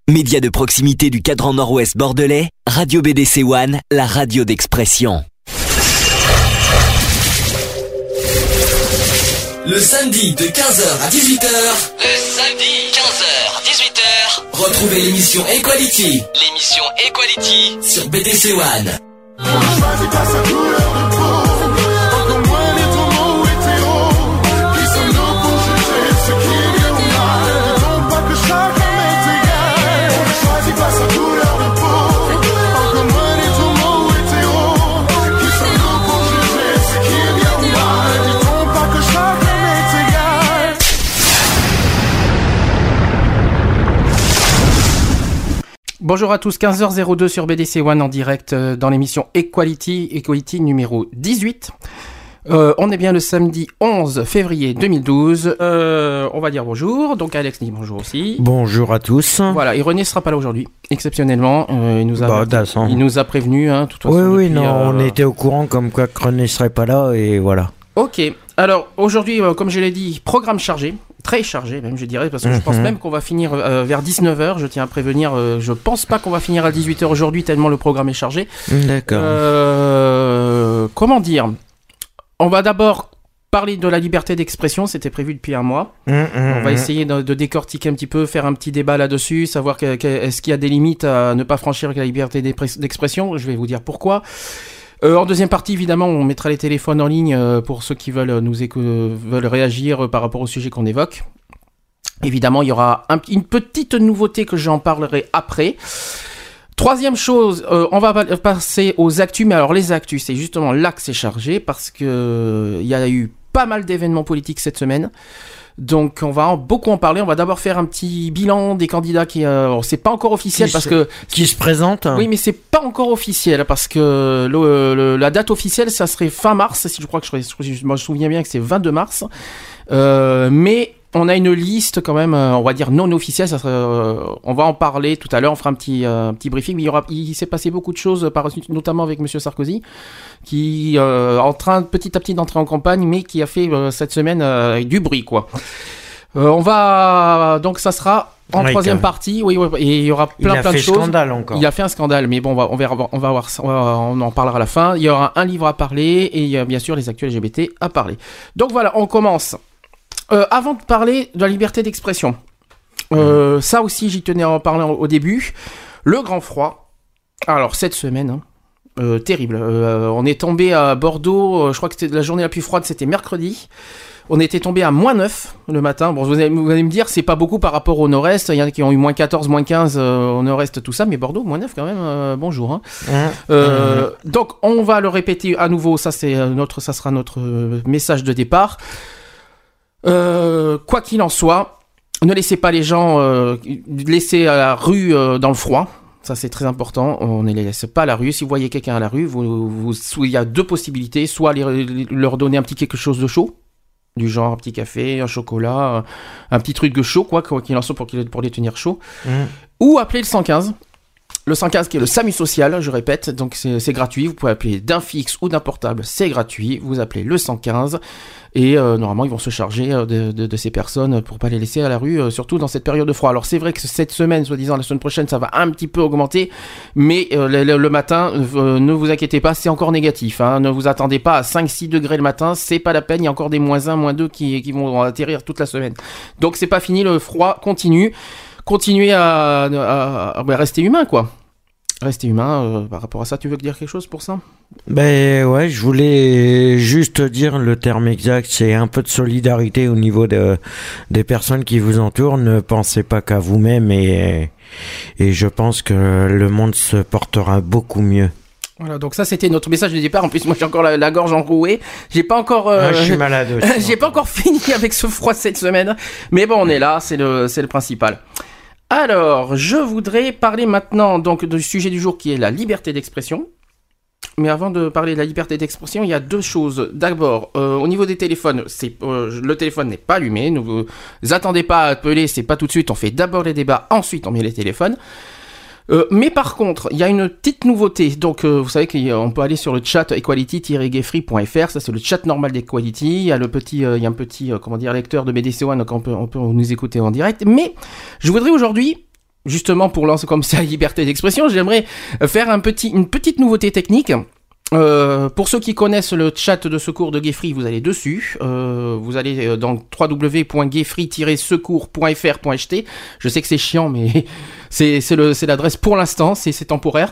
Média de proximité du cadran nord-ouest bordelais, Radio BDC One, la radio d'expression. Le samedi de 15h à 18h. Le samedi 15h 18h. Retrouvez l'émission Equality. L'émission Equality sur BDC One. Bonjour à tous, 15h02 sur BDC One en direct dans l'émission Equality numéro 18. On est bien le samedi 11 février 2012. On va dire bonjour. Donc Alex dit bonjour aussi. Bonjour à tous. Voilà, et René ne sera pas là aujourd'hui, exceptionnellement. Il nous a prévenu. Hein, toute façon, oui, on était au courant comme quoi René ne serait pas là et voilà. Ok, alors aujourd'hui, comme je l'ai dit, programme chargé. Très chargé même je dirais parce que je pense même qu'on va finir vers 19h, je tiens à prévenir, je pense pas qu'on va finir à 18h aujourd'hui tellement le programme est chargé. D'accord. Comment dire, on va d'abord parler de la liberté d'expression, c'était prévu depuis un mois. On va essayer de décortiquer un petit peu, faire un petit débat là-dessus, savoir est-ce qu'il y a des limites à ne pas franchir avec la liberté d'expression, je vais vous dire pourquoi. En deuxième partie, évidemment, on mettra les téléphones en ligne pour ceux qui veulent veulent réagir par rapport au sujet qu'on évoque. Évidemment, il y aura une petite nouveauté que j'en parlerai après. Troisième chose, on va passer aux actus. Mais alors, les actus, c'est justement là que c'est chargé parce que il y a eu pas mal d'événements politiques cette semaine. Donc on va beaucoup en parler. On va d'abord faire un petit bilan des candidats qui, c'est pas encore officiel qui se présentent. Oui, mais c'est pas encore officiel parce que la date officielle, ça serait fin mars. Si je me souviens bien que c'est 22 mars. Mais on a une liste quand même, on va dire non officielle. Ça serait, on va en parler tout à l'heure. On fera un petit briefing. Mais il s'est passé beaucoup de choses, notamment avec Monsieur Sarkozy, qui en train petit à petit d'entrer en campagne, mais qui a fait cette semaine du bruit, quoi. On va donc ça sera en troisième partie. Oui, et il y aura plein de choses. Il a fait scandale encore. Il a fait un scandale, mais bon, on va voir, on en parlera à la fin. Il y aura un livre à parler et il y a bien sûr les actus LGBT à parler. Donc voilà, on commence. Avant de parler de la liberté d'expression, ça aussi j'y tenais à en parler au début. Le grand froid. Alors cette semaine. Terrible. On est tombé à Bordeaux, je crois que c'était la journée la plus froide, c'était mercredi. On était tombé à moins 9 le matin. Bon, vous allez me dire, c'est pas beaucoup par rapport au nord-est. Il y en a qui ont eu moins 14, moins 15 au nord-est, tout ça. Mais Bordeaux, moins 9 quand même, bonjour. Hein. Donc, on va le répéter à nouveau. Ça sera notre message de départ. Quoi qu'il en soit, ne laissez pas les gens laisser à la rue dans le froid. Ça, c'est très important. On ne les laisse pas à la rue. Si vous voyez quelqu'un à la rue, il y a deux possibilités. Soit leur donner un petit quelque chose de chaud, du genre un petit café, un chocolat, un petit truc de chaud, quoi qu'il en soit, pour les tenir chauds. Ou appeler le 115. Le 115 qui est le SAMU social, je répète. Donc, c'est gratuit. Vous pouvez appeler d'un fixe ou d'un portable. C'est gratuit. Vous appelez le 115. Et normalement, ils vont se charger de ces personnes pour pas les laisser à la rue, surtout dans cette période de froid. Alors, c'est vrai que cette semaine, soi-disant la semaine prochaine, ça va un petit peu augmenter, mais le matin, ne vous inquiétez pas, c'est encore négatif. Hein. Ne vous attendez pas à 5-6 degrés le matin, c'est pas la peine. Il y a encore des moins 1, moins 2 qui vont atterrir toute la semaine. Donc, c'est pas fini, le froid continue. Continuez à rester humain, quoi. Rester humain, par rapport à ça, tu veux dire quelque chose pour ça ? Ben ouais, je voulais juste dire le terme exact, c'est un peu de solidarité au niveau des personnes qui vous entourent. Ne pensez pas qu'à vous-même et je pense que le monde se portera beaucoup mieux. Voilà, donc ça c'était notre message de départ. En plus, moi j'ai encore la gorge enrouée. J'ai pas encore. Je suis malade aussi. J'ai pas encore fini avec ce froid cette semaine. Mais bon, on est là, c'est le principal. Alors, je voudrais parler maintenant donc du sujet du jour qui est la liberté d'expression. Mais avant de parler de la liberté d'expression, il y a deux choses. D'abord, au niveau des téléphones, le téléphone n'est pas allumé. Ne vous attendez pas à appeler, c'est pas tout de suite. On fait d'abord les débats, ensuite on met les téléphones. Mais par contre, il y a une petite nouveauté. Donc, vous savez qu'on peut aller sur le chat equality-gayfree.fr. Ça, c'est le chat normal d'Equality. Il y a un petit lecteur de BDC One, donc on peut nous écouter en direct. Mais je voudrais aujourd'hui, justement pour lancer comme c'est la liberté d'expression, j'aimerais faire une petite nouveauté technique. Pour ceux qui connaissent le chat de secours de Gayfree, vous allez dessus. Vous allez dans www.gayfree-secours.fr.ht. Je sais que c'est chiant, mais c'est l'adresse pour l'instant, c'est temporaire.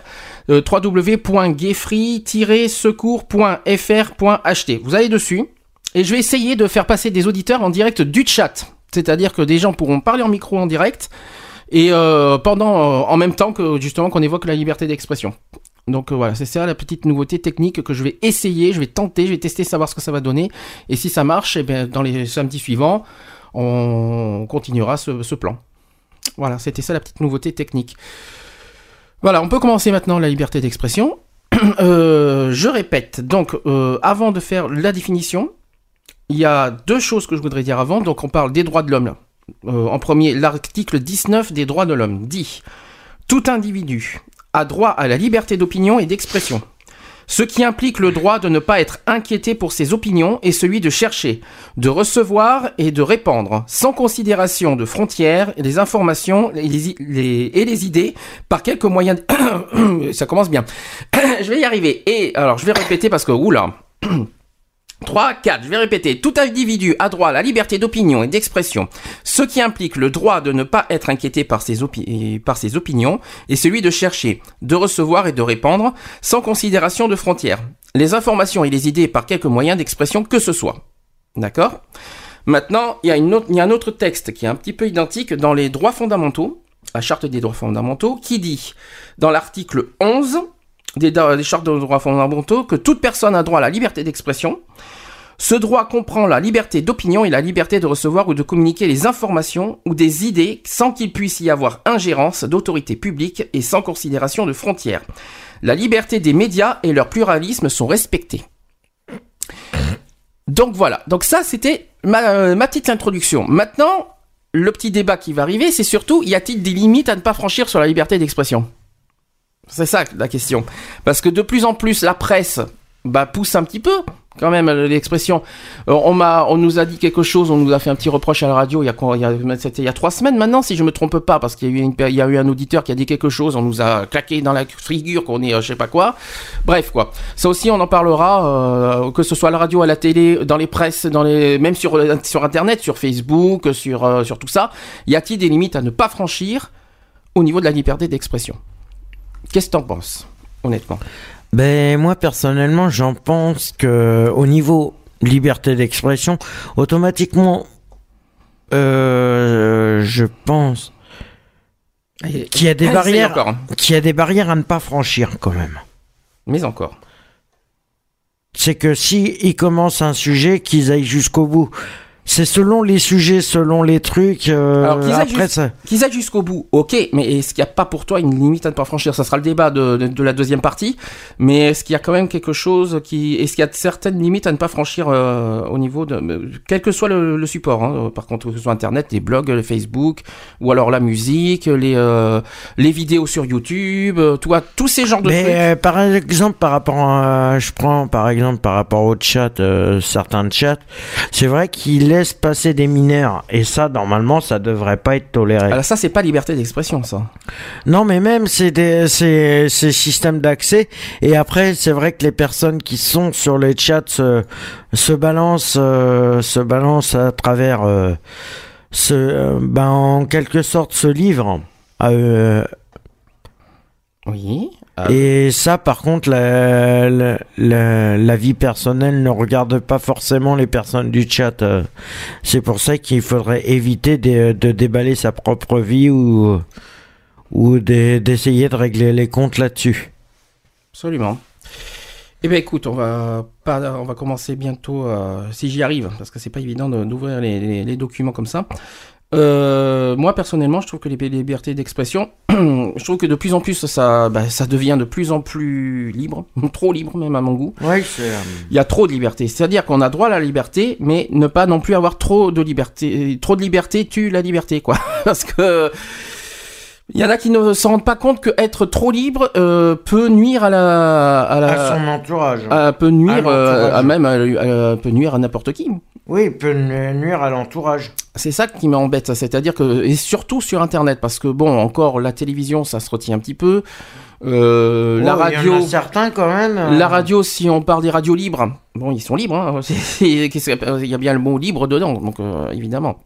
www.gayfree-secours.fr.ht. Vous allez dessus et je vais essayer de faire passer des auditeurs en direct du chat. C'est-à-dire que des gens pourront parler en micro en direct et en même temps que justement qu'on évoque la liberté d'expression. Donc voilà, c'est ça la petite nouveauté technique que je vais essayer, je vais tester, savoir ce que ça va donner. Et si ça marche, eh bien, dans les samedis suivants, on continuera ce plan. Voilà, c'était ça la petite nouveauté technique. Voilà, on peut commencer maintenant la liberté d'expression. Je répète, donc avant de faire la définition, il y a deux choses que je voudrais dire avant. Donc on parle des droits de l'homme. En premier, l'article 19 des droits de l'homme dit « Tout individu a droit à la liberté d'opinion et d'expression, ce qui implique le droit de ne pas être inquiété pour ses opinions et celui de chercher, de recevoir et de répandre, sans considération de frontières, les informations et les idées par quelques moyens... Ça commence bien. Je vais y arriver. Et alors, je vais répéter parce que... Oula 3, 4, je vais répéter. Tout individu a droit à la liberté d'opinion et d'expression, ce qui implique le droit de ne pas être inquiété par ses opinions et celui de chercher, de recevoir et de répandre, sans considération de frontières, les informations et les idées par quelques moyens d'expression que ce soit. D'accord ? Maintenant, il y a un autre texte qui est un petit peu identique dans les droits fondamentaux, la Charte des droits fondamentaux, qui dit, dans l'article 11... des chartes de droits fondamentaux, que toute personne a droit à la liberté d'expression. Ce droit comprend la liberté d'opinion et la liberté de recevoir ou de communiquer les informations ou des idées sans qu'il puisse y avoir ingérence d'autorité publique et sans considération de frontières. La liberté des médias et leur pluralisme sont respectés. Donc voilà, donc ça c'était ma petite introduction. Maintenant, le petit débat qui va arriver, c'est surtout, y a-t-il des limites à ne pas franchir sur la liberté d'expression ? C'est ça la question. Parce que de plus en plus, la presse pousse un petit peu, quand même, l'expression. On nous a dit quelque chose, on nous a fait un petit reproche à la radio, c'était il y a 3 semaines maintenant, si je me trompe pas, parce qu'il y a eu un auditeur qui a dit quelque chose, on nous a claqué dans la figure qu'on est je sais pas quoi. Bref, quoi. Ça aussi, on en parlera, que ce soit à la radio, à la télé, dans les presses, même sur Internet, sur Facebook, sur tout ça. Y a-t-il des limites à ne pas franchir au niveau de la liberté d'expression ? Qu'est-ce que t'en penses, honnêtement ? Ben moi personnellement, j'en pense que au niveau liberté d'expression, automatiquement, je pense qu'il y a des barrières, à ne pas franchir quand même. Mais encore. C'est que si ils commencent un sujet, qu'ils aillent jusqu'au bout. C'est selon les sujets, selon les trucs. Alors qu'ils aillent jusqu'au bout, ok, mais est-ce qu'il n'y a pas pour toi une limite à ne pas franchir ? Ça sera le débat de la deuxième partie, mais est-ce qu'il y a quand même quelque chose est-ce qu'il y a certaines limites à ne pas franchir au niveau de... quel que soit le support, hein, par contre, que ce soit Internet, les blogs, le Facebook, ou alors la musique, les vidéos sur YouTube, tous ces genres de trucs. Par exemple, je prends par exemple par rapport au chat, certains chats, c'est vrai qu'il laisse passer des mineurs et ça normalement ça devrait pas être toléré. Alors ça c'est pas liberté d'expression ça. Non mais même c'est systèmes d'accès et après c'est vrai que les personnes qui sont sur les chats se balancent à travers en quelque sorte ce livre. Oui. Et ça, par contre, la vie personnelle ne regarde pas forcément les personnes du chat. C'est pour ça qu'il faudrait éviter de déballer sa propre vie ou d'essayer de régler les comptes là-dessus. Absolument. Eh bien, écoute, on va commencer bientôt, si j'y arrive, parce que c'est pas évident d'ouvrir les documents comme ça. Moi personnellement je trouve que les libertés d'expression je trouve que de plus en plus ça devient de plus en plus libre, trop libre même à mon goût. Ouais, il y a trop de liberté, c'est-à-dire qu'on a droit à la liberté mais ne pas non plus avoir trop de liberté tue la liberté quoi. Parce que il y en a qui ne se rendent pas compte que être trop libre peut nuire à son entourage, peut nuire peut nuire à n'importe qui. Oui, il peut nuire à l'entourage. C'est ça qui m'embête, c'est-à-dire que, et surtout sur Internet, parce que bon, encore la télévision, ça se retient un petit peu. La radio, il y en a certains quand même. La radio, si on parle des radios libres, bon, ils sont libres, hein, il y a bien le mot libre dedans, donc évidemment.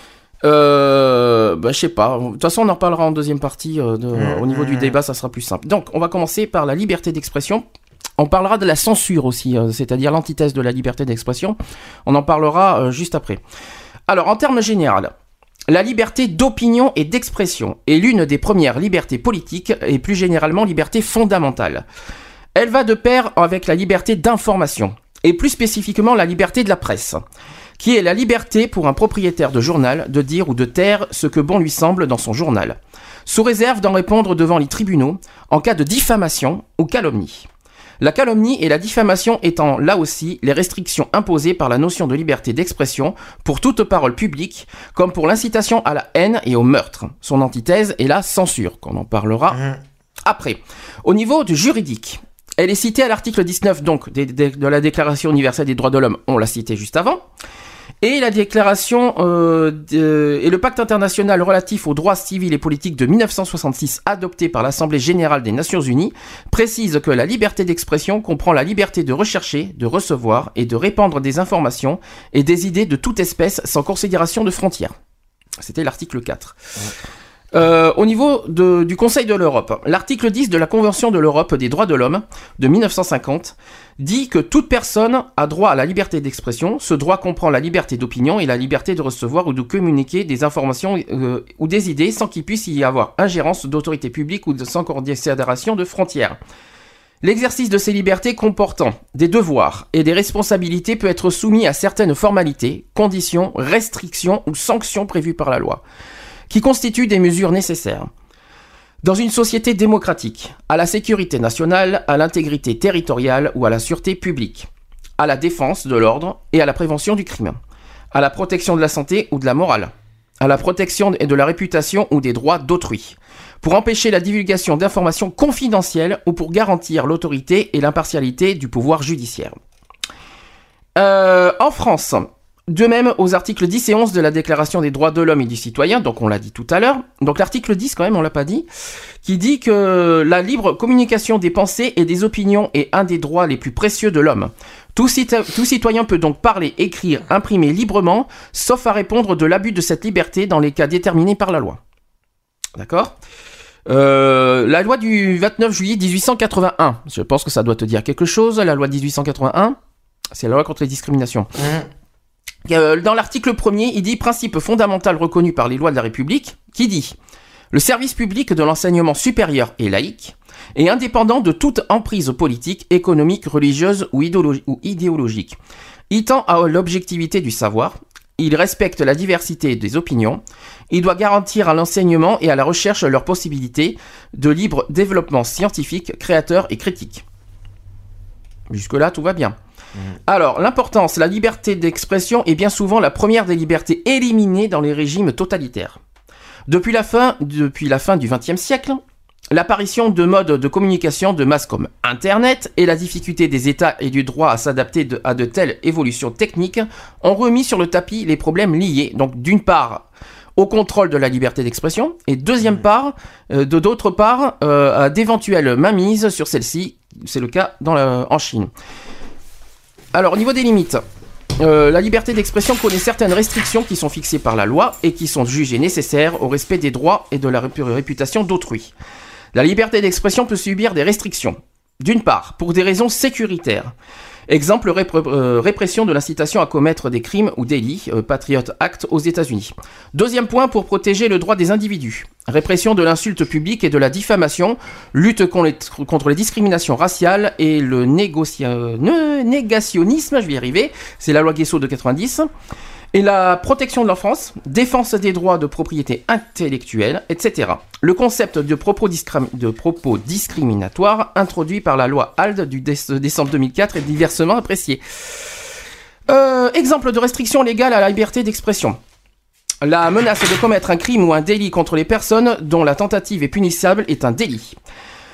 Je sais pas. De toute façon, on en parlera en deuxième partie. Au niveau du débat, ça sera plus simple. Donc, on va commencer par la liberté d'expression. On parlera de la censure aussi, c'est-à-dire l'antithèse de la liberté d'expression. On en parlera juste après. Alors, en termes généraux, la liberté d'opinion et d'expression est l'une des premières libertés politiques et plus généralement liberté fondamentale. Elle va de pair avec la liberté d'information et plus spécifiquement la liberté de la presse, qui est la liberté pour un propriétaire de journal de dire ou de taire ce que bon lui semble dans son journal, sous réserve d'en répondre devant les tribunaux en cas de diffamation ou calomnie. La calomnie et la diffamation étant là aussi les restrictions imposées par la notion de liberté d'expression pour toute parole publique, comme pour l'incitation à la haine et au meurtre. Son antithèse est la censure, qu'on en parlera après. Au niveau du juridique, elle est citée à l'article 19 donc de la Déclaration universelle des droits de l'homme, on l'a cité juste avant, et la déclaration et le pacte international relatif aux droits civils et politiques de 1966 adopté par l'Assemblée générale des Nations unies précise que la liberté d'expression comprend la liberté de rechercher, de recevoir et de répandre des informations et des idées de toute espèce sans considération de frontières. C'était l'article 4. Au niveau du Conseil de l'Europe, l'article 10 de la Convention de l'Europe des droits de l'homme de 1950 dit que toute personne a droit à la liberté d'expression. Ce droit comprend la liberté d'opinion et la liberté de recevoir ou de communiquer des informations ou des idées sans qu'il puisse y avoir ingérence d'autorité publique ou sans considération de frontières. L'exercice de ces libertés comportant des devoirs et des responsabilités peut être soumis à certaines formalités, conditions, restrictions ou sanctions prévues par la loi, qui constituent des mesures nécessaires. Dans une société démocratique, à la sécurité nationale, à l'intégrité territoriale ou à la sûreté publique, à la défense de l'ordre et à la prévention du crime, à la protection de la santé ou de la morale, à la protection de la réputation ou des droits d'autrui, pour empêcher la divulgation d'informations confidentielles ou pour garantir l'autorité et l'impartialité du pouvoir judiciaire. En France, de même aux articles 10 et 11 de la Déclaration des droits de l'homme et du citoyen, donc on l'a dit tout à l'heure, donc l'article 10 quand même, on l'a pas dit, qui dit que la libre communication des pensées et des opinions est un des droits les plus précieux de l'homme. Tout citoyen peut donc parler, écrire, imprimer librement, sauf à répondre de l'abus de cette liberté dans les cas déterminés par la loi. D'accord ? La loi du 29 juillet 1881, je pense que ça doit te dire quelque chose, la loi de 1881, c'est la loi contre les discriminations. Dans l'article 1er, il dit « Principe fondamental reconnu par les lois de la République » qui dit « Le service public de l'enseignement supérieur est laïque et indépendant de toute emprise politique, économique, religieuse ou idéologique. Il tend à l'objectivité du savoir, il respecte la diversité des opinions, il doit garantir à l'enseignement et à la recherche leurs possibilités de libre développement scientifique, créateur et critique. » Jusque-là, tout va bien. Alors, l'importance, la liberté d'expression est bien souvent la première des libertés éliminées dans les régimes totalitaires. Depuis la fin du XXe siècle, l'apparition de modes de communication de masse comme Internet et la difficulté des États et du droit à s'adapter à de telles évolutions techniques ont remis sur le tapis les problèmes liés, donc d'une part, au contrôle de la liberté d'expression et d'autre part, à d'éventuelles mainmises sur celle-ci. C'est le cas en Chine. Alors, au niveau des limites, la liberté d'expression connaît certaines restrictions qui sont fixées par la loi et qui sont jugées nécessaires au respect des droits et de la réputation d'autrui. La liberté d'expression peut subir des restrictions. D'une part, pour des raisons sécuritaires. Exemple, répression de l'incitation à commettre des crimes ou délits, Patriot Act aux États-Unis. Deuxième point, pour protéger le droit des individus. Répression de l'insulte publique et de la diffamation, lutte contre les discriminations raciales et le négationnisme, je vais y arriver, c'est la loi Guesso de 90. Et la protection de l'enfance, défense des droits de propriété intellectuelle, etc. Le concept de propos discriminatoires introduit par la loi ALD du décembre 2004 est diversement apprécié. Exemple de restriction légale à la liberté d'expression. La menace de commettre un crime ou un délit contre les personnes dont la tentative est punissable est un délit.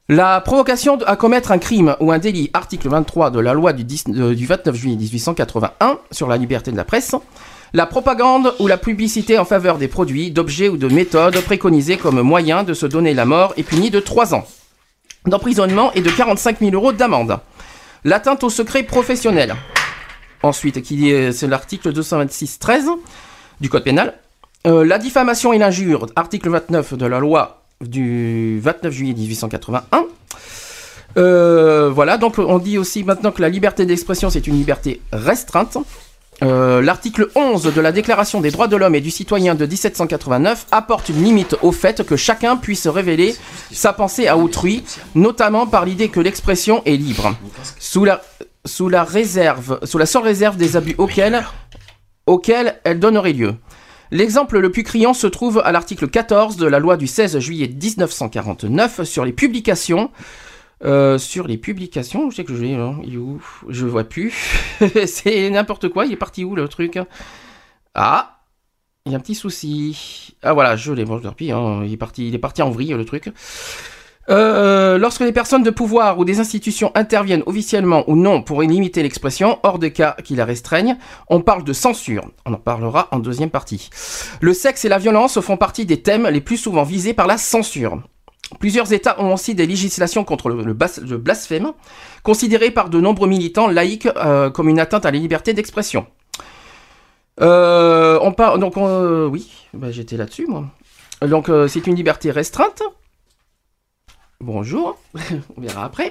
La provocation à commettre un crime ou un délit, article 23 de la loi du 29 juillet 1881 sur la liberté de la presse. La propagande ou la publicité en faveur des produits, d'objets ou de méthodes préconisés comme moyen de se donner la mort est punie de 3 ans d'emprisonnement et de 45 000 € d'amende. L'atteinte au secret professionnel. Ensuite, c'est l'article 226-13 du Code pénal. La diffamation et l'injure, article 29 de la loi du 29 juillet 1881. Voilà, donc on dit aussi maintenant que la liberté d'expression, c'est une liberté restreinte. L'article 11 de la Déclaration des droits de l'homme et du citoyen de 1789 apporte une limite au fait que chacun puisse révéler sa pensée à autrui, notamment par l'idée que l'expression est libre, sous la seule réserve des abus auxquels elle donnerait lieu. L'exemple le plus criant se trouve à l'article 14 de la loi du 16 juillet 1949 sur les publications. Je sais que je vois plus. C'est n'importe quoi. Il est parti où le truc? Ah, il y a un petit souci. Ah voilà, je l'ai. Bon, il est parti en vrille le truc. Lorsque les personnes de pouvoir ou des institutions interviennent officiellement ou non pour limiter l'expression, hors de cas qui la restreignent, on parle de censure. On en parlera en deuxième partie. Le sexe et la violence font partie des thèmes les plus souvent visés par la censure. Plusieurs États ont aussi des législations contre le blasphème, considérées par de nombreux militants laïcs comme une atteinte à la liberté d'expression. J'étais là-dessus, moi. Donc, c'est une liberté restreinte. Bonjour, on verra après.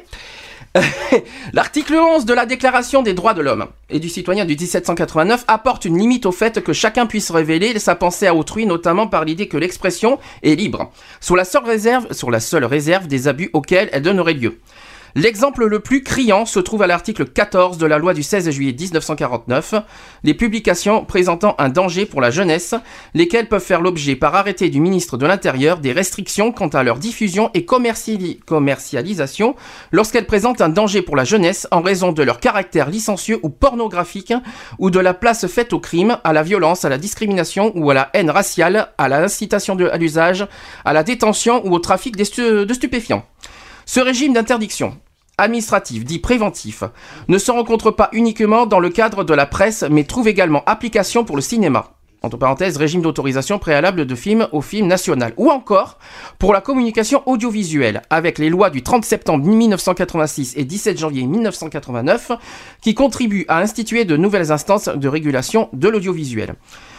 L'article 11 de la Déclaration des droits de l'homme et du citoyen du 1789 apporte une limite au fait que chacun puisse révéler sa pensée à autrui, notamment par l'idée que l'expression est libre, sous la seule réserve des abus auxquels elle donnerait lieu. L'exemple le plus criant se trouve à l'article 14 de la loi du 16 juillet 1949, les publications présentant un danger pour la jeunesse, lesquelles peuvent faire l'objet par arrêté du ministre de l'Intérieur des restrictions quant à leur diffusion et commercialisation lorsqu'elles présentent un danger pour la jeunesse en raison de leur caractère licencieux ou pornographique ou de la place faite au crime, à la violence, à la discrimination ou à la haine raciale, à l'incitation à l'usage, à la détention ou au trafic de stupéfiants. Ce régime d'interdiction administratif, dit préventif, ne se rencontre pas uniquement dans le cadre de la presse, mais trouve également application pour le cinéma. Entre parenthèses, régime d'autorisation préalable de film au film national. Ou encore pour la communication audiovisuelle, avec les lois du 30 septembre 1986 et 17 janvier 1989, qui contribuent à instituer de nouvelles instances de régulation de l'audiovisuel.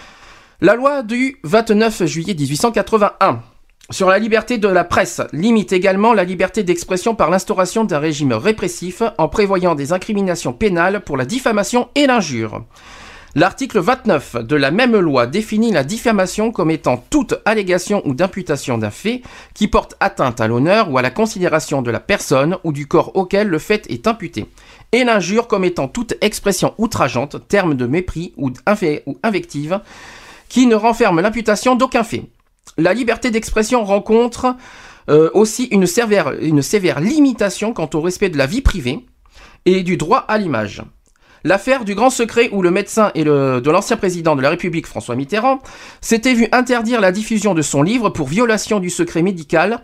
La loi du 29 juillet 1881 sur la liberté de la presse limite également la liberté d'expression par l'instauration d'un régime répressif en prévoyant des incriminations pénales pour la diffamation et l'injure. L'article 29 de la même loi définit la diffamation comme étant toute allégation ou d'imputation d'un fait qui porte atteinte à l'honneur ou à la considération de la personne ou du corps auquel le fait est imputé, et l'injure comme étant toute expression outrageante, terme de mépris ou invective, qui ne renferme l'imputation d'aucun fait. La liberté d'expression rencontre aussi une sévère limitation quant au respect de la vie privée et du droit à l'image. L'affaire du grand secret où le médecin de l'ancien président de la République, François Mitterrand, s'était vu interdire la diffusion de son livre pour violation du secret médical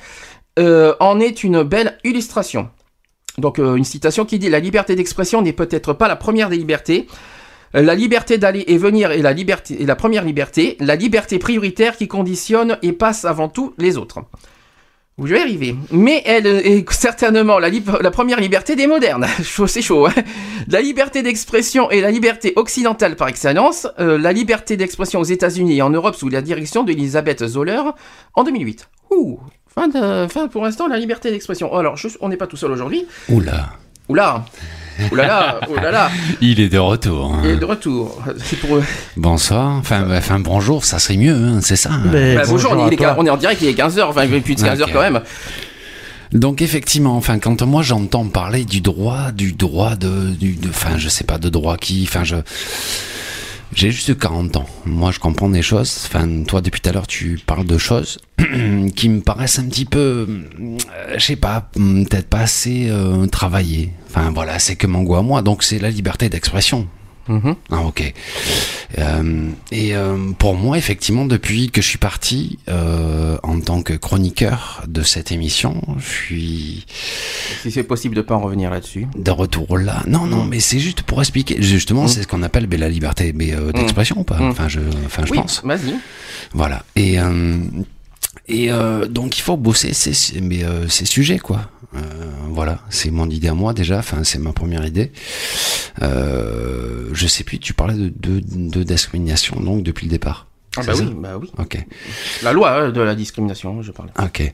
en est une belle illustration. Donc une citation qui dit « La liberté d'expression n'est peut-être pas la première des libertés. La liberté d'aller et venir est la première liberté, la liberté prioritaire qui conditionne et passe avant tout les autres. » Vous y arrivez. Mais elle est certainement la première liberté des modernes. C'est chaud, hein. La liberté d'expression est la liberté occidentale par excellence. La liberté d'expression aux États-Unis et en Europe sous la direction d'Elisabeth Zoller en 2008. Fin pour l'instant, la liberté d'expression. Alors, on n'est pas tout seul aujourd'hui. Oula. Il est de retour. Il est de retour. C'est pour eux. Bonsoir. Enfin, bonjour, ça serait mieux, hein, c'est ça. Bonjour, on est en direct, il est 15h, enfin, plus de 15h quand même. Donc effectivement, quand moi j'entends parler du droit je sais pas de droit qui, j'ai juste 40 ans. Moi, je comprends des choses. Toi, depuis tout à l'heure, tu parles de choses qui me paraissent un petit peu, je sais pas, peut-être pas assez travaillées. Voilà, c'est que mon goût à moi. Donc, c'est la liberté d'expression. Ah, ok. Pour moi, effectivement, depuis que je suis parti en tant que chroniqueur de cette émission, je suis... Si c'est possible de pas en revenir là-dessus. De retour là. Non, mais c'est juste pour expliquer. Justement, c'est ce qu'on appelle la liberté d'expression ou pas. Enfin, je pense. Vas-y. Voilà. Et donc il faut bosser ces sujets, quoi. Voilà, c'est mon idée à moi déjà. Enfin, c'est ma première idée. Je sais plus. Tu parlais de discrimination donc depuis le départ. Ah bah oui. Ok. La loi de la discrimination, je parle. Ok.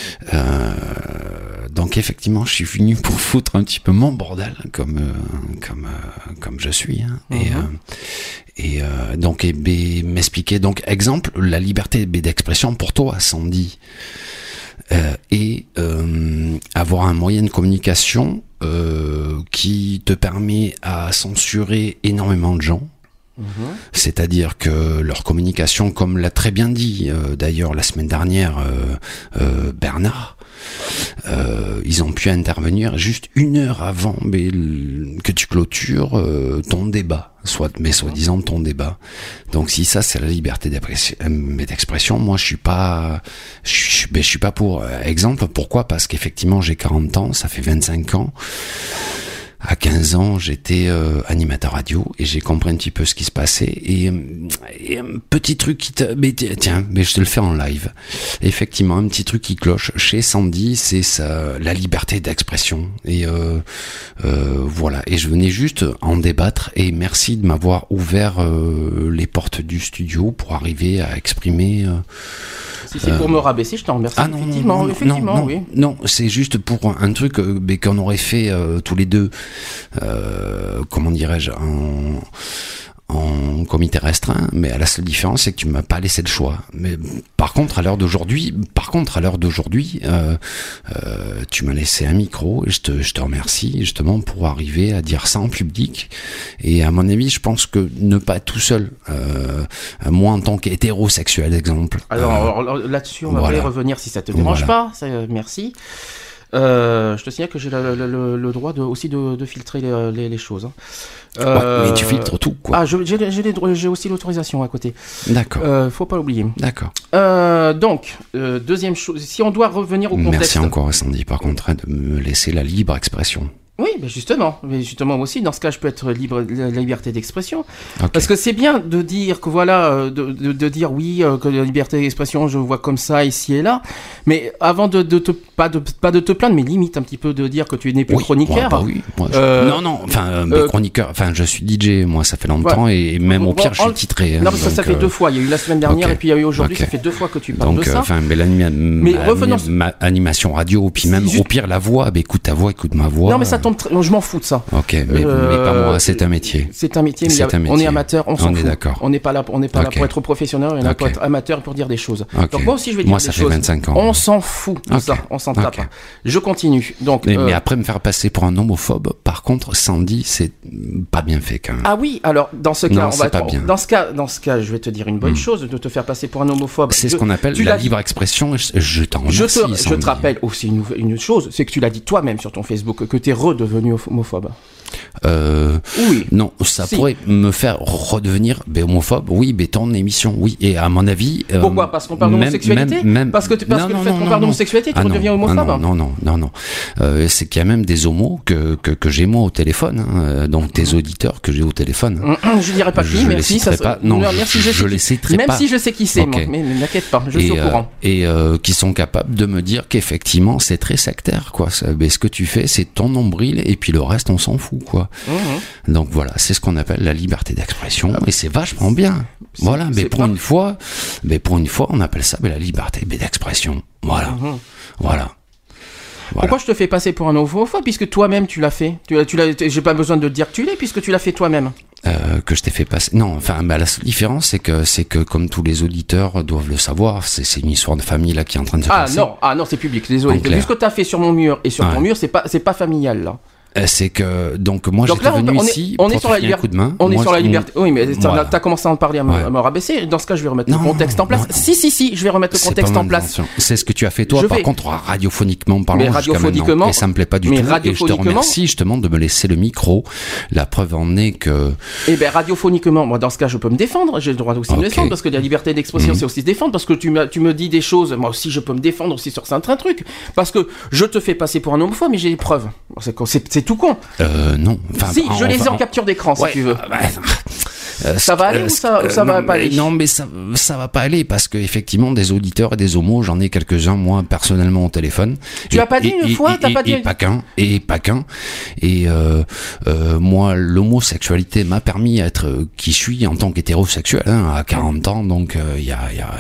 Donc effectivement, je suis venu pour foutre un petit peu mon bordel, comme je suis. Hein. Et donc m'expliquer. Donc exemple, la liberté d'expression pour toi, Sandy, et avoir un moyen de communication qui te permet à censurer énormément de gens. C'est-à-dire que leur communication, comme l'a très bien dit d'ailleurs la semaine dernière Bernard, ils ont pu intervenir juste 1 heure avant que tu clôtures ton débat, soi-disant ton débat. Donc si ça c'est la liberté d'expression, moi je suis pas pour. Exemple, pourquoi? Parce qu'effectivement j'ai 40 ans, ça fait 25 ans. À 15 ans, j'étais animateur radio et j'ai compris un petit peu ce qui se passait. Et un petit truc qui mais je te le fais en live. Effectivement, un petit truc qui cloche chez Sandy, c'est la liberté d'expression. Et voilà. Et je venais juste en débattre. Et merci de m'avoir ouvert les portes du studio pour arriver à exprimer. Si c'est pour me rabaisser, je t'en remercie. Ah non, effectivement, oui. Non, c'est juste pour un truc qu'on aurait fait tous les deux, comment dirais-je, en comité restreint, mais la seule différence c'est que tu m'as pas laissé le choix. Mais par contre à l'heure d'aujourd'hui, tu m'as laissé un micro et je te remercie justement pour arriver à dire ça en public. Et à mon avis, je pense que ne pas être tout seul, moi en tant qu'hétérosexuel exemple. Alors là-dessus, on va y revenir si ça te dérange pas. merci. Je te signale que j'ai le droit aussi de filtrer les choses. Hein. Mais tu filtres tout, quoi. Ah, j'ai aussi l'autorisation à côté. D'accord. Faut pas l'oublier. D'accord. Donc, deuxième chose, si on doit revenir au contexte... Merci encore, Sandy, par contre, de me laisser la libre expression. Oui, mais justement moi aussi, dans ce cas, je peux être libre, la liberté d'expression. Okay. Parce que c'est bien de dire que voilà, de dire oui, que la liberté d'expression, je vois comme ça, ici et là. Mais avant pas de te plaindre, mais limite un petit peu de dire que tu n'es plus chroniqueur. Chroniqueur, je suis DJ, moi, ça fait longtemps, et même au pire, je suis titré. Non, parce que ça fait 2 fois. Il y a eu la semaine dernière, et puis il y a eu aujourd'hui, ça fait 2 fois que tu parles de ça. Mais revenons... ma animation radio, puis même au pire, la voix, écoute ta voix, écoute ma voix. Non, mais ça je m'en fous de ça. Ok, mais pas moi, c'est un métier. C'est un métier, mais on est amateur, on s'en fout. On est d'accord. On n'est pas là pour être professionnel, on est là pour être amateur pour dire des choses. Okay. Donc moi aussi je vais dire des choses. Moi ça fait 25 ans. On s'en fout de ça, on s'en tape. Je continue. Donc, mais après me faire passer pour un homophobe, par contre, Sandy, c'est pas bien fait quand même. Ah oui, alors dans ce cas, dans ce cas, je vais te dire une bonne chose, de te faire passer pour un homophobe. C'est ce qu'on appelle la libre expression, je t'en remercie. Je te rappelle aussi une chose, c'est que tu l'as dit toi-même sur ton Facebook, que tu es redevenu homophobe. Oui. Non, ça pourrait me faire redevenir homophobe. Oui, ton émission, oui. Et à mon avis. Pourquoi? Parce qu'on parle d'homosexualité? Parce que le fait qu'on parle d'homosexualité, tu redeviens homophobe? Non. C'est qu'il y a même des homos que j'ai moi au téléphone, hein, donc des auditeurs que j'ai au téléphone. Je dirais pas qui, merci. Je les citerai pas. Même si je sais qui c'est, okay. Mais n'inquiète pas, je suis au courant. Et qui sont capables de me dire qu'effectivement, c'est très sectaire, quoi. Mais ce que tu fais, c'est ton nombril, et puis le reste, on s'en fout, quoi. Donc voilà, c'est ce qu'on appelle la liberté d'expression, et c'est vachement bien. Voilà, mais pour une fois, on appelle ça la liberté d'expression. Voilà. Voilà. Pourquoi je te fais passer pour un homophobe, puisque toi-même tu l'as fait? J'ai pas besoin de te dire que tu l'es, puisque tu l'as fait toi-même. Que je t'ai fait passer. Non, la seule différence, c'est que comme tous les auditeurs doivent le savoir, c'est une histoire de famille là qui est en train de se passer. Non, c'est public. Désolé. Ce que t'as fait sur mon mur et sur ton mur, c'est pas familial là. C'est que donc moi Donc j'étais là, venu ici on est pour sur la te filer un liberté. coup de main. On est Moi, sur la liberté. Oui, mais voilà. t'as commencé à en parler à me rabaisser. Dans ce cas, je vais remettre le contexte en place. non. Si, je vais remettre le C'est contexte pas en mon place. intention. C'est ce que tu as fait toi. Je Par vais. contre, radiophoniquement parlant, Mais jusqu'à radiophoniquement- maintenant, et ça me plaît pas du mais tout. Et je te radiophoniquement- remercie justement de me laisser le micro. La preuve en est que Eh ben radiophoniquement, moi dans ce cas je peux me défendre, j'ai le droit aussi de me Ok. défendre parce que la liberté d'expression c'est aussi se défendre parce que tu me dis des choses, moi aussi je peux me défendre aussi sur certains trucs parce que je te fais passer pour un homophobe mais j'ai des preuves. C'est tout con. non. Enfin, Si, je les ai en capture d'écran si Ouais, tu veux. bah, Ça va aller ou ça va pas aller? Non, mais ça va pas aller parce que effectivement des auditeurs et des homos, j'en ai quelques-uns moi personnellement au téléphone. Tu as pas dit une fois, t'as pas dit- et pas qu'un. Et moi, l'homosexualité m'a permis d'être qui je suis en tant qu'hétérosexuel à 40 ans, donc il y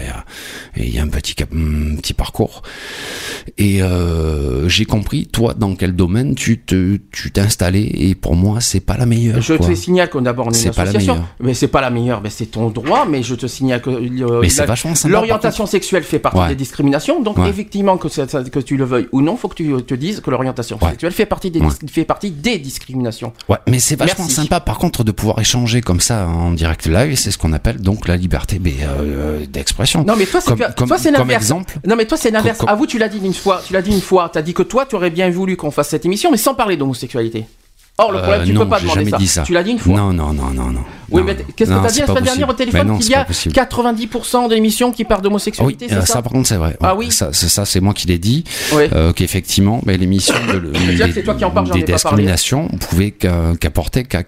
a un petit parcours. Et j'ai compris toi dans quel domaine tu t'es installé et pour moi c'est pas la meilleure. Je quoi. te signale qu'on d'abord on est une C'est pas la association, meilleure. mais c'est pas la meilleure, mais c'est ton droit, mais je te signale que Mais c'est vachement sympa, l'orientation sexuelle fait partie Ouais. des discriminations, donc Ouais. effectivement que tu le veuilles ou non, faut que tu te dises que l'orientation Ouais. sexuelle fait partie des discriminations. Ouais, mais c'est vachement Merci. sympa par contre de pouvoir échanger comme ça en direct live et c'est ce qu'on appelle donc la liberté d'expression. Non mais toi c'est Comme l'inverse. exemple. Non mais toi c'est l'inverse. Comme- À vous tu l'as dit une fois, t'as dit que toi tu aurais bien voulu qu'on fasse cette émission mais sans parler d'homosexualité. Or le problème tu non, peux pas j'ai demander jamais ça. dit ça. Tu l'as dit une fois. Non. Oui, Non. mais qu'est-ce que Non, t'as dit c'est la pas semaine dernière au possible. téléphone Mais non, qu'il c'est y a pas possible. 90% d'émissions qui parlent Oui, d'homosexualité, c'est ça ça? par contre c'est vrai. Ah Ouais, oui. ça c'est moi qui l'ai dit. Ouais. Qu'effectivement, l'émission dire que c'est toi qui en parles, j'en ai des pas parlé. discriminations pouvait qu'apporter qu'à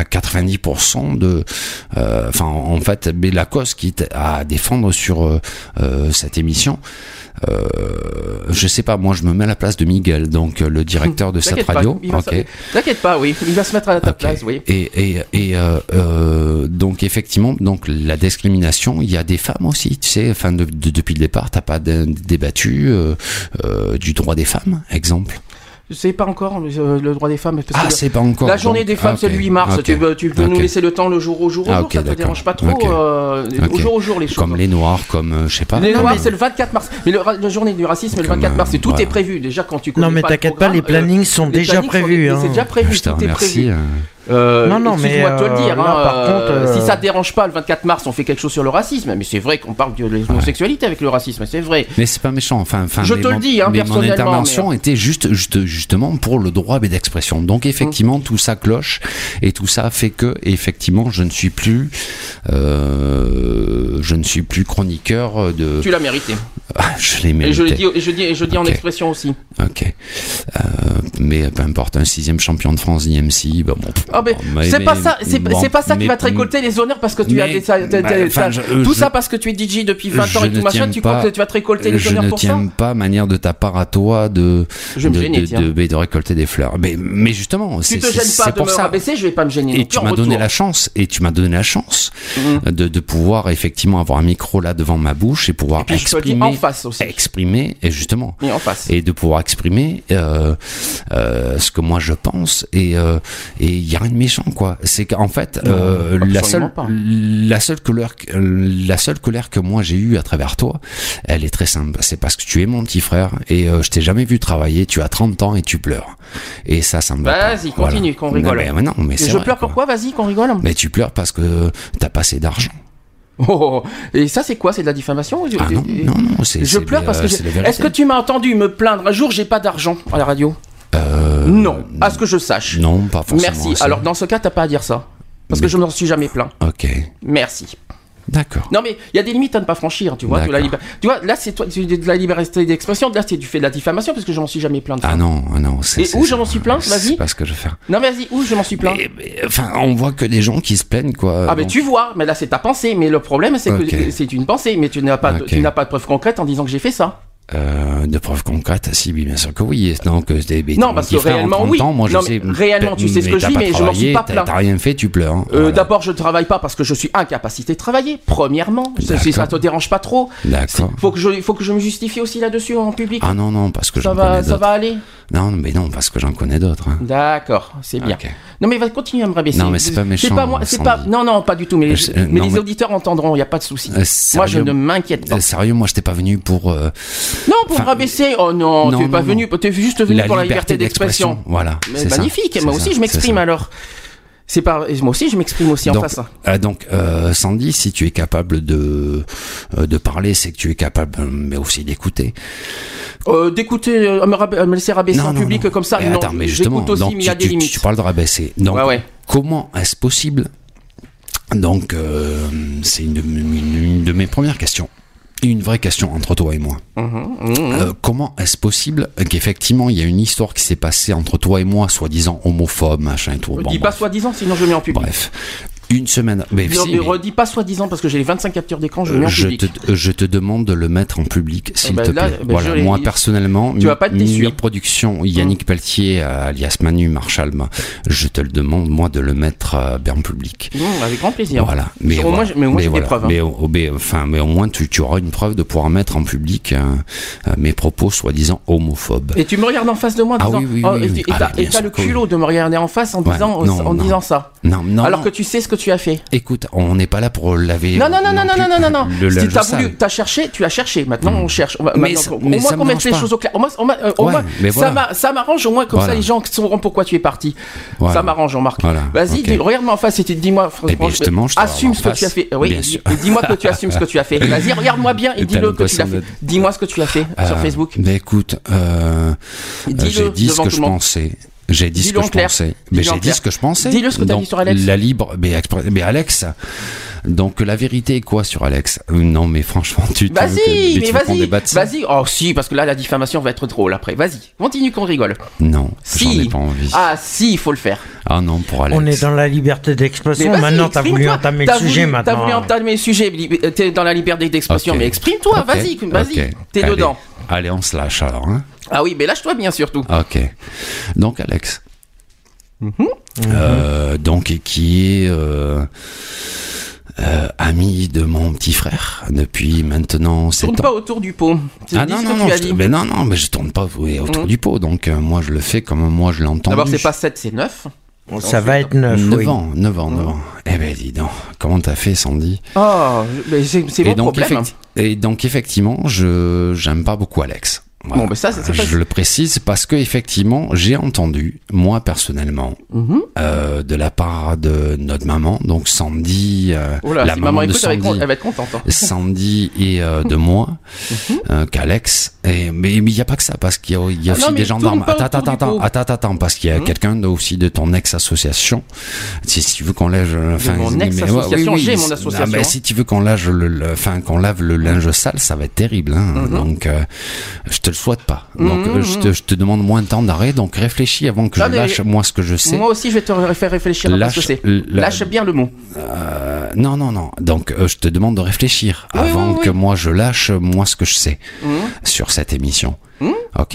90% de, enfin en fait, mais la cause qui est à défendre sur cette émission. Je sais pas, moi je me mets à la place de Miguel, donc le directeur de cette T'inquiète pas, radio. il va T'inquiète pas, oui, il va se mettre à ta Ok. place, oui. Et donc effectivement, donc la discrimination, il y a des femmes aussi, tu sais. Enfin, depuis le départ, t'as pas débattu du droit des femmes, exemple. Je sais pas encore le droit des femmes. Parce que C'est pas encore. la journée donc, des femmes, c'est le 8 mars. ok, Tu peux nous ok. laisser le temps le jour au jour. Ah, ok, Ça te d'accord. dérange pas trop. Ok. Au Ok. jour les choses. Comme les noirs, comme je sais pas. Les Non, Noirs, mais- c'est le 24 mars. Mais la journée du racisme, c'est le Comme, 24 mars. Et tout voilà. est prévu. Déjà, quand tu connais Non, mais pas le t'inquiète pas, programme, les plannings sont les déjà plannings prévus, C'est hein. déjà prévu. Je te Tout est remercie. prévu. Non, mais, excuse-moi de te le dire. là, par contre, Si ça te dérange pas, le 24 mars, on fait quelque chose sur le racisme. Mais c'est vrai qu'on parle de l'homosexualité avec le racisme. C'est vrai. Mais c'est pas méchant, enfin Je te le dis, hein, mais mon personnellement, intervention mais- était justement pour le droit d'expression. Donc effectivement, tout ça cloche et tout ça fait que effectivement, je ne suis plus chroniqueur de. Tu l'as mérité. Je l'ai Et mérité. je dis en Ok. expression aussi. Ok. Mais peu importe, un 6e champion de France d'IMC, bon. Ah ben, c'est pas ça, c'est pas ça qui va te récolter les honneurs parce que tu as mais- des tout ça parce que tu es DJ depuis 20 ans et tout machin, tu crois que tu vas te récolter les je honneurs ne pour ça? tiens pas manière de ta part à toi de Je vais me gêner, tiens. de récolter des fleurs. Mais justement, Tu c'est te gênes pas de pour me ça. rabaisser, je vais pas me gêner. Et non plus tu en m'as donné retour. la chance, de pouvoir effectivement avoir un micro là devant ma bouche et pouvoir Et puis je te le dis exprimer, en face aussi. exprimer et justement Et en face. et de pouvoir exprimer ce que moi je pense et il y a rien de méchant quoi. C'est qu'en fait absolument pas. la seule colère que moi j'ai eue à travers toi, elle est très simple. C'est parce que tu es mon petit frère et je t'ai jamais vu travailler. Tu as 30 ans et tu pleures. Et ça me va pas. Vas-y, continue, qu'on rigole. Non, mais c'est Je vrai, pleure quoi. pourquoi? Vas-y, qu'on rigole. Mais tu pleures parce que t'as pas assez d'argent. Oh, et ça c'est quoi? C'est de la diffamation? Ah non, Je pleure parce que c'est la vérité. est-ce que tu m'as entendu me plaindre un jour j'ai pas d'argent à la radio? Non, à ce que je sache. Non, pas forcément. Merci. assez. Alors dans ce cas, t'as pas à dire ça. Parce que Mais- je m'en suis jamais plaint. Ok, Merci. d'accord. Non mais il y a des limites à ne pas franchir, tu vois. D'accord. Tu vois, là c'est toi, c'est de la liberté d'expression. Là tu fais de la diffamation parce que je m'en suis jamais plaint. Ah non. Et où je m'en suis plaint? Vas-y. C'est pas ce que je fais. Non vas-y, où je m'en suis plaint? Enfin, on voit que des gens qui se plaignent quoi. Ah ben Donc, tu vois, mais là c'est ta pensée. Mais le problème c'est Ok. que c'est une pensée, mais tu n'as pas, Ok. tu n'as pas de preuve concrète en disant que j'ai fait ça. de preuves concrètes, si oui, bien sûr que oui. Donc, Non, parce que réellement, oui. Moi, je Non, mais sais, réellement, tu sais ce que je dis, mais je m'en suis pas plaint. T'as rien fait, tu pleures. hein. Voilà. D'abord, je ne travaille pas parce que je suis incapacité de travailler. Premièrement, si ça D'accord. te dérange pas trop, D'accord. faut que je me justifie aussi là-dessus en public. Ah non, parce que ça j'en connais va, d'autres. ça va aller. Non, mais non, parce que j'en connais d'autres. hein. D'accord, c'est bien. Ok. Non mais va continuer à me rabaisser. Non, mais c'est pas méchant, C'est pas moi, c'est pas. Sandy. Non, pas du tout. Mais les, Je- mais non, les mais- auditeurs entendront. Il y a pas de souci. Moi, je Sérieux, ne m'inquiète pas. Sérieux, moi, je t'ai pas venu pour Non, pour me rabaisser. Oh non, tu n'es pas venu. Tu es juste venu pour la liberté d'expression. Voilà. Mais magnifique. Moi aussi, je m'exprime alors. Moi aussi, je m'exprime aussi en face. Donc, Sandy, si tu es capable de parler, c'est que tu es capable, mais aussi d'écouter. D'écouter, me laisser rabaisser en public comme ça. Mais attends, mais justement, j'écoute aussi, mais il y a des limites. Tu parles de rabaisser. Donc, comment est-ce possible? Donc, c'est une de mes premières questions. Une vraie question entre toi et moi. Comment est-ce possible qu'effectivement il y a une histoire qui s'est passée entre toi et moi, soi-disant homophobe, machin et tout. Dis pas soi-disant, sinon je le mets en public. Bref. Une semaine. Mais redis pas soi-disant parce que j'ai les 25 captures d'écran, je le mets en public. Je te demande de le mettre en public, s'il te plaît. Voilà. Moi, personnellement, tu vas pas être déçu. Production, Yannick Pelletier, alias Manu Marshall, je te le demande, moi, de le mettre bien en public. Avec grand plaisir. Voilà. Mais au moins, j'ai des preuves. Mais au moins, tu auras une preuve de pouvoir mettre en public mes propos soi-disant homophobes. Et tu me regardes en face de moi en disant. Oui. Et t'as le culot de me regarder en face en disant ça. Non. Alors que tu sais ce que tu as fait. Écoute, on n'est pas là pour laver. Non. Si t'as voulu, t'as cherché, tu as cherché. Maintenant, on cherche. Au moins qu'on mette les choses au clair. Au moins, ça m'arrange. Au moins, comme ça, les gens sauront pourquoi tu es parti. Voilà. Ça m'arrange, Jean-Marc. Voilà. Vas-y, regarde-moi en face et dis-moi. Assume ce que tu as fait. Oui. Dis-moi que tu assumes ce que tu as fait. Vas-y, regarde-moi bien et dis-le que tu l'as fait. Dis-moi ce que tu as fait sur Facebook. Mais écoute, j'ai dit ce que je pensais. J'ai dit ce que je pensais. Mais j'ai dit ce que je pensais. Dis-le ce que tu as dit sur Alex. Mais Alex. Donc la vérité est quoi sur Alex? Non mais franchement vas-y. Oh si, parce que là la diffamation va être drôle après. Vas-y, continue qu'on rigole. Non, j'en ai pas envie. Ah si, il faut le faire. Ah non, pour Alex. On est dans la liberté d'expression. Maintenant t'as voulu entamer le sujet maintenant. T'as voulu entamer le sujet. T'es dans la liberté d'expression, mais exprime-toi. Vas-y. T'es dedans. Allez, on se lâche alors. Hein. Ah oui, mais lâche-toi bien surtout. Ok. Donc Alex. Donc qui est ami de mon petit frère depuis maintenant 7 ans. Tourne pas autour du pot. Non, mais je tourne pas autour du pot. Donc moi je le fais comme moi je l'entends. D'abord c'est pas 7, c'est 9. Ça va être 9 ans. Eh ben dis donc, comment t'as fait Sandy? Oh, mais c'est mon problème. Et donc effectivement, j'aime pas beaucoup Alex. Voilà. Bon, ben ça, je le précise parce que effectivement, j'ai entendu, moi personnellement, de la part de notre maman, donc Sandy, la maman de Sandy, elle va être contente. Hein. Sandy et de moi, qu'Alex. Mais il n'y a pas que ça, parce qu'il y a aussi des gendarmes. Attends, parce qu'il y a quelqu'un aussi de ton ex-association. Si tu veux qu'on lève, mon ex-association, j'ai mon association. Mais si tu veux qu'on lave le linge sale, ça va être terrible. Hein. Donc, je te le souhaite pas. Donc, je te demande moins de temps d'arrêt. Donc, réfléchis avant que je lâche moi ce que je sais. Moi aussi, je vais te faire réfléchir. Lâche bien le mot. Non. Donc, je te demande de réfléchir avant que moi je lâche moi ce que je sais sur cette émission. Ok.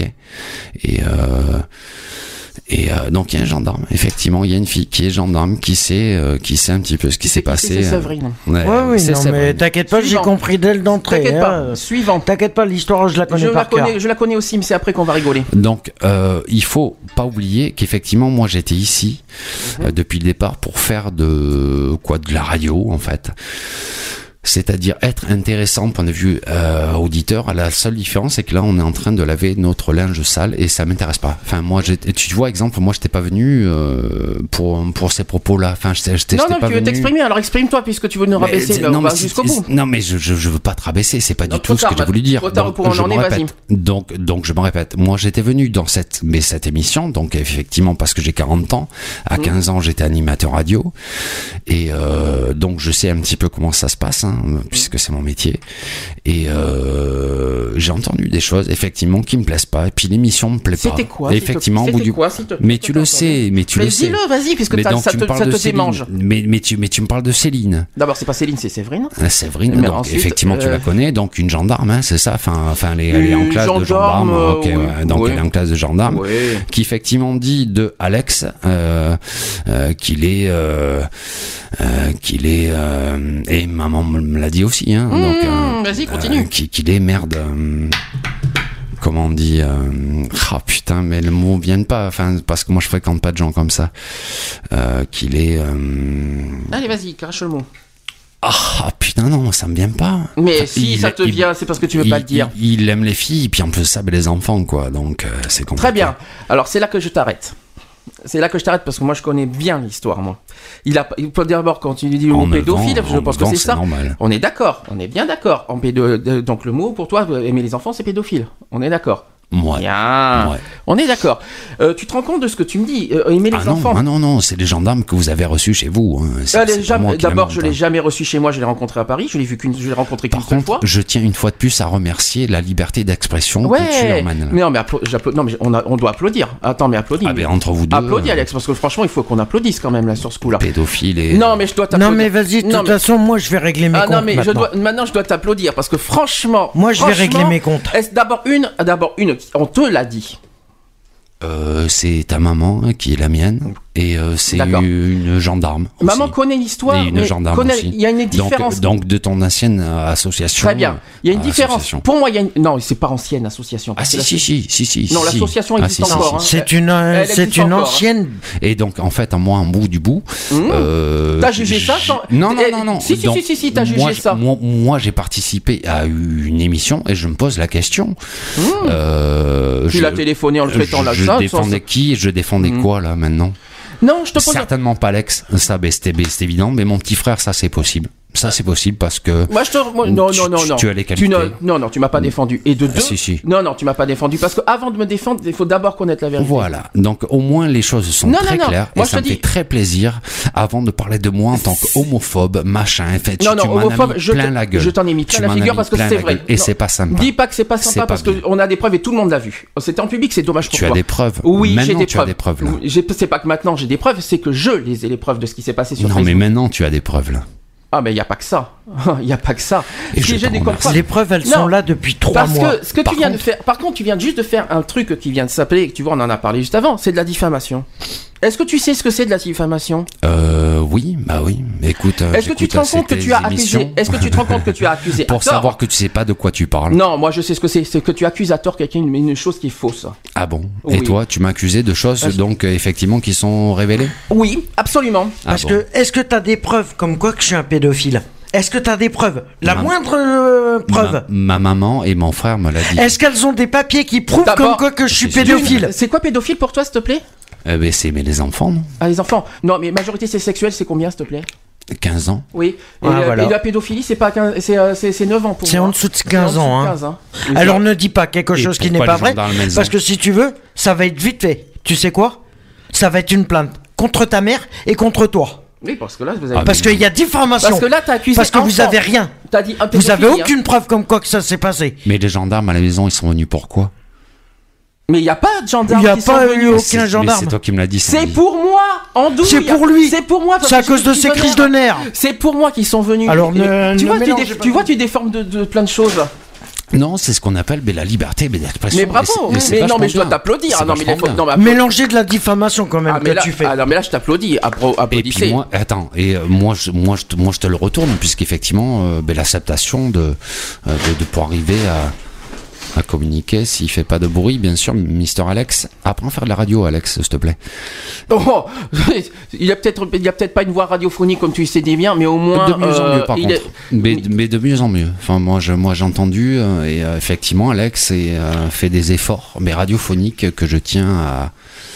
Et donc il y a un gendarme, effectivement, il y a une fille qui est gendarme, qui sait un petit peu ce qui s'est passé. C'est Séverine. Oui, mais t'inquiète pas, j'ai compris dès d'entrée. T'inquiète pas. Suivant. T'inquiète pas, l'histoire je la connais par cœur. Je la connais aussi, mais c'est après qu'on va rigoler. Donc il faut pas oublier qu'effectivement moi j'étais ici depuis le départ pour faire de la radio en fait. C'est-à-dire être intéressant point de vue auditeur. La seule différence, c'est que là, on est en train de laver notre linge sale et ça m'intéresse pas. Enfin, moi, tu vois, exemple, moi, je t'ai pas venu pour ces propos-là. Enfin, je t'ai pas tu veux t'exprimer, alors exprime-toi puisque tu veux nous rabaisser. On va jusqu'au bout. Non, mais je veux pas te rabaisser. C'est pas du tout ce que j'ai voulu dire. Donc, je me répète. Moi, j'étais venu dans cette émission. Donc, effectivement, parce que j'ai 40 ans. À 15 ans, j'étais animateur radio. Et donc, je sais un petit peu comment ça se passe. Puisque c'est mon métier et j'ai entendu des choses effectivement qui me plaisent pas et puis l'émission me plaît pas. C'était quoi effectivement mais tu le sais dis-le, vas-y, puisque ça te démange. Mais tu me parles de Céline. D'abord c'est pas Céline, c'est Séverine. Séverine, donc ensuite, effectivement tu la connais, donc une gendarme, c'est ça, elle est en classe de gendarme. Donc elle est en classe de gendarme qui effectivement dit de Alex qu'il est et maman me l'a dit aussi, hein. Donc, vas-y, continue. Qu'il est merde. Comment on dit putain, mais le mot vient pas. Enfin, parce que moi je fréquente pas de gens comme ça. Qu'il est. Allez, vas-y, crache le mot. Ah putain, non, ça me vient pas. Mais si ça te vient, c'est parce que tu veux pas le dire. Il aime les filles, et puis en plus ça, les enfants, quoi. Donc c'est compliqué. Très bien. Alors c'est là que je t'arrête. C'est là que je t'arrête parce que moi je connais bien l'histoire, moi. Il peut d'abord quand il dit le mot pédophile, je pense que c'est ça. Normal. On est d'accord, on est bien d'accord. Donc le mot pour toi, aimer les enfants, c'est pédophile. On est d'accord. Ouais. Bien. Ouais. On est d'accord. Tu te rends compte de ce que tu me dis, aimer les enfants. Non, c'est les gendarmes que vous avez reçus chez vous. Hein. D'abord, je l'ai jamais reçu chez moi. Je l'ai rencontré à Paris. Je l'ai rencontré qu'une seule fois. Je tiens une fois de plus à remercier la liberté d'expression que tu emmènes. Mais non, mais on doit applaudir. Attends, mais applaudis. Ah, mais entre vous deux. Applaudis, Alex, parce que franchement, il faut qu'on applaudisse quand même là sur ce coup-là. Pédophile et. Non, mais je dois t'applaudir. Non, mais vas-y. De toute façon, moi, je vais régler mes comptes. Non, mais maintenant, je dois t'applaudir parce que franchement. Moi, je vais régler mes comptes. D'abord une, on te l'a dit. C'est ta maman qui est la mienne et c'est une gendarme. Maman aussi. connaît l'histoire. Et une gendarme aussi. Il y a une différence. Donc de ton ancienne association. Très bien. Il y a une différence. Pour moi, il y a une. Non, c'est pas ancienne association. Ah si. Non, l'association existe encore. Hein. C'est une ancienne. Et donc en fait, moi, en bout du bout. T'as jugé ça sans... Non. Si, t'as jugé ça. Moi, j'ai participé à une émission et je me pose la question. Tu l'as téléphoné en le traitant là. Je défendais qui et je défendais quoi là maintenant? Non, je te pose. Certainement pas Alex, ça c'est évident, mais mon petit frère, ça c'est possible. Ça c'est possible parce que. Non. Tu as les qualités. Non, tu m'as pas défendu. Et de deux. Si. Non, tu m'as pas défendu parce que avant de me défendre, il faut d'abord connaître la vérité. Voilà. Donc au moins les choses sont très claires et ça me fait très plaisir avant de parler de moi en tant qu'homophobe, machin. En fait, tu m'en as mis plein la gueule. Je t'en ai mis plein la figure parce que c'est vrai. Et c'est pas sympa. Dis pas que c'est pas sympa parce qu'on a des preuves et tout le monde l'a vu. C'était en public, c'est dommage pour toi. Tu as des preuves. Oui, j'ai des preuves. Tu as des preuves là. C'est pas que maintenant j'ai des preuves, c'est que je les preuves de ce qui s'est passé sur Facebook. Non, mais maintenant tu as des preuves là. Ah, mais il n'y a pas que ça. Il n'y a pas que ça. Et les preuves, elles sont là depuis 3 mois. Parce que ce que tu viens de faire, par contre, tu viens juste de faire un truc qui vient de s'appeler, tu vois, on en a parlé juste avant, c'est de la diffamation. Est-ce que tu sais ce que c'est de la diffamation? Oui. Écoute, est-ce que tu te rends compte que tu as accusé? Est-ce que tu te rends compte que tu as accusé pour savoir que tu sais pas de quoi tu parles? Non, moi je sais ce que c'est. C'est que tu accuses à tort quelqu'un une chose qui est fausse. Ah bon? Oui. Et toi, tu m'as accusé de choses donc effectivement qui sont révélées? Oui, absolument. Parce que est-ce que t'as des preuves comme quoi que je suis un pédophile? Est-ce que t'as des preuves? Moindre preuve? Ma maman et mon frère me l'a dit. Est-ce qu'elles ont des papiers qui prouvent comme quoi que je suis pédophile? C'est quoi pédophile pour toi, s'il te plaît? C'est les enfants, non? Ah, les enfants. Non, mais majorité sexuelle, c'est combien, s'il te plaît? 15 ans. Oui. Et la pédophilie, c'est pas 15, c'est 9 ans pour moi. C'est en dessous de 15 ans. Hein. Alors ne dis pas quelque chose qui n'est pas vrai, parce que si tu veux, ça va être vite fait. Tu sais quoi? Ça va être une plainte contre ta mère et contre toi. Oui, parce que là, vous avez... Parce qu'il y a diffamation. Parce que là, t'as accusé parce que vous avez rien. T'as dit vous avez aucune preuve comme quoi que ça s'est passé. Mais les gendarmes à la maison, ils sont venus pourquoi? Mais il n'y a pas de gendarme. Il n'y a pas eu aucun gendarme. C'est toi qui me l'as dit. C'est pour moi, Andouille. C'est pour lui. C'est pour moi. C'est à cause de ses crises de nerfs. C'est pour moi qu'ils sont venus. Alors tu vois, tu déformes de plein de choses. Non, c'est ce qu'on appelle la liberté d'expression. Mais bravo. Mais non, mais je dois t'applaudir. Mélanger de la diffamation quand même que tu fais. Ah non, mais là je t'applaudis. Applaudissez. Et puis moi, je te le retourne puisqu'effectivement, l'acceptation de pouvoir arriver à communiquer s'il fait pas de bruit, bien sûr, Mister Alex. Apprends à faire de la radio, Alex, s'il te plaît. Oh, il y a peut-être pas une voix radiophonique comme tu sais bien, mais au moins de mieux en mieux par contre. Mais de mieux en mieux. Enfin, moi j'ai entendu et effectivement, Alex fait des efforts, mais radiophoniques que je tiens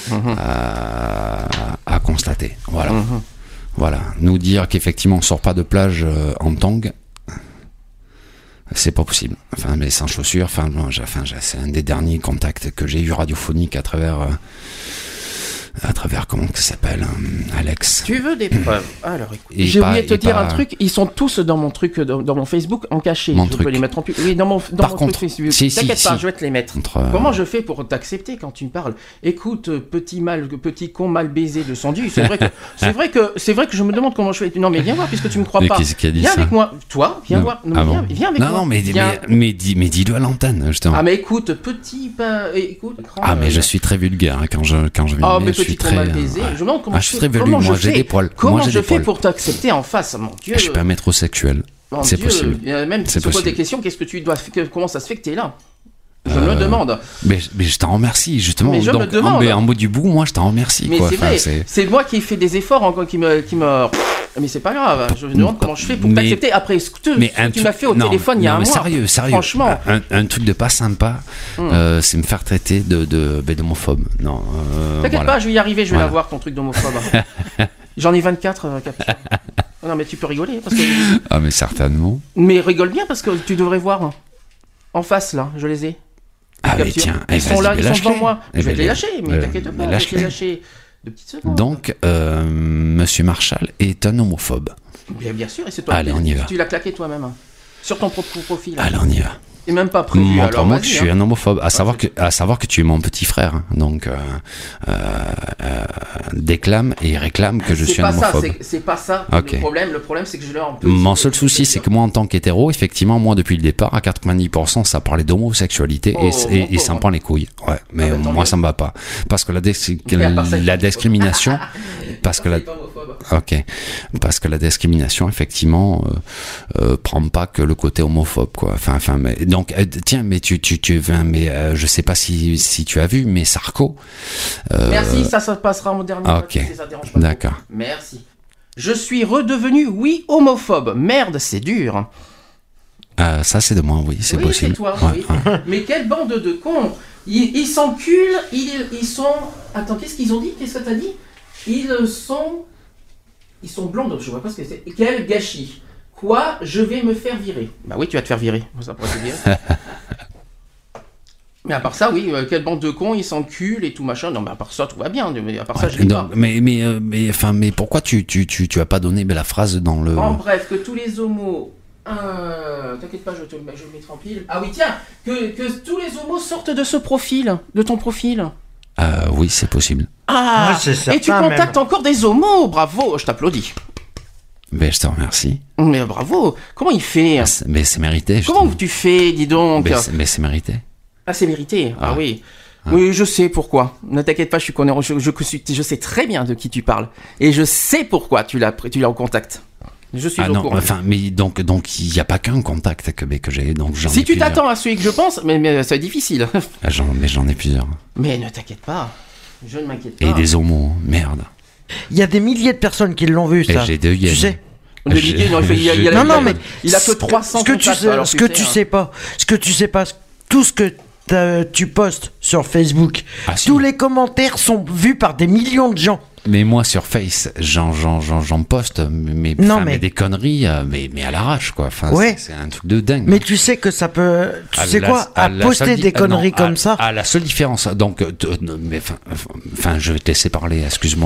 à constater. Voilà. Voilà. Nous dire qu'effectivement on sort pas de plage en tang. C'est pas possible. Enfin, mais sans chaussures. C'est un des derniers contacts que j'ai eu radiophonique à travers comment ça s'appelle, Alex. Tu veux des preuves? Alors, écoute. J'ai oublié de te dire un truc. Ils sont tous dans mon truc, dans mon Facebook, en cachet. Je peux les mettre en public. Oui, dans mon truc Facebook. T'inquiète pas, je vais te les mettre. Comment je fais pour t'accepter quand tu me parles? Écoute, petit con mal baisé de Sandu. C'est vrai que je me demande comment je fais. Non, mais viens voir puisque tu me crois pas. Qu'est-ce qui a dit viens ça? avec moi. Toi, viens voir. Viens avec moi. Non, mais dis-le à l'antenne, justement. Ah, mais écoute, écoute. Ah, mais je suis très vulgaire quand je viens. Je suis très baisé. Je me demande comment je suis très velu. Moi, j'ai des poils. Comment je fais pour t'accepter en face, mon Dieu? Je suis pas un métrosexuel. C'est possible. Même si tu poses des questions, qu'est-ce que tu dois? Comment ça se fait que t'es là? Je me demande. Mais je t'en remercie, justement. Mais je me demande. En bout du bout, moi, je t'en remercie. Mais quoi. c'est vrai, c'est moi qui ai fait des efforts encore qui me... Mais c'est pas grave, je me demande comment je fais pour t'accepter après ce que tu m'as fait au téléphone il y a un mois. Sérieux. Franchement. Un truc de pas sympa, c'est me faire traiter d'homophobe. Non. T'inquiète pas, je vais y arriver, je vais l'avoir ton truc d'homophobe. J'en ai 24, Capucin. Non, mais tu peux rigoler. Parce que... Ah, mais certainement. Mais rigole bien parce que tu devrais voir. En face, là, je les ai. Ah, mais tiens, ils sont là, ils sont devant moi. Je vais te les lâcher, mais t'inquiète pas, je vais te les lâcher. De petites secondes. Donc, Monsieur Marshall est un homophobe. Bien sûr, et c'est toi. Allez, on y va. Tu l'as claqué toi-même. Sur ton propre profil. Allez, on y va. Et même pas prévu. Montre-moi que je suis un homophobe. À savoir que tu es mon petit frère. Hein. Donc, déclame et réclame que je suis un homophobe. C'est pas ça. Okay. Le problème, c'est que je l'ai un peu. Mon seul souci, c'est que moi, en tant qu'hétéro, effectivement, moi, depuis le départ, à 90%, ça parlait d'homosexualité et ça me prend les couilles. Ouais, mais moi, ça me va pas. Parce que la discrimination. Parce que la discrimination, effectivement, prend pas que le côté homophobe, quoi. Mais donc, tiens, mais je sais pas si tu as vu, mais Sarko. Merci, ça passera mon dernier. Ok. Ça dérange pas. D'accord. Merci. Je suis redevenu, homophobe. Merde, c'est dur. Ça, c'est de moi, oui, c'est possible. C'est toi, oui. Mais quelle bande de cons. Ils s'enculent, ils sont... Attends, qu'est-ce qu'ils ont dit? Qu'est-ce que t'as dit? Ils sont blonds, je vois pas ce que c'est. Quel gâchis. Quoi? Je vais me faire virer. Bah oui, tu vas te faire virer. Ça pourrait te virer. Mais à part ça, oui, quelle bande de cons, ils s'enculent et tout machin. Non, mais à part ça, tout va bien. Mais à part ça, je l'ai pas. Mais pourquoi tu as pas donné la phrase dans le... En bref, que tous les homos... T'inquiète pas, je le mettrai en pile. Ah oui, tiens, que tous les homos sortent de ce profil, de ton profil. Oui, c'est possible. Ah, c'est certain, et tu contactes encore des homos, bravo, je t'applaudis. Mais je te remercie. Mais bravo, comment il fait? Mais c'est mérité. Comment tu fais, dis donc? Mais c'est mérité. Ah, c'est mérité. Ah oui. Oui, je sais pourquoi. Ne t'inquiète pas, je sais très bien de qui tu parles. Et je sais pourquoi tu l'as en contact. Je suis au courant. Mais donc il n'y a pas qu'un contact que j'ai. Donc si tu t'attends à celui que je pense, mais c'est difficile. Mais j'en ai plusieurs. Mais ne t'inquiète pas. Je ne m'inquiète pas. Et des homos, merde. Il y a des milliers de personnes qui l'ont vu, ça. Et j'ai deux tu sais. Mais il a que 300 contacts. Ce que tu sais pas, tout ce que tu postes sur Facebook, tous les commentaires sont vus par des millions de gens. Mais moi sur Face, j'en poste, mais des conneries, mais à l'arrache, quoi. C'est un truc de dingue. Mais tu sais que ça peut, poster des conneries comme ça. À la seule différence, donc, je vais te laisser parler.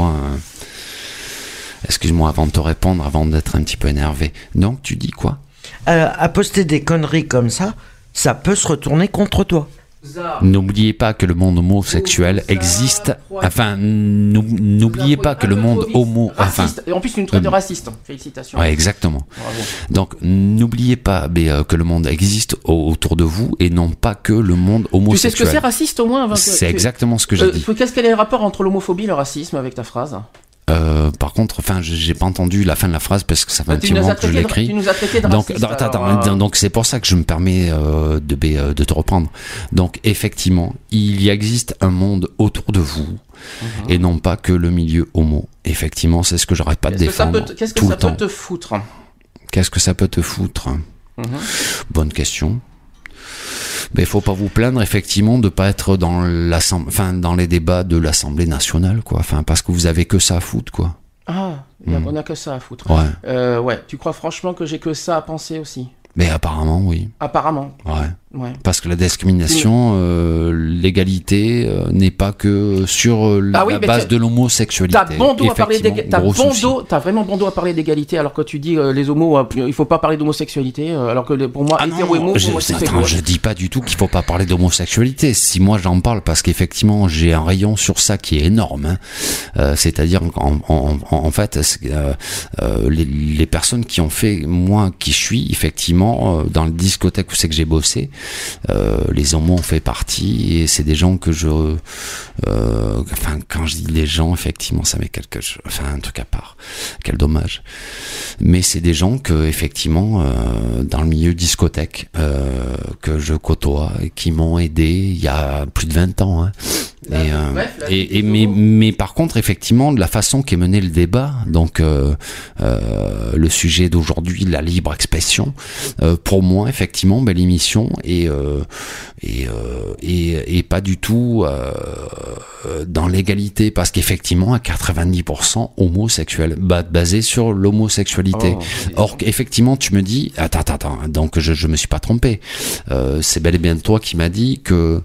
Excuse-moi avant de te répondre, avant d'être un petit peu énervé. Donc tu dis quoi? À poster des conneries comme ça peut se retourner contre toi. N'oubliez pas que le monde homosexuel existe. N'oubliez pas que le monde homo. En plus, une traite de raciste. Félicitations. Ouais, exactement. Bravo. Donc, n'oubliez pas que le monde existe autour de vous et non pas que le monde homosexuel. Tu sais ce que c'est raciste au moins? C'est exactement ce que j'ai dit. Quel est le rapport entre l'homophobie et le racisme avec ta phrase? Par contre, j'ai pas entendu la fin de la phrase parce que ça fait un petit moment que je l'écris. Tu nous as traité de raciste. Donc c'est pour ça que je me permets de te reprendre. Donc effectivement, il existe un monde autour de vous et non pas que le milieu homo. Effectivement, c'est ce que j'arrête pas de défendre tout le temps. Qu'est-ce que ça peut te foutre? Qu'est-ce que ça peut te foutre? Bonne question. Mais il faut pas vous plaindre effectivement de pas être dans les débats de l'Assemblée nationale, quoi. Parce que vous avez que ça à foutre, quoi. Ah, on a que ça à foutre. Ouais. Ouais. Tu crois franchement que j'ai que ça à penser aussi? Mais apparemment, oui. Apparemment. Ouais. Parce que la discrimination, l'égalité n'est pas que sur la base de l'homosexualité. T'as vraiment bon dos à parler d'égalité alors que tu dis les homos, il faut pas parler d'homosexualité alors que pour moi, je dis pas du tout qu'il faut pas parler d'homosexualité. Si moi j'en parle parce qu'effectivement j'ai un rayon sur ça qui est énorme. C'est-à-dire en fait les personnes qui ont fait moi qui suis effectivement dans le discothèque où c'est que j'ai bossé, Les homos en fait partie et c'est des gens que quand je dis les gens, effectivement, ça met un truc à part. Quel dommage. Mais c'est des gens que, effectivement, dans le milieu discothèque, que je côtoie et qui m'ont aidé il y a plus de 20 ans, hein. Mais par contre, effectivement, de la façon qu'est mené le débat, donc le sujet d'aujourd'hui, la libre expression, pour moi, effectivement, l'émission est pas du tout dans l'égalité, parce qu'effectivement, à 90% homosexuel, basé sur l'homosexualité. Or, effectivement, tu me dis, attends, donc je me suis pas trompé. C'est bel et bien toi qui m'as dit que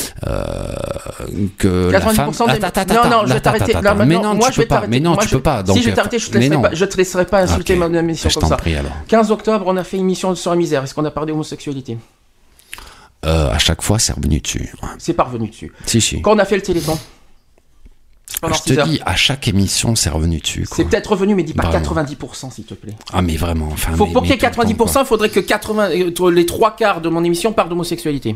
la femme... Non, je vais t'arrêter. Mais non, tu peux pas. Mais non, tu peux pas. Si je vais t'arrêter, je te laisserai pas insulter mon émission comme ça. 15 octobre, on a fait une émission sur la misère. Est-ce qu'on a parlé d'homosexualité? À chaque fois, c'est revenu dessus. Ouais. C'est pas revenu dessus. Si. Quand on a fait le Téléthon. Je te dis, à chaque émission, c'est revenu dessus. C'est peut-être revenu, mais dis pas vraiment. 90%, s'il te plaît. Ah, mais vraiment. Enfin, pour qu'il y ait 90%, il faudrait que les 3/4 de mon émission parlent d'homosexualité.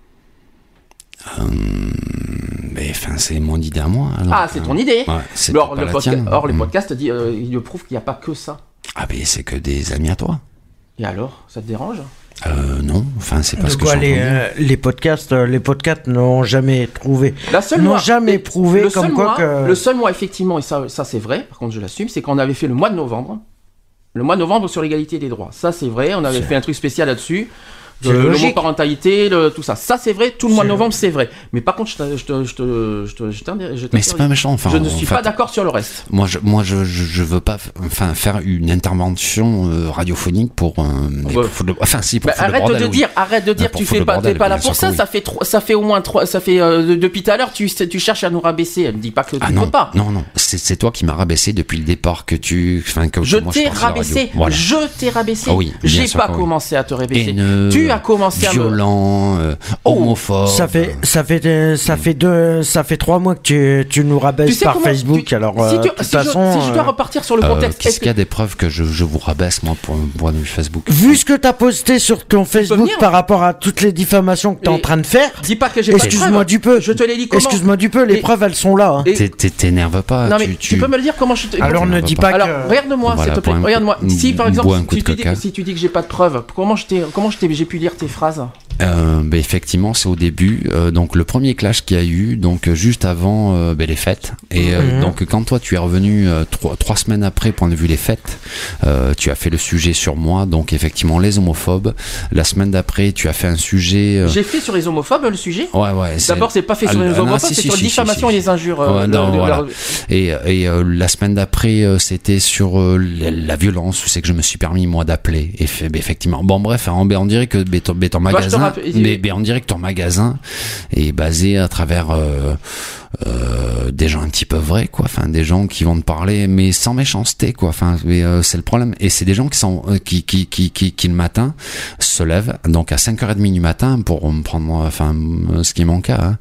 Mais enfin, c'est mon idée à moi. Alors, c'est ton idée. Ouais, or, les podcasts, ils prouvent qu'il n'y a pas que ça. Ah, mais c'est que des amis à toi. Et alors, ça te dérange? Non, enfin c'est pas ce que les podcasts n'ont jamais prouvé. Prouvé comme quoi que... Le seul mois, effectivement, et ça c'est vrai, par contre je l'assume, c'est qu'on avait fait le mois de novembre. Le mois de novembre sur l'égalité des droits. Ça c'est vrai, on avait fait un truc spécial là-dessus. L'homoparentalité, tout ça. Ça, c'est vrai, tout le mois de novembre, c'est vrai. Mais par contre, mais c'est pas méchant, enfin. Je ne suis pas d'accord sur le reste. Moi, je veux pas, faire une intervention radiophonique pour. Arrête de dire, tu fais pas, t'es pas là pour ça. Ça fait au moins depuis tout à l'heure, tu cherches à nous rabaisser. Elle me dit pas que tu peux pas. Non. C'est toi qui m'as rabaissé depuis le départ que je t'ai rabaissé. Je t'ai rabaissé. J'ai pas commencé à te rabaisser. Tu as commencé violent, homophobe. Ça fait 3 mois que tu nous rabaisses par Facebook. Alors, de toute façon, si je dois repartir sur le contexte, qu'est-ce qu'il y a des preuves que je vous rabaisse moi pour Facebook? Vu ce que t'as posté sur ton Facebook par rapport à toutes les diffamations que t'es en train de faire, dis pas que j'ai pas de preuves. Excuse-moi du peu. Je te l'ai dit comment. Excuse-moi du peu. Les preuves, elles sont là. T'énerves pas. Non mais tu peux me le dire comment je te. Alors ne dis pas. Alors regarde-moi, s'il te plaît. Regarde-moi. Si par exemple si tu dis que j'ai pas de preuves, comment j'ai pu lire tes phrases? Effectivement, c'est au début. Donc le premier clash qu'il y a eu, donc juste avant les fêtes. Et donc quand toi tu es revenu 3 semaines après, point de vue les fêtes, tu as fait le sujet sur moi. Donc effectivement les homophobes. La semaine d'après, tu as fait un sujet. J'ai fait sur les homophobes le sujet. Ouais. D'abord, c'est pas fait sur les homophobes, c'est sur la diffamation et les injures. Voilà. Et la semaine d'après, c'était sur la violence. C'est que je me suis permis moi d'appeler. Et effectivement. Bon bref, on dirait que ton magasin, on dirait que ton magasin est basé à travers des gens un petit peu vrais, quoi. Enfin, des gens qui vont te parler, mais sans méchanceté, quoi. Enfin, c'est le problème. Et c'est des gens qui le matin se lèvent, donc à 5h30 du matin pour me prendre, ce qui est mon cas,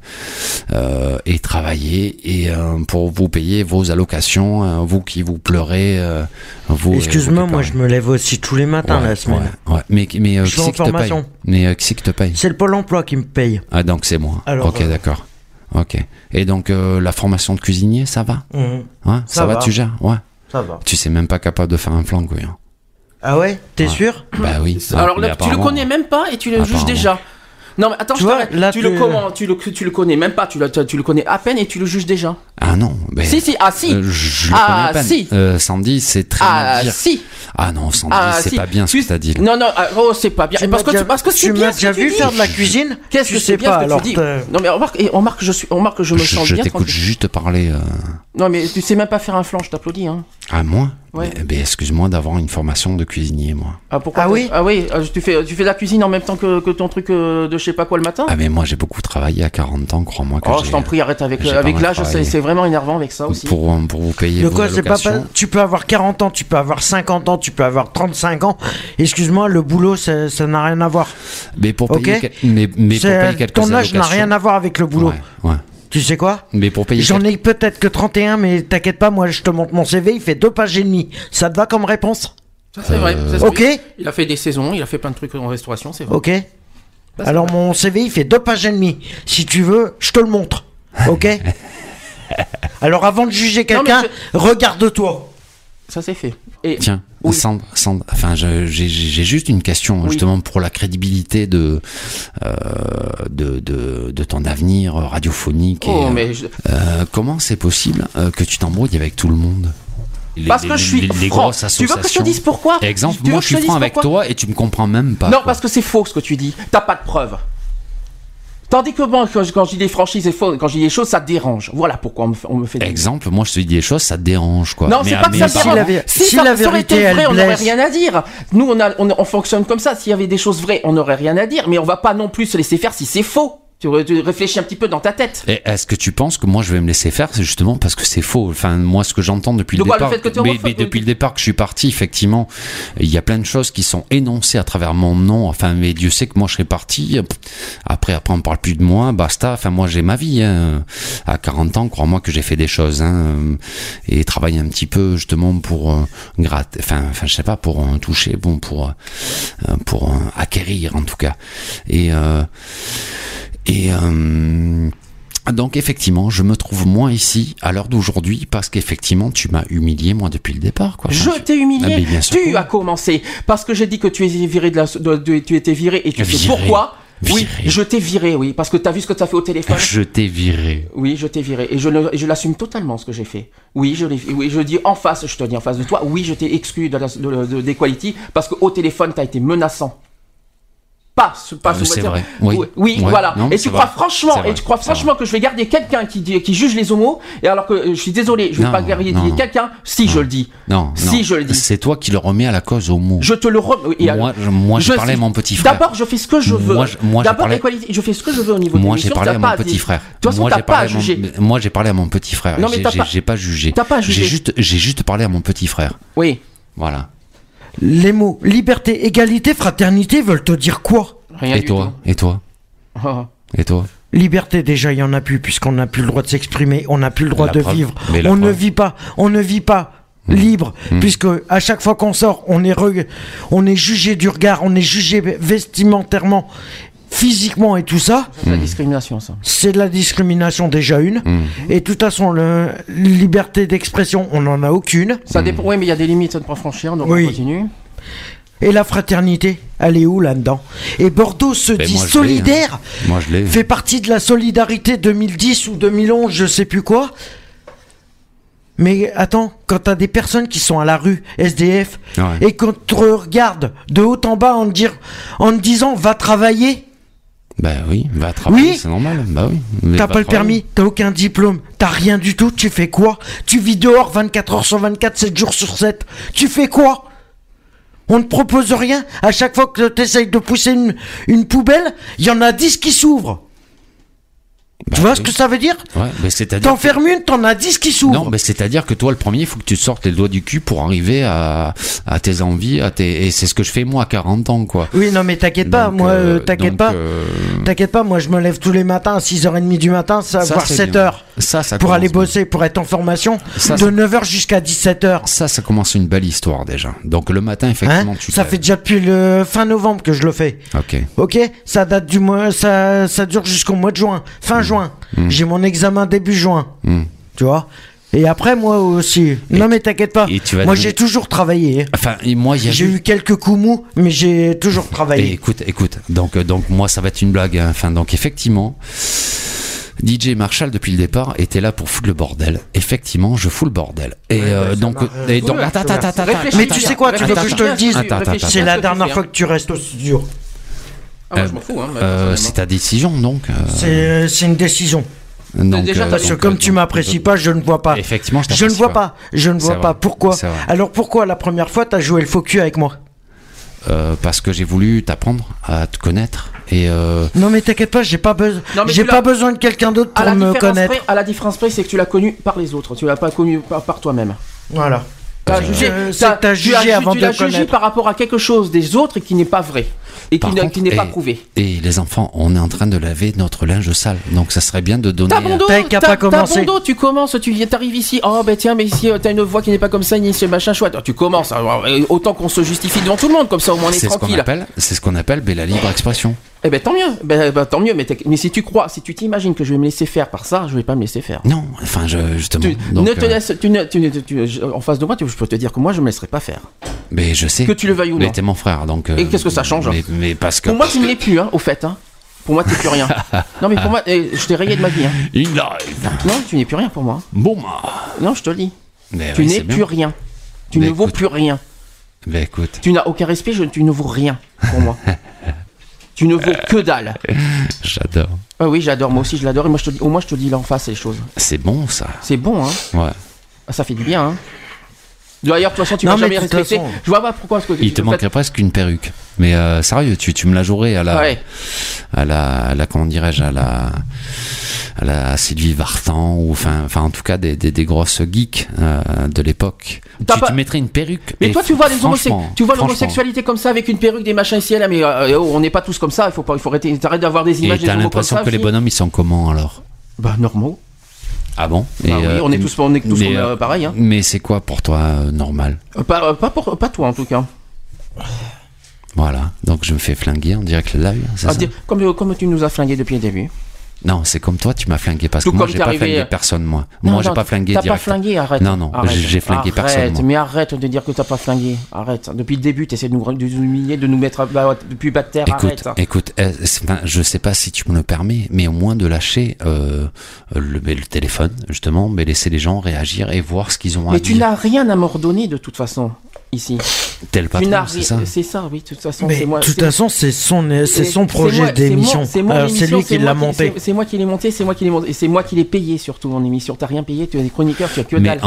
et travailler et pour vous payer vos allocations, vous qui vous pleurez, vous. Excuse-moi, moi je me lève aussi tous les matins la semaine. Ouais. Mais qui c'est qui te paye? Mais qui c'est qui te paye? C'est le Pôle emploi qui me paye. Ah, donc c'est moi. Alors, ok, d'accord. Ok. Et donc la formation de cuisinier, ça va? Ouais, ça va, tu gères? Ouais. Ça va. Tu sais même pas capable de faire un flanc, quoi. Ah ouais? T'es sûr? Bah oui. Alors là, tu le connais même pas et tu le juges déjà. Non mais attends, je t'arrête. Tu le connais même pas, tu le connais à peine et tu le juges déjà. Ah non. Ben, si. Je le connais à peine. Si. Sandy, c'est très bien dire. Si. Ah non, Sandy, c'est pas bien ce que t'as dit. Là. Non, c'est pas bien. Parce que tu m'as déjà vu faire de la cuisine? Qu'est-ce que c'est bien ce que tu dis? Non mais remarque que je me sens bien. Je t'écoute juste parler. Non mais tu sais même pas faire un flan, je t'applaudis. Hein. Ah moi? Ouais. Mais excuse-moi d'avoir une formation de cuisinier, moi. Ah pourquoi? Ah oui, tu fais de la cuisine en même temps que ton truc de je sais pas quoi le matin? Ah mais moi j'ai beaucoup travaillé à 40 ans, crois-moi que je t'en prie, arrête avec l'âge, c'est vraiment énervant avec ça aussi. Pour vous payer vos allocations. Tu peux avoir 40 ans, tu peux avoir 50 ans, tu peux avoir 35 ans. Excuse-moi, le boulot ça n'a rien à voir. Mais pour payer quelques ton âge n'a rien à voir avec le boulot. Ouais. Tu sais quoi? Mais pour payer. J'en ai peut-être que 31, mais t'inquiète pas, moi je te montre mon CV, il fait 2 pages et demie. Ça te va comme réponse? Ça c'est vrai. Ok. Il a fait des saisons, il a fait plein de trucs en restauration, c'est vrai. Ok. Alors mon CV il fait 2 pages et demie. Si tu veux, je te le montre. Ok. Alors avant de juger quelqu'un, regarde-toi. Ça c'est fait. Et Tiens, oui. Sandre, enfin, j'ai juste une question justement pour la crédibilité de ton avenir radiophonique. Comment c'est possible que tu t'embrouilles avec tout le monde? Parce que je suis les franc. grosses associations. Tu veux que je te dise pourquoi? Exemple, moi je suis franc avec toi et tu me comprends même pas. Non, quoi. parce que c'est faux ce que tu dis. T'as pas de preuves. Tandis que moi, quand je dis des franchises et faux, quand je dis des choses, ça te dérange. Voilà pourquoi on me fait des... Exemple, moi je te dis des choses, ça te dérange quoi. Non, c'est pas que ça te dérange. Si la vérité est vraie, on n'aurait rien à dire. Nous, on fonctionne comme ça. S'il y avait des choses vraies, on n'aurait rien à dire. Mais on va pas non plus se laisser faire si c'est faux. Tu réfléchis un petit peu dans ta tête. Et est-ce que tu penses que moi je vais me laisser faire? C'est justement parce que c'est faux. Enfin, moi, ce que j'entends depuis le départ, mais depuis le départ que je suis parti, effectivement, il y a plein de choses qui sont énoncées à travers mon nom. Enfin, mais Dieu sait que moi je serais parti. Après, on parle plus de moi, basta. Enfin, moi j'ai ma vie. Hein. À 40 ans, crois-moi que j'ai fait des choses et travailler un petit peu justement pour gratter. Enfin, je sais pas, pour toucher, bon, pour acquérir en tout cas. Donc effectivement, je me trouve moins ici à l'heure d'aujourd'hui parce qu'effectivement, tu m'as humilié moi depuis le départ. Quoi. Enfin, je t'ai humilié. Tu as commencé parce que j'ai dit que tu étais viré tu étais viré et tu sais pourquoi. Viré. Oui, je t'ai viré, oui, parce que t'as vu ce que t'as fait au téléphone. Je t'ai viré. Oui, je t'ai viré et je l'assume totalement ce que j'ai fait. Oui, je dis en face, je te dis en face de toi. Oui, je t'ai exclu d'Equality parce que au téléphone t'as été menaçant. C'est vrai. Oui, voilà. Non, et tu crois franchement que je vais garder quelqu'un qui juge les homos, et alors que je suis désolé, je vais pas garder quelqu'un. Si je le dis. Je le dis. C'est toi qui le remets à la cause homo. Je te le remets. Moi, je parlais à mon petit frère. D'abord, je fais ce que je veux. D'abord, Equality, je fais ce que je veux au niveau de l'émission. Moi, j'ai parlé à mon petit frère. De toute façon, t'as pas à juger. Moi, j'ai parlé à mon petit frère. Non, mais j'ai pas jugé. T'as pas jugé. J'ai juste parlé à mon petit frère. Oui. Voilà. Les mots liberté, égalité, fraternité veulent te dire quoi? Rien Et du tout. Et toi Et toi? Liberté, déjà, il n'y en a plus, puisqu'on n'a plus le droit de s'exprimer, on n'a plus le droit de vivre. On ne vit pas libre, puisque à chaque fois qu'on sort, on est jugé du regard, on est jugé vestimentairement, physiquement et tout ça. C'est de la discrimination, ça. C'est de la discrimination, déjà une. Et de toute façon, liberté d'expression, on n'en a aucune. Ça dépend, oui, mais il y a des limites à ne pas franchir, donc on continue. Et la fraternité, elle est où là-dedans? Et Bordeaux se dit solidaire, Moi, je l'ai. fait partie de la solidarité 2010 ou 2011, je sais plus quoi. Mais attends, quand t'as des personnes qui sont à la rue, SDF, et qu'on te regarde de haut en bas en te disant va travailler. Bah oui, va travailler, c'est normal. Bah oui. T'as pas le permis, t'as aucun diplôme, t'as rien du tout, tu fais quoi? Tu vis dehors 24 heures sur 24, 7 jours sur 7. Tu fais quoi? On ne propose rien. À chaque fois que tu essayes de pousser une poubelle, il y en a 10 qui s'ouvrent. Tu vois ce que ça veut dire? Mais c'est-à-dire t'en fermes une, t'en as 10 qui s'ouvrent. Non, mais c'est-à-dire que toi, le premier, il faut que tu sortes les doigts du cul pour arriver à tes envies, et c'est ce que je fais moi à 40 ans, quoi. Oui, non, mais t'inquiète pas, moi, t'inquiète pas, moi je me lève tous les matins à 6h30 du matin, voire 7h. Ça pour aller bosser, pour être en formation, de 9h jusqu'à 17h. Ça commence une belle histoire déjà. Donc le matin, effectivement, ça fait déjà depuis le fin novembre que je le fais. Ok, ça date du mois, ça dure jusqu'au mois de juin, fin juin. J'ai mon examen début juin. Tu vois? Et après, moi aussi. Non, mais t'inquiète pas. Moi, j'ai toujours travaillé. Enfin, moi, j'ai eu quelques coups mous, mais j'ai toujours travaillé. Et écoute. Donc, moi, ça va être une blague. Enfin, donc, effectivement, DJ Marshall, depuis le départ, était là pour foutre le bordel. Effectivement, je fous le bordel. Et donc, attends. Mais tu sais quoi? Tu veux que je te le dise? C'est la dernière fois que tu restes au studio. Moi, je m'en fous. C'est ta décision, donc. C'est une décision. Donc, parce que comme tu m'apprécies pas, je ne vois pas. Effectivement, je ne vois pas. Je ne vois pas. Pourquoi? Alors pourquoi la première fois t'as joué le faux cul avec moi? Parce que j'ai voulu t'apprendre à te connaître et. Non mais t'inquiète pas, j'ai pas besoin de quelqu'un d'autre pour me connaître. À la différence près, c'est que tu l'as connu par les autres. Tu l'as pas connu par toi-même. Voilà. T'as jugé avant de tu l'as jugé connaître. par rapport à quelque chose des autres et qui n'est pas vrai et Par qui contre, n'est pas prouvé. Et les enfants, on est en train de laver notre linge sale, donc ça serait bien de donner. T'as bon dos, T'as qu'à pas commencer. tu commences, t'arrives ici, oh ben tiens, mais si t'as une voix qui n'est pas comme ça, ni ce machin chouette, tu commences, alors, autant qu'on se justifie devant tout le monde, comme ça au moins on est tranquille. C'est ce qu'on appelle la libre expression. Eh ben tant mieux, tant mieux, mais si tu t'imagines que je vais me laisser faire par ça, je vais pas me laisser faire. Non, enfin justement. En face de moi, je peux te dire que moi je me laisserai pas faire. Mais je sais. Que tu le veuilles ou non. Mais t'es mon frère, donc. Et qu'est-ce que ça change mais parce que. Pour moi, tu ne l'es plus, au fait. Pour moi, tu n'es plus rien. Non, mais pour moi, je t'ai rayé de ma vie. In live. Non, tu n'es plus rien pour moi. Bon, non, je te le dis. Mais tu oui, n'es plus rien. Tu ne vaux plus rien. Bah écoute. Tu n'as aucun respect, tu ne vaux rien pour moi. Tu ne vaux que dalle. J'adore. Ah oui, j'adore. Moi aussi, je l'adore. Et moi, au moins, je te dis là en face les choses. C'est bon, ça. C'est bon, hein. Ouais. Ça fait du bien, hein. D'ailleurs, de toute façon, tu m'as jamais respecté. Façon... Je vois pas pourquoi. Il te manquerait presque une perruque. Mais sérieux, tu me la jouerais à la comment dirais-je, à la Sylvie Vartan ou enfin en tout cas des grosses geeks de l'époque. Tu mettrais une perruque. Mais toi, tu vois l'homosexualité comme ça avec une perruque, des machins ici et là, mais on n'est pas tous comme ça. Il faut arrêter. T'arrêtes d'avoir des images. Et t'as l'impression que les bonhommes ils sont comment alors? Bah normaux. Ah bon? Oui, on est tous pareil. Hein. Mais c'est quoi pour toi normal? Pas toi en tout cas. Voilà, donc je me fais flinguer en direct live, c'est ça? Comme tu nous as flingué depuis le début. Non, c'est comme toi, tu m'as flingué parce que tout moi j'ai pas flingué personne, moi. Moi j'ai pas flingué direct. T'as pas flingué, arrête. Non, j'ai flingué personne. Moi. Mais arrête de dire que t'as pas flingué. Arrête. Depuis le début, t'essaies de nous humilier, de nous mettre depuis bas de terre. Écoute, je sais pas si tu me le permets, mais au moins de lâcher le téléphone, justement, mais laisser les gens réagir et voir ce qu'ils ont à dire. Mais tu n'as rien à m'ordonner de toute façon. Ici. Tel patron, c'est ça. C'est ça, oui. De toute façon, mais c'est moi. De toute façon, c'est son projet d'émission. C'est lui qui l'a monté. C'est moi qui l'ai monté, c'est moi qui l'ai monté, et c'est moi qui l'ai payé surtout en émission. T'as rien payé, tu as des chroniqueurs, tu as que dalle.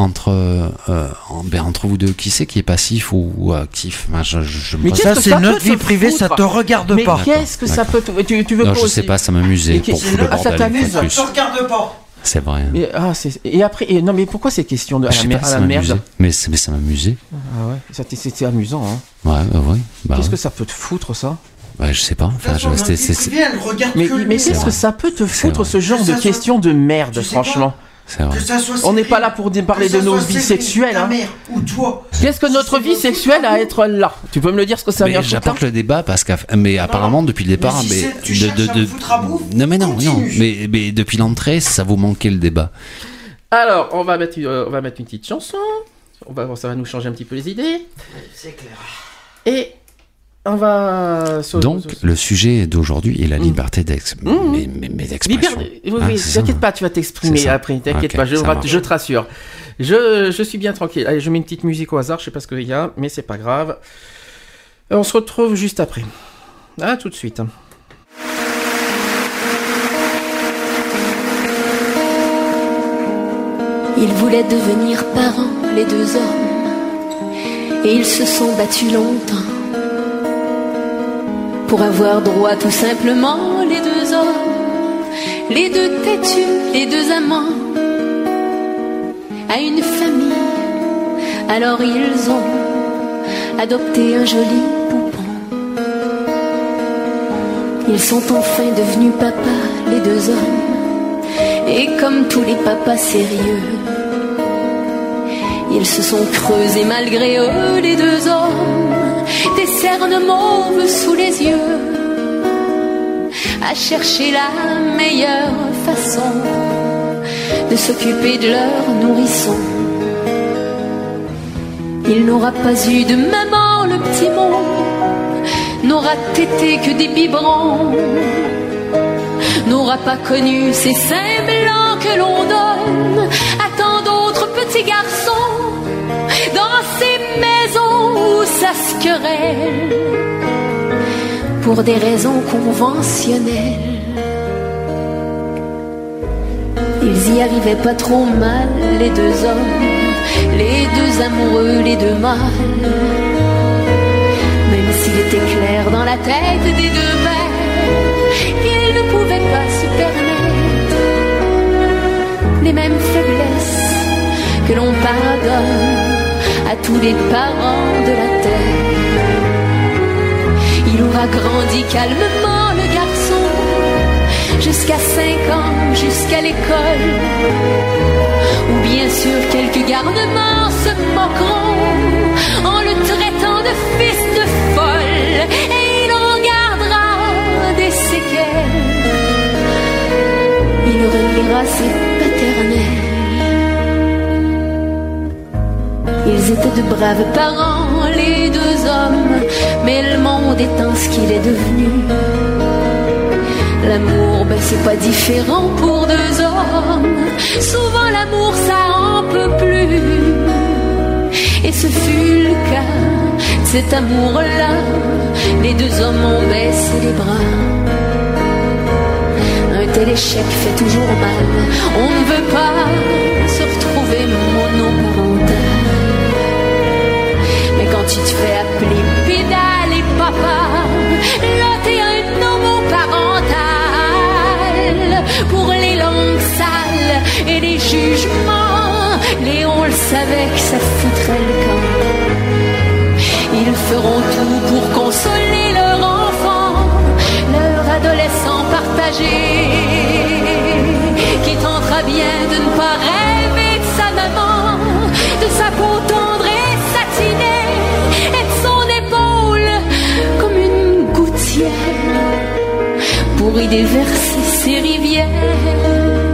Mais entre vous deux, qui c'est qui est passif ou actif? Mais ça, c'est notre vie privée, ça te regarde pas. Mais qu'est-ce que ça peut tu veux pas? Je sais pas, ça m'amusait. Ça t'amuse? Ça te regarde pas. C'est vrai. Et après, non, mais pourquoi ces questions à la merde? Mais ça m'amusait. Ah ouais, c'était amusant, hein. Ouais. Qu'est-ce que ça peut te foutre, ça? Ouais, je sais pas. Enfin, mais qu'est-ce que ça peut te foutre, ce genre de questions de merde, franchement? On n'est pas là pour parler de nos vies sexuelles. Hein. Qu'est-ce que notre vie sexuelle à être là? Tu peux me le dire ce que ça vient de faire? J'apporte le débat parce apparemment depuis le départ, mais depuis l'entrée, ça vous manquait le débat. Alors, on va mettre une petite chanson. Ça va nous changer un petit peu les idées. C'est clair. Et on va. Donc, le sujet d'aujourd'hui est la liberté d'expression. Oui, t'inquiète pas, tu vas t'exprimer après. T'inquiète pas, je te rassure. Je suis bien tranquille. Allez, je mets une petite musique au hasard, je sais pas ce qu'il y a, mais c'est pas grave. On se retrouve juste après. À tout de suite. Ils voulaient devenir parents, les deux hommes, et ils se sont battus longtemps pour avoir droit tout simplement, les deux hommes, les deux têtus, les deux amants, à une famille. Alors ils ont adopté un joli poupon. Ils sont enfin devenus papas, les deux hommes, et comme tous les papas sérieux, ils se sont creusés malgré eux, les deux hommes, des cernes mauves sous les yeux, à chercher la meilleure façon de s'occuper de leur nourrisson. Il n'aura pas eu de maman, le petit mot, n'aura tété que des biberons, n'aura pas connu ces seins blancs que l'on donne à tant d'autres petits garçons dans ces maisons où ça se querelle pour des raisons conventionnelles. Ils y arrivaient pas trop mal, les deux hommes, les deux amoureux, les deux mâles, même s'il était clair dans la tête des deux pères qu'ils ne pouvaient pas se permettre les mêmes faiblesses que l'on pardonne à tous les parents de la terre. Il aura grandi calmement le garçon, jusqu'à 5 ans, jusqu'à l'école, où bien sûr quelques garnements se moqueront en le traitant de fils de folle, et il en gardera des séquelles. Il reliera ses paternels. Ils étaient de braves parents, les 2 hommes, mais le monde étant ce qu'il est devenu, l'amour, c'est pas différent pour 2 hommes. Souvent l'amour, ça en peut plus. Et ce fut le cas de cet amour-là. Les 2 hommes ont baissé les bras. Un tel échec fait toujours mal. On ne veut pas se retrouver monoparental. Mais quand tu te fais appeler pédale et papa, là t'es un homoparental. Pour les langues sales et les jugements, Léon le savait que ça foutrait le camp. Ils feront tout pour consoler leur enfant, leur adolescent partagé, qui tentera bien de ne pas rêver de sa maman, de sa peau tendre et satinée, et de son épaule comme une gouttière pour y déverser ses rivières.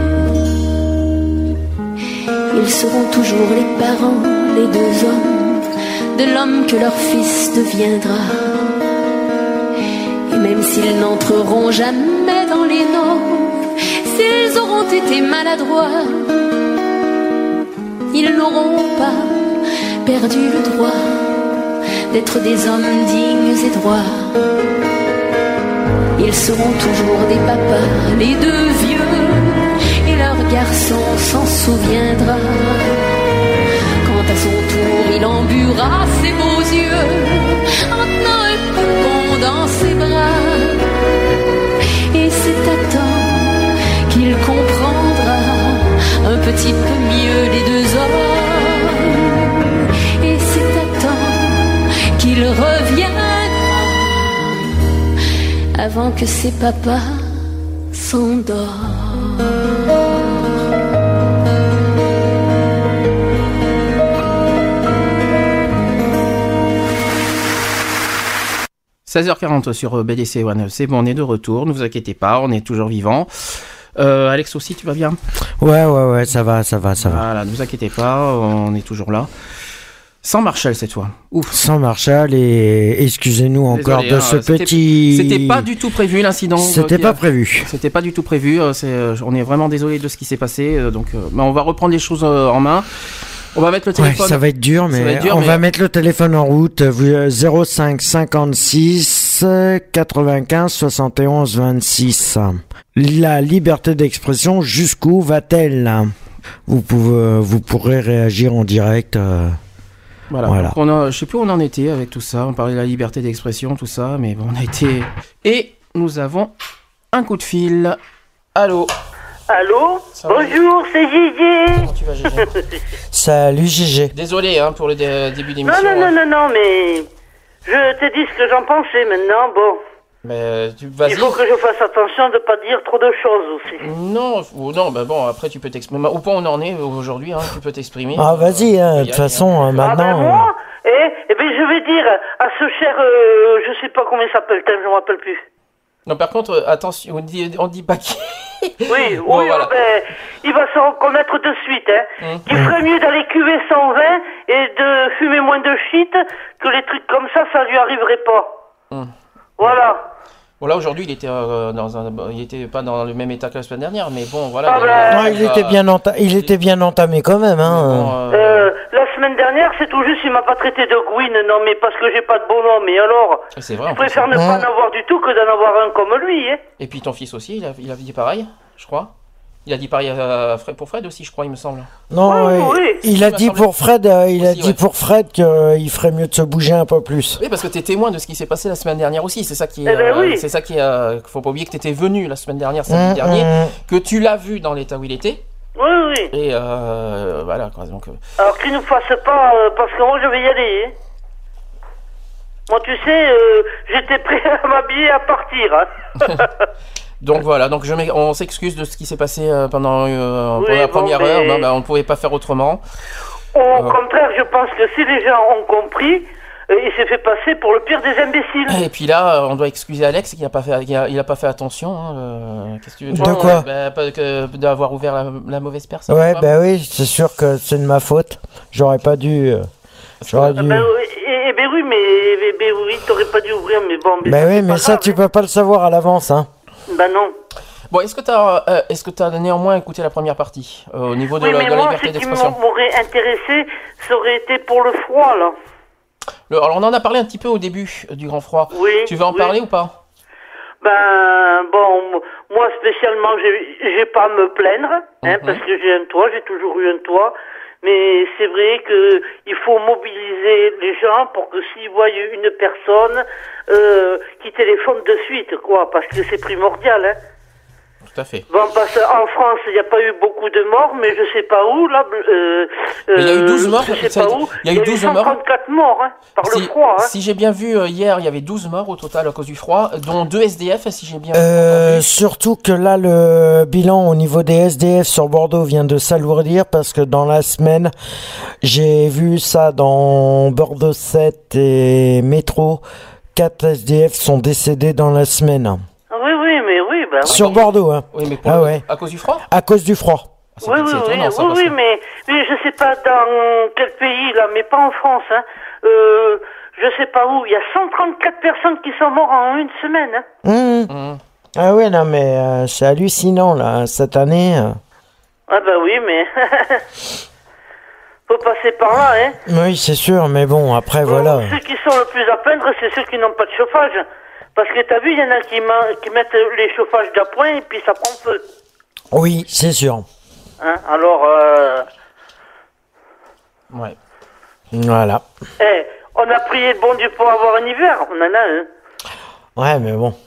Ils seront toujours les parents, les 2 hommes, de l'homme que leur fils deviendra. Et même s'ils n'entreront jamais dans les normes, s'ils auront été maladroits, ils n'auront pas perdu le droit d'être des hommes dignes et droits. Ils seront toujours des papas, les 2 vieux, et leur garçon s'en souviendra. Quand à son tour il embuera ses beaux yeux, en tenant un poupon dans ses bras. Et c'est à temps qu'il comprendra un petit peu mieux les 2 hommes. Et c'est à temps qu'il reviendra avant que ses papas s'endorment. 16h40 sur BDC One. C'est bon, on est de retour, ne vous inquiétez pas, on est toujours vivant. Alex aussi, tu vas bien ? Ouais, ça va. Voilà, ne vous inquiétez pas, on est toujours là. Sans Marshall cette fois. Ouf. Sans Marshall et excusez-nous encore de ce petit... C'était pas du tout prévu l'incident. C'était pas prévu. C'était pas du tout prévu. On est vraiment désolé de ce qui s'est passé. Mais on va reprendre les choses en main. On va mettre le téléphone. Ouais, ça va être dur, mais on va mettre le téléphone en route. 05 56 95 71 26. La liberté d'expression, jusqu'où va-t-elle ? Vous pourrez réagir en direct. Voilà. Je sais plus où on en était avec tout ça. On parlait de la liberté d'expression, tout ça, mais bon, on a été. Et nous avons un coup de fil. Allô ? Bonjour, c'est Gégé. Comment tu vas, Gégé ? Salut, Gégé. Désolé pour le début d'émission. Non, mais je te dis ce que j'en pensais maintenant. Bon. Mais vas-y. Il faut que je fasse attention de ne pas dire trop de choses aussi. Non, bon, après tu peux t'exprimer. Au point où on en est aujourd'hui, tu peux t'exprimer. Ah, vas-y, de toute façon, maintenant. Moi, je vais dire à ce cher, je sais pas comment il s'appelle, je me rappelle plus. Non, par contre, attention, on dit pas qui. Oui, voilà. Il va se reconnaître de suite. Il ferait mieux d'aller cuver 120 et de fumer moins de shit, que les trucs comme ça lui arriverait pas. Voilà. Bon, là, aujourd'hui, il était pas dans le même état que la semaine dernière, mais bon, voilà. Il était bien entamé quand même, hein. La semaine dernière, c'est tout juste, il m'a pas traité de Gwyn, non, mais parce que j'ai pas de bonhomme, et alors, c'est vrai, je préfère ne pas en avoir du tout que d'en avoir un comme lui, hein. Et puis ton fils aussi, il a dit pareil, je crois. Il a dit pareil pour Fred aussi, je crois, il me semble. Non, il a dit pour Fred, pour Fred qu'il ferait mieux de se bouger un peu plus. Oui, parce que tu es témoin de ce qui s'est passé la semaine dernière aussi. C'est ça qui c'est ça qui faut pas oublier que tu étais venu la semaine dernière, samedi dernier, que tu l'as vu dans l'état où il était. Oui. Et voilà, quoi. Donc, Alors qu'ils nous fassent pas, parce que moi je vais y aller. Hein. Moi, tu sais, j'étais prêt à m'habiller à partir. Hein. donc voilà, donc on s'excuse de ce qui s'est passé pendant la première heure. Non, on ne pouvait pas faire autrement. Au contraire, je pense que si les gens ont compris, il s'est fait passer pour le pire des imbéciles. Et puis là, on doit excuser Alex qui n'a pas fait attention. Hein, qu'est-ce que tu veux de quoi d'avoir ouvert la mauvaise personne. Ouais, bah oui, c'est sûr que c'est de ma faute. J'aurais pas dû. J'aurais dû. Oui, t'aurais pas dû ouvrir, mais bon. Mais oui, mais ça, tu peux pas le savoir à l'avance, hein. Bah non. Bon, est-ce que t'as néanmoins écouté la première partie au niveau de la liberté d'expression? Ce qui m'aurait intéressé, ça aurait été pour le froid, là. Alors, on en a parlé un petit peu au début du grand froid. Oui. Tu veux en parler ou pas? Ben, bon, moi spécialement, j'ai pas à me plaindre, hein, parce que j'ai un toit, j'ai toujours eu un toit. Mais c'est vrai que il faut mobiliser les gens pour que s'ils voient une personne, qui téléphone de suite, quoi, parce que c'est primordial, hein. Tout à fait. Bon, parce qu'en France, il n'y a pas eu beaucoup de morts, mais je sais pas où, là. Il y a eu 12 morts. Je sais pas où. Il y a eu 12 morts. 134 morts, hein, par le froid. Hein. Si j'ai bien vu hier, il y avait 12 morts au total à cause du froid, dont 2 SDF, si j'ai bien entendu. Surtout que là, le bilan au niveau des SDF sur Bordeaux vient de s'alourdir parce que dans la semaine, j'ai vu ça dans Bordeaux 7 et Métro. 4 SDF sont décédés dans la semaine. Oui. Sur Bordeaux, hein. Oui, mais à cause du froid? À cause du froid. Oui, mais je sais pas dans quel pays, là, mais pas en France, hein. Je sais pas où. Il y a 134 personnes qui sont mortes en une semaine, hein. Ah ouais, non, mais c'est hallucinant, là, cette année. Ah bah oui, mais... faut passer par là, hein. Oui, c'est sûr, mais bon, après, voilà. Ceux qui sont le plus à plaindre, c'est ceux qui n'ont pas de chauffage. Parce que t'as vu, il y en a qui mettent les chauffages d'appoint et puis ça prend feu. Oui, c'est sûr. Hein, alors, Ouais. Voilà. On a prié le bon Dieu pour avoir un hiver, on en a un. Ouais, mais bon.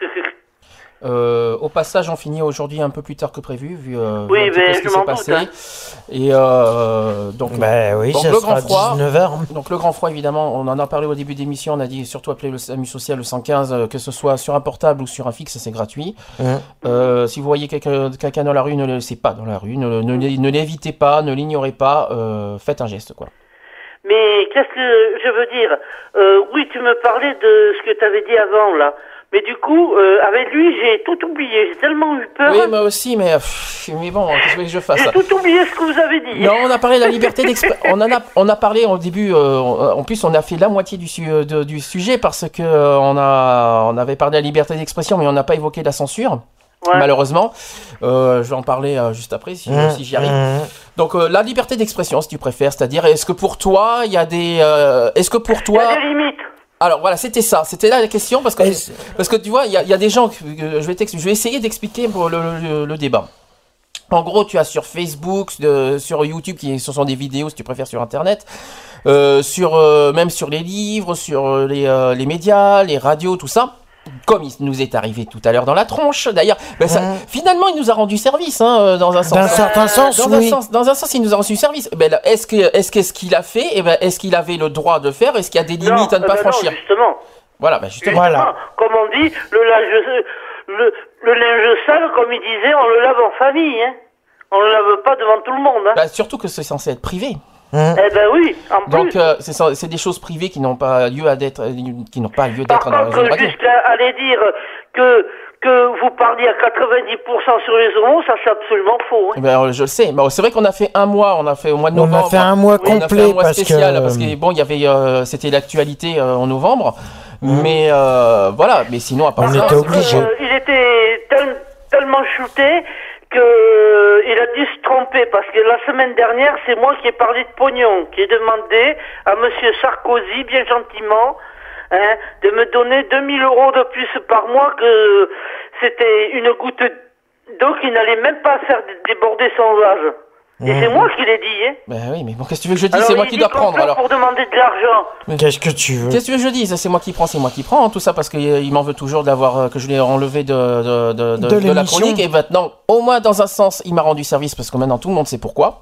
Au passage, on finit aujourd'hui un peu plus tard que prévu, vu oui, mais ce qui s'est passé. Hein. Et donc, oui, donc ça le sera grand froid. 19h. Donc le grand froid, évidemment, on en a parlé au début d'émission. On a dit surtout appeler le SAMU social, le 115, que ce soit sur un portable ou sur un fixe, c'est gratuit. Si vous voyez quelqu'un dans la rue, ne le laissez pas dans la rue, ne l'évitez pas, ne l'ignorez pas, faites un geste, quoi. Mais qu'est-ce que je veux dire? Oui, tu me parlais de ce que tu avais dit avant, là. Mais du coup, avec lui, j'ai tout oublié. J'ai tellement eu peur. Oui, moi aussi, mais bon, qu'est-ce que je fasse? J'ai tout oublié ce que vous avez dit. Non, on a parlé de la liberté d'expression. On a parlé au début. En plus, on a fait la moitié du sujet parce que on avait parlé de la liberté d'expression, mais on n'a pas évoqué la censure. Ouais. Malheureusement, je vais en parler juste après si j'y arrive. Donc la liberté d'expression, si tu préfères, c'est-à-dire, est-ce que pour toi, il y a des limites? Alors voilà, c'était là la question parce que tu vois, il y a des gens je vais essayer d'expliquer pour le débat. En gros, tu as sur Facebook, sur YouTube, ce sont des vidéos si tu préfères sur Internet, même sur les livres, sur les médias, les radios, tout ça. Comme il nous est arrivé tout à l'heure dans la tronche, d'ailleurs, finalement il nous a rendu service, hein, dans un sens. D'un certain sens, oui. Dans un sens, il nous a rendu service. Est-ce ce qu'il a fait, est-ce qu'il avait le droit de faire, est-ce qu'il y a des limites à ne pas franchir? Non, justement. Voilà, justement. Voilà. Comme on dit, le linge sale, comme il disait, on le lave en famille, hein. On le lave pas devant tout le monde, hein. Surtout que c'est censé être privé. Eh ben oui, en plus. Donc c'est des choses privées qui n'ont pas lieu d'être Par contre, jusqu'à aller dire que vous parliez à 90% sur les homos, ça c'est absolument faux. Hein. Je le sais. C'est vrai qu'on a fait un mois, on a fait au mois de novembre. On a fait un mois complet, on a fait un mois spécial parce que bon, il y avait c'était l'actualité en novembre, mais voilà. Mais sinon, à part ça, était obligé. Il était tellement shooté qu'il a dû se tromper parce que la semaine dernière, c'est moi qui ai parlé de pognon, qui ai demandé à monsieur Sarkozy, bien gentiment, hein, de me donner 2000 € de plus par mois, que c'était une goutte d'eau qui n'allait même pas faire déborder son vase. Et c'est moi qui l'ai dit, hein. Ben oui, mais bon, qu'est-ce que tu veux que je dise? Alors, C'est moi qui dois prendre, alors. Pour demander de l'argent. Qu'est-ce que tu veux? Qu'est-ce que tu veux que je dise? C'est moi qui prends, tout ça parce qu'il m'en veut toujours d'avoir que je l'ai enlevé de la chronique, et maintenant, au moins dans un sens, il m'a rendu service parce que maintenant tout le monde sait pourquoi.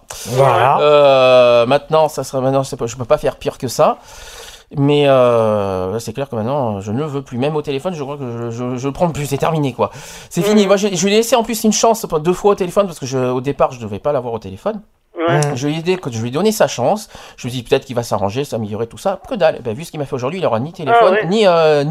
Voilà. Maintenant, je peux pas faire pire que ça. Mais c'est clair que maintenant, je ne le veux plus. Même au téléphone, je crois que je le prends plus. C'est terminé, quoi. C'est fini. Moi, je lui ai laissé en plus une chance 2 fois au téléphone parce que au départ, je devais pas l'avoir au téléphone. Ouais. Je lui ai donné sa chance. Je me dis peut-être qu'il va s'arranger, s'améliorer, tout ça. Que dalle. Ben, vu ce qu'il m'a fait aujourd'hui, il n'aura ni téléphone, ni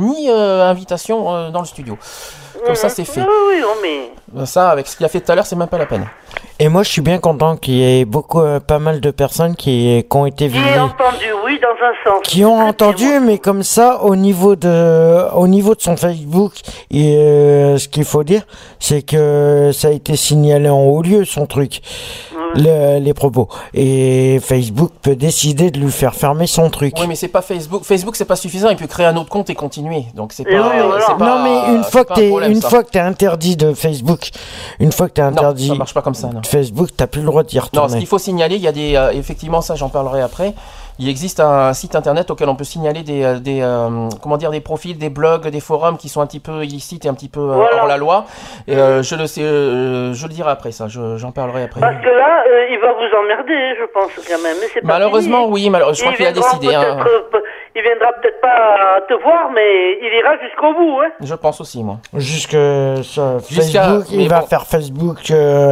invitation dans le studio. Comme ça, c'est fait. Oui, mais... Ça, avec ce qu'il a fait tout à l'heure, c'est même pas la peine. Et moi, je suis bien content qu'il y ait pas mal de personnes qui ont été visées. J'ai entendu, oui, dans un sens. Qui ont entendu, mais comme ça, au niveau de son Facebook, et ce qu'il faut dire, c'est que ça a été signalé en haut lieu, son truc, les propos. Et Facebook peut décider de lui faire fermer son truc. Oui, mais c'est pas Facebook. Facebook, c'est pas suffisant. Il peut créer un autre compte et continuer. Donc c'est pas. Non, mais une fois que t'es interdit de Facebook, non, ça marche pas comme ça. Non. Facebook, t'as plus le droit d'y retourner. Non, ce qu'il faut signaler, il y a des effectivement, ça j'en parlerai après. Il existe un site internet auquel on peut signaler des profils, des blogs, des forums qui sont un petit peu illicites et un petit peu hors la loi. Et, je le dirai après ça, j'en parlerai après. Parce que là, il va vous emmerder, je pense quand même. Mais c'est pas malheureusement, fini. oui, je crois qu'il a décidé. Il viendra peut-être pas te voir, mais il ira jusqu'au bout. Hein. Je pense aussi, moi. Facebook, il va faire Facebook,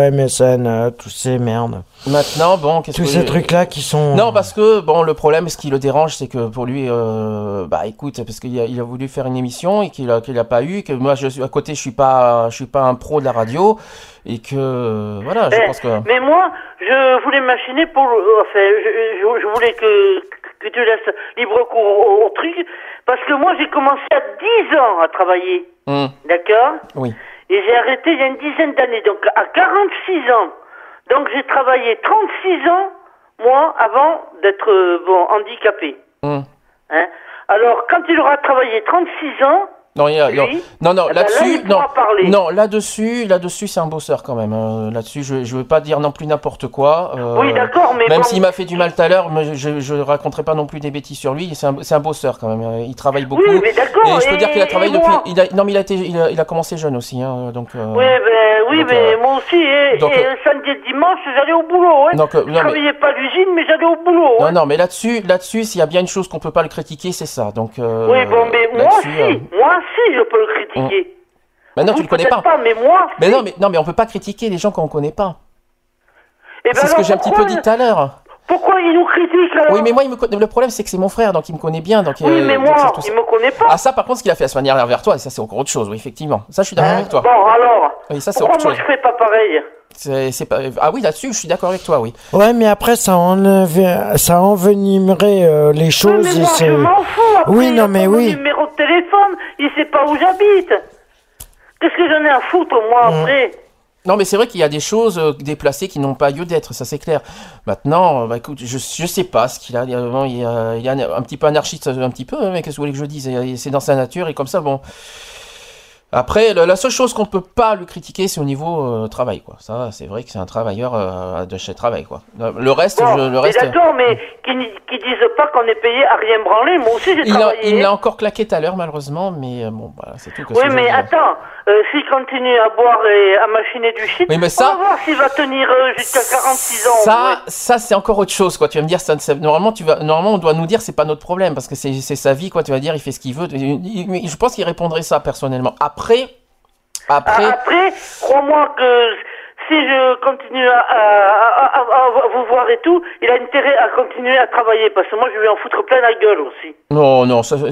MSN, tous ces merdes. Maintenant, bon, tous ces trucs-là qui sont... Non, parce que, bon, le problème, ce qui le dérange, c'est que pour lui, écoute, parce qu'il a voulu faire une émission et qu'il a pas eu, que moi, à côté, je suis pas un pro de la radio, et que, voilà, je pense que... Mais moi, je voulais machiner pour... Enfin, je voulais que tu laisses libre cours au truc, parce que moi, j'ai commencé à 10 ans à travailler, d'accord? Oui. Et j'ai arrêté il y a une dizaine d'années, donc à 46 ans. Donc j'ai travaillé 36 ans, moi, avant d'être handicapé. Hein? Alors, quand il aura travaillé 36 ans... Non, là-dessus, c'est un bosseur quand même. Là-dessus, je veux pas dire non plus n'importe quoi. Oui, d'accord, mais même s'il m'a fait du mal tout à l'heure, je raconterai pas non plus des bêtises sur lui. C'est un bosseur quand même. Il travaille beaucoup. Oui, mais d'accord. Et je peux dire qu'il a travaillé depuis. Il a commencé jeune aussi, hein, donc. Mais moi aussi. Et samedi et dimanche, j'allais au boulot. Hein. Je travaillais pas à l'usine, mais j'allais au boulot. Non, mais là-dessus, s'il y a bien une chose qu'on peut pas le critiquer, c'est ça. Donc. Oui, bon, mais moi aussi, je peux le critiquer. Mais non, tu le connais pas. Mais moi. Mais non, mais on peut pas critiquer les gens qu'on connaît pas. C'est ce que j'ai un petit peu dit tout à l'heure. Pourquoi il nous critique alors? Oui, mais moi, le problème, c'est que c'est mon frère, donc il me connaît bien. Donc, oui, mais moi, il me connaît pas. Ah, ça, par contre, ce qu'il a fait la semaine dernière vers toi, ça, c'est encore autre chose, oui, effectivement. Ça, je suis d'accord avec toi. Bon, alors. Oui, ça, c'est pourquoi autre chose. Moi, je fais pas pareil? C'est pas... Ah oui, là-dessus, je suis d'accord avec toi, oui. Ouais, mais après, ça envenimerait les choses. Oui, mais moi, je m'en fous. Après, oui, non, mais oui. Mon numéro de téléphone, il sait pas où j'habite. Qu'est-ce que j'en ai à foutre, moi, après? Non, mais c'est vrai qu'il y a des choses déplacées qui n'ont pas lieu d'être, ça c'est clair. Maintenant, écoute, je sais pas ce qu'il a. Il y a un petit peu anarchiste, un petit peu, mais qu'est-ce que vous voulez que je dise? C'est dans sa nature et comme ça, bon. Après, la seule chose qu'on ne peut pas lui critiquer, c'est au niveau travail, quoi. Ça, c'est vrai que c'est un travailleur de chez travail, quoi. Le reste, d'accord, mais qui disent pas qu'on est payé à rien branler. Moi aussi, j'ai travaillé. Il l'a encore claqué tout à l'heure, malheureusement, mais bon, voilà, c'est tout. Oui, mais attends, s'il continue à boire et à machiner du shit, on va voir s'il va tenir jusqu'à 46 ans. Ça, c'est encore autre chose, quoi. Tu vas me dire, normalement, on doit nous dire, c'est pas notre problème, parce que c'est sa vie, quoi. Tu vas dire, il fait ce qu'il veut. Je pense qu'il répondrait ça personnellement. Après, crois-moi que si je continue à vous voir et tout, il a intérêt à continuer à travailler parce que moi je vais en foutre plein la gueule aussi. Non,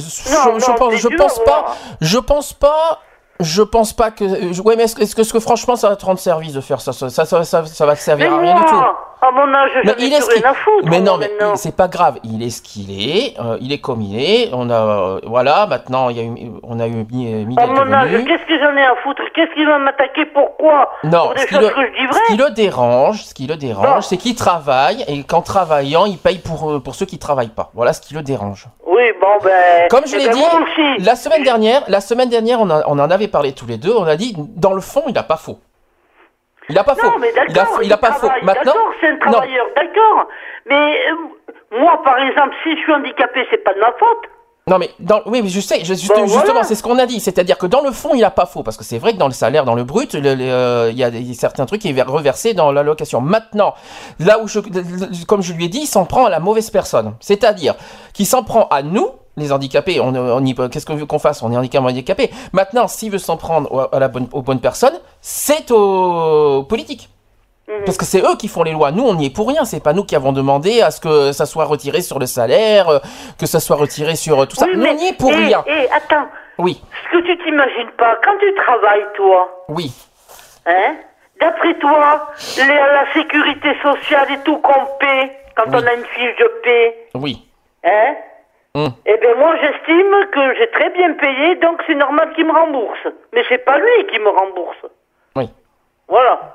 je pense pas que. Ouais, mais est-ce que franchement ça va te rendre service de faire ça? Ça va te servir à rien du tout. À mon âge, j'en ai plus rien à foutre. Mais non, mais c'est pas grave. Il est ce qu'il est. Il est comme il est. On a, voilà. Maintenant, on a eu Miguel. À mon âge, qu'est-ce que j'en ai à foutre? Qu'est-ce qu'il va m'attaquer? Pourquoi? Non. Pour des choses que je dis vraies. Ce qui le dérange, c'est qu'il travaille et qu'en travaillant, il paye pour ceux qui travaillent pas. Voilà ce qui le dérange. Oui, bon ben. Comme je l'ai dit, la semaine dernière, on en avait parlé tous les deux. On a dit, dans le fond, il a pas faux. Il n'a pas faux. Non, mais d'accord, il a pas faux. Maintenant, d'accord, c'est un travailleur, d'accord. Mais moi, par exemple, si je suis handicapé, c'est pas de ma faute. Non mais oui mais je sais justement voilà. C'est ce qu'on a dit, c'est-à-dire que dans le fond il a pas faux parce que c'est vrai que dans le salaire, dans le brut, il y a certains trucs qui est reversé dans l'allocation. Maintenant, là où comme je lui ai dit, il s'en prend à la mauvaise personne, c'est-à-dire qu'il s'en prend à nous les handicapés. Qu'est-ce qu'on veut qu'on fasse? On est handicapés. Maintenant, s'il veut s'en prendre aux bonnes personnes, c'est aux politiques. Parce que c'est eux qui font les lois. Nous, on n'y est pour rien. C'est pas nous qui avons demandé à ce que ça soit retiré sur le salaire, que ça soit retiré sur tout ça. Nous, on n'y est pour rien. Attends. Oui. Ce que tu t'imagines pas, quand tu travailles, toi. Oui. Hein? D'après toi, la sécurité sociale et tout qu'on paie, quand on a une fiche de paie. Oui. Hein? Eh bien, moi, j'estime que j'ai très bien payé, donc c'est normal qu'il me rembourse. Mais c'est pas lui qui me rembourse. Oui. Voilà.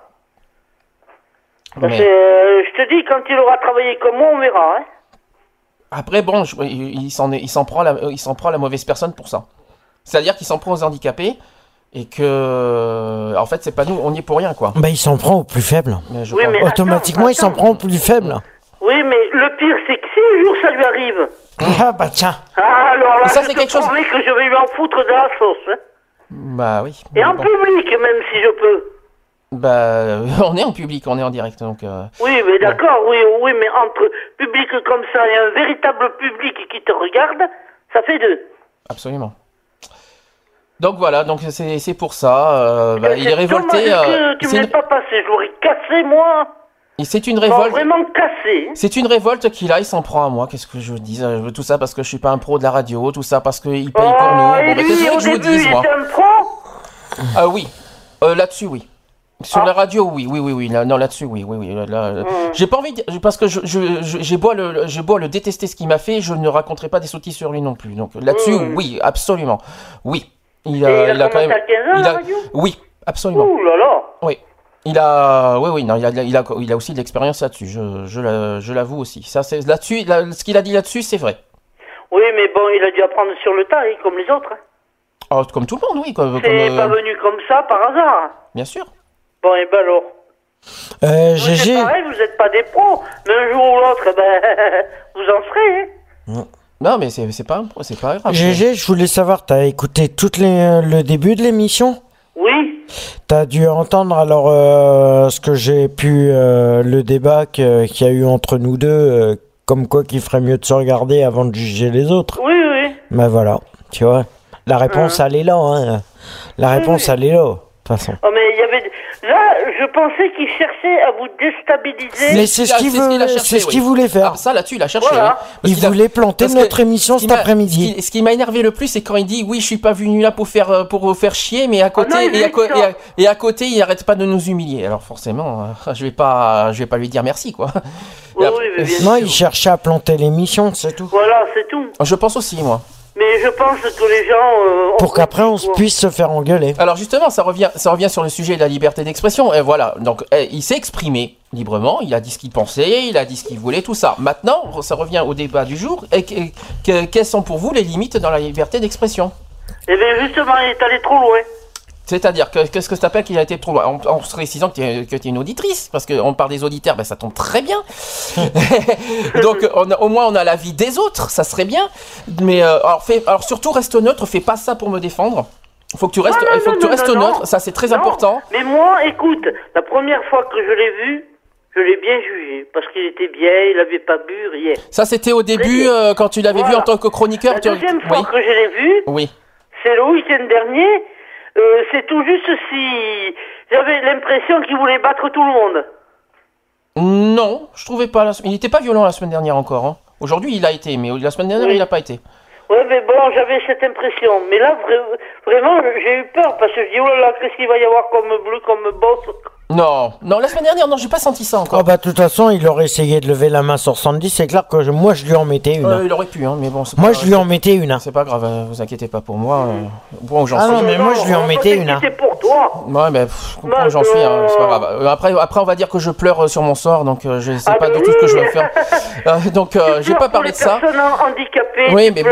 Mais... je te dis, quand il aura travaillé comme moi, on verra. Hein. Après, bon, il s'en prend à la mauvaise personne pour ça. C'est-à-dire qu'il s'en prend aux handicapés et que, en fait, c'est pas nous, on n'y est pour rien, quoi. Bah, il s'en prend aux plus faibles. Mais automatiquement, il s'en prend aux plus faibles. Oui, mais le pire, c'est que si un jour ça lui arrive. Ah bah tiens. Ah, alors là, ça, c'est quelque chose. Que je vais lui en foutre de la sauce. Hein. Bah oui. Et en public, même si je peux. Bah, on est en public, on est en direct, donc... Oui, mais d'accord, oui, mais entre public comme ça et un véritable public qui te regarde, ça fait deux. Absolument. Donc voilà, donc c'est pour ça, il est révolté... tu ne m'es pas passé, je l'aurais cassé, moi. Et c'est une révolte... vraiment cassé. C'est une révolte qu'il a, il s'en prend à moi, qu'est-ce que je dis, tout ça parce que je suis pas un pro de la radio, tout ça parce qu'il paye pour nous, et lui, qu'est-ce que je vous dis, moi? Il était un pro? Oui, là-dessus, oui. Sur la radio, oui, non, là-dessus, oui, là, j'ai pas envie, parce que j'ai beau le détester ce qu'il m'a fait, je ne raconterai pas des sottises sur lui non plus, donc là-dessus, oui, absolument, oui. Il a quand même, à 15 ans, la radio ? Oui, absolument. Ouh là là. Oui. Il a aussi de l'expérience là-dessus, je l'avoue aussi. Ça, c'est là-dessus, ce qu'il a dit là-dessus, c'est vrai. Oui, mais bon, il a dû apprendre sur le tas, comme les autres. Oh, comme tout le monde, oui. C'est pas venu comme ça, par hasard. Bien sûr. Bon, et ben alors. GG. C'est pareil, vous n'êtes pas des pros, mais un jour ou l'autre, vous en serez. Hein. Non, mais c'est pas grave. GG, je voulais savoir, t'as écouté le début de l'émission ? Oui. T'as dû entendre alors ce que j'ai pu, le débat qu'il y a eu entre nous deux, comme quoi qu'il ferait mieux de se regarder avant de juger les autres. Oui. Ben voilà, tu vois, la réponse elle est là, hein. La réponse elle est là, de toute façon. Oh, mais il y avait... Là, je pensais qu'il cherchait à vous déstabiliser. Mais c'est ce qu'il voulait faire. Ah, ça, là-dessus, il a cherché. Voilà. Il voulait planter notre émission cet après-midi. Ce qui m'a énervé le plus, c'est quand il dit oui, je suis pas venu là pour vous faire chier, mais à côté, à côté, il arrête pas de nous humilier. Alors forcément, je vais pas lui dire merci, quoi. Oui, mais bien non, sûr. il cherchait à planter l'émission, c'est tout. Voilà, c'est tout. Je pense aussi, moi. Mais je pense que les gens... pour qu'après on puisse se faire engueuler. Alors justement, ça revient sur le sujet de la liberté d'expression. Et voilà, donc il s'est exprimé librement, il a dit ce qu'il pensait, il a dit ce qu'il voulait, tout ça. Maintenant, ça revient au débat du jour. Quelles sont pour vous les limites dans la liberté d'expression ? Eh bien justement, il est allé trop loin. C'est-à-dire, qu'est-ce que tu appelles qu'il a été trop loin ? En se précisant que tu es une auditrice, parce qu'on parle des auditeurs, ça tombe très bien. Donc, au moins, on a l'avis des autres, ça serait bien. Mais alors surtout, reste neutre, fais pas ça pour me défendre. Il faut que tu restes neutre, ça c'est très important. Mais moi, écoute, la première fois que je l'ai vu, je l'ai bien jugé, parce qu'il était bien, il n'avait pas bu, rien. Ça c'était au début, quand tu l'avais vu en tant que chroniqueur. La deuxième fois que je l'ai vu, c'est le week-end dernier. C'est tout juste si j'avais l'impression qu'il voulait battre tout le monde. Non, je trouvais pas. Il n'était pas violent la semaine dernière encore. Hein. Aujourd'hui, il a été, mais la semaine dernière, il n'a pas été. Ouais, mais bon, j'avais cette impression. Mais là, vraiment, j'ai eu peur parce que je dis, oh là là, qu'est-ce qu'il va y avoir comme boss? Non, la semaine dernière, non, j'ai pas senti ça encore. Oh bah de toute façon, il aurait essayé de lever la main sur Sandy, c'est clair que moi je lui en mettais une. Il aurait pu, hein, mais bon. Moi je lui en mettais une. C'est pas grave, vous inquiétez pas pour moi. Bon, j'en suis. Non, mais moi je lui en mettais une. C'est pour toi. Ouais, mais comprends où j'en suis, hein, c'est pas grave. Après, on va dire que je pleure sur mon sort, donc je sais pas du tout ce que je vais faire. Donc, j'ai pas parlé de ça. Handicapées, oui, mais bon.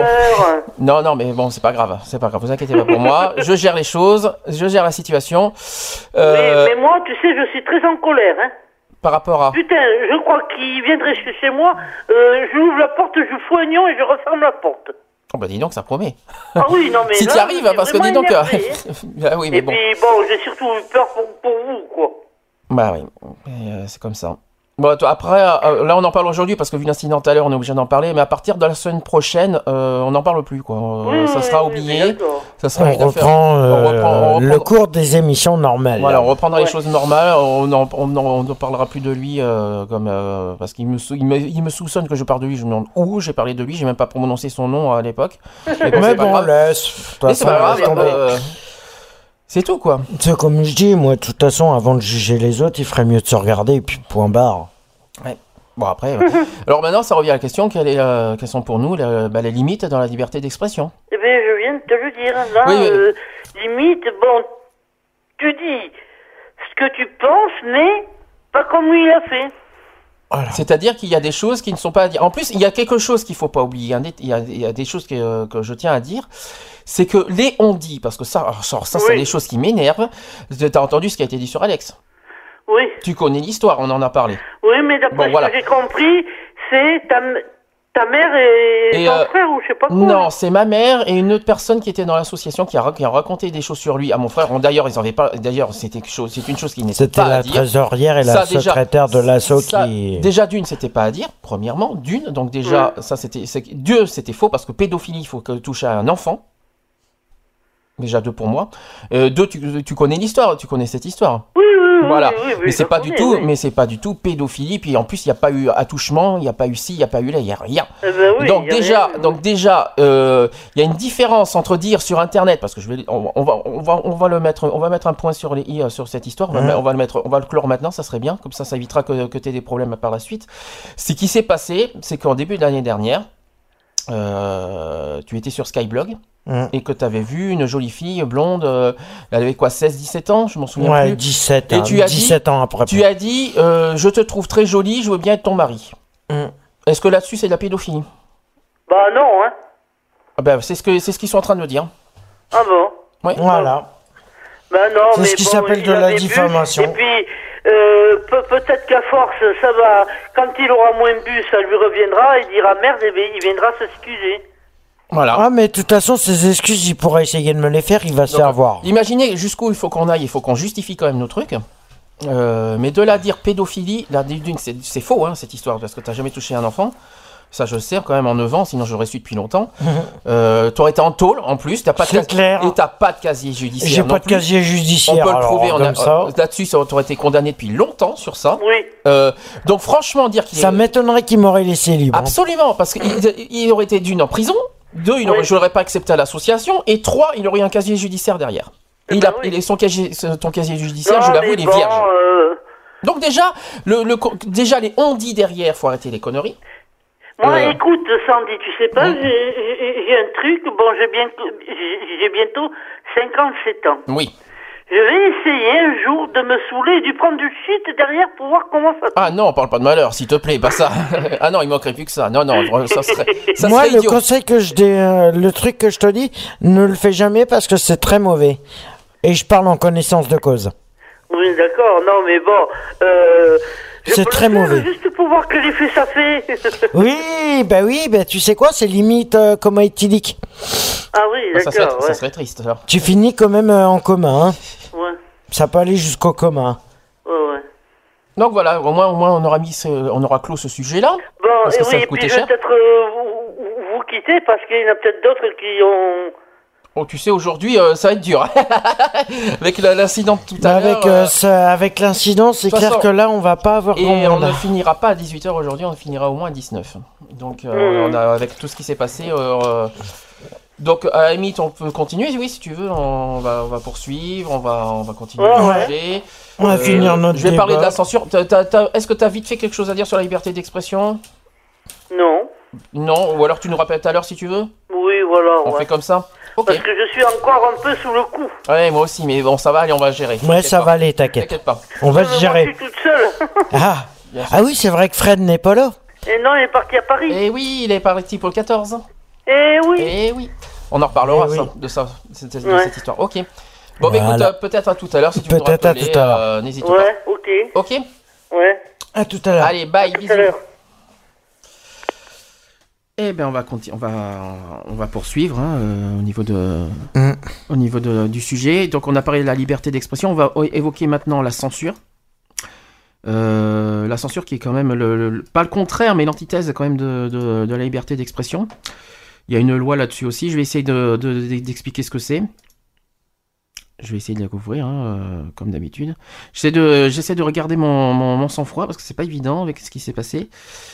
Hein. Non, mais bon, c'est pas grave, vous inquiétez pas pour moi. Je gère les choses, je gère la situation. Mais moi, tu sais, je suis très en colère, hein. Par rapport à... Putain, je crois qu'il viendrait chez moi, j'ouvre la porte, je fous un oignon et je referme la porte. Oh bah dis donc, ça promet. Ah oui, non mais... Si là, tu arrives, je suis parce que dis vraiment donc... énervé, Ah oui, mais et bon. puis bon, j'ai surtout eu peur pour vous, quoi. Bah oui, c'est comme ça. Bon, après, là on en parle aujourd'hui parce que vu l'incident tout à l'heure, on est obligé d'en parler, mais à partir de la semaine prochaine, on n'en parle plus, quoi. Ça sera oublié. Ça sera On reprend le cours des émissions normales. Voilà, on reprendra les choses normales. On ne parlera plus de lui parce qu'il me soupçonne que je parle de lui. Je me demande où j'ai parlé de lui. J'ai même pas prononcé son nom à l'époque. Mais bon, laisse. Mais c'est pas grave. C'est tout, quoi. C'est comme je dis, moi, de toute façon, avant de juger les autres, il ferait mieux de se regarder et puis point barre. Ouais. Bon, après. Alors maintenant, ça revient à la question quelles sont pour nous les limites dans la liberté d'expression? Eh bien, je viens de te le dire. Là, Oui. limite, bon, tu dis ce que tu penses, mais pas comme lui il a fait. Voilà. C'est-à-dire qu'il y a des choses qui ne sont pas à dire. En plus, il y a quelque chose qu'il ne faut pas oublier. Il y a des choses que je tiens à dire. C'est que les on-dit, parce que ça c'est des choses qui m'énervent. Tu as entendu ce qui a été dit sur Alex? Oui. Tu connais l'histoire, on en a parlé. Oui, mais d'après ce que j'ai compris, c'est ta mère et ton frère ou je sais pas quoi. Non, c'est ma mère et une autre personne qui était dans l'association qui a raconté des choses sur lui à mon frère. D'ailleurs, ils en avaient pas. D'ailleurs, c'est une chose qui n'était pas à dire. C'était la trésorière et la secrétaire de l'asso qui. Déjà d'une, c'était pas à dire. Premièrement, donc déjà, ça c'était faux parce que pédophilie, il faut que toucher à un enfant. Déjà 2 pour moi. 2, tu connais l'histoire, tu connais cette histoire. Oui. Voilà. Oui, mais c'est pas du tout, mais c'est pas du tout pédophilie. Puis en plus, il n'y a pas eu attouchement, il n'y a pas eu ci, il n'y a pas eu là, il n'y a rien. Donc déjà, il y a une différence entre dire sur Internet, parce que on va mettre un point sur les i sur cette histoire. On va le clore maintenant, ça serait bien. Comme ça évitera que tu aies des problèmes par la suite. Ce qui s'est passé, c'est qu'en début de l'année dernière, tu étais sur Skyblog. Et que tu avais vu une jolie fille blonde, elle avait quoi, 16-17 ans, je m'en souviens plus. 17 et ans, 17 ans après. Tu as dit, je te trouve très jolie, je veux bien être ton mari. Est-ce que là-dessus c'est de la pédophilie? Bah non, hein. Ah ben, c'est ce qu'ils sont en train de me dire. Ah bon? Ouais. Voilà. Bah non, c'est mais ce qui s'appelle de la diffamation. Et puis, peut-être qu'à force, ça va, quand il aura moins bu, ça lui reviendra, il dira merde, et il viendra s'excuser. Voilà. Ah, mais de toute façon, ces excuses, il pourra essayer de me les faire, il va se faire voir. Imaginez jusqu'où il faut qu'on aille, il faut qu'on justifie quand même nos trucs. Mais de la dire pédophilie, c'est faux, hein, cette histoire, parce que t'as jamais touché un enfant. Ça, je le sais, quand même, en 9 ans, sinon j'aurais su depuis longtemps. T'aurais été en tôle, en plus, t'as pas de casier judiciaire. J'ai pas de casier judiciaire. On peut le prouver, là-dessus, t'aurais été condamné depuis longtemps sur ça. Oui. Donc, franchement, dire qu'il ça m'étonnerait qu'il m'aurait laissé libre. Absolument, parce qu'il aurait été d'une en prison. 2, je l'aurais pas accepté à l'association. Et 3, il aurait eu un casier judiciaire derrière. Ton casier judiciaire, je l'avoue, il est vierge. Donc déjà les on-dit derrière, faut arrêter les conneries. Moi, écoute, Sandy, tu sais pas, j'ai un truc, bon, j'ai bientôt 57 ans. Oui. Je vais essayer un jour de me saouler et de prendre du shit derrière pour voir comment ça... Ah non, parle pas de malheur, s'il te plaît, pas ça. Ah non, il manquerait plus que ça. Non, ça serait moi, idiot. Le conseil le truc que je te dis, ne le fais jamais parce que c'est très mauvais. Et je parle en connaissance de cause. Oui, d'accord, non, mais bon... c'est très mauvais. Juste pour voir quel effet ça fait. oui, tu sais quoi, c'est limite coma éthylique. Ah oui, d'accord. Ça serait triste, alors. Tu finis quand même en coma, hein. Ouais. Ça peut aller jusqu'au coma. Ouais. Donc voilà, au moins on aura clos ce sujet-là. Bon, parce que ça et puis je vais peut-être vous quitter parce qu'il y en a peut-être d'autres qui ont... Oh, tu sais, aujourd'hui, ça va être dur. Avec l'incident de tout à l'heure. Avec l'incident, c'est clair que là, on va pas avoir grand monde. Et on ne finira pas à 18h aujourd'hui, on finira au moins à 19. Donc, on a, avec tout ce qui s'est passé... Donc, à la limite, on peut continuer, oui, si tu veux. On va poursuivre, on va continuer à parler. On va finir notre Je vais parler de la censure. Est-ce que tu as vite fait quelque chose à dire sur la liberté d'expression? Non. Non, ou alors tu nous rappelles tout à l'heure si tu veux? Oui, voilà. On fait comme ça? Okay. Parce que je suis encore un peu sous le coup. Ouais, moi aussi, mais bon, ça va aller, on va gérer. Ouais, ça va aller, t'inquiète pas. On va se gérer. Moi, je suis toute seule. Ah oui, c'est vrai que Fred n'est pas là. Et non, il est parti à Paris. Et oui, il est parti pour le 14. Eh oui. On en reparlera de cette histoire. Ok. Bon, voilà. Écoute, peut-être à tout à l'heure si tu veux nous rappeler. Peut-être à tout à l'heure. N'hésite pas. Ouais, ok. Ouais. À tout à l'heure. Allez, bye, bisous. Eh bien, on va poursuivre au niveau du sujet. Donc, on a parlé de la liberté d'expression. On va évoquer maintenant la censure. La censure qui est quand même pas le contraire, mais l'antithèse quand même de la liberté d'expression. Il y a une loi là-dessus aussi. Je vais essayer d'expliquer ce que c'est. Je vais essayer de la couvrir, comme d'habitude. J'essaie de regarder mon sang-froid parce que c'est pas évident avec ce qui s'est passé.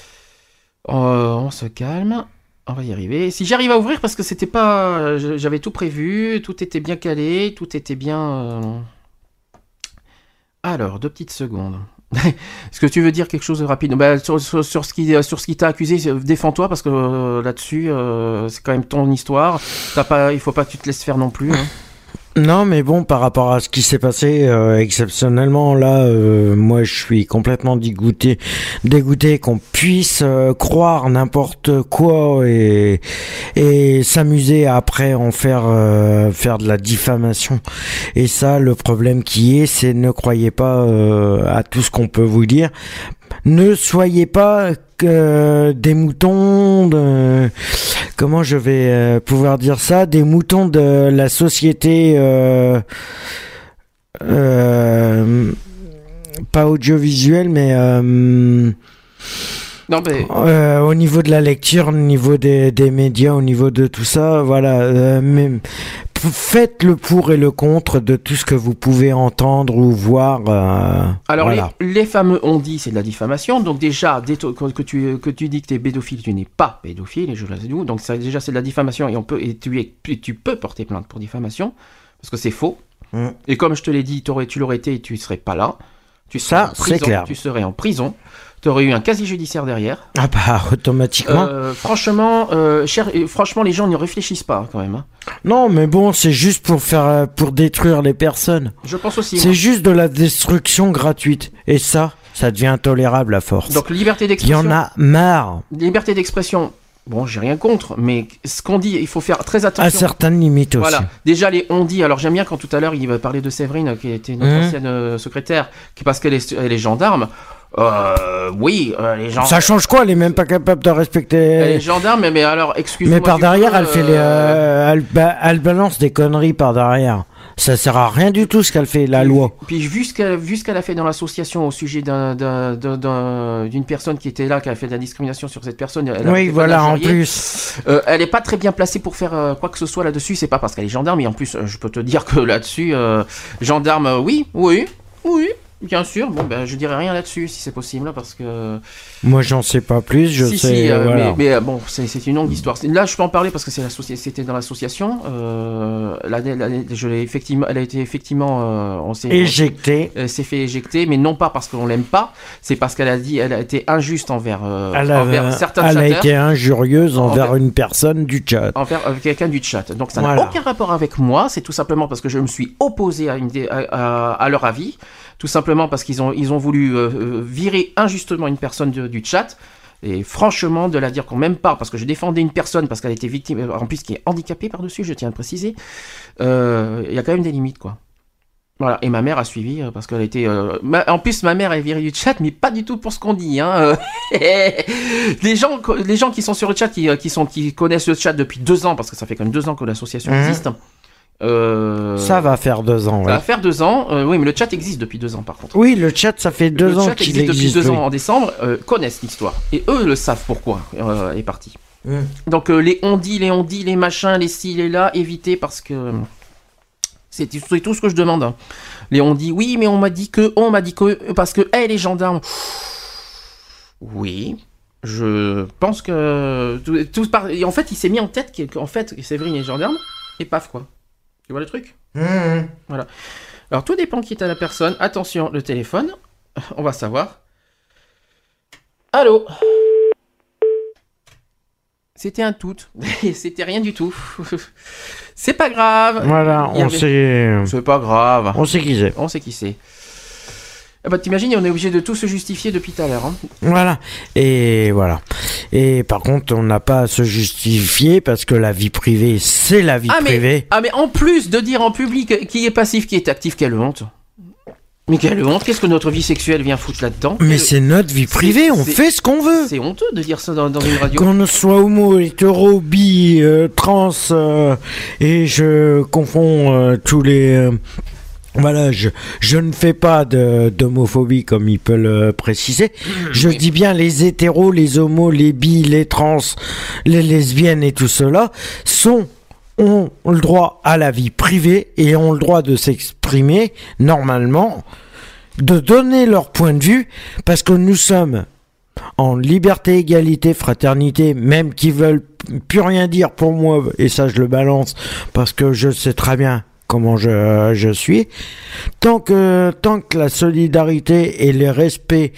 On se calme. On va y arriver. Si j'arrive à ouvrir, parce que c'était pas... J'avais tout prévu, tout était bien calé, tout était bien... Alors, 2 petites secondes. Est-ce que tu veux dire quelque chose de rapide? Sur ce qui t'a accusé, défends-toi, parce que là-dessus, c'est quand même ton histoire. Il faut pas que tu te laisses faire non plus. Non, mais bon, par rapport à ce qui s'est passé exceptionnellement, là, moi, je suis complètement dégoûté qu'on puisse croire n'importe quoi et s'amuser après en faire de la diffamation. Et ça, le problème qui est, c'est ne croyez pas à tout ce qu'on peut vous dire. Ne soyez pas des moutons comment je vais pouvoir dire ça, des moutons de la société pas audiovisuelle mais non, mais... au niveau de la lecture, au niveau des médias, au niveau de tout ça, voilà. Mais faites le pour et le contre de tout ce que vous pouvez entendre ou voir. Alors, voilà. les fameux on dit, c'est de la diffamation. Donc déjà, que tu dis que tu es pédophile, tu n'es pas pédophile, et je le sais d'où. Donc déjà, c'est de la diffamation et tu peux porter plainte pour diffamation parce que c'est faux. Et comme je te l'ai dit, tu l'aurais été et tu ne serais pas là. Ça, c'est clair. Tu serais en prison. Tu aurais eu un casier judiciaire derrière. Ah bah, automatiquement. Franchement, les gens n'y réfléchissent pas quand même. Non, mais bon, c'est juste pour détruire les personnes. Je pense aussi. C'est juste de la destruction gratuite. Et ça devient intolérable à force. Donc, liberté d'expression. Il y en a marre. Liberté d'expression. Bon, j'ai rien contre, mais ce qu'on dit, il faut faire très attention. À certaines limites aussi. Voilà. Déjà, les on dit. Alors, j'aime bien quand tout à l'heure, il va parler de Séverine, qui était notre ancienne secrétaire, parce qu'elle est gendarme. Oui, les gens. Ça change quoi? Elle est même pas capable de respecter. Elle est gendarme, mais alors, excuse-moi. Mais par derrière, elle fait elle balance des conneries par derrière. Ça sert à rien du tout ce qu'elle fait, la loi. Puis vu ce qu'elle a fait dans l'association au sujet d'une personne qui était là, qui a fait de la discrimination sur cette personne. Oui, voilà, en plus. Elle est pas très bien placée pour faire quoi que ce soit là-dessus. C'est pas parce qu'elle est gendarme, et en plus, je peux te dire que là-dessus, gendarme, oui. Bien sûr, je dirais rien là-dessus si c'est possible, parce que... Moi, j'en sais pas plus, je sais... voilà. mais bon, c'est une longue histoire. Là, je peux en parler parce que c'était dans l'association. Elle a été effectivement... éjectée. Elle s'est fait éjecter, mais non pas parce qu'on l'aime pas, c'est parce qu'elle a été injuste envers certains chatteurs. Elle a été injurieuse envers une personne du chat. Envers quelqu'un du chat. Donc ça n'a aucun rapport avec moi, c'est tout simplement parce que je me suis opposé à leur avis. Tout simplement parce qu'ils ont voulu virer injustement une personne du chat. Et franchement, de la dire qu'on m'aime pas, parce que je défendais une personne, parce qu'elle était victime, en plus qui est handicapée par-dessus, je tiens à le préciser, il y a quand même des limites, quoi. Voilà, et ma mère a suivi, parce qu'elle était... en plus, ma mère est virée du chat, mais pas du tout pour ce qu'on dit. Les gens qui sont sur le chat, qui connaissent le chat depuis 2 ans, parce que ça fait quand même 2 ans que l'association existe... ça va faire 2 ans. Ça va faire 2 ans. Oui, mais le chat existe depuis 2 ans, par contre. Oui, le chat, ça fait 2 ans qu'il existe. Depuis 2 ans en décembre, connaissent l'histoire. Et eux le savent pourquoi est parti. Donc, les on dit, les machins, les ci, les là, évitez, parce que c'est tout ce que je demande. Hein. Les on dit, oui, mais on m'a dit que, parce que, les gendarmes. Oui. Je pense que. En fait, il s'est mis en tête qu'en fait, Séverine est gendarme, et paf, quoi. Tu vois le truc ? Voilà. Alors, tout dépend qui est à la personne. Attention, le téléphone. On va savoir. Allô ? C'était un tout. C'était rien du tout. C'est pas grave. Voilà, C'est pas grave. On sait qui c'est. On sait qui c'est. Ah bah t'imagines, on est obligé de tout se justifier depuis tout à l'heure. Hein. Voilà. Et par contre, on n'a pas à se justifier parce que la vie privée, c'est la vie privée. Mais en plus de dire en public qui est passif, qui est actif, quelle honte. Mais quelle honte, qu'est-ce que notre vie sexuelle vient foutre là-dedans? Mais c'est notre vie privée, on fait ce qu'on veut. C'est honteux de dire ça dans une radio. Qu'on soit homo, hétéro, bi, trans, et je confonds tous les... Voilà, je ne fais pas d'homophobie comme il peut le préciser. Je dis bien les hétéros, les homos, les bi, les trans, les lesbiennes et tout cela ont le droit à la vie privée et ont le droit de s'exprimer normalement, de donner leur point de vue, parce que nous sommes en liberté, égalité, fraternité, même qui veulent plus rien dire pour moi, et ça je le balance parce que je sais très bien comment je suis. Tant que la solidarité et le respect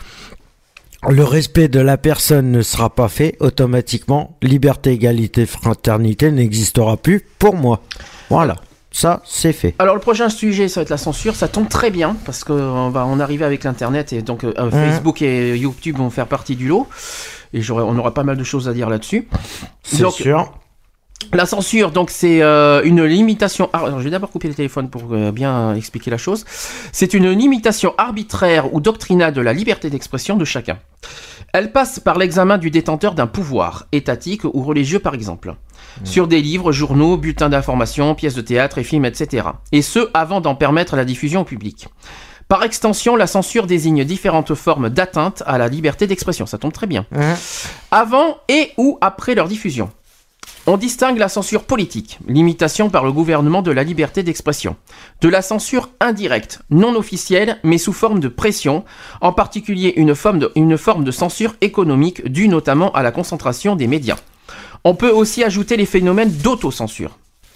de la personne ne sera pas fait, automatiquement, liberté, égalité, fraternité n'existera plus pour moi. Voilà, ça c'est fait. Alors le prochain sujet, ça va être la censure. Ça tombe très bien parce qu'on va en arriver avec l'internet et donc Facebook et YouTube vont faire partie du lot. Et on aura pas mal de choses à dire là-dessus. C'est sûr. La censure, donc, c'est une limitation... Alors, je vais d'abord couper le téléphone pour bien expliquer la chose. C'est une limitation arbitraire ou doctrinale de la liberté d'expression de chacun. Elle passe par l'examen du détenteur d'un pouvoir, étatique ou religieux par exemple, sur des livres, journaux, bulletins d'information, pièces de théâtre et films, etc. Et ce, avant d'en permettre la diffusion au public. Par extension, la censure désigne différentes formes d'atteinte à la liberté d'expression. Ça tombe très bien. Avant et ou après leur diffusion. On distingue la censure politique, limitation par le gouvernement de la liberté d'expression, de la censure indirecte, non officielle, mais sous forme de pression, en particulier une forme de censure économique due notamment à la concentration des médias. On peut aussi ajouter les phénomènes d'autocensure.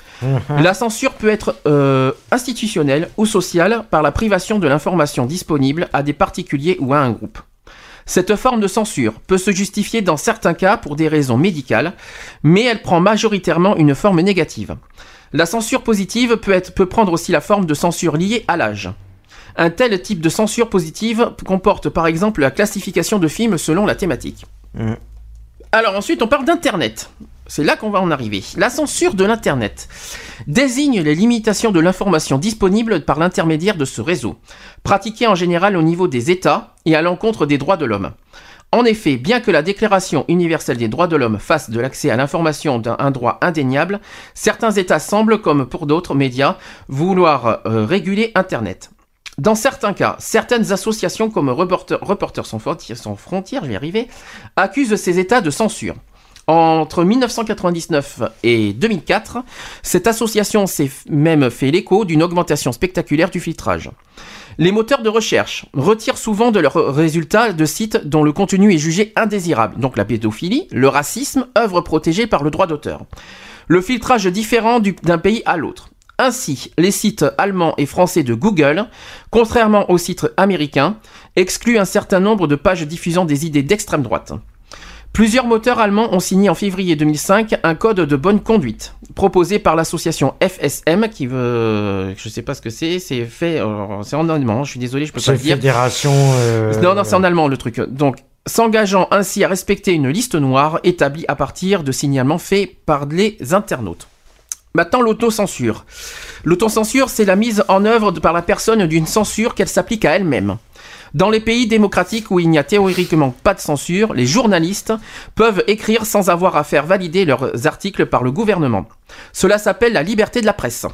La censure peut être institutionnelle ou sociale par la privation de l'information disponible à des particuliers ou à un groupe. Cette forme de censure peut se justifier dans certains cas pour des raisons médicales, mais elle prend majoritairement une forme négative. La censure positive peut prendre aussi la forme de censure liée à l'âge. Un tel type de censure positive comporte par exemple la classification de films selon la thématique. Alors ensuite on parle d'Internet. C'est là qu'on va en arriver. La censure de l'Internet désigne les limitations de l'information disponible par l'intermédiaire de ce réseau, pratiquée en général au niveau des États et à l'encontre des droits de l'homme. En effet, bien que la Déclaration universelle des droits de l'homme fasse de l'accès à l'information un droit indéniable, certains États semblent, comme pour d'autres médias, vouloir réguler Internet. Dans certains cas, certaines associations comme Reporters sans frontières, je vais y arriver, accusent ces États de censure. Entre 1999 et 2004, cette association s'est même fait l'écho d'une augmentation spectaculaire du filtrage. Les moteurs de recherche retirent souvent de leurs résultats de sites dont le contenu est jugé indésirable, donc la pédophilie, le racisme, œuvres protégées par le droit d'auteur. Le filtrage différent d'un pays à l'autre. Ainsi, les sites allemands et français de Google, contrairement aux sites américains, excluent un certain nombre de pages diffusant des idées d'extrême droite. Plusieurs moteurs allemands ont signé en février 2005 un code de bonne conduite, proposé par l'association FSM, qui veut... Je sais pas ce que c'est fait... c'est en allemand, je suis désolé, je peux pas le dire. Fédération... Non, c'est en allemand le truc. Donc, s'engageant ainsi à respecter une liste noire établie à partir de signalements faits par les internautes. Maintenant, l'autocensure. L'autocensure, c'est la mise en œuvre par la personne d'une censure qu'elle s'applique à elle-même. Dans les pays démocratiques où il n'y a théoriquement pas de censure, les journalistes peuvent écrire sans avoir à faire valider leurs articles par le gouvernement. Cela s'appelle la liberté de la presse.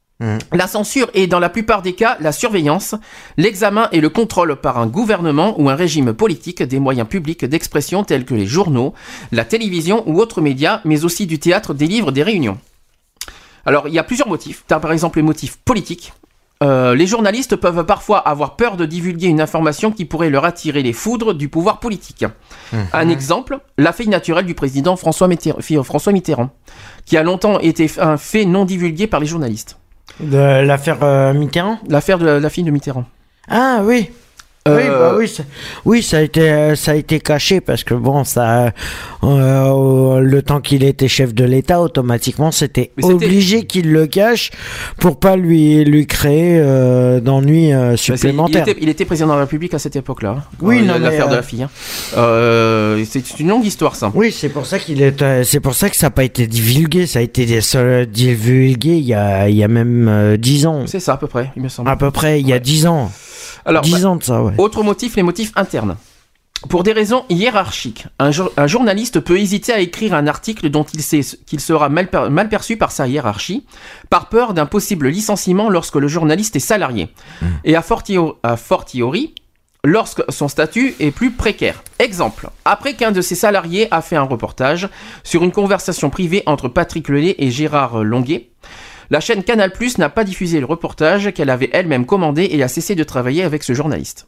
La censure est dans la plupart des cas la surveillance, l'examen et le contrôle par un gouvernement ou un régime politique des moyens publics d'expression tels que les journaux, la télévision ou autres médias, mais aussi du théâtre, des livres, des réunions. Alors, il y a plusieurs motifs. Tu as par exemple les motifs politiques. Les journalistes peuvent parfois avoir peur de divulguer une information qui pourrait leur attirer les foudres du pouvoir politique. Un exemple, la fille naturelle du président François Mitterrand, qui a longtemps été un fait non divulgué par les journalistes. De l'affaire Mitterrand ? L'affaire de la fille de Mitterrand. Ah oui. Oui, ça a été caché parce que bon, ça, le temps qu'il était chef de l'État, automatiquement, c'était obligé qu'il le cache pour pas lui créer d'ennuis supplémentaires. Il était président de la République à cette époque-là. Oui, l'affaire de la fille. C'est une longue histoire, ça. Oui, c'est pour ça c'est pour ça que ça n'a pas été divulgué. Ça a été divulgué il y a même 10 ans. C'est ça, à peu près, il me semble. À peu près, il y a 10 ans. Alors, 10 ans de ça, ouais. Autre motif, les motifs internes. Pour des raisons hiérarchiques, un journaliste peut hésiter à écrire un article dont il sait qu'il sera mal perçu par sa hiérarchie, par peur d'un possible licenciement lorsque le journaliste est salarié, et a fortiori, lorsque son statut est plus précaire. Exemple, après qu'un de ses salariés a fait un reportage sur une conversation privée entre Patrick Lelay et Gérard Longuet, la chaîne Canal+ n'a pas diffusé le reportage qu'elle avait elle-même commandé et a cessé de travailler avec ce journaliste.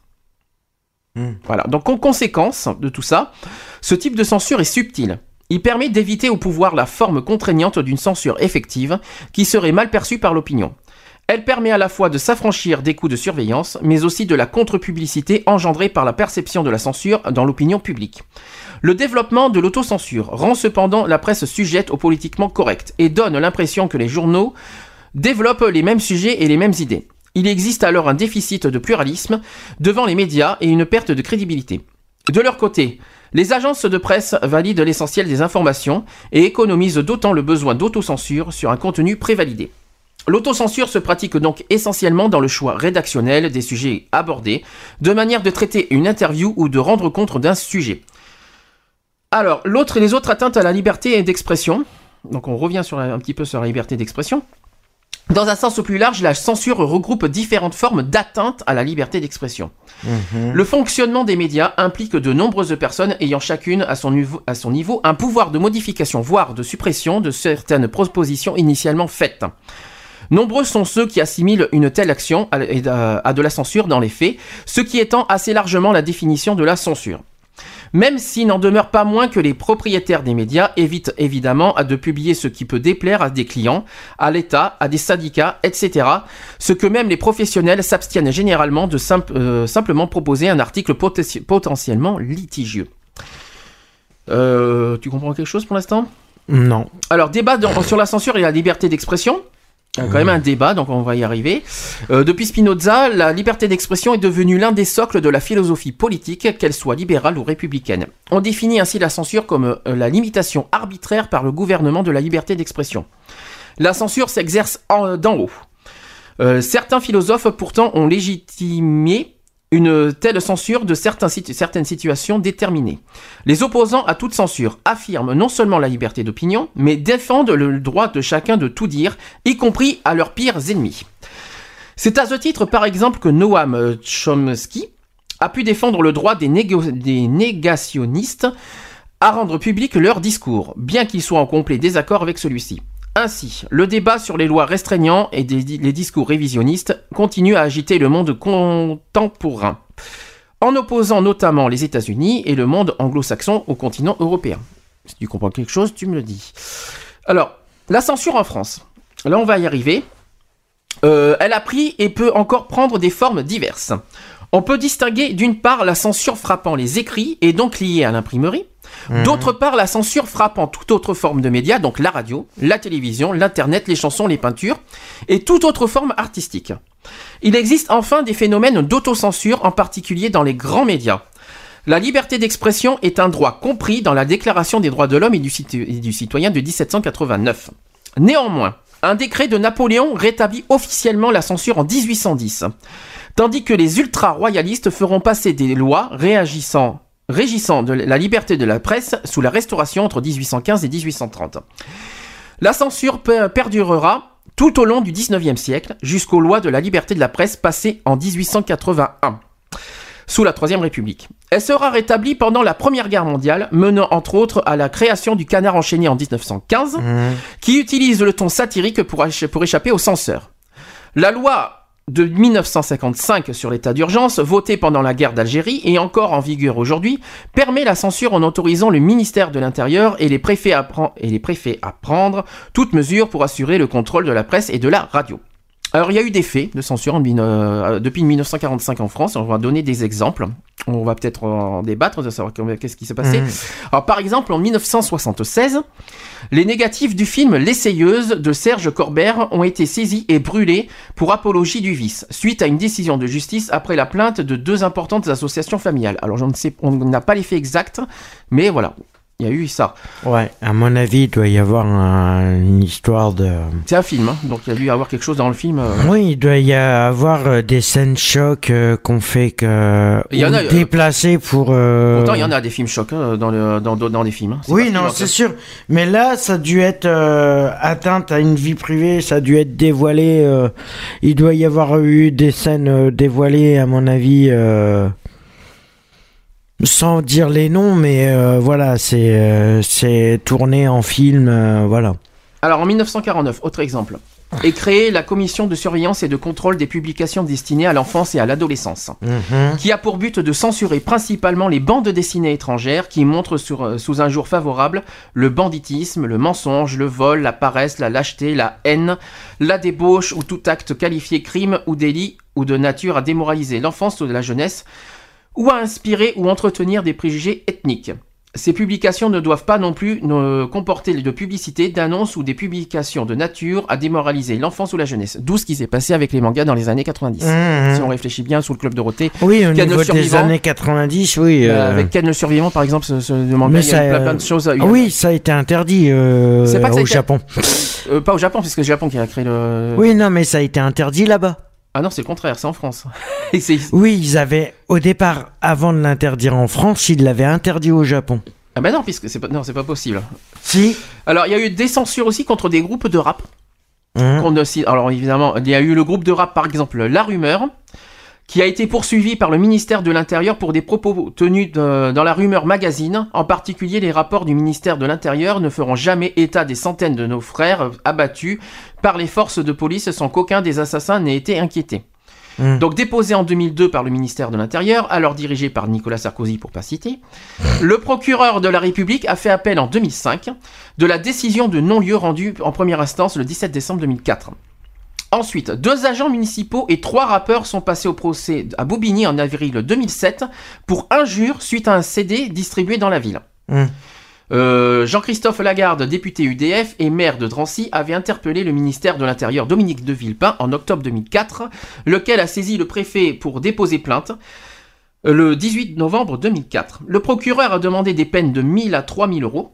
Voilà. Donc, en conséquence de tout ça, ce type de censure est subtil. Il permet d'éviter au pouvoir la forme contraignante d'une censure effective qui serait mal perçue par l'opinion. Elle permet à la fois de s'affranchir des coups de surveillance, mais aussi de la contre-publicité engendrée par la perception de la censure dans l'opinion publique. Le développement de l'autocensure rend cependant la presse sujette au politiquement correct et donne l'impression que les journaux développent les mêmes sujets et les mêmes idées. Il existe alors un déficit de pluralisme devant les médias et une perte de crédibilité. De leur côté, les agences de presse valident l'essentiel des informations et économisent d'autant le besoin d'autocensure sur un contenu prévalidé. L'autocensure se pratique donc essentiellement dans le choix rédactionnel des sujets abordés, de manière de traiter une interview ou de rendre compte d'un sujet. Alors, les autres atteintes à la liberté d'expression, donc on revient un petit peu sur la liberté d'expression. Dans un sens plus large, la censure regroupe différentes formes d'atteinte à la liberté d'expression. Le fonctionnement des médias implique de nombreuses personnes ayant chacune à son niveau un pouvoir de modification, voire de suppression de certaines propositions initialement faites. Nombreux sont ceux qui assimilent une telle action à de la censure dans les faits, ce qui étend assez largement la définition de la censure. Même s'il n'en demeure pas moins que les propriétaires des médias évitent évidemment de publier ce qui peut déplaire à des clients, à l'État, à des syndicats, etc. Ce que même les professionnels s'abstiennent généralement de simplement proposer un article potentiellement litigieux. Tu comprends quelque chose pour l'instant ? Non. Alors, débat sur la censure et la liberté d'expression. Il y a quand même un débat, donc on va y arriver. Depuis Spinoza, la liberté d'expression est devenue l'un des socles de la philosophie politique, qu'elle soit libérale ou républicaine. On définit ainsi la censure comme la limitation arbitraire par le gouvernement de la liberté d'expression. La censure s'exerce d'en haut. Certains philosophes pourtant ont légitimé une telle censure de certaines situations déterminées. Les opposants à toute censure affirment non seulement la liberté d'opinion, mais défendent le droit de chacun de tout dire, y compris à leurs pires ennemis. C'est à ce titre, par exemple, que Noam Chomsky a pu défendre le droit des négationnistes à rendre public leur discours, bien qu'ils soient en complet désaccord avec celui-ci. Ainsi, le débat sur les lois restreignant et les discours révisionnistes continue à agiter le monde contemporain, en opposant notamment les États-Unis et le monde anglo-saxon au continent européen. Si tu comprends quelque chose, tu me le dis. Alors, la censure en France. Là, on va y arriver. Elle a pris et peut encore prendre des formes diverses. On peut distinguer d'une part la censure frappant les écrits et donc liée à l'imprimerie, d'autre part la censure frappant toute autre forme de médias, donc la radio, la télévision, l'internet, les chansons, les peintures, et toute autre forme artistique. Il existe enfin des phénomènes d'autocensure, en particulier dans les grands médias. La liberté d'expression est un droit compris dans la Déclaration des droits de l'homme et du citoyen de 1789. Néanmoins, un décret de Napoléon rétablit officiellement la censure en 1810, tandis que les ultra-royalistes feront passer des lois régissant de la liberté de la presse sous la Restauration entre 1815 et 1830. La censure perdurera tout au long du XIXe siècle, jusqu'aux lois de la liberté de la presse passées en 1881, sous la Troisième République. Elle sera rétablie pendant la Première Guerre mondiale, menant entre autres à la création du Canard enchaîné en 1915, qui utilise le ton satirique pour échapper aux censeurs. La loi de 1955 sur l'état d'urgence, votée pendant la guerre d'Algérie et encore en vigueur aujourd'hui, permet la censure en autorisant le ministère de l'Intérieur et les préfets à prendre toute mesure pour assurer le contrôle de la presse et de la radio. Alors, il y a eu des faits de censure depuis 1945 en France. On va donner des exemples. On va peut-être en débattre de savoir qu'est-ce qui s'est passé. Alors, par exemple, en 1976, les négatifs du film L'Essayeuse de Serge Corbert ont été saisis et brûlés pour apologie du vice, suite à une décision de justice après la plainte de 2 importantes associations familiales. Alors, on n'a pas les faits exacts, mais voilà. Il y a eu ça. Ouais, à mon avis, il doit y avoir une histoire de... C'est un film, hein, donc il y a dû y avoir quelque chose dans le film. Oui, il doit y avoir des scènes chocs qu'on fait que... déplacées pour... Pourtant, il y en a des films chocs dans les films. Hein. Oui, non, c'est sûr. Mais là, ça a dû être atteinte à une vie privée, ça a dû être dévoilé. Il doit y avoir eu des scènes dévoilées, à mon avis... Sans dire les noms, mais voilà, c'est tourné en film, voilà. Alors en 1949, autre exemple, est créée la commission de surveillance et de contrôle des publications destinées à l'enfance et à l'adolescence, qui a pour but de censurer principalement les bandes dessinées étrangères qui montrent sous un jour favorable le banditisme, le mensonge, le vol, la paresse, la lâcheté, la haine, la débauche ou tout acte qualifié crime ou délit ou de nature à démoraliser l'enfance ou la jeunesse, ou à inspirer ou entretenir des préjugés ethniques. Ces publications ne doivent pas non plus comporter de publicité, d'annonces ou des publications de nature à démoraliser l'enfance ou la jeunesse. D'où ce qui s'est passé avec les mangas dans les années 90. Si on réfléchit bien, sous le Club Dorothée. Oui, au niveau des années 90, oui. Avec Ken le Survivant, par exemple, ce manga, il y a plein de choses. Oui, ça a été interdit au Japon. Pas au Japon, parce que c'est le Japon qui a créé le... Oui, non, mais ça a été interdit là-bas. Ah non, c'est le contraire, c'est en France. Oui, ils avaient, au départ, avant de l'interdire en France, ils l'avaient interdit au Japon. Ah bah non, puisque c'est pas possible. Si. Alors, il y a eu des censures aussi contre des groupes de rap. Alors, évidemment, il y a eu le groupe de rap, par exemple, La Rumeur, qui a été poursuivi par le ministère de l'Intérieur pour des propos tenus dans La Rumeur magazine. En particulier, les rapports du ministère de l'Intérieur ne feront jamais état des centaines de nos frères abattus par les forces de police sans qu'aucun des assassins n'ait été inquiété. Donc déposé en 2002 par le ministère de l'Intérieur, alors dirigé par Nicolas Sarkozy pour pas citer, le procureur de la République a fait appel en 2005 de la décision de non-lieu rendue en première instance le 17 décembre 2004. Ensuite, 2 agents municipaux et 3 rappeurs sont passés au procès à Bobigny en avril 2007 pour injure suite à un CD distribué dans la ville. Jean-Christophe Lagarde, député UDF et maire de Drancy, avait interpellé le ministère de l'Intérieur Dominique de Villepin en octobre 2004, lequel a saisi le préfet pour déposer plainte le 18 novembre 2004. Le procureur a demandé des peines de 1 000 à 3 000 euros.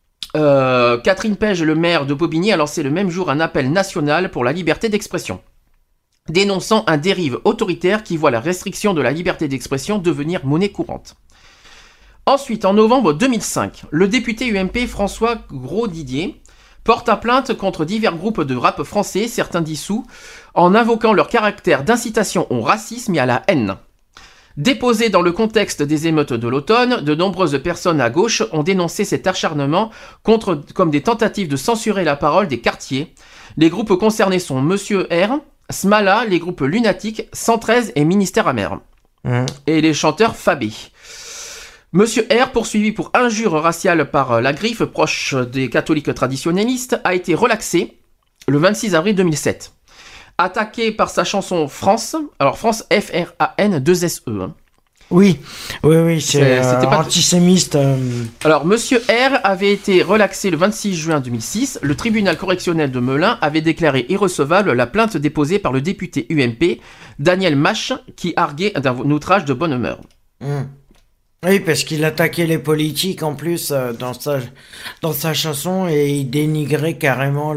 Catherine Page, le maire de Bobigny, a lancé le même jour un appel national pour la liberté d'expression, dénonçant un dérive autoritaire qui voit la restriction de la liberté d'expression devenir monnaie courante. Ensuite, en novembre 2005, le député UMP François Grosdidier porte à plainte contre divers groupes de rap français, certains dissous, en invoquant leur caractère d'incitation au racisme et à la haine. Déposé dans le contexte des émeutes de l'automne, de nombreuses personnes à gauche ont dénoncé cet acharnement comme des tentatives de censurer la parole des quartiers. Les groupes concernés sont Monsieur R, Smala, les groupes Lunatiques, 113 et Ministère Amer. Et les chanteurs Fabé. Monsieur R, poursuivi pour injure raciale par la Griffe, proche des catholiques traditionnalistes, a été relaxé le 26 avril 2007. Attaqué par sa chanson France, alors France F-R-A-N 2-S-E. Oui, c'était antisémite. Alors, Monsieur R avait été relaxé le 26 juin 2006. Le tribunal correctionnel de Melun avait déclaré irrecevable la plainte déposée par le député UMP, Daniel Mache, qui arguait d'un outrage de bonne humeur. Oui, parce qu'il attaquait les politiques en plus dans sa chanson et il dénigrait carrément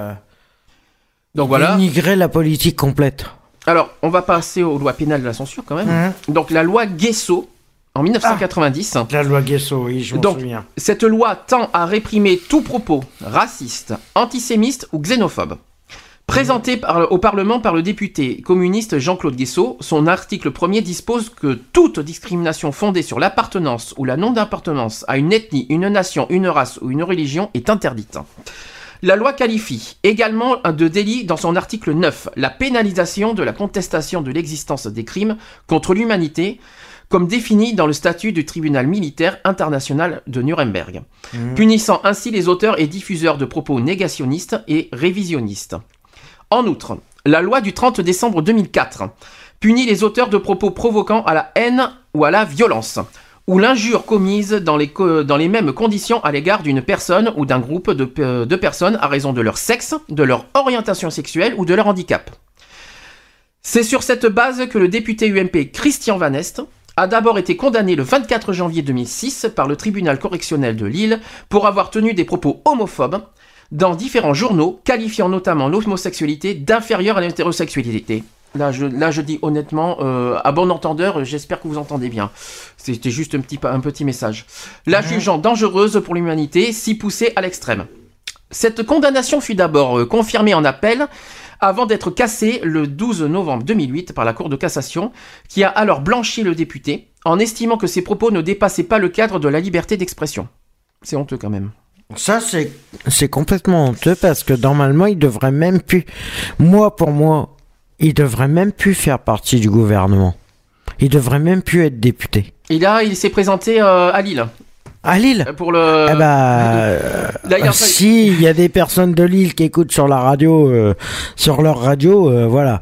Donc voilà. Dénigrer la politique complète. Alors, on va passer aux lois pénales de la censure quand même. Donc la loi Guesso, en 1990. La loi Guesso, oui, je m'en souviens. Cette loi tend à réprimer tout propos raciste, antisémite ou xénophobe. Présenté au Parlement par le député communiste Jean-Claude Guesso, son article 1er dispose que toute discrimination fondée sur l'appartenance ou la non-appartenance à une ethnie, une nation, une race ou une religion est interdite. La loi qualifie également de délit dans son article 9 la pénalisation de la contestation de l'existence des crimes contre l'humanité, comme défini dans le statut du tribunal militaire international de Nuremberg, punissant ainsi les auteurs et diffuseurs de propos négationnistes et révisionnistes. En outre, La loi du 30 décembre 2004 punit les auteurs de propos provoquant à la haine ou à la violence, ou l'injure commise dans les mêmes conditions à l'égard d'une personne ou d'un groupe de personnes à raison de leur sexe, de leur orientation sexuelle ou de leur handicap. C'est sur cette base que le député UMP Christian Van Est a d'abord été condamné le 24 janvier 2006 par le tribunal correctionnel de Lille pour avoir tenu des propos homophobes dans différents journaux, qualifiant notamment l'homosexualité d'inférieure à l'hétérosexualité. Là, je dis honnêtement, à bon entendeur, j'espère que vous entendez bien. C'était juste un petit message. La jugeant dangereuse pour l'humanité, si poussée à l'extrême. Cette condamnation fut d'abord confirmée en appel, avant d'être cassée le 12 novembre 2008 par la Cour de cassation, qui a alors blanchi le député, en estimant que ses propos ne dépassaient pas le cadre de la liberté d'expression. C'est honteux quand même. Ça, c'est complètement honteux, parce que normalement, il devrait même plus... Pour moi, il devrait même plus faire partie du gouvernement. Il devrait même plus être député. Et là, il s'est présenté à Lille. À Lille ? Pour le... Si, il y a des personnes de Lille qui écoutent sur la radio, sur leur radio, voilà.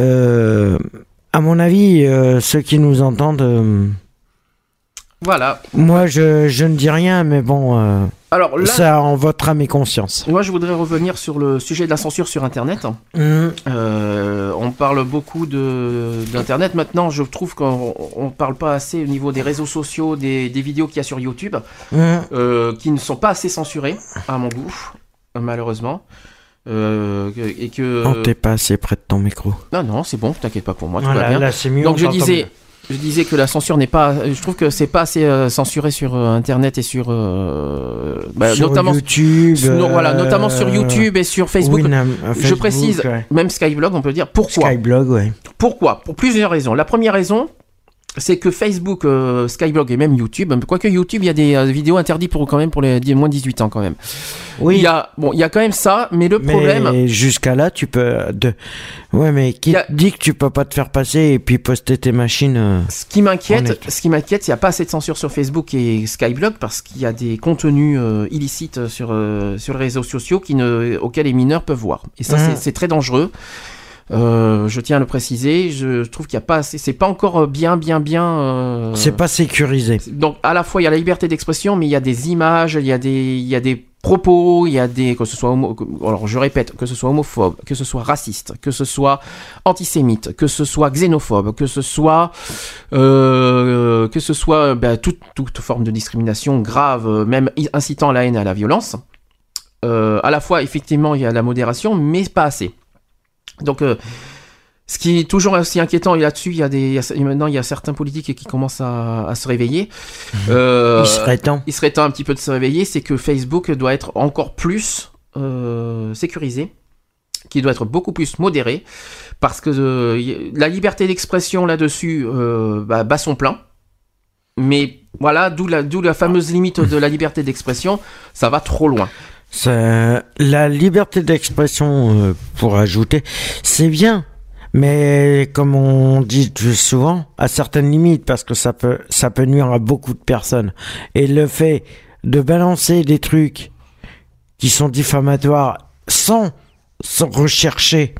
À mon avis, ceux qui nous entendent... Voilà. Moi, je ne dis rien, mais bon... Alors là, ça en votre âme et conscience. Moi, je voudrais revenir sur le sujet de la censure sur Internet. On parle beaucoup d'Internet. Maintenant, je trouve qu'on ne parle pas assez au niveau des réseaux sociaux, des vidéos qu'il y a sur YouTube, qui ne sont pas assez censurées, à mon goût, malheureusement. Et que... Oh, t'es pas assez près de ton micro. Non, c'est bon, t'inquiète pas pour moi, tout voilà, va bien. Là, c'est mieux. Donc, je disais que la censure n'est pas... Je trouve que c'est pas assez censuré sur Internet et sur... sur notamment, YouTube. Notamment sur YouTube et sur Facebook. Oui, je précise, même Skyblog, on peut dire. Pourquoi ? Skyblog, ouais. Pourquoi ? Pour plusieurs raisons. La première raison, c'est que Facebook, Skyblog et même YouTube, quoique YouTube, il y a des vidéos interdites pour les moins de 18 ans quand même. Oui. Il y a quand même ça, mais le problème... Mais jusqu'à là, tu peux... Ouais, mais qui dit que tu peux pas te faire passer et puis poster tes machines... Ce qui m'inquiète, il n'y a pas assez de censure sur Facebook et Skyblog parce qu'il y a des contenus illicites sur les réseaux sociaux auxquels les mineurs peuvent voir. Et ça, c'est très dangereux. Je tiens à le préciser, je trouve qu'il n'y a pas assez, c'est pas encore bien. C'est pas sécurisé. Donc à la fois il y a la liberté d'expression, mais il y a des images, il y a des propos, il y a que ce soit alors je répète, que ce soit homophobe, que ce soit raciste, que ce soit antisémite, que ce soit xénophobe, que ce soit toute forme de discrimination grave, même incitant à la haine et à la violence. À la fois effectivement il y a la modération, mais pas assez. Donc, ce qui est toujours aussi inquiétant, et là-dessus, maintenant, il y a certains politiques qui commencent à se réveiller. Il serait temps. Il serait temps un petit peu de se réveiller, c'est que Facebook doit être encore plus sécurisé, qu'il doit être beaucoup plus modéré, parce que la liberté d'expression là-dessus bat son plein. Mais voilà, d'où la fameuse limite de la liberté d'expression, ça va trop loin. La liberté d'expression, pour ajouter, c'est bien, mais comme on dit souvent, à certaines limites, parce que ça peut nuire à beaucoup de personnes. Et le fait de balancer des trucs qui sont diffamatoires sans rechercher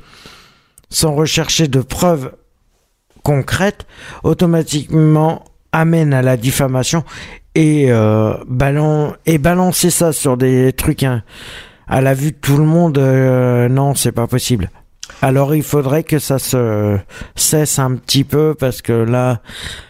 de preuves concrètes, automatiquement amène à la diffamation. Et balancer ça sur des trucs à la vue de tout le monde, non, c'est pas possible. Alors il faudrait que ça se cesse un petit peu, parce que là,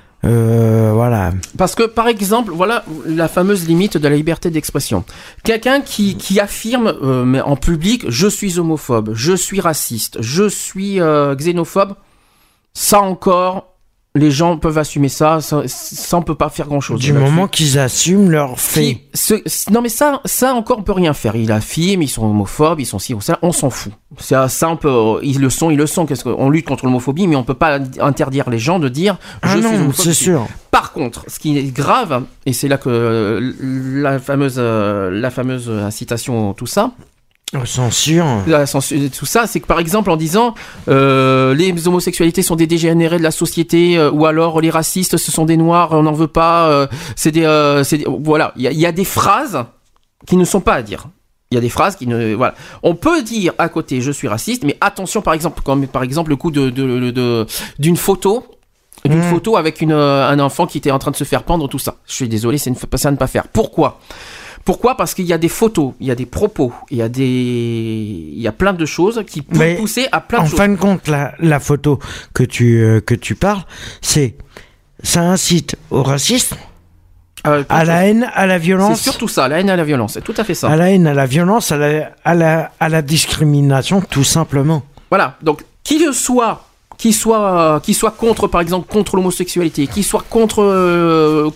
voilà. Parce que par exemple, voilà la fameuse limite de la liberté d'expression. Quelqu'un qui affirme mais en public, je suis homophobe, je suis raciste, je suis xénophobe, ça encore... Les gens peuvent assumer ça on peut pas faire grand-chose. Du moment qu'ils assument leurs faits. Non mais ça encore on peut rien faire. Ils affirment, ils sont homophobes, ils sont ci ou ça, on s'en fout. Ça on peut, ils le sont. Qu'est-ce qu'on lutte contre l'homophobie, mais on peut pas interdire les gens de dire je suis homophobe. C'est sûr. Par contre, ce qui est grave, et c'est là que la fameuse incitation, tout ça. Censure. La censure, tout ça, c'est que par exemple en disant les homosexualités sont des dégénérés de la société, ou alors les racistes ce sont des noirs, on n'en veut pas, voilà, il y a des phrases qui ne sont pas à dire. Il y a des phrases qui ne... Voilà. On peut dire à côté, je suis raciste, mais attention, par exemple, le coup d'une photo... D'une photo avec un enfant qui était en train de se faire pendre, tout ça. Je suis désolé, c'est ça à ne pas faire. Pourquoi ? Parce qu'il y a des photos, il y a des propos, il y a plein de choses qui peuvent pousser à plein de choses. En fin de compte, la photo que tu parles, ça incite au racisme, à la haine, à la violence. C'est surtout ça, la haine à la violence, c'est tout à fait ça. À la haine, à la violence, à la discrimination, tout simplement. Voilà, donc qui soit contre, par exemple, contre l'homosexualité, qui soit contre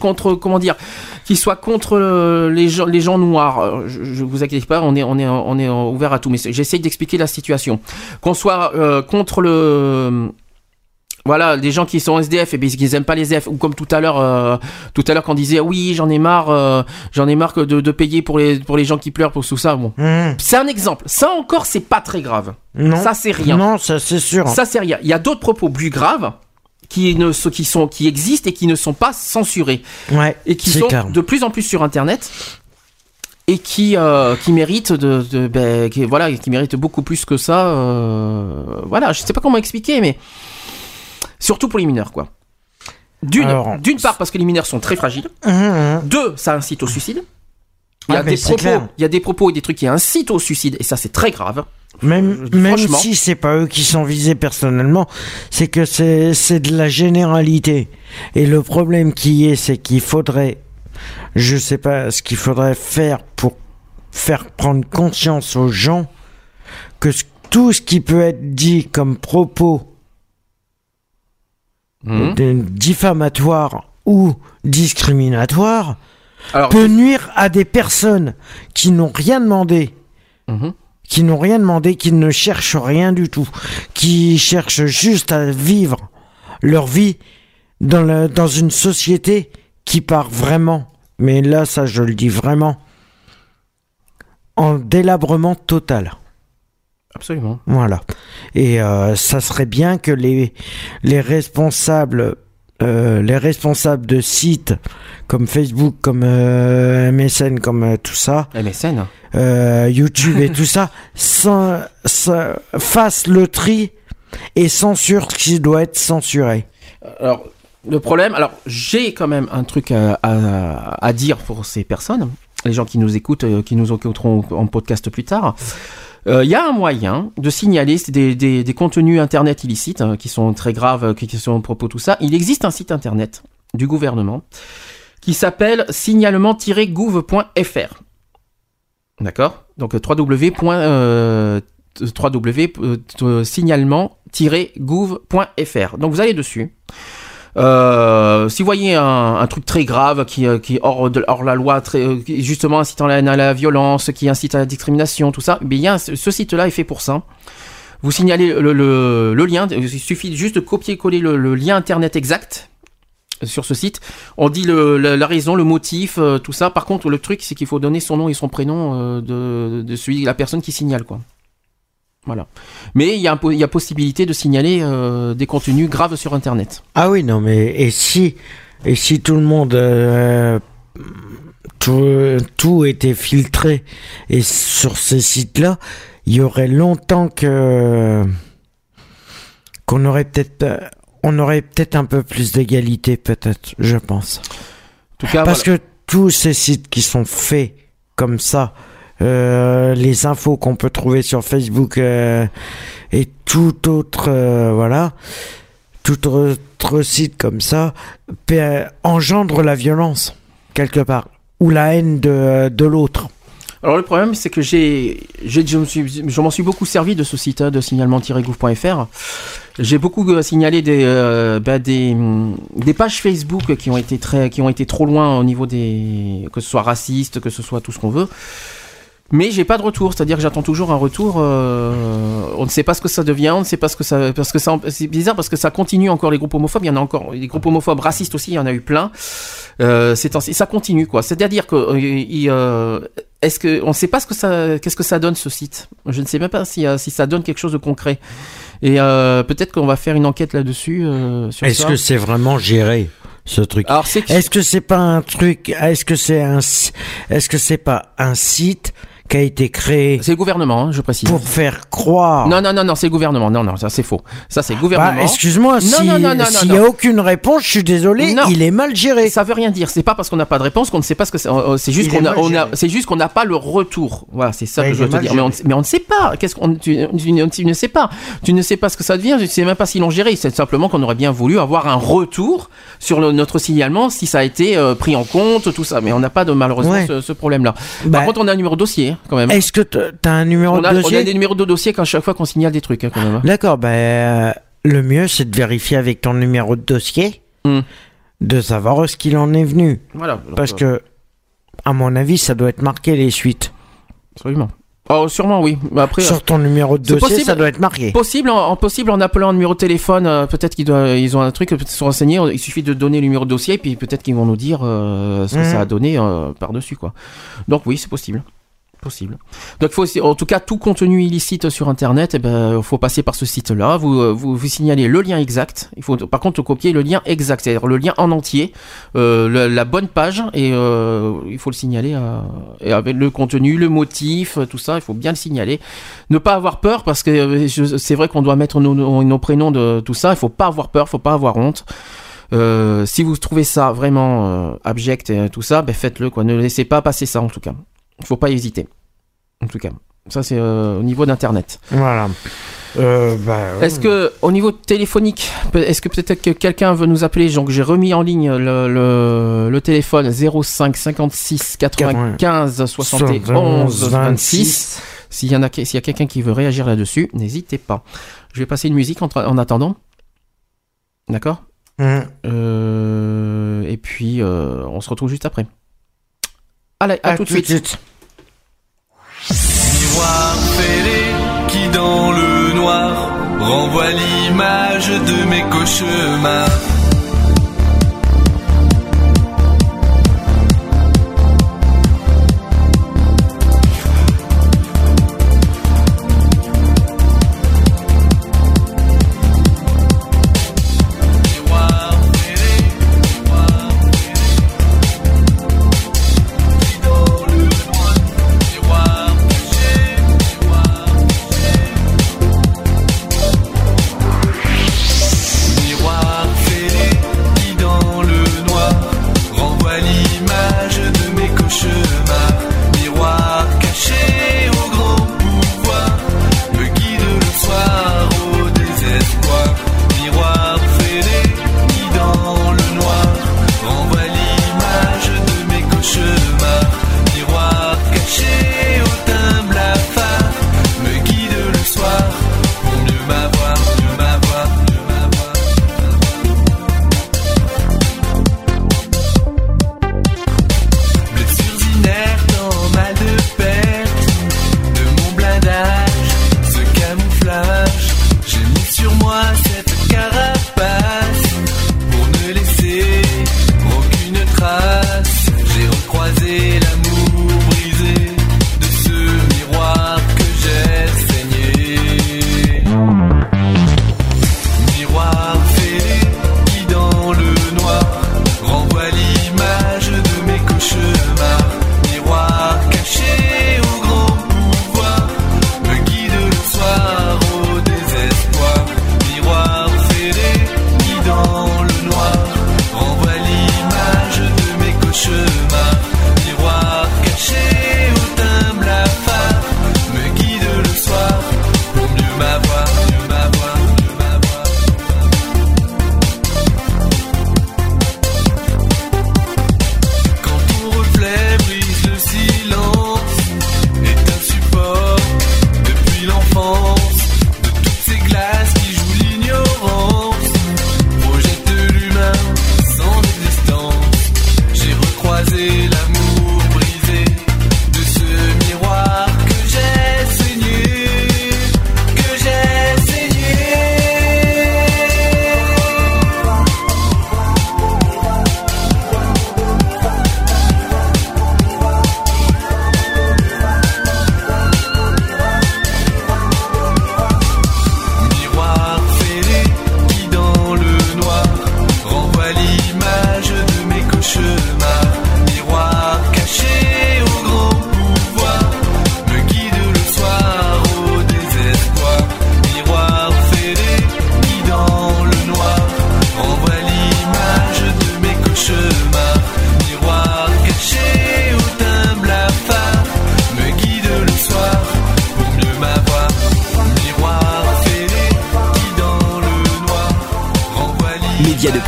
les gens noirs. Je vous inquiétez pas, on est ouvert à tout, mais j'essaie d'expliquer la situation. Qu'on soit contre les gens qui sont SDF, et bien qu'ils aiment pas les SDF, ou comme tout à l'heure quand on disait oui, j'en ai marre de payer pour les gens qui pleurent pour tout ça. Bon, c'est un exemple. Ça encore, c'est pas très grave. Non, ça c'est rien. Non, ça c'est sûr. Ça c'est rien. Il y a d'autres propos plus graves qui existent et qui ne sont pas censurés. Ouais. Et qui sont de plus en plus sur Internet. Et qui méritent qui méritent beaucoup plus que ça. Je sais pas comment expliquer, mais surtout pour les mineurs, quoi. D'une part, parce que les mineurs sont très fragiles. Deux, ça incite au suicide. Il y a des propos et des trucs qui incitent au suicide, et ça, c'est très grave. Même si c'est pas eux qui sont visés personnellement, c'est que c'est de la généralité. Et le problème c'est qu'il faudrait, je sais pas ce qu'il faudrait faire pour faire prendre conscience aux gens que tout ce qui peut être dit comme propos diffamatoire ou discriminatoire peut nuire à des personnes qui n'ont rien demandé, qui ne cherchent rien du tout, qui cherchent juste à vivre leur vie dans une société qui part vraiment, mais là ça je le dis vraiment, en délabrement total. Absolument. Voilà. Et ça serait bien que les responsables de sites comme Facebook, comme MSN, comme tout ça, MSN, YouTube et tout ça, fassent le tri et censurent ce qui doit être censuré. Alors, le problème, j'ai quand même un truc à dire pour ces personnes, les gens qui nous écoutent, qui nous écouteront en podcast plus tard. Il y a un moyen de signaler des contenus internet illicites qui sont très graves, qui sont à propos de tout ça. Il existe un site internet du gouvernement qui s'appelle signalement-gouv.fr. D'accord ? Donc www.signalement-gouv.fr. Donc vous allez dessus. Si vous voyez un truc très grave qui est hors la loi, justement incitant à la violence, qui incite à la discrimination, tout ça, bien ce site-là est fait pour ça. Vous signalez le lien, il suffit juste de copier-coller le lien internet exact sur ce site. On dit la raison, le motif, tout ça. Par contre, le truc, c'est qu'il faut donner son nom et son prénom de la personne qui signale, quoi. Voilà. Mais il y a possibilité de signaler des contenus graves sur Internet. Ah oui, non, mais et si tout le monde tout était filtré et sur ces sites-là, il y aurait longtemps qu'on aurait peut-être un peu plus d'égalité, peut-être, je pense. En tout cas, parce que tous ces sites qui sont faits comme ça, les infos qu'on peut trouver sur Facebook et tout autre site comme ça engendre la violence quelque part ou la haine de l'autre. Alors le problème c'est que je m'en suis beaucoup servi de ce site de signalement-gouv.fr. J'ai beaucoup signalé des pages Facebook qui ont été trop loin au niveau que ce soit raciste, que ce soit tout ce qu'on veut. Mais j'ai pas de retour, c'est-à-dire que j'attends toujours un retour. On ne sait pas ce que ça devient, on ne sait pas ce que ça, parce que ça, c'est bizarre parce que ça continue encore les groupes homophobes. Il y en a encore, les groupes homophobes racistes aussi, il y en a eu plein. Ça continue quoi. C'est-à-dire que est-ce que on ne sait pas qu'est-ce que ça donne ce site. Je ne sais même pas si ça donne quelque chose de concret. Et peut-être qu'on va faire une enquête là-dessus. Sur est-ce que c'est vraiment géré? Ce truc. Alors, est-ce que c'est pas un truc? Est-ce que c'est pas un site qui a été créé. C'est le gouvernement, je précise. Pour faire croire. Non, c'est le gouvernement. Non, ça c'est faux. Ça c'est le gouvernement. Excuse-moi, s'il n'y a aucune réponse, je suis désolé, il est mal géré. Ça veut rien dire. C'est pas parce qu'on n'a pas de réponse qu'on ne sait pas ce que c'est. C'est juste qu'on n'a pas le retour. Voilà, c'est ça que je veux te dire. Mais on ne sait pas. Tu ne sais pas. Tu ne sais pas ce que ça devient. Tu ne sais même pas s'ils l'ont géré. C'est simplement qu'on aurait bien voulu avoir un retour sur notre signalement, si ça a été pris en compte, tout ça. Mais on n'a pas malheureusement ce problème-là. Par contre, on a un numéro de dossier quand même. Est-ce que tu as un numéro de dossier? On a des numéros de dossier à chaque fois qu'on signale des trucs quand même. D'accord. Le mieux, c'est de vérifier avec ton numéro de dossier, de savoir où est-ce qu'il en est venu. Voilà. Parce que, à mon avis, ça doit être marqué les suites. Absolument. Oh, sûrement oui. Après, sur ton numéro de dossier, ça doit être marqué. Possible en appelant un numéro de téléphone, peut-être qu'ils ont un truc, peut-être se renseigner. Il suffit de donner le numéro de dossier et puis peut-être qu'ils vont nous dire ce que ça a donné par-dessus quoi. Donc oui, c'est possible. Donc en tout cas tout contenu illicite sur internet, faut passer par ce site-là. Vous signalez le lien exact. Il faut par contre copier le lien exact, c'est-à-dire le lien en entier, la bonne page et il faut le signaler et avec le contenu, le motif, tout ça, il faut bien le signaler. Ne pas avoir peur parce que c'est vrai qu'on doit mettre nos prénoms de tout ça. Il faut pas avoir peur, faut pas avoir honte. Si vous trouvez ça vraiment abject et tout ça, faites-le quoi. Ne laissez pas passer ça en tout cas. Il faut pas hésiter. En tout cas, ça c'est au niveau d'internet. Voilà. Est-ce que au niveau téléphonique, est-ce que peut-être que quelqu'un veut nous appeler? Donc j'ai remis en ligne le téléphone 05 56 95 71 26. S'il y a quelqu'un qui veut réagir là-dessus, n'hésitez pas. Je vais passer une musique en attendant. D'accord. Et puis on se retrouve juste après. Allez, à tout de suite. Miroir fêlé qui dans le noir renvoie l'image de mes cauchemars. Miroir fêlé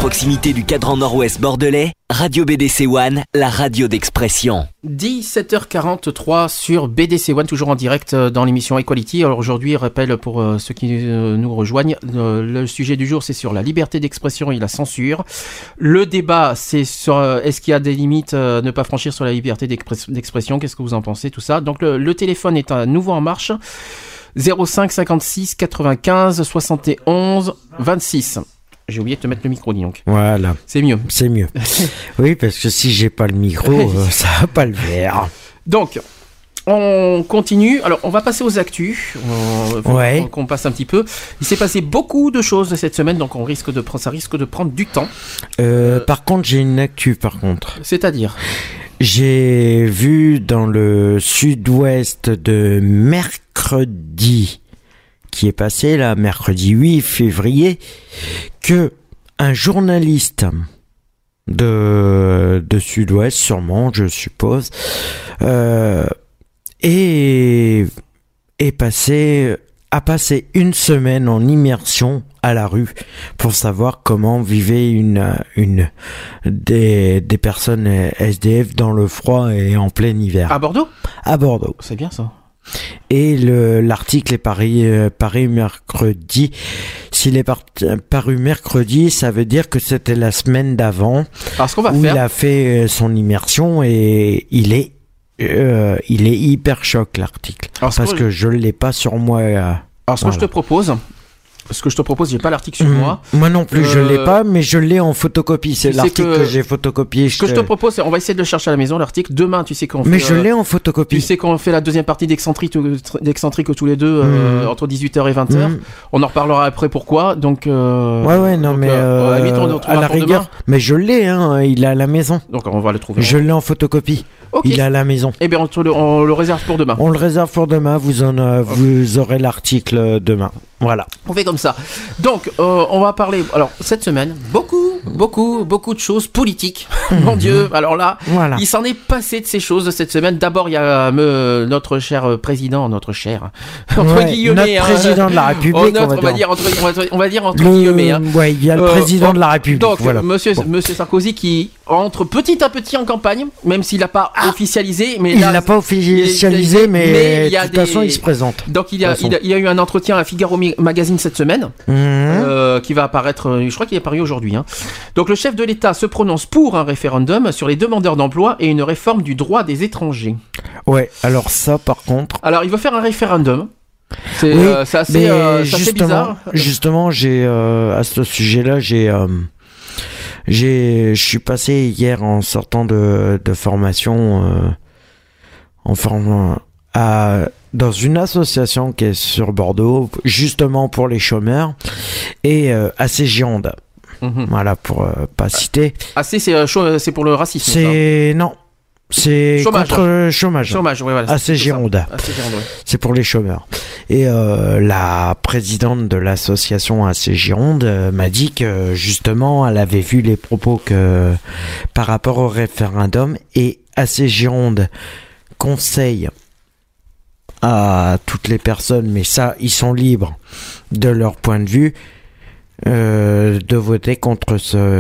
proximité du cadran nord-ouest bordelais, Radio BDC One, la radio d'expression. 17h43 sur BDC One, toujours en direct dans l'émission Equality. Alors aujourd'hui, je rappelle pour ceux qui nous rejoignent, le sujet du jour c'est sur la liberté d'expression et la censure. Le débat c'est sur est-ce qu'il y a des limites à ne pas franchir sur la liberté d'expression, qu'est-ce que vous en pensez, tout ça. Donc le téléphone est à nouveau en marche, 05 56 95 71 26. J'ai oublié de te mettre le micro, dis donc. Voilà. C'est mieux. C'est mieux. Oui, parce que si j'ai pas le micro, ça va pas le faire. Donc, on continue. Alors, on va passer aux actus. Qu'on passe un petit peu. Il s'est passé beaucoup de choses cette semaine, donc ça risque de prendre du temps. Par contre, j'ai une actu, C'est-à-dire ? J'ai vu dans le sud-ouest de mercredi, qui est passé là, mercredi 8 février, que un journaliste de Sud-Ouest, sûrement, je suppose, a passé une semaine en immersion à la rue pour savoir comment vivaient des personnes SDF dans le froid et en plein hiver. À Bordeaux ? À Bordeaux. C'est bien ça. Et l'article est paru mercredi. S'il est paru mercredi, ça veut dire que c'était la semaine d'avant il a fait son immersion et il est hyper choc l'article. Parce que je l'ai pas sur moi. Alors ce que je te propose, j'ai pas l'article sur moi. Moi non plus, je l'ai pas, mais je l'ai en photocopie. C'est l'article que j'ai photocopié. Ce que je te propose, on va essayer de le chercher à la maison, l'article. Demain, tu sais qu'on fait. Mais je l'ai en photocopie. Tu sais qu'on fait la deuxième partie d'Excentrique tous les deux, entre 18h et 20h. On en reparlera après pourquoi. Donc. À la rigueur. Mais je l'ai, il est à la maison. Donc on va le trouver. Je l'ai en photocopie. Okay. Il est à la maison. Eh bien, on le réserve pour demain. On le réserve pour demain. Vous aurez l'article demain. Voilà. On fait comme ça. Donc, on va parler. Alors, cette semaine, beaucoup de choses politiques. Mon Dieu. Alors là, voilà. Il s'en est passé de ces choses cette semaine. D'abord, il y a notre cher président, entre guillemets, notre président de la République. On va dire entre guillemets. Ouais, il y a le président de la République. Donc, voilà. Monsieur Sarkozy qui entre petit à petit en campagne, même s'il n'a pas officialisé, mais il l'a pas officialisé, mais de toute façon, il se présente. Donc, il y a eu un entretien à Figaro Magazine cette semaine, qui va apparaître, je crois qu'il est paru aujourd'hui. Donc, le chef de l'État se prononce pour un référendum sur les demandeurs d'emploi et une réforme du droit des étrangers. Ouais, alors ça, par contre. Alors, il veut faire un référendum. C'est assez bizarre. Justement, à ce sujet-là, je suis passé hier en sortant de formation dans une association qui est sur Bordeaux, justement pour les chômeurs, et AC Gironde. Voilà, pour pas citer. AC, c'est pour le racisme. Non. C'est contre chômage. Chômage, oui, voilà. AC Gironde. C'est pour les chômeurs. Et la présidente de l'association AC Gironde m'a dit que justement, elle avait vu les propos par rapport au référendum, et AC Gironde conseille à toutes les personnes, mais ça, ils sont libres de leur point de vue, de voter contre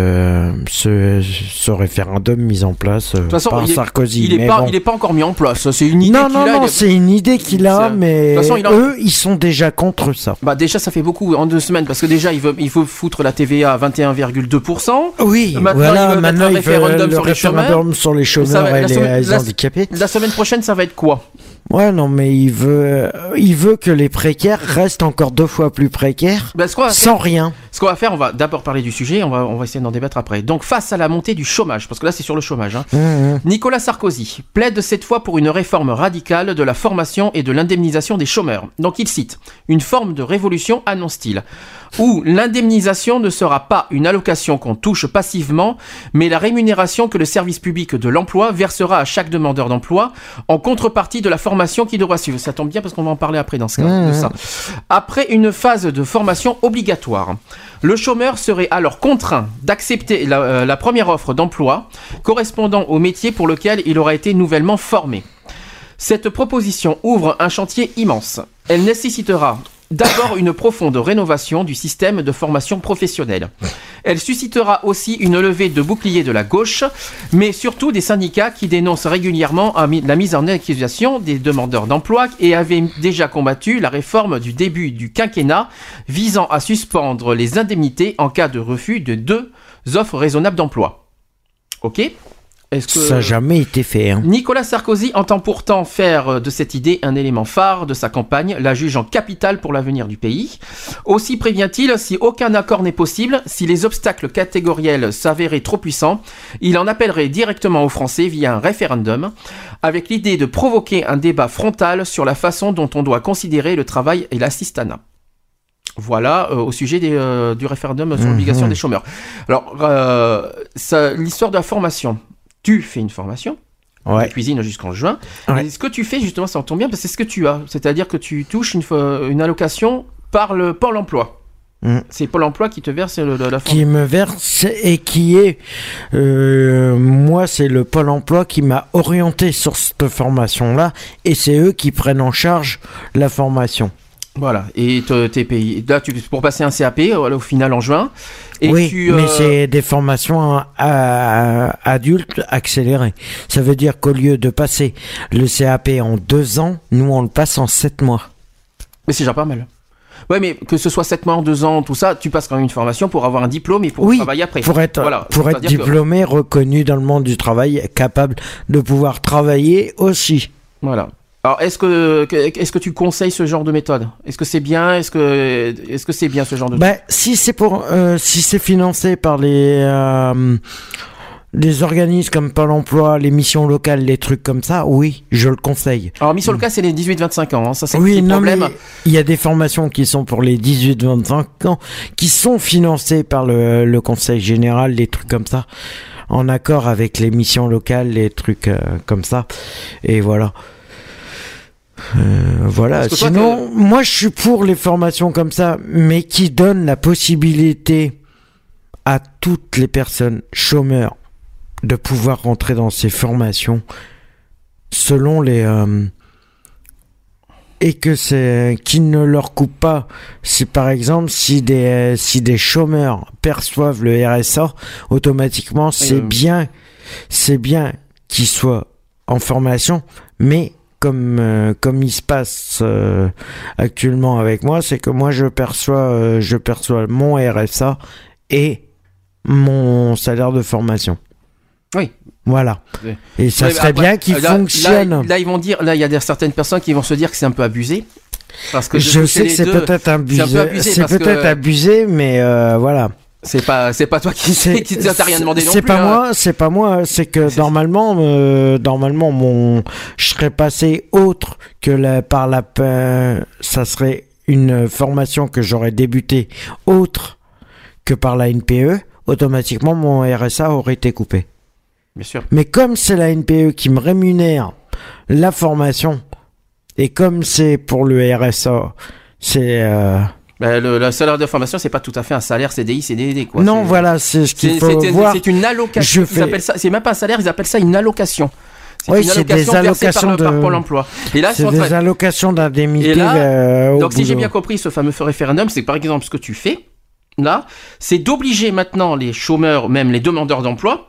ce référendum mis en place par Sarkozy. Il est pas encore mis en place. C'est une idée qu'il a. Non, c'est une idée qu'il a, mais eux, ils sont déjà contre ça. Bah déjà, ça fait beaucoup en 2 semaines, parce que déjà, il faut foutre la TVA à 21,2%. Oui, maintenant il veut le référendum sur les chômeurs et les handicapés. La semaine prochaine, ça va être quoi ? Ouais, non, mais il veut que les précaires restent encore 2 fois plus précaires, sans rien. Ce qu'on va faire, on va d'abord parler du sujet, on va essayer d'en débattre après. Donc, face à la montée du chômage, parce que là, c'est sur le chômage, Nicolas Sarkozy plaide cette fois pour une réforme radicale de la formation et de l'indemnisation des chômeurs. Donc, il cite « Une forme de révolution », annonce-t-il, où l'indemnisation ne sera pas une allocation qu'on touche passivement, mais la rémunération que le service public de l'emploi versera à chaque demandeur d'emploi en contrepartie de la formation qui devra suivre. Ça tombe bien parce qu'on va en parler après dans ce cas de ça. Après une phase de formation obligatoire, le chômeur serait alors contraint d'accepter la première offre d'emploi correspondant au métier pour lequel il aura été nouvellement formé. Cette proposition ouvre un chantier immense. Elle nécessitera d'abord une profonde rénovation du système de formation professionnelle. Elle suscitera aussi une levée de boucliers de la gauche, mais surtout des syndicats qui dénoncent régulièrement la mise en accusation des demandeurs d'emploi et avaient déjà combattu la réforme du début du quinquennat visant à suspendre les indemnités en cas de refus de 2 offres raisonnables d'emploi. Ok ? Est-ce que... Ça n'a jamais été fait. Hein. Nicolas Sarkozy entend pourtant faire de cette idée un élément phare de sa campagne, la jugeant capitale pour l'avenir du pays. Aussi prévient-il, si aucun accord n'est possible, si les obstacles catégoriels s'avéraient trop puissants, il en appellerait directement aux Français via un référendum, avec l'idée de provoquer un débat frontal sur la façon dont on doit considérer le travail et l'assistanat. Voilà au sujet du référendum sur l'obligation des chômeurs. Alors, l'histoire de la formation. Tu fais une formation de cuisine jusqu'en juin. Ouais. Et ce que tu fais, justement, ça en tombe bien, parce que c'est ce que tu as. C'est-à-dire que tu touches une allocation par le Pôle emploi. C'est Pôle emploi qui te verse la formation. Qui me verse et qui est... moi, c'est le Pôle emploi qui m'a orienté sur cette formation-là. Et c'est eux qui prennent en charge la formation. Voilà, et t'es payé. Là, pour passer un CAP au final en juin. Et oui, mais c'est des formations adultes accélérées. Ça veut dire qu'au lieu de passer le CAP en 2 ans, nous on le passe en 7 mois. Mais c'est déjà pas mal. Ouais, mais que ce soit 7 mois, 2 ans, tout ça, tu passes quand même une formation pour avoir un diplôme et pour travailler après. Pour être diplômé, reconnu dans le monde du travail, capable de pouvoir travailler aussi. Voilà. Alors, est-ce que tu conseilles ce genre de méthode ? Est-ce que c'est bien ? Est-ce que c'est bien ce genre de si c'est financé par les organismes comme Pôle emploi, les missions locales, les trucs comme ça, oui, je le conseille. Alors, mission locale, c'est les 18-25 ans, hein. Ça c'est le problème. Il y a des formations qui sont pour les 18-25 ans, qui sont financées par le Conseil général, des trucs comme ça, en accord avec les missions locales, les trucs comme ça, et voilà. Voilà. Sinon, moi je suis pour les formations comme ça, mais qui donnent la possibilité à toutes les personnes chômeurs de pouvoir rentrer dans ces formations selon les et que c'est qui ne leur coupe pas. Si par exemple si des chômeurs perçoivent le RSA, automatiquement c'est bien qu'ils soient en formation, mais comme il se passe actuellement avec moi, c'est que moi je perçois mon RSA et mon salaire de formation. Oui. Voilà. Et ça serait bien qu'il fonctionne. Là, ils vont dire, là, il y a certaines personnes qui vont se dire que c'est un peu abusé. Parce que je sais que c'est peut-être abusé. C'est peut-être abusé, mais voilà. C'est pas toi qui t'as rien demandé non plus. C'est pas moi, c'est que normalement je serais passé autre que ça serait une formation que j'aurais débuté autre que par la NPE, automatiquement mon RSA aurait été coupé. Bien sûr. Mais comme c'est la NPE qui me rémunère la formation et comme c'est pour le RSA, c'est le salaire de formation, c'est pas tout à fait un salaire CDI, CDD, quoi. Non, voilà, c'est ce qu'il faut voir. C'est une allocation. Ils appellent ça, c'est même pas un salaire, ils appellent ça une allocation. C'est des allocations par Pôle emploi. Et là, c'est des allocations d'indemnité. Donc, si j'ai bien compris ce fameux référendum, c'est par exemple ce que tu fais, là, c'est d'obliger maintenant les chômeurs, même les demandeurs d'emploi,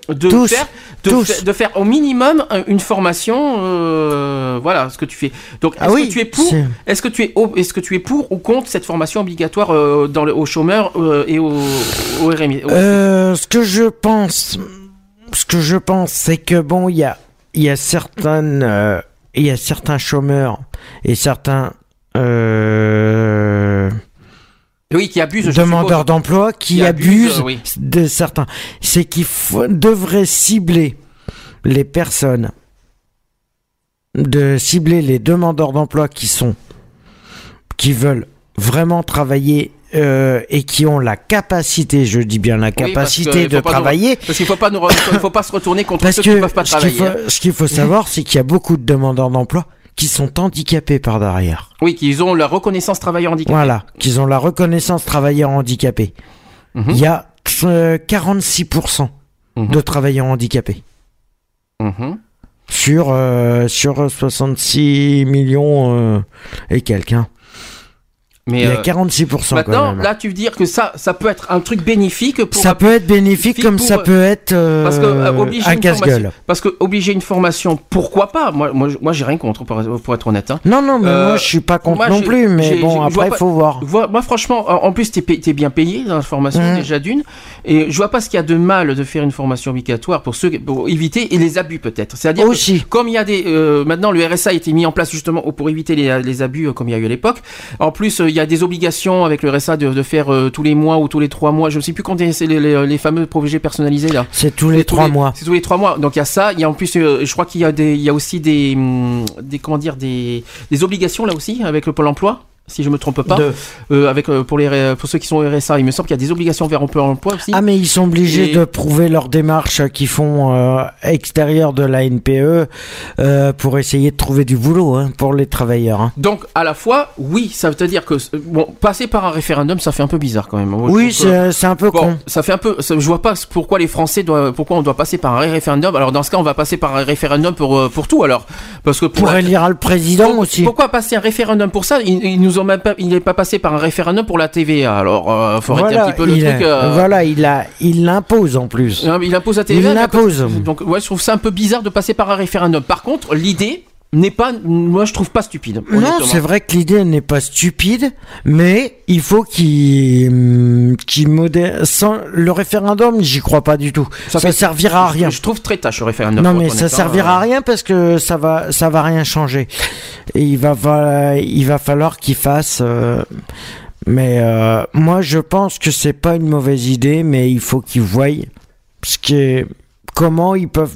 de faire au minimum une formation, voilà ce que tu fais. Donc est-ce que tu es pour ou contre cette formation obligatoire aux chômeurs et au RMI? Ce que je pense, c'est que bon, il y a certains chômeurs et certains qui abusent. Demandeurs d'emploi qui abusent de certains. C'est qu'il devrait cibler les personnes, de cibler les demandeurs d'emploi qui veulent vraiment travailler et qui ont la capacité, je dis bien la capacité de travailler. Parce qu'il faut pas se retourner contre ceux qui ne peuvent pas travailler. Ce qu'il faut savoir, c'est qu'il y a beaucoup de demandeurs d'emploi qui sont handicapés par derrière. Oui, qu'ils ont la reconnaissance travailleur handicapé. Voilà, qu'ils ont la reconnaissance travailleur handicapé. Il y a 46% de travailleurs handicapés. Sur 66 millions et quelqu'un. Mais il y a 46% maintenant, quand même. là, tu veux dire que ça peut être un truc bénéfique pour. Ça peut être bénéfique comme ça peut être un casse-gueule. Parce que obliger une formation, pourquoi pas ? Moi, j'ai rien contre, pour être honnête. Hein. Non, mais moi, je suis pas contre non plus. Mais bon, après, il faut voir. Moi, franchement, en plus, t'es bien payé dans la formation déjà d'une, et je vois pas ce qu'il y a de mal de faire une formation obligatoire pour éviter les abus peut-être. C'est-à-dire aussi, comme il y a des maintenant le RSA a été mis en place justement pour éviter les abus comme il y a eu à l'époque. En plus, il y a des obligations avec le RSA de faire tous les mois ou tous les 3 mois. Je ne sais plus quand c'est les fameux projets personnalisés là. C'est tous les 3 mois. C'est tous les 3 mois. Donc il y a ça. Il y a en plus, je crois qu'il y a aussi des obligations là aussi avec le Pôle Emploi. Si je me trompe pas, pour ceux qui sont au RSA, il me semble qu'il y a des obligations vers Pôle Emploi aussi. Ah mais ils sont obligés de prouver leur démarche qu'ils font extérieure de la NPE pour essayer de trouver du boulot pour les travailleurs. Hein. Donc à la fois, oui, ça veut dire que passer par un référendum, ça fait un peu bizarre quand même. Oui, c'est un peu con. Ça fait un peu. Je vois pas pourquoi les Français pourquoi on doit passer par un référendum. Alors dans ce cas, on va passer par un référendum pour tout alors, parce que pour élire le président aussi. Pourquoi passer un référendum pour ça ? Il n'est pas passé par un référendum pour la TVA. Alors, faut arrêter un petit peu le truc. Voilà, il l'impose en plus. Il impose la TVA. Il l'impose. Donc, ouais, je trouve ça un peu bizarre de passer par un référendum. Par contre, l'idée n'est pas, moi, je trouve pas stupide. Non, c'est vrai que l'idée n'est pas stupide, mais il faut qu'il modère. Sans le référendum, j'y crois pas du tout. Ça servira à rien. Je trouve très tâche le référendum. Non, mais ça servira à rien parce que ça va rien changer. Et il va falloir qu'il fasse. Mais moi, je pense que c'est pas une mauvaise idée, mais il faut qu'ils voient comment ils peuvent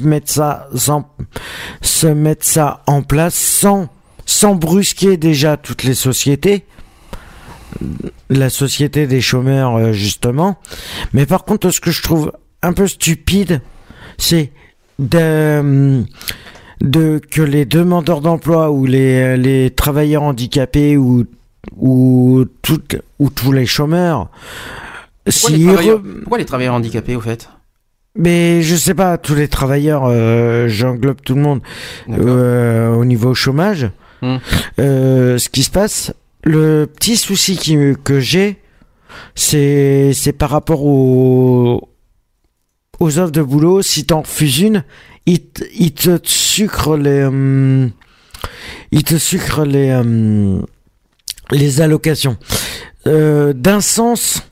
se mettre ça en place sans brusquer déjà toutes les sociétés. La société des chômeurs, justement. Mais par contre, ce que je trouve un peu stupide, c'est que les demandeurs d'emploi ou les travailleurs handicapés ou tous les chômeurs. Pourquoi les travailleurs handicapés, au fait ? Mais je sais pas, tous les travailleurs, j'englobe tout le monde au niveau chômage. Ce qui se passe, le petit souci que j'ai, c'est par rapport aux offres de boulot. Si t'en refuses une, ils te sucrent les allocations. D'un sens.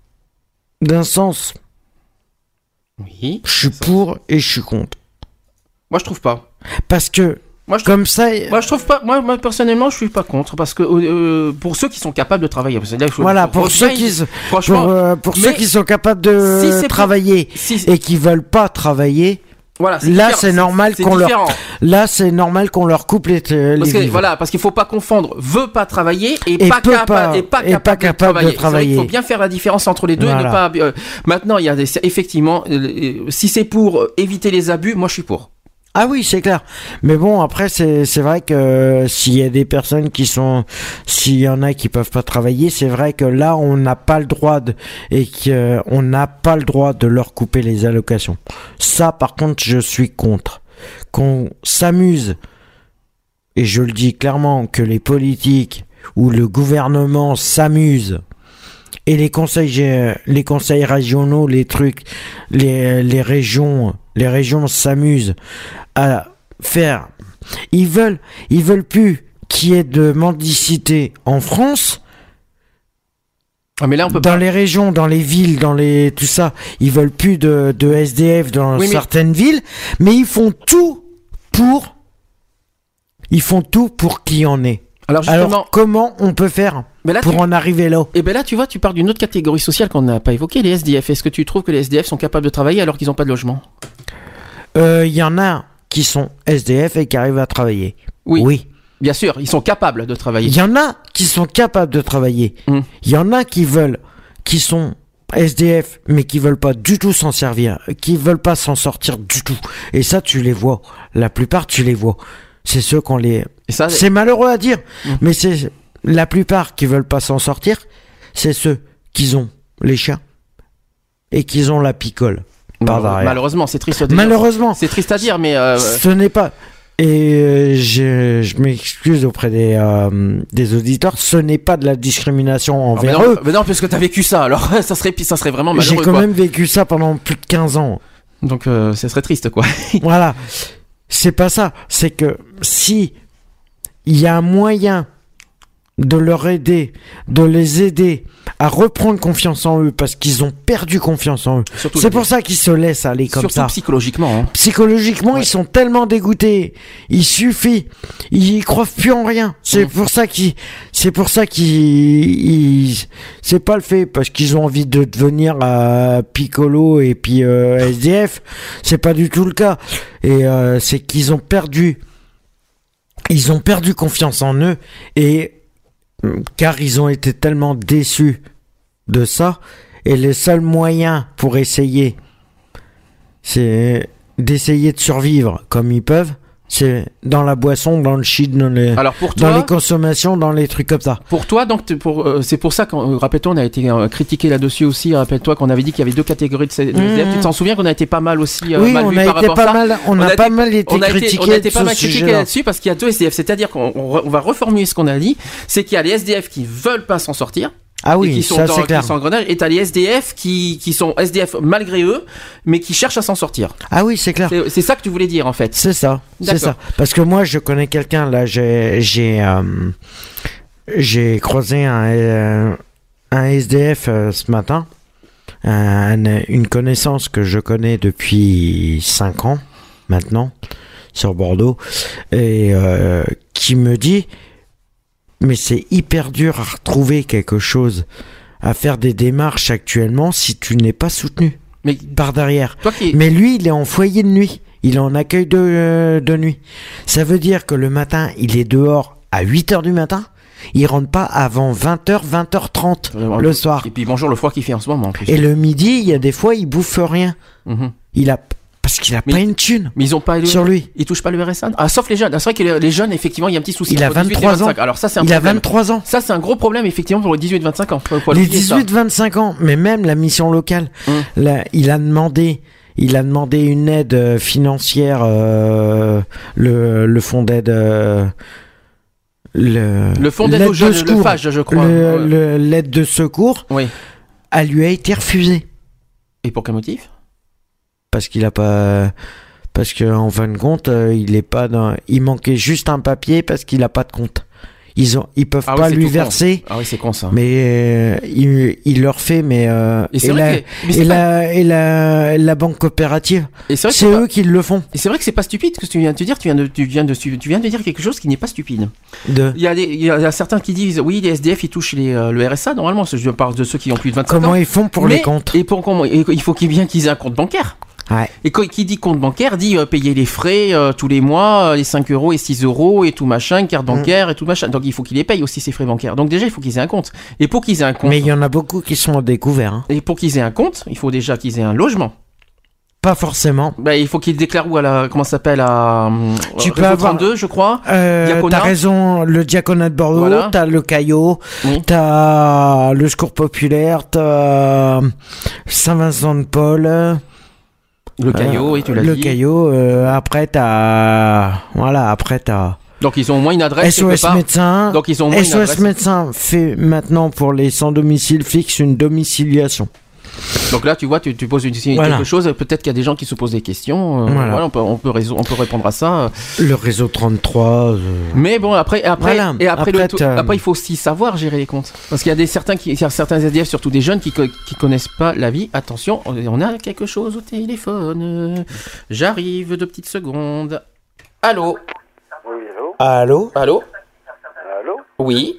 Oui. Je suis pour et je suis contre. Moi, je trouve pas. Parce que comme ça. Moi, je trouve pas. Moi, personnellement, je suis pas contre parce que pour ceux qui sont capables de travailler. Voilà, pour ceux qui sont capables de travailler et qui veulent pas travailler. Voilà, c'est normal qu'on leur coupe les vivres. Voilà, parce qu'il faut pas confondre veut pas travailler et pas capable de travailler. Il faut bien faire la différence entre les deux. Voilà. Et ne pas. Maintenant, il y a effectivement, si c'est pour éviter les abus, moi je suis pour. Ah oui, c'est clair. Mais bon, après, c'est vrai que s'il y a des personnes s'il y en a qui peuvent pas travailler, c'est vrai que là, on n'a pas le droit de leur couper les allocations. Ça, par contre, je suis contre. Qu'on s'amuse, et je le dis clairement, que les politiques ou le gouvernement s'amusent, et les conseils régionaux, les régions s'amusent à faire. Ils veulent plus qu'il y ait de mendicité en France. Ah, mais là, on peut dans les régions, dans les villes, tout ça, ils veulent plus de SDF dans certaines villes, mais ils font tout pour qu'il y en ait. Alors comment on peut faire pour en arriver là ? Et ben là, tu vois, tu parles d'une autre catégorie sociale qu'on n'a pas évoquée, les SDF. Est-ce que tu trouves que les SDF sont capables de travailler alors qu'ils n'ont pas de logement ? Il y en a qui sont SDF et qui arrivent à travailler. Oui. Bien sûr, ils sont capables de travailler. Il y en a qui sont capables de travailler. Il y en a qui sont SDF, mais qui veulent pas du tout s'en servir, qui veulent pas s'en sortir du tout. Et ça, tu les vois. La plupart, tu les vois. C'est ceux qu'on les... c'est malheureux à dire, mais c'est la plupart qui veulent pas s'en sortir, c'est ceux qui ont les chiens et qui ont la picole. Malheureusement, c'est triste à dire. Malheureusement. C'est triste à dire, mais... Ce n'est pas... Et je m'excuse auprès des auditeurs, ce n'est pas de la discrimination envers eux. Mais non, puisque t'as vécu ça, alors ça serait vraiment malheureux. J'ai quand même vécu ça pendant plus de 15 ans. Donc ça serait triste, quoi. Voilà. C'est pas ça. C'est que si il y a un moyen de leur aider, de les aider à reprendre confiance en eux parce qu'ils ont perdu confiance en eux. Surtout c'est pour ça qu'ils se laissent aller comme surtout ça. Psychologiquement. Hein. Psychologiquement, ils sont tellement dégoûtés. Il suffit. Ils croient plus en rien. C'est pour ça c'est pas le fait parce qu'ils ont envie de devenir piccolo et puis SDF. C'est pas du tout le cas. Et c'est qu'ils ont perdu. Ils ont perdu confiance en eux et car ils ont été tellement déçus de ça, et le seul moyen pour essayer, c'est d'essayer de survivre comme ils peuvent, c'est dans la boisson, dans le shit, dans les consommations, dans les trucs comme ça. Pour toi, donc, c'est pour ça qu'on, rappelle-toi, on a été critiqué là-dessus aussi. Rappelle-toi qu'on avait dit qu'il y avait 2 catégories de SDF. Tu t'en souviens qu'on a été pas mal aussi oui, mal on vu a par été rapport à ça. On a pas mal été critiqué. On a été pas mal critiqué là-dessus parce qu'il y a 2 SDF. C'est-à-dire qu'on va reformuler ce qu'on a dit. C'est qu'il y a les SDF qui veulent pas s'en sortir. Ah oui, qui sont ça c'est clair. Qui sont en grenade, et t'as les SDF qui sont SDF malgré eux, mais qui cherchent à s'en sortir. Ah oui, c'est clair. C'est ça que tu voulais dire en fait. C'est ça, c'est ça. Parce que moi, je connais quelqu'un là, j'ai croisé un SDF ce matin, une connaissance que je connais depuis 5 ans maintenant sur Bordeaux, et qui me dit. Mais c'est hyper dur à retrouver quelque chose, à faire des démarches actuellement si tu n'es pas soutenu par derrière. Mais lui, il est en foyer de nuit. Il est en accueil de nuit. Ça veut dire que le matin, il est dehors à 8h du matin. Il rentre pas avant 20h, 20h30 le soir. Et puis bonjour le froid qu'il fait en ce moment en plus. Et le midi, il y a des fois, il bouffe rien. Parce qu'il a pas une thune. Mais ils ont pas sur lui. Ils touchent pas le RSA. Ah, sauf les jeunes. C'est vrai que les jeunes, effectivement, il y a un petit souci. Il a 23 ans. Alors ça, c'est un problème. Il a 23 ans. Ça, c'est un gros problème, effectivement, pour les 18-25 ans. Les 18-25 ans, mais même la mission locale, là, il a demandé une aide financière, le fonds d'aide. Le fonds d'aide aux jeunes, le FAGE, je crois. L'aide de secours. Oui. Elle lui a été refusée. Et pour quel motif? Parce qu'il a pas, parce que en fin de compte, il manquait juste un papier parce qu'il a pas de compte. Ils peuvent pas lui verser. Ah oui, c'est con ça. Mais il leur fait, la banque coopérative. C'est eux qui le font. Et c'est vrai que c'est pas stupide ce que tu viens de te dire. Tu viens de dire quelque chose qui n'est pas stupide. Il y a certains qui disent oui, les SDF ils touchent le RSA normalement. Je parle de ceux qui ont plus de 25 ans. Comment ils font pour les comptes? Et il faut qu'ils aient un compte bancaire. Ouais. Et qui dit compte bancaire dit payer les frais tous les mois, les 5 euros et 6 euros et tout machin, carte bancaire et tout machin. Donc il faut qu'ils les payent aussi ces frais bancaires. Donc déjà il faut qu'ils aient un compte. Et pour qu'ils aient un compte. Mais il y en a beaucoup qui sont à découvert. Hein. Et pour qu'ils aient un compte, il faut déjà qu'ils aient un logement. Pas forcément. Il faut qu'ils déclarent où comment ça s'appelle tu peux avoir 32, je crois. T'as raison, le diaconat de Bordeaux, voilà. T'as le Caillot, t'as le Secours populaire, t'as Saint-Vincent-de-Paul. Le Caillot, oui, tu l'as dit. Le Caillot, après t'as... Donc ils ont au moins une adresse SOS Médecin. Donc ils ont au moins une adresse. SOS Médecin fait maintenant pour les sans domicile fixe une domiciliation. Donc là, tu vois, tu poses quelque chose. Peut-être qu'il y a des gens qui se posent des questions. Voilà, on peut répondre à ça. Le réseau 33. Mais bon, après, il faut aussi savoir gérer les comptes. Parce qu'il y a certains SDF, surtout des jeunes, qui connaissent pas la vie. Attention, on a quelque chose au téléphone. J'arrive, 2 petites secondes. Allô. Oui, allô. Allô. Allô. Allô. Oui.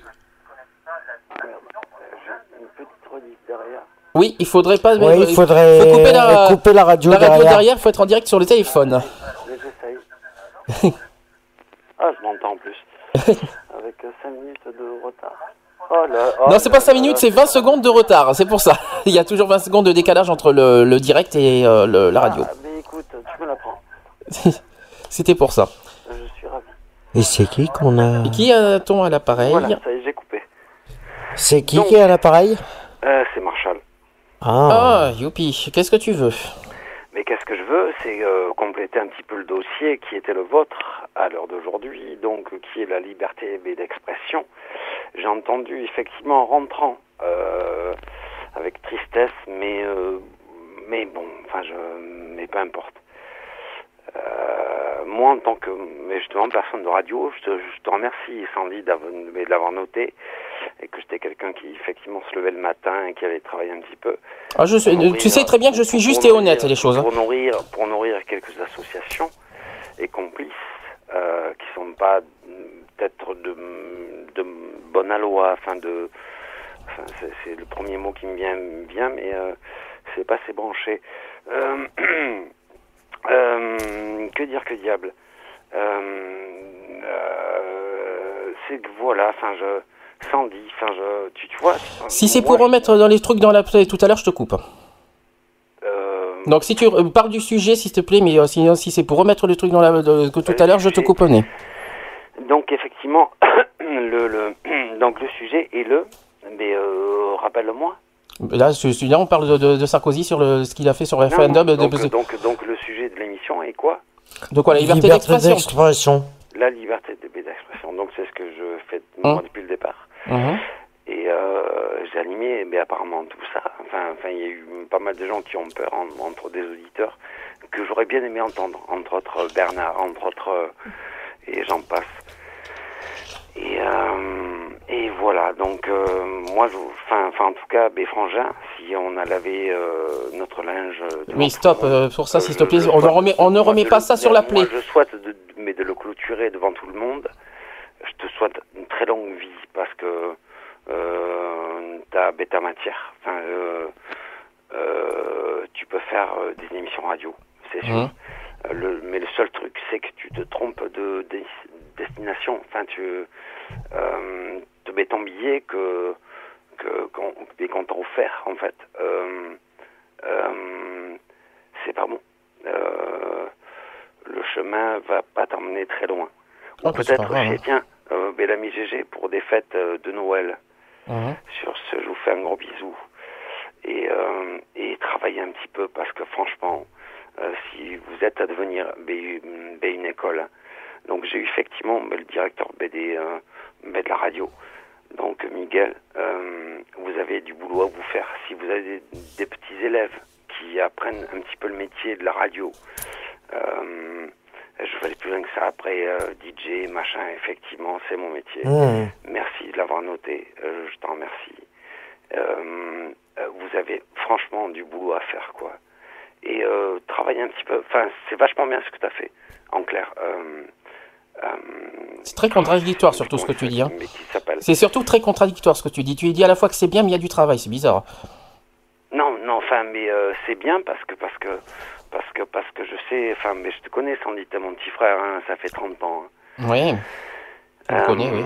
Derrière. Oui, il faudrait pas. Oui, il faudrait couper la radio derrière. La radio derrière, il faut être en direct sur le téléphone. J'essaye. Ah, je m'entends en plus. Avec 5 minutes de retard. Non, c'est pas 5 minutes, c'est 20 secondes de retard. C'est pour ça. Il y a toujours 20 secondes de décalage entre le direct et la radio. Ah, mais écoute, tu me l'apprends. C'était pour ça. Je suis ravi. Et c'est qui qu'on a... Et qui a-t-on à l'appareil? Voilà, ça y est, j'ai coupé. C'est qui est à l'appareil? C'est Marshall. Ah, youpi. Qu'est-ce que tu veux? Mais qu'est-ce que je veux, c'est compléter un petit peu le dossier qui était le vôtre à l'heure d'aujourd'hui, donc qui est la liberté d'expression. J'ai entendu effectivement en rentrant avec tristesse, mais bon, enfin mais peu importe. Moi, en tant que justement personne de radio, je te remercie, Sandy, de l'avoir noté, et que j'étais quelqu'un qui effectivement se levait le matin et qui allait travailler un petit peu. Ah, tu sais très bien que je suis juste et honnête, les choses. Pour nourrir quelques associations et complices qui sont pas peut-être de bonne aloi, c'est le premier mot qui me vient, mais c'est pas assez branché. Que dire, que diable, c'est que voilà, Sandy, tu vois. Si c'est pour remettre dans les trucs dans la play tout à l'heure, je te coupe. Donc si tu parles du sujet, s'il te plaît, mais sinon si c'est pour remettre le truc dans tout à l'heure, je te coupe au nez. Donc effectivement, donc le sujet est mais rappelle-le-moi. Là, on parle de Sarkozy sur ce qu'il a fait sur le référendum. Donc le sujet de l'émission est quoi? De quoi? La liberté d'expression. La liberté d'expression. Donc c'est ce que je fais moi depuis le départ. Et j'ai animé, mais apparemment tout ça. Enfin, il y a eu pas mal de gens qui ont peur entre des auditeurs que j'aurais bien aimé entendre, entre autres Bernard, entre autres et j'en passe. Et voilà, donc moi, en tout cas, Frangin, si on a lavé notre linge... Mais stop, pour ça, s'il te plaît, on ne remet pas ça sur la plaie. Moi, je souhaite de le clôturer devant tout le monde. Je te souhaite une très longue vie, parce que t'as matière. Tu peux faire des émissions radio, c'est sûr. Mais le seul truc, c'est que tu te trompes de destination. Tu te mets ton billet qu'on t'a offert, en fait. C'est pas bon. Le chemin va pas t'emmener très loin. Ou peut-être chez Bellamy GG pour des fêtes de Noël. Sur ce, je vous fais un gros bisou. Et travaillez un petit peu, parce que franchement, si vous êtes à devenir une école, donc j'ai eu effectivement le directeur BD de la radio. Donc Miguel, vous avez du boulot à vous faire. Si vous avez des petits élèves qui apprennent un petit peu le métier de la radio, je vais aller plus loin que ça. Après DJ, machin, effectivement, c'est mon métier. Merci de l'avoir noté, je t'en remercie. Vous avez franchement du boulot à faire, quoi. Et travailler un petit peu, c'est vachement bien ce que tu as fait, en clair. C'est très contradictoire surtout ce que tu dis. C'est surtout très contradictoire ce que tu dis. Tu dis à la fois que c'est bien, mais il y a du travail, c'est bizarre. Non, mais c'est bien parce que je sais, mais je te connais, Sandy, t'es mon petit frère, hein, ça fait 30 ans. Hein. Oui, je le connais, oui.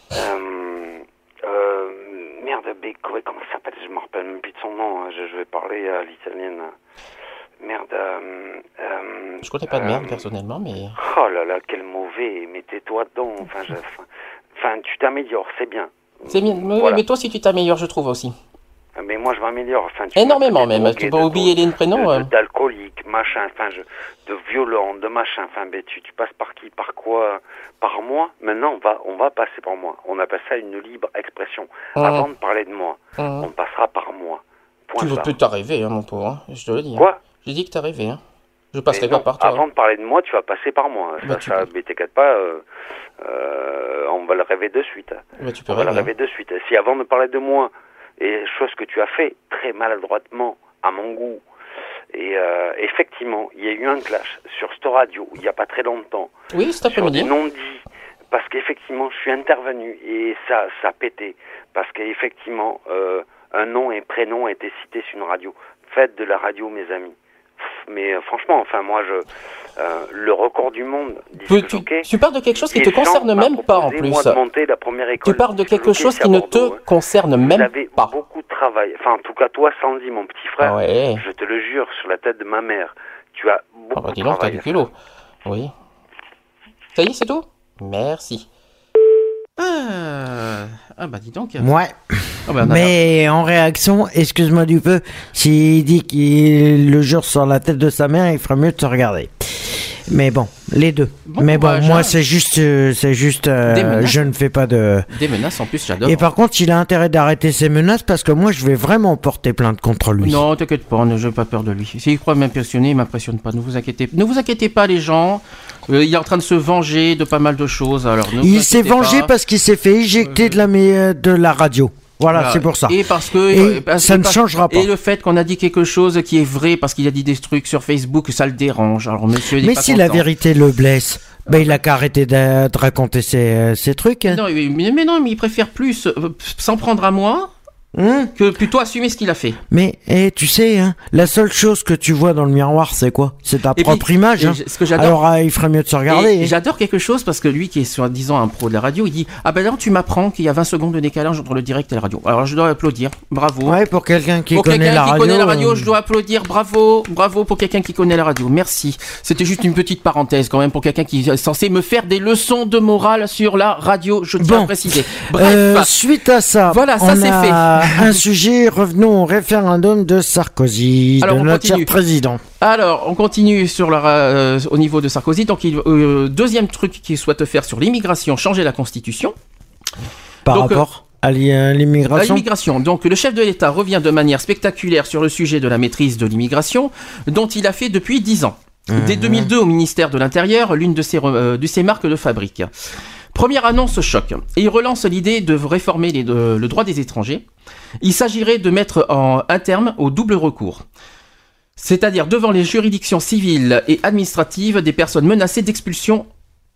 Merde, comment ça s'appelle? Je me rappelle même plus de son nom, hein. Je vais parler à l'italienne. Merde. Je connais pas de merde personnellement, mais. Oh là là, quel mauvais! Mais tais-toi dedans. Tu t'améliores, c'est bien. C'est bien. Voilà. Mais toi aussi, tu t'améliores, je trouve aussi. Mais moi, je m'améliore. Énormément même. Tu peux oublier les prénoms. D'alcoolique, machin. De violent, de machin. Tu passes par qui, par quoi, par moi. Maintenant, on va passer par moi. On appelle ça une libre expression. Avant de parler de moi, on passera par moi. Tu peux t'arriver, hein, mon pauvre. Hein. Je te le dis. Quoi? J'ai dit que t'arrivais, hein. Je passerai pas par toi. Avant de parler de moi, tu vas passer par moi. Mais t'inquiète pas, on va le rêver de suite. Tu peux on va le rêver de suite. Si avant de parler de moi, et chose que tu as fait très maladroitement, à mon goût, et effectivement, il y a eu un clash sur cette radio, il n'y a pas très longtemps. Oui, cet après-midi. Sur des non-dits, parce qu'effectivement, je suis intervenu, et ça a pété, parce qu'effectivement, un nom et prénom étaient cités sur une radio. Faites de la radio, mes amis. Mais franchement, moi, le record du monde. Tu parles de quelque chose qui te concerne même pas en plus. Moi, de monter la première école. Tu parles de quelque chose qui ne te concerne même pas. Vous avez beaucoup de travail. Enfin, en tout cas, toi, Sandy, mon petit frère, je te le jure, sur la tête de ma mère, tu as beaucoup de travail. T'as du culot. Oui. Ça y est, c'est tout? Merci. Ah bah dis donc. Ouais. Oh bah, mais en réaction, excuse-moi du peu, s'il dit qu'il le jure sur la tête de sa mère, il ferait mieux de se regarder. Mais bon, les deux. Mais bon, moi c'est juste, je ne fais pas de... Des menaces en plus, j'adore. Et par contre, il a intérêt d'arrêter ces menaces parce que moi je vais vraiment porter plainte contre lui. Non, t'inquiète pas, je n'ai pas peur de lui. S'il croit m'impressionner, il m'impressionne pas. Ne vous inquiétez pas les gens. Il est en train de se venger de pas mal de choses. Alors, il s'est vengé parce qu'il s'est fait éjecter de la radio. Voilà, c'est pour ça. Et parce que ça ne changera pas. Et le fait qu'on a dit quelque chose qui est vrai parce qu'il a dit des trucs sur Facebook, ça le dérange. Alors monsieur, mais si la vérité le blesse, il a qu'à arrêter de raconter ses trucs. Hein. Non, mais il préfère plus s'en prendre à moi. Que plutôt assumer ce qu'il a fait. Mais tu sais, hein, la seule chose que tu vois dans le miroir, c'est quoi? C'est ta propre image. Hein. Ce que j'adore, alors il ferait mieux de se regarder. Et j'adore quelque chose parce que lui qui est soi-disant un pro de la radio, il dit ah ben là tu m'apprends qu'il y a 20 secondes de décalage entre le direct et la radio. Alors je dois applaudir, bravo. Ouais, pour quelqu'un qui connaît la radio. Je dois applaudir, bravo pour quelqu'un qui connaît la radio. Merci. C'était juste une petite parenthèse quand même pour quelqu'un qui est censé me faire des leçons de morale sur la radio. Je tiens à préciser. Bref, suite à ça, voilà, ça c'est fait. Un sujet, revenons au référendum de Sarkozy, de notre cher président. Alors, on continue sur au niveau de Sarkozy. Donc, deuxième truc qu'il souhaite faire sur l'immigration, changer la Constitution. Par rapport à l'immigration. Donc, le chef de l'État revient de manière spectaculaire sur le sujet de la maîtrise de l'immigration, dont il a fait depuis 10 ans. Dès 2002, au ministère de l'Intérieur, l'une de ses marques de fabrique. Première annonce choc. Et il relance l'idée de réformer le droit des étrangers. Il s'agirait de mettre un terme au double recours. C'est-à-dire devant les juridictions civiles et administratives des personnes menacées d'expulsion,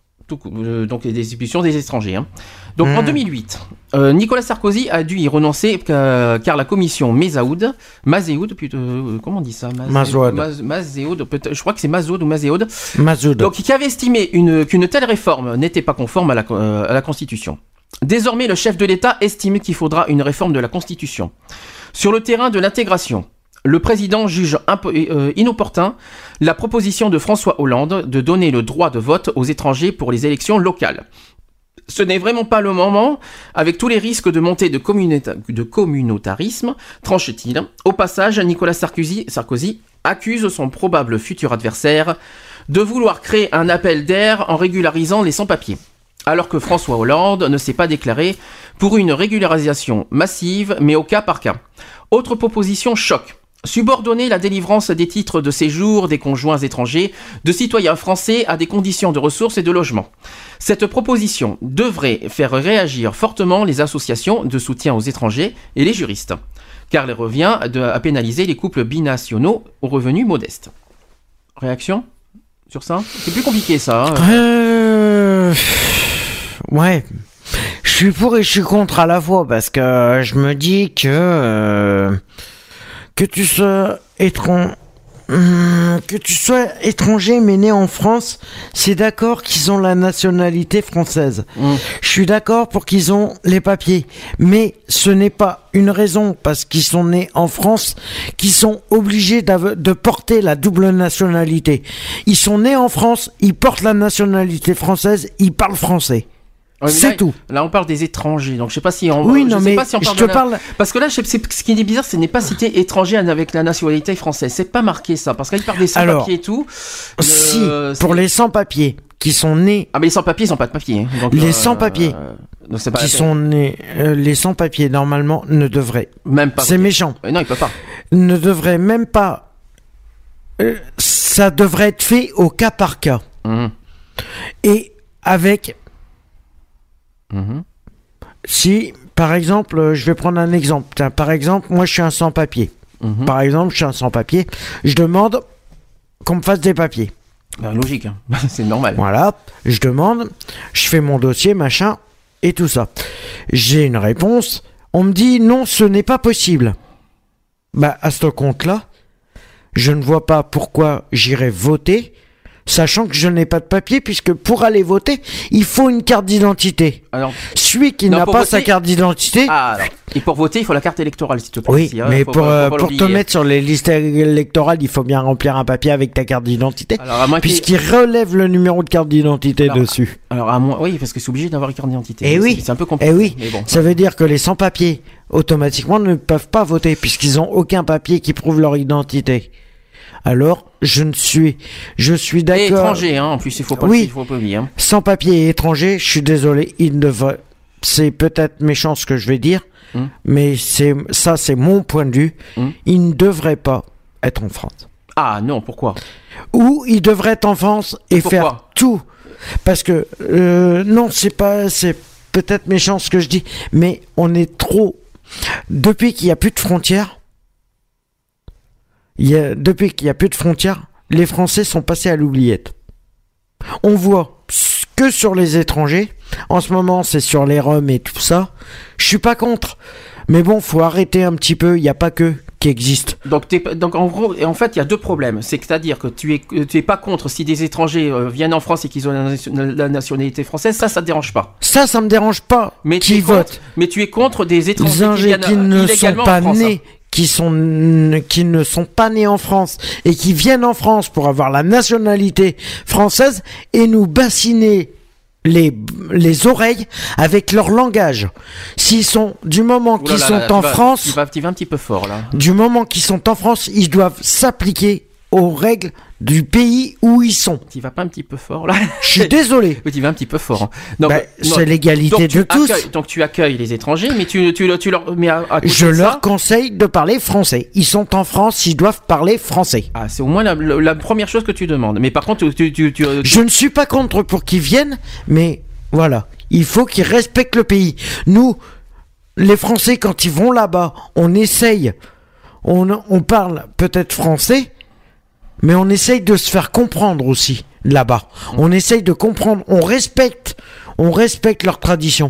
donc des expulsions des étrangers. Hein. Donc en 2008, Nicolas Sarkozy a dû y renoncer car la commission Mazéoud, comment on dit ça? Mazéoud, je crois que c'est Mazéoud ou Mazéoud. Donc qui avait estimé qu'une telle réforme n'était pas conforme à la Constitution. Désormais, le chef de l'État estime qu'il faudra une réforme de la Constitution. Sur le terrain de l'intégration, le président juge inopportun la proposition de François Hollande de donner le droit de vote aux étrangers pour les élections locales. Ce n'est vraiment pas le moment, avec tous les risques de montée de communautarisme, tranche-t-il. Au passage, Nicolas Sarkozy accuse son probable futur adversaire de vouloir créer un appel d'air en régularisant les sans-papiers. Alors que François Hollande ne s'est pas déclaré pour une régularisation massive, mais au cas par cas. Autre proposition choc. Subordonner la délivrance des titres de séjour des conjoints étrangers de citoyens français à des conditions de ressources et de logement. Cette proposition devrait faire réagir fortement les associations de soutien aux étrangers et les juristes, car elle revient à pénaliser les couples binationaux aux revenus modestes. Réaction sur ça? C'est plus compliqué ça. Ouais. Je suis pour et je suis contre à la fois parce que je me dis que tu sois étranger mais né en France, c'est d'accord qu'ils ont la nationalité française. Je suis d'accord pour qu'ils ont les papiers, mais ce n'est pas une raison parce qu'ils sont nés en France qu'ils sont obligés de porter la double nationalité. Ils sont nés en France, ils portent la nationalité française, ils parlent français. Ouais, c'est tout. Là, on parle des étrangers, donc je sais pas si on. Oui, non, mais je te parle. Parce que là, ce qui est bizarre, ce n'est pas cité étranger avec la nationalité française. C'est pas marqué ça, parce qu'il parle des sans-papiers et tout. Si, pour les sans-papiers qui sont nés. Ah, mais les sans-papiers, ils n'ont pas de papier. Hein. Donc, les sans-papiers qui sont nés, les sans-papiers normalement ne devraient. Même pas. C'est méchant. Non, ils peuvent pas. Ne devraient même pas. Ça devrait être fait au cas par cas. Et avec. Si, par exemple, je vais prendre un exemple. Par exemple, moi, je suis un sans-papier. Par exemple, je suis un sans-papier. Je demande qu'on me fasse des papiers. Ben, logique, hein. C'est normal. Voilà, je demande, je fais mon dossier, machin, et tout ça. J'ai une réponse. On me dit non, ce n'est pas possible. Bah, à ce compte-là, je ne vois pas pourquoi j'irais voter sachant que je n'ai pas de papier, puisque pour aller voter, il faut une carte d'identité. Alors, celui qui n'a pas sa carte d'identité... Et pour voter, il faut la carte électorale, s'il te plaît. Oui, ici, mais pour te mettre sur les listes électorales, il faut bien remplir un papier avec ta carte d'identité, puisqu'il relève le numéro de carte d'identité dessus. Alors, à moins, oui, parce que c'est obligé d'avoir une carte d'identité. Et oui, c'est un peu compliqué. Et oui, mais bon, ça veut dire que les sans-papiers, automatiquement, ne peuvent pas voter, puisqu'ils n'ont aucun papier qui prouve leur identité. Alors, je suis d'accord. Et étranger, en plus, il faut pas oublier. Sans papier et étranger, je suis désolé, c'est peut-être méchant ce que je vais dire, mais c'est mon point de vue. Il ne devrait pas être en France. Ah non, pourquoi? Ou il devrait être en France et faire tout. Parce que, non, c'est peut-être méchant ce que je dis, mais on est trop... Depuis qu'il n'y a plus de frontières, les Français sont passés à l'oubliette. On voit que sur les étrangers. En ce moment, c'est sur les Roms et tout ça. Je suis pas contre. Mais bon, faut arrêter un petit peu. Il n'y a pas que qui existe. Donc en gros, en fait, il y a deux problèmes. C'est-à-dire que tu es pas contre si des étrangers viennent en France et qu'ils ont la nationalité française. Ça te dérange pas. Ça me dérange pas. Mais qui votent. Mais tu es contre des étrangers qui ne sont pas nés. Qui ne sont pas nés en France et qui viennent en France pour avoir la nationalité française et nous bassiner les oreilles avec leur langage. S'ils sont, du moment qu'ils sont en France, tu vas un petit peu fort là. Du moment qu'ils sont en France, ils doivent s'appliquer aux règles du pays où ils sont. Tu vas pas un petit peu fort là? Je suis désolé. Tu vas un petit peu fort. C'est l'égalité de tous. Donc tu accueilles les étrangers, mais tu leur mets à je leur conseille de parler français. Ils sont en France, ils doivent parler français. Ah, c'est au moins la première chose que tu demandes. Mais par contre, je ne suis pas contre pour qu'ils viennent, mais voilà, il faut qu'ils respectent le pays. Nous, les Français, quand ils vont là-bas, on essaye, on parle peut-être français. Mais on essaye de se faire comprendre aussi, là-bas. On essaye de comprendre, on respecte leurs traditions.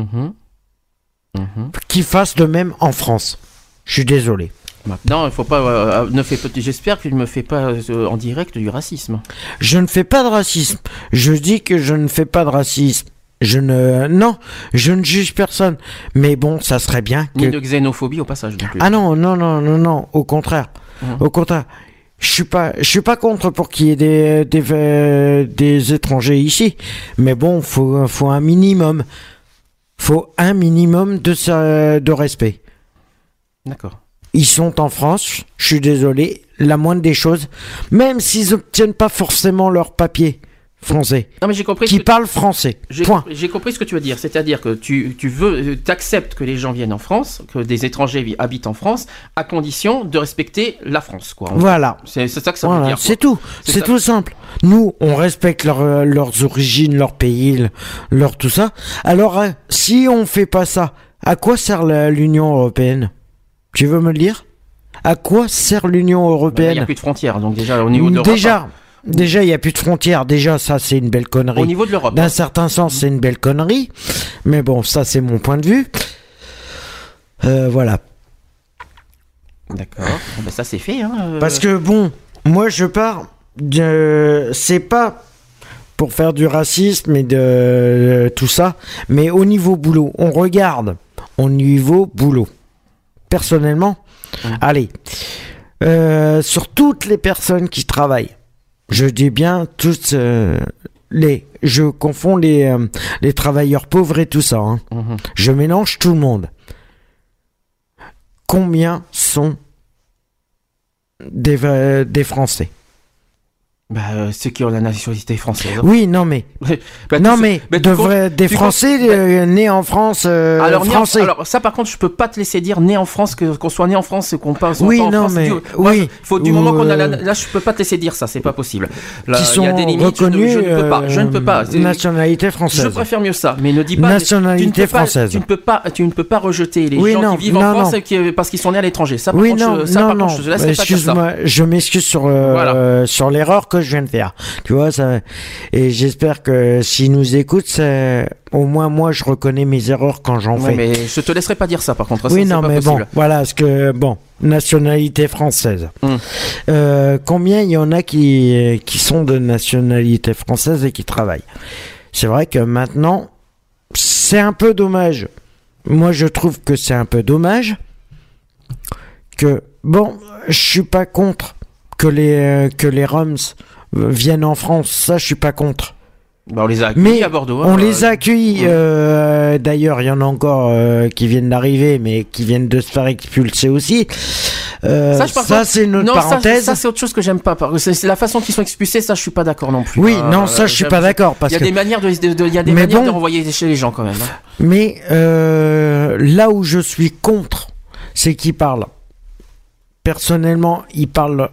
Qu'ils fassent de même en France. Je suis désolé. Maintenant, il faut pas. J'espère qu'il ne me fait pas en direct du racisme. Je ne fais pas de racisme. Je dis que je ne fais pas de racisme. Je ne juge personne. Mais bon, ça serait bien que... Ni de xénophobie au passage. Donc. Ah non, au contraire. Au contraire. Je suis pas contre pour qu'il y ait des étrangers ici, mais bon, faut un minimum, de respect. D'accord. Ils sont en France, je suis désolé, la moindre des choses, même s'ils obtiennent pas forcément leur papier français. Non mais j'ai compris. Qui parlent français. Point. J'ai compris ce que tu veux dire. C'est-à-dire que tu acceptes que les gens viennent en France, que des étrangers habitent en France, à condition de respecter la France, quoi. Voilà. C'est ça que ça veut dire. C'est tout. C'est tout simple. Nous, on respecte leurs origines, leur pays, leur tout ça. Alors, si on fait pas ça, à quoi sert l'Union européenne? Tu veux me le dire? À quoi sert l'Union européenne? Il n'y a plus de frontières, donc déjà au niveau de l'Europe. Déjà, il n'y a plus de frontières. Déjà, ça, c'est une belle connerie. Au niveau de l'Europe. D'un certain sens, c'est une belle connerie. Mais bon, ça, c'est mon point de vue. Voilà. D'accord. Ça, c'est fait. Parce que, bon, moi, je pars c'est pas pour faire du racisme et de tout ça, mais au niveau boulot. On regarde au niveau boulot. Personnellement, allez, sur toutes les personnes qui travaillent, je dis bien toutes je confonds les travailleurs pauvres et tout ça. Je mélange tout le monde. Combien sont des Français? Ceux qui ont la nationalité française. Oui, non mais des Français nés en France, français. Alors ça, par contre, je peux pas te laisser dire né en France, qu'on soit né en France et qu'on passe. Oui, en non France, mais oui. Faut du moment qu'on a là, je peux pas te laisser dire ça, c'est pas possible. Là, qui sont reconnus, je ne peux pas. Nationalité française. Je préfère mieux ça, mais ne dis pas nationalité française. Tu ne peux pas rejeter les gens qui vivent en France parce qu'ils sont nés à l'étranger. Ça, par contre, je te laisserai pas dire ça. Excuse-moi, je m'excuse sur l'erreur que que je viens de faire. Tu vois, ça, et j'espère que s'ils nous écoutent, au moins moi je reconnais mes erreurs quand j'en fais. Mais je te laisserai pas dire ça par contre. Oui, ça, non, c'est pas mais possible. bon, voilà, parce que, nationalité française. Combien il y en a qui sont de nationalité française et qui travaillent? C'est vrai que maintenant, c'est un peu dommage. Moi, je trouve que c'est un peu dommage que, je suis pas contre que les Roms viennent en France. Ça, je suis pas contre. On les a accueillis à Bordeaux. On les a accueillis. D'ailleurs, il y en a encore qui viennent d'arriver, mais qui viennent de se faire expulser aussi. Ça, c'est une autre parenthèse. Ça, c'est autre chose que j'aime pas. C'est la façon qu'ils sont expulsés. Ça, je suis pas d'accord non plus. Oui, ça, je suis pas d'accord parce il y a des manières de renvoyer chez les gens quand même. Mais là où je suis contre, c'est qu'ils parlent. Personnellement, ils parlent.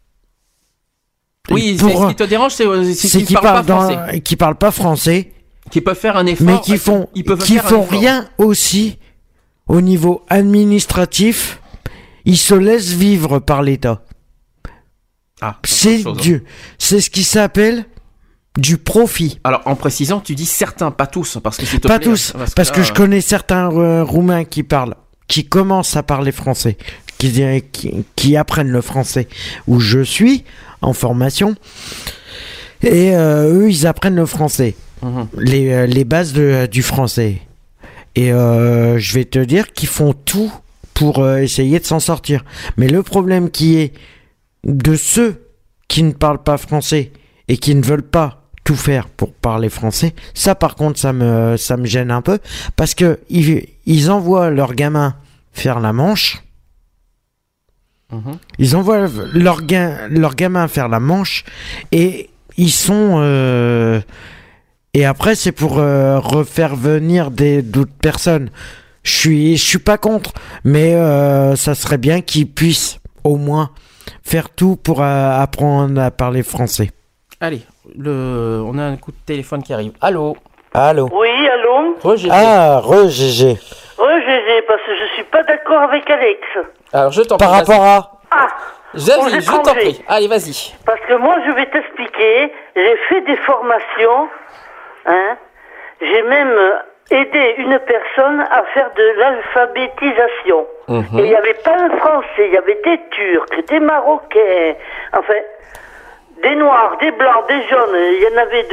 Oui, ce qui te dérange, c'est qu'ils parlent pas français. Qui parlent pas français. Qui peuvent faire un effort. Mais qui font rien aussi au niveau administratif. Ils se laissent vivre par l'État. C'est ce qui s'appelle du profit. Alors, en précisant, tu dis certains, pas tous, parce que pas tous, parce que je connais certains Roumains qui commencent à parler français, qui apprennent le français où je suis en formation, et eux ils apprennent le français, les bases du français, et je vais te dire qu'ils font tout pour essayer de s'en sortir. Mais le problème qui est de ceux qui ne parlent pas français et qui ne veulent pas tout faire pour parler français, ça par contre ça me gêne un peu, parce que ils envoient leurs gamins faire la Manche. Ils envoient leurs gamins faire la Manche, et ils sont et après c'est pour refaire venir d'autres personnes. Je suis pas contre, mais ça serait bien qu'ils puissent au moins faire tout pour apprendre à parler français. Allez, on a un coup de téléphone qui arrive. Allô? Oui, allô? Re-GG. Re-GG. Re-GG, parce que je suis pas d'accord avec Alex. Alors, je t'en prie. Par rapport à... Je t'en prie. Allez, vas-y. Parce que moi, je vais t'expliquer. J'ai fait des formations. J'ai même aidé une personne à faire de l'alphabétisation. Et il n'y avait pas de français. Il y avait des Turcs, des Marocains. Enfin, des Noirs, des Blancs, des jaunes. Il y en avait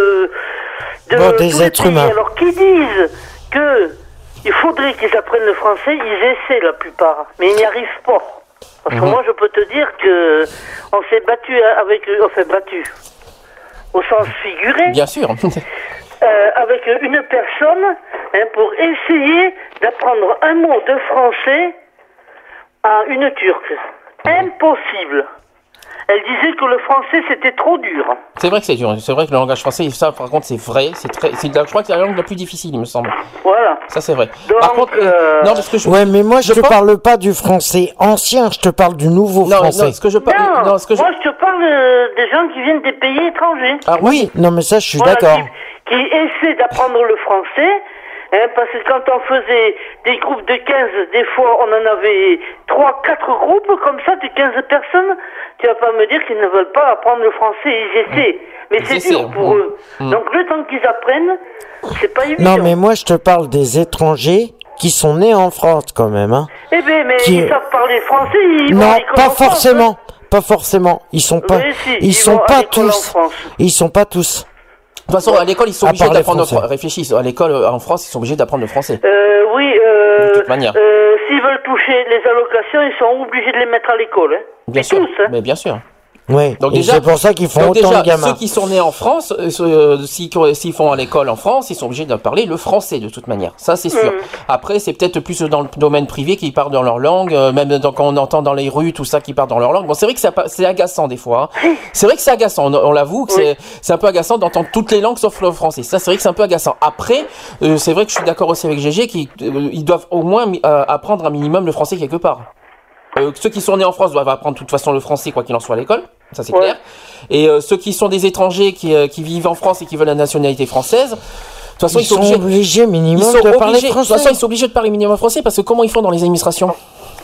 des êtres humains. Alors, qui disent que il faudrait qu'ils apprennent le français, ils essaient la plupart. Mais ils n'y arrivent pas. Parce que moi, je peux te dire que on s'est battu battu au sens figuré. Bien sûr. Avec une personne pour essayer d'apprendre un mot de français à une Turque. Impossible. Elle disait que le français c'était trop dur. C'est vrai que c'est dur. C'est vrai que le langage français, ça par contre c'est vrai. Je crois que c'est la langue la plus difficile, il me semble. Voilà. Ça c'est vrai. Donc, par contre, non, parce que ouais, mais moi je te parle pas du français ancien, je te parle du nouveau français. Moi je te parle des gens qui viennent des pays étrangers. Ah oui, non mais ça je suis d'accord. Qui essaient d'apprendre le français. Parce que quand on faisait des groupes de 15, des fois on en avait 3-4 groupes comme ça de 15 personnes. Tu vas pas me dire qu'ils ne veulent pas apprendre le français, ils essaient. Mais c'est dur pour eux. Donc le temps qu'ils apprennent, c'est pas évident. Non mais moi je te parle des étrangers qui sont nés en France quand même. Eh bien mais ils savent parler français, non, pas forcément. Pas forcément. Ils sont pas tous. De toute façon, à l'école, ils sont obligés d'apprendre réfléchis, à l'école, en France, ils sont obligés d'apprendre le français. De toute manière. S'ils veulent toucher les allocations, ils sont obligés de les mettre à l'école. Bien sûr. Tous, mais bien sûr. Oui, donc déjà, c'est pour ça qu'ils font autant de gamins. Ceux qui sont nés en France, s'ils font à l'école en France, ils sont obligés de parler le français de toute manière. Ça, c'est sûr. Après, c'est peut-être plus dans le domaine privé qu'ils parlent dans leur langue, même quand on entend dans les rues tout ça qu'ils parlent dans leur langue. Bon, c'est vrai que c'est agaçant des fois. C'est vrai que c'est agaçant. On l'avoue que c'est un peu agaçant d'entendre toutes les langues sauf le français. Ça, c'est vrai que c'est un peu agaçant. Après, c'est vrai que je suis d'accord aussi avec GG qu'ils doivent au moins apprendre un minimum le français quelque part. Ceux qui sont nés en France doivent apprendre de toute façon le français quoi qu'il en soit à l'école, ça c'est clair. Et ceux qui sont des étrangers qui vivent en France et qui veulent la nationalité française, de toute façon ils sont obligés minimum de parler français. De toute façon ils sont obligés de parler minimum français parce que comment ils font dans les administrations?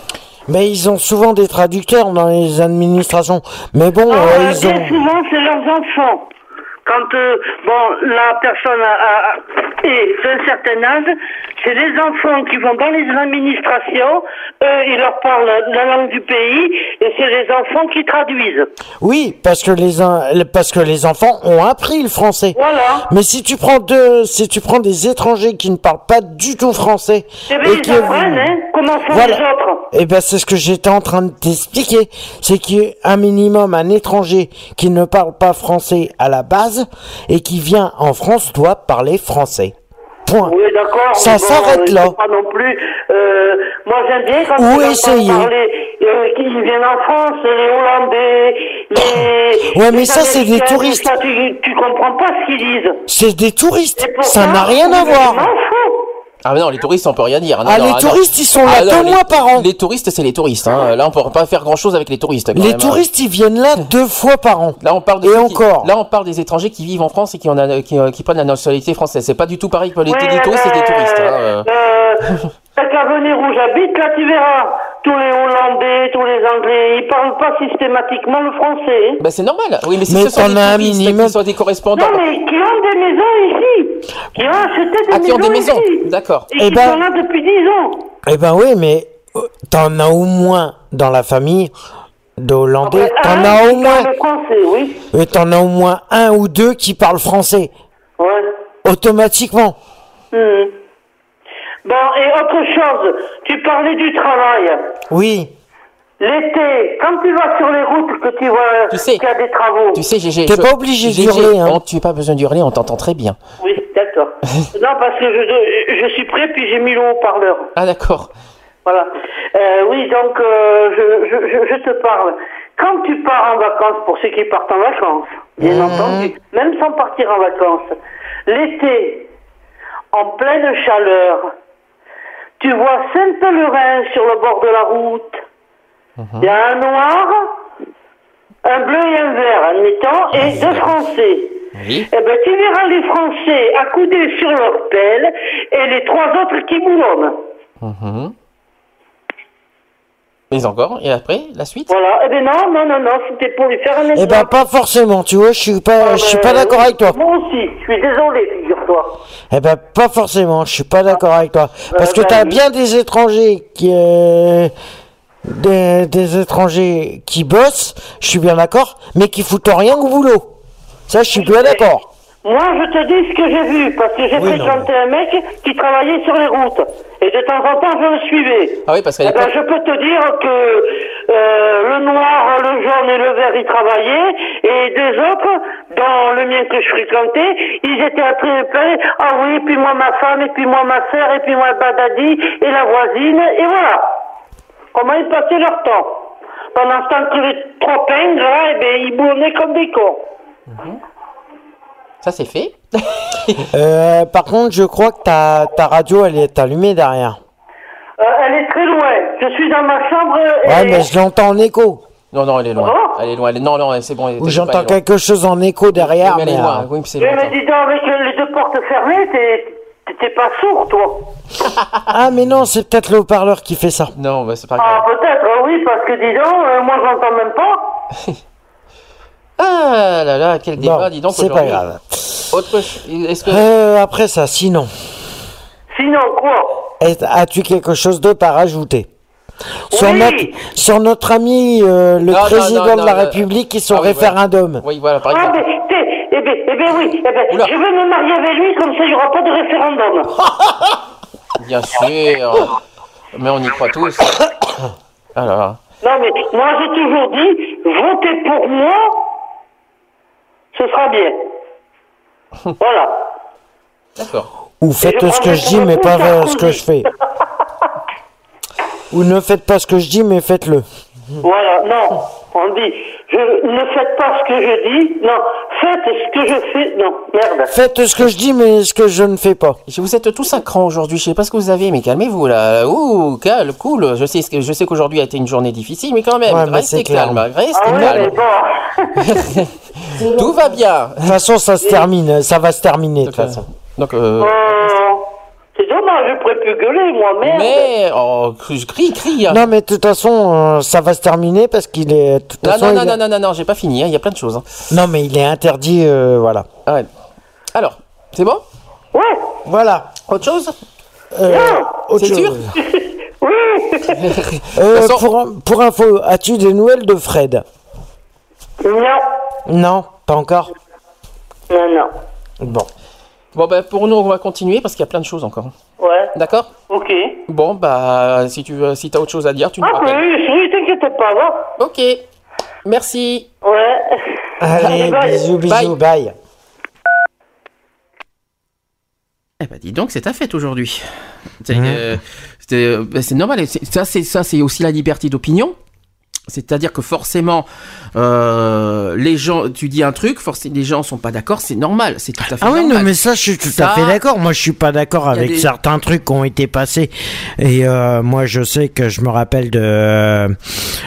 Mais ils ont souvent des traducteurs dans les administrations. Mais bon, ils ont... souvent, c'est leurs enfants. Quand la personne est d'un certain âge, c'est les enfants qui vont dans les administrations, ils leur parlent la langue du pays, et c'est les enfants qui traduisent. Oui, parce que les enfants ont appris le français. Voilà. Mais si tu prends des étrangers qui ne parlent pas du tout français, ils apprennent, hein, comment font les autres. Eh ben, c'est ce que j'étais en train de t'expliquer. C'est qu'il y a un minimum, un étranger qui ne parle pas français à la base, et qui vient en France doit parler français. Point. Oui, d'accord. Ça s'arrête là. Pas non plus. Moi, j'aime bien quand ils parler. Ils viennent en France, les Hollandais, Ouais, mais ça, c'est des touristes. Ça, tu comprends pas ce qu'ils disent. C'est des touristes. Ça n'a rien à voir. Ah mais non, les touristes, on peut rien dire. Non, les touristes, ils sont là 2 mois par an. Les touristes, c'est les touristes. Hein. Là, on peut pas faire grand-chose avec les touristes. Les touristes, ils viennent là 2 fois par an. Là, on parle Là, on parle des étrangers qui vivent en France et qui prennent la nationalité française. C'est pas du tout pareil que les touristes et les touristes. T'as qu'à venir où j'habite, là, tu verras. Tous les Hollandais, tous les Anglais, ils parlent pas systématiquement le français. Ben, c'est normal. Oui, mais si ce sont des touristes qui sont des correspondants. Non, mais qui ont des maisons ici. Qui ont acheté des maisons ici. D'accord. Et qui sont là depuis 10 ans. Eh ben oui, mais t'en as au moins dans la famille de Hollandais. T'en as au moins. Français, oui. Et t'en as au moins 1 ou 2 qui parlent français. Ouais. Automatiquement. Bon, et autre chose, tu parlais du travail. Oui. L'été, quand tu vas sur les routes, que tu vois qu'il y a des travaux. Tu sais, Gégé. T'es pas obligé d'hurler, hein. Tu n'as pas besoin d'hurler, on t'entend très bien. Oui, d'accord. Non, parce que je suis prêt, puis j'ai mis le haut-parleur. Ah, d'accord. Voilà. Oui, donc, je te parle. Quand tu pars en vacances, pour ceux qui partent en vacances, bien entendu, même sans partir en vacances, l'été, en pleine chaleur, tu vois Saint-Pèlerin sur le bord de la route. Il y a un noir, un bleu et un vert, admettons, et 2 Français. Oui. Eh ben, tu verras les Français accoudés sur leur pelle et les 3 autres qui boulonnent. Mais encore, et après, la suite? Voilà. Eh ben non, c'était pour lui faire un exemple. Eh ben pas forcément, tu vois, je suis pas d'accord avec toi. Moi aussi, je suis désolé, figure-toi. Eh ben pas forcément, je suis pas d'accord avec toi. Parce que t'as bien des étrangers des étrangers qui bossent, je suis bien d'accord, mais qui foutent rien au boulot. Ça, je suis bien d'accord. Moi, je te dis ce que j'ai vu, parce que j'ai fréquenté un mec qui travaillait sur les routes. Et de temps en temps, je le suivais. Ah oui, parce qu'à je peux te dire que le noir, le jaune et le vert, ils travaillaient. Et 2 autres, dans le mien que je fréquentais, ils étaient attrapés. Ah oui, puis moi ma femme, et puis moi ma sœur, et puis moi Badadi, et la voisine, et voilà. Comment ils passaient leur temps. Pendant ce temps que les 3 pingres, là, eh ben, ils bournaient comme des cons. Ça, c'est fait. Par contre, je crois que ta radio, elle est allumée derrière. Elle est très loin. Je suis dans ma chambre. Ouais, mais je l'entends en écho. Non, elle est loin. Oh. Elle est loin. Non, c'est bon. Ou j'entends quelque chose en écho derrière. Oui, mais elle est loin. Oui, c'est mais dis donc, avec les 2 portes fermées, t'es pas sourd, toi. Ah, mais non, c'est peut-être le haut-parleur qui fait ça. Non, bah, c'est pas grave. Ah, peut-être, oui, parce que dis donc, moi, j'entends même pas. Ah là là, quel débat, dis donc. C'est pas grave. Est-ce que... après ça, sinon. Sinon, quoi? As-tu quelque chose d'autre à rajouter? Oui. Sur notre ami, le président de la République et son référendum. Oui, voilà, par exemple. Eh ben oui. Je vais me marier avec lui, comme ça, il n'y aura pas de référendum. Bien sûr. Mais on y croit tous. Alors. Non, mais moi, j'ai toujours dit, votez pour moi, ce sera bien. Voilà. D'accord. Ou faites ce que je dis, mais pas ce que je fais. Ou ne faites pas ce que je dis, mais faites-le. Voilà, non. On dit, ne faites pas ce que je dis, non. Faites ce que je fais, non. Merde. Faites ce que je dis, mais ce que je ne fais pas. Vous êtes tous à cran aujourd'hui, je sais pas ce que vous avez, mais calmez-vous là. Ouh, calme, cool. Je sais qu'aujourd'hui a été une journée difficile, mais quand même, restez calme. Restez calme. Bon. Tout va bien. De toute façon, ça va se terminer, de toute façon. Donc, c'est dommage. je pourrais plus gueuler, moi, merde. Mais, je crie. Non, mais de toute façon, ça va se terminer parce qu'il est... Non, j'ai pas fini, il y a plein de choses. Non, mais il est interdit, voilà. Ouais. Alors, c'est bon ? Ouais. Voilà. Autre chose ? Autre C'est sûr ? Oui. Pour info, as-tu des nouvelles de Fred ? Non. Non, pas encore. Non. Bon, pour nous, on va continuer parce qu'il y a plein de choses encore. Ouais. D'accord ? Ok. Bon, si t'as autre chose à dire, tu nous rappelles. Oui, t'inquiète pas, va. Ok. Merci. Ouais. Allez, bisous, bye. Eh ben, dis donc, c'est ta fête aujourd'hui. C'est normal. C'est aussi la liberté d'opinion. C'est-à-dire que forcément, les gens, tu dis un truc, les gens sont pas d'accord, c'est normal, c'est tout à fait normal. Ah oui, non, mais ça, je suis tout à fait d'accord. Moi, je suis pas d'accord avec certains trucs qui ont été passés. Et moi, je sais que je me rappelle de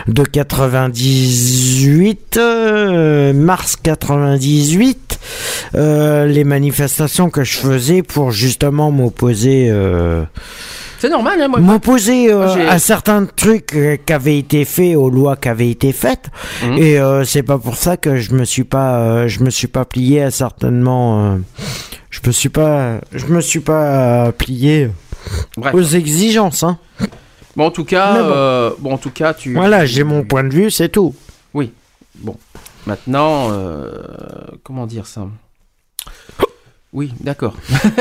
98, mars 98, les manifestations que je faisais pour justement m'opposer. C'est normal, hein, moi. M'opposer à certains trucs qui avaient été faits, aux lois qui avaient été faites, et c'est pas pour ça que je me suis pas plié à certainement. Je me suis pas plié aux exigences, hein. Bon, en tout cas, tu. Voilà, j'ai mon point de vue, c'est tout. Oui. Bon. Maintenant, comment dire ça? Oui, d'accord.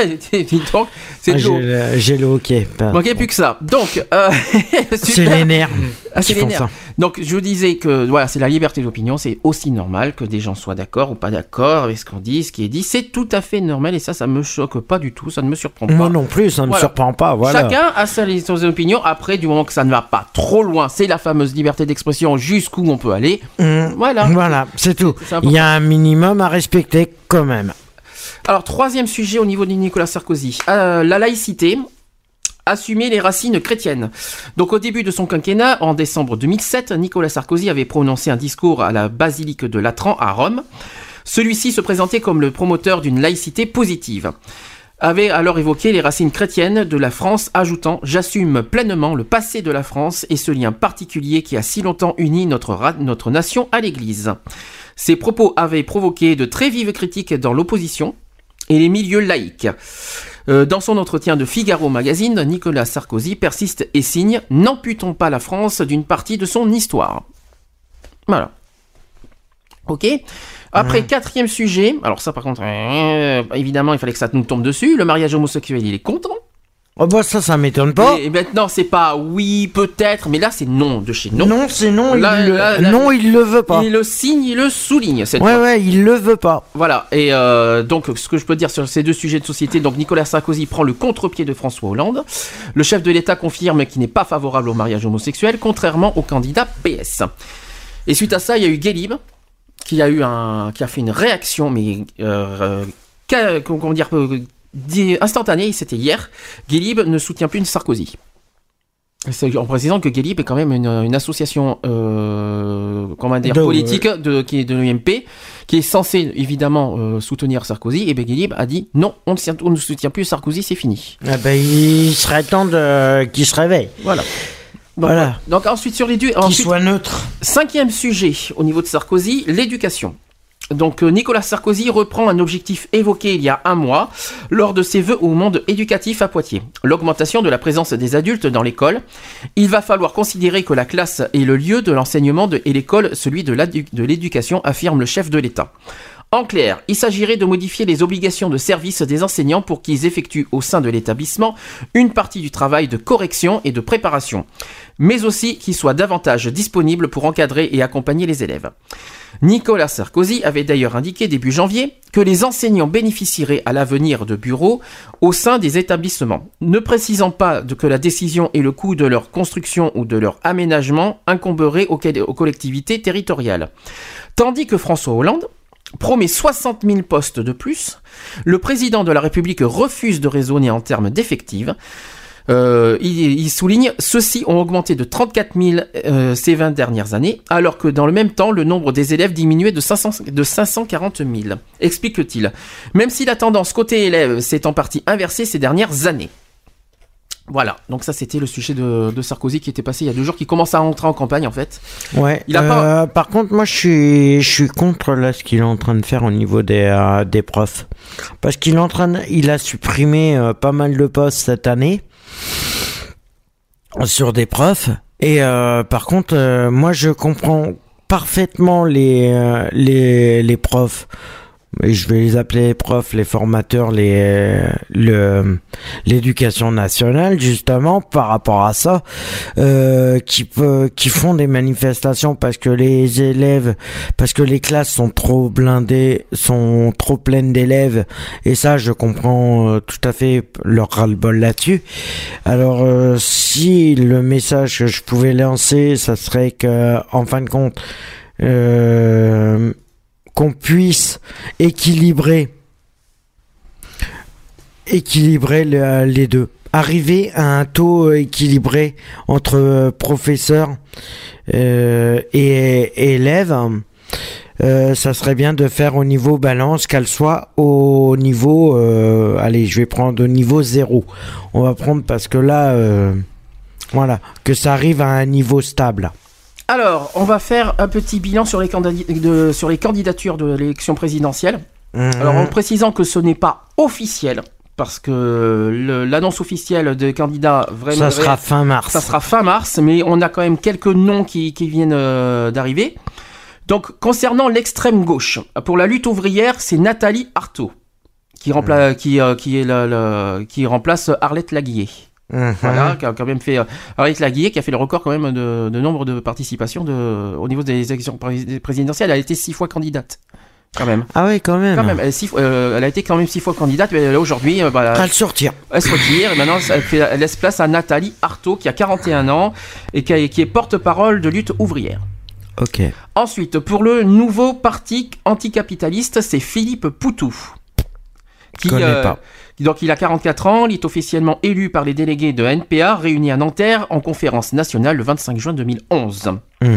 C'est de l'eau. J'ai le hockey. Manquait plus que ça. Donc, c'est les nerfs. C'est les nerfs. Donc, je vous disais que voilà, c'est la liberté d'opinion. C'est aussi normal que des gens soient d'accord ou pas d'accord avec ce qu'on dit, ce qui est dit. C'est tout à fait normal et ça me choque pas du tout. Ça ne me surprend pas. Moi non plus, ça ne me surprend pas. Voilà. Chacun a ses opinions. Après, du moment que ça ne va pas trop loin, c'est la fameuse liberté d'expression jusqu'où on peut aller. Voilà, c'est tout. Il y a un minimum à respecter quand même. Alors, troisième sujet au niveau de Nicolas Sarkozy, la laïcité, assumer les racines chrétiennes. Donc, au début de son quinquennat, en décembre 2007, Nicolas Sarkozy avait prononcé un discours à la basilique de Latran à Rome. Celui-ci se présentait comme le promoteur d'une laïcité positive. Avait alors évoqué les racines chrétiennes de la France, ajoutant « J'assume pleinement le passé de la France et ce lien particulier qui a si longtemps uni notre nation à l'Église ». Ces propos avaient provoqué de très vives critiques dans l'opposition et les milieux laïcs. Dans son entretien de Figaro Magazine, Nicolas Sarkozy persiste et signe « N'amputons pas la France d'une partie de son histoire ». Voilà. Ok. Après, quatrième sujet, alors ça par contre, évidemment il fallait que ça nous tombe dessus, le mariage homosexuel il est content. Oh bah ça m'étonne pas. Et maintenant c'est pas oui peut-être, mais là c'est non de chez non. Non c'est non, non il le veut pas. Il le signe, il le souligne cette fois. Ouais il le veut pas. Voilà et donc ce que je peux dire sur ces deux sujets de société, donc Nicolas Sarkozy prend le contre-pied de François Hollande. Le chef de l'État confirme qu'il n'est pas favorable au mariage homosexuel, contrairement au candidat PS. Et suite à ça il y a eu Guélib qui a fait une réaction mais comment dire instantané, c'était hier. Guélib ne soutient plus Sarkozy. En précisant que Guélib est quand même une association politique qui est de l'UMP, qui est censée évidemment soutenir Sarkozy. Et bien Guélib a dit non, on ne soutient plus Sarkozy, c'est fini. Il serait temps qu'il se réveille. Voilà. Donc ensuite sur qu'il soit neutre. Cinquième sujet au niveau de Sarkozy, l'éducation. Donc Nicolas Sarkozy reprend un objectif évoqué il y a un mois lors de ses vœux au monde éducatif à Poitiers. L'augmentation de la présence des adultes dans l'école. Il va falloir considérer que la classe est le lieu de l'enseignement et l'école celui de l'éducation, affirme le chef de l'État. En clair, il s'agirait de modifier les obligations de service des enseignants pour qu'ils effectuent au sein de l'établissement une partie du travail de correction et de préparation, mais aussi qu'ils soient davantage disponibles pour encadrer et accompagner les élèves. Nicolas Sarkozy avait d'ailleurs indiqué début janvier que les enseignants bénéficieraient à l'avenir de bureaux au sein des établissements, ne précisant pas que la décision et le coût de leur construction ou de leur aménagement incomberaient aux collectivités territoriales. Tandis que François Hollande promet 60 000 postes de plus, le président de la République refuse de raisonner en termes d'effectifs. Il souligne « Ceux-ci ont augmenté de 34 000 ces 20 dernières années, alors que dans le même temps, le nombre des élèves diminuait de 540 000. » Explique-t-il. Même si la tendance côté élèves s'est en partie inversée ces dernières années. Voilà, donc ça c'était le sujet de Sarkozy qui était passé il y a 2 jours, qui commence à entrer en campagne en fait. Ouais. Par contre, moi je suis contre là ce qu'il est en train de faire au niveau des profs, parce qu'il a supprimé pas mal de postes cette année sur des profs. Et par contre, moi je comprends parfaitement les profs. Et je vais les appeler les profs, les formateurs, l'éducation nationale, justement, par rapport à ça, qui font des manifestations parce que les classes sont trop blindées, sont trop pleines d'élèves, et ça, je comprends tout à fait leur ras-le-bol là-dessus. Alors, si le message que je pouvais lancer, ça serait que, en fin de compte, qu'on puisse équilibrer les deux. Arriver à un taux équilibré entre professeurs et élèves, ça serait bien de faire au niveau balance, qu'elle soit au niveau, allez, je vais prendre au niveau 0. On va prendre parce que là, voilà, que ça arrive à un niveau stable. Alors, on va faire un petit bilan sur les candidatures de l'élection présidentielle. Alors, en précisant que ce n'est pas officiel, parce que l'annonce officielle des candidats... vraiment, ça sera fin mars. Ça sera fin mars, mais on a quand même quelques noms qui viennent d'arriver. Donc, concernant l'extrême gauche, pour la lutte ouvrière, c'est Nathalie Arthaud, qui remplace Arlette Laguillet. Voilà, qui a quand même fait Arlette Laguillet, qui a fait le record quand même de nombre de participations au niveau des élections présidentielles. Elle a été 6 fois candidate, quand même. Ah oui, quand même. Elle a été quand même 6 fois candidate, mais aujourd'hui, elle se retire. Elle se retire, et maintenant elle laisse place à Nathalie Arthaud, qui a 41 ans et qui est porte-parole de lutte ouvrière. Ok. Ensuite, pour le nouveau parti anticapitaliste, c'est Philippe Poutou. Je connais pas. Donc il a 44 ans, il est officiellement élu par les délégués de NPA réunis à Nanterre en conférence nationale le 25 juin 2011.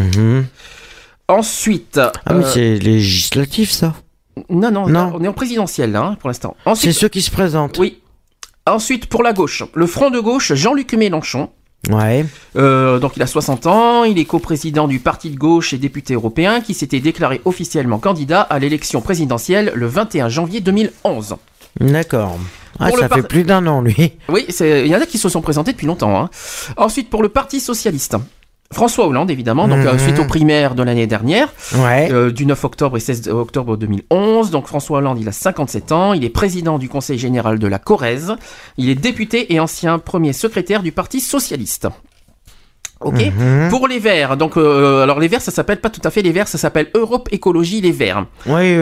Ensuite... mais c'est législatif ça? Non. On est en présidentiel là, pour l'instant. Ensuite, c'est ceux qui se présentent? Oui. Ensuite, pour la gauche, le Front de gauche, Jean-Luc Mélenchon. Ouais. Donc il a 60 ans, il est coprésident du Parti de gauche et député européen qui s'était déclaré officiellement candidat à l'élection présidentielle le 21 janvier 2011. D'accord. Ça fait plus d'1 an, lui. Oui, il y en a qui se sont présentés depuis longtemps. Hein. Ensuite, pour le Parti socialiste, François Hollande, évidemment, donc suite aux primaires de l'année dernière, du 9 octobre et 16 octobre 2011. Donc François Hollande, il a 57 ans, il est président du Conseil général de la Corrèze, il est député et ancien premier secrétaire du Parti socialiste. Ok. Pour les Verts, donc alors les Verts, ça s'appelle pas tout à fait les Verts, ça s'appelle Europe Écologie Les Verts. Oui,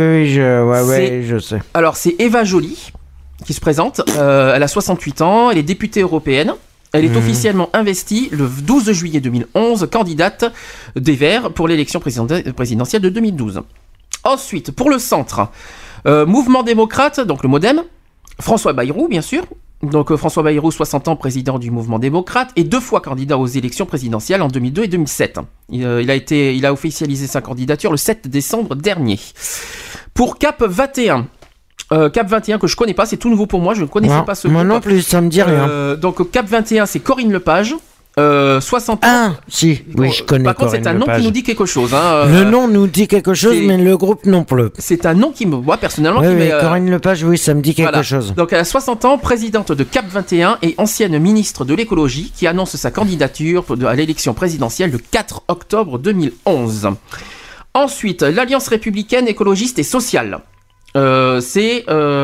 je sais. Alors c'est Eva Joly qui se présente. Elle a 68 ans, elle est députée européenne. Elle est officiellement investie le 12 juillet 2011, candidate des Verts pour l'élection présidentielle de 2012. Ensuite, pour le centre, Mouvement démocrate, donc le MoDem, François Bayrou, bien sûr. Donc François Bayrou, 60 ans, président du Mouvement démocrate et 2 fois candidat aux élections présidentielles en 2002 et 2007. Il a officialisé sa candidature le 7 décembre dernier. Pour Cap 21. Cap 21 que je connais pas, c'est tout nouveau pour moi, je ne connaissais pas ce groupe. Moi non plus, ça me dit rien. Donc Cap 21, c'est Corinne Lepage. 60 ans. Ah, si, oui, je connais. Par contre, c'est un nom qui nous dit quelque chose. Hein. Le nom nous dit quelque chose, mais le groupe non plus. C'est un nom qui me voit personnellement. Corinne Lepage, oui, ça me dit quelque chose. Donc, elle a 60 ans, présidente de Cap 21 et ancienne ministre de l'écologie, qui annonce sa candidature à l'élection présidentielle le 4 octobre 2011. Ensuite, l'Alliance républicaine écologiste et sociale. C'est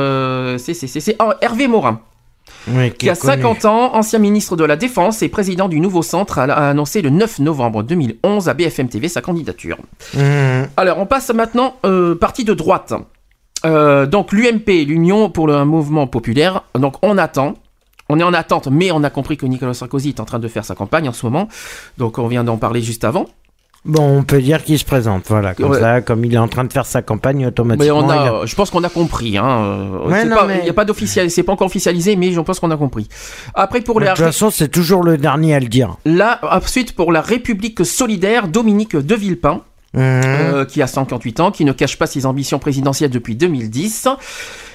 Hervé Morin. Oui, qui a 50 ans, ancien ministre de la Défense et président du Nouveau Centre, a annoncé le 9 novembre 2011 à BFM TV sa candidature. Alors, on passe maintenant parti de droite. Donc, l'UMP, l'Union pour le Mouvement Populaire. Donc, on attend. On est en attente, mais on a compris que Nicolas Sarkozy est en train de faire sa campagne en ce moment. Donc, on vient d'en parler juste avant. Bon, on peut dire qu'il se présente, voilà, comme ça, comme il est en train de faire sa campagne automatiquement. Je pense qu'on a compris, hein. Il y a pas d'officiel, c'est pas encore officialisé, mais je pense qu'on a compris. Après, pour de toute façon, c'est toujours le dernier à le dire. Là, ensuite, pour la République solidaire, Dominique de Villepin, qui a 58 ans, qui ne cache pas ses ambitions présidentielles depuis 2010.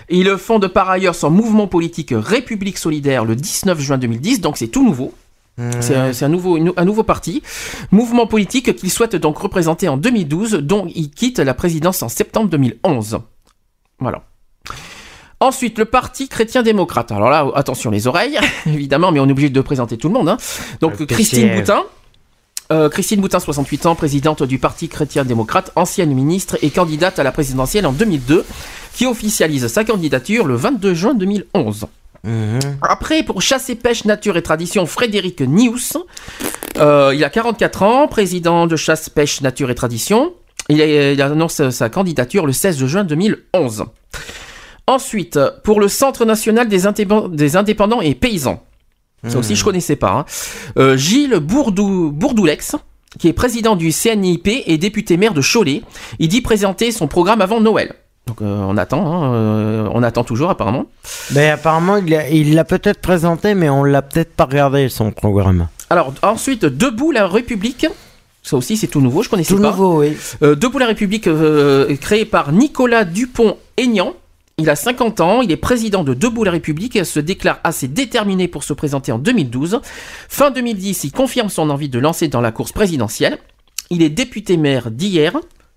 Il fonde par ailleurs son mouvement politique République Solidaire le 19 juin 2010, donc c'est tout nouveau. C'est un nouveau parti. Mouvement politique qu'il souhaite donc représenter en 2012, dont il quitte la présidence en septembre 2011. Voilà. Ensuite, le parti chrétien-démocrate. Alors là, attention les oreilles, évidemment, mais on est obligé de présenter tout le monde. Hein. Donc Christine Boutin. Christine Boutin, 68 ans, présidente du Parti chrétien-démocrate, ancienne ministre et candidate à la présidentielle en 2002, qui officialise sa candidature le 22 juin 2011. Après, pour chasse et pêche, nature et tradition, Frédéric Nious. Il a 44 ans, président de chasse, pêche, nature et tradition. Il annonce sa candidature le 16 juin 2011. Ensuite, pour le Centre national des indépendants et paysans. Ça aussi, je connaissais pas. Hein. Gilles Bourdoulex, qui est président du CNIP et député maire de Cholet. Il dit présenter son programme avant Noël. Donc on attend toujours apparemment. Mais apparemment il l'a peut-être présenté, mais on l'a peut-être pas regardé son programme. Alors ensuite, Debout la République. Ça aussi c'est tout nouveau, je connaissais pas. Tout nouveau, oui. Debout la République, créé par Nicolas Dupont-Aignan. Il a 50 ans, il est président de Debout la République et se déclare assez déterminé pour se présenter en 2012. Fin 2010, il confirme son envie de lancer dans la course présidentielle. Il est député maire d'hier.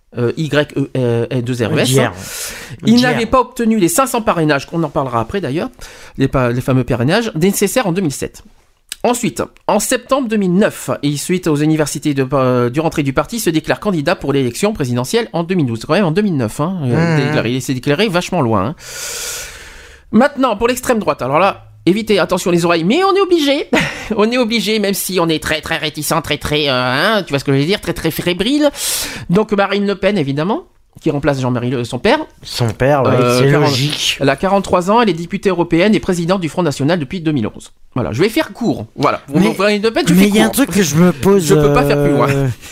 Y-E-2-R-E-S. Il n'avait pas obtenu les 500 parrainages, qu'on en parlera après d'ailleurs, les fameux parrainages, nécessaires en 2007. Ensuite, en septembre 2009, et suite aux universités du rentrée du parti, se déclare candidat pour l'élection présidentielle en 2012. C'est quand même en 2009, hein, il s'est déclaré vachement loin. Hein. Maintenant, pour l'extrême droite, alors là, évitez, attention les oreilles, mais on est obligé, même si on est très très réticent, très tu vois ce que je veux dire, très très fébrile. Donc Marine Le Pen, évidemment, qui remplace Jean-Marie son père. Son père, oui, c'est logique. Elle a 43 ans, elle est députée européenne et présidente du Front National depuis 2011. Voilà, je vais faire court. Voilà, Marine Le Pen, je fais court. Mais il y a un truc que je me pose... Je peux pas faire plus loin.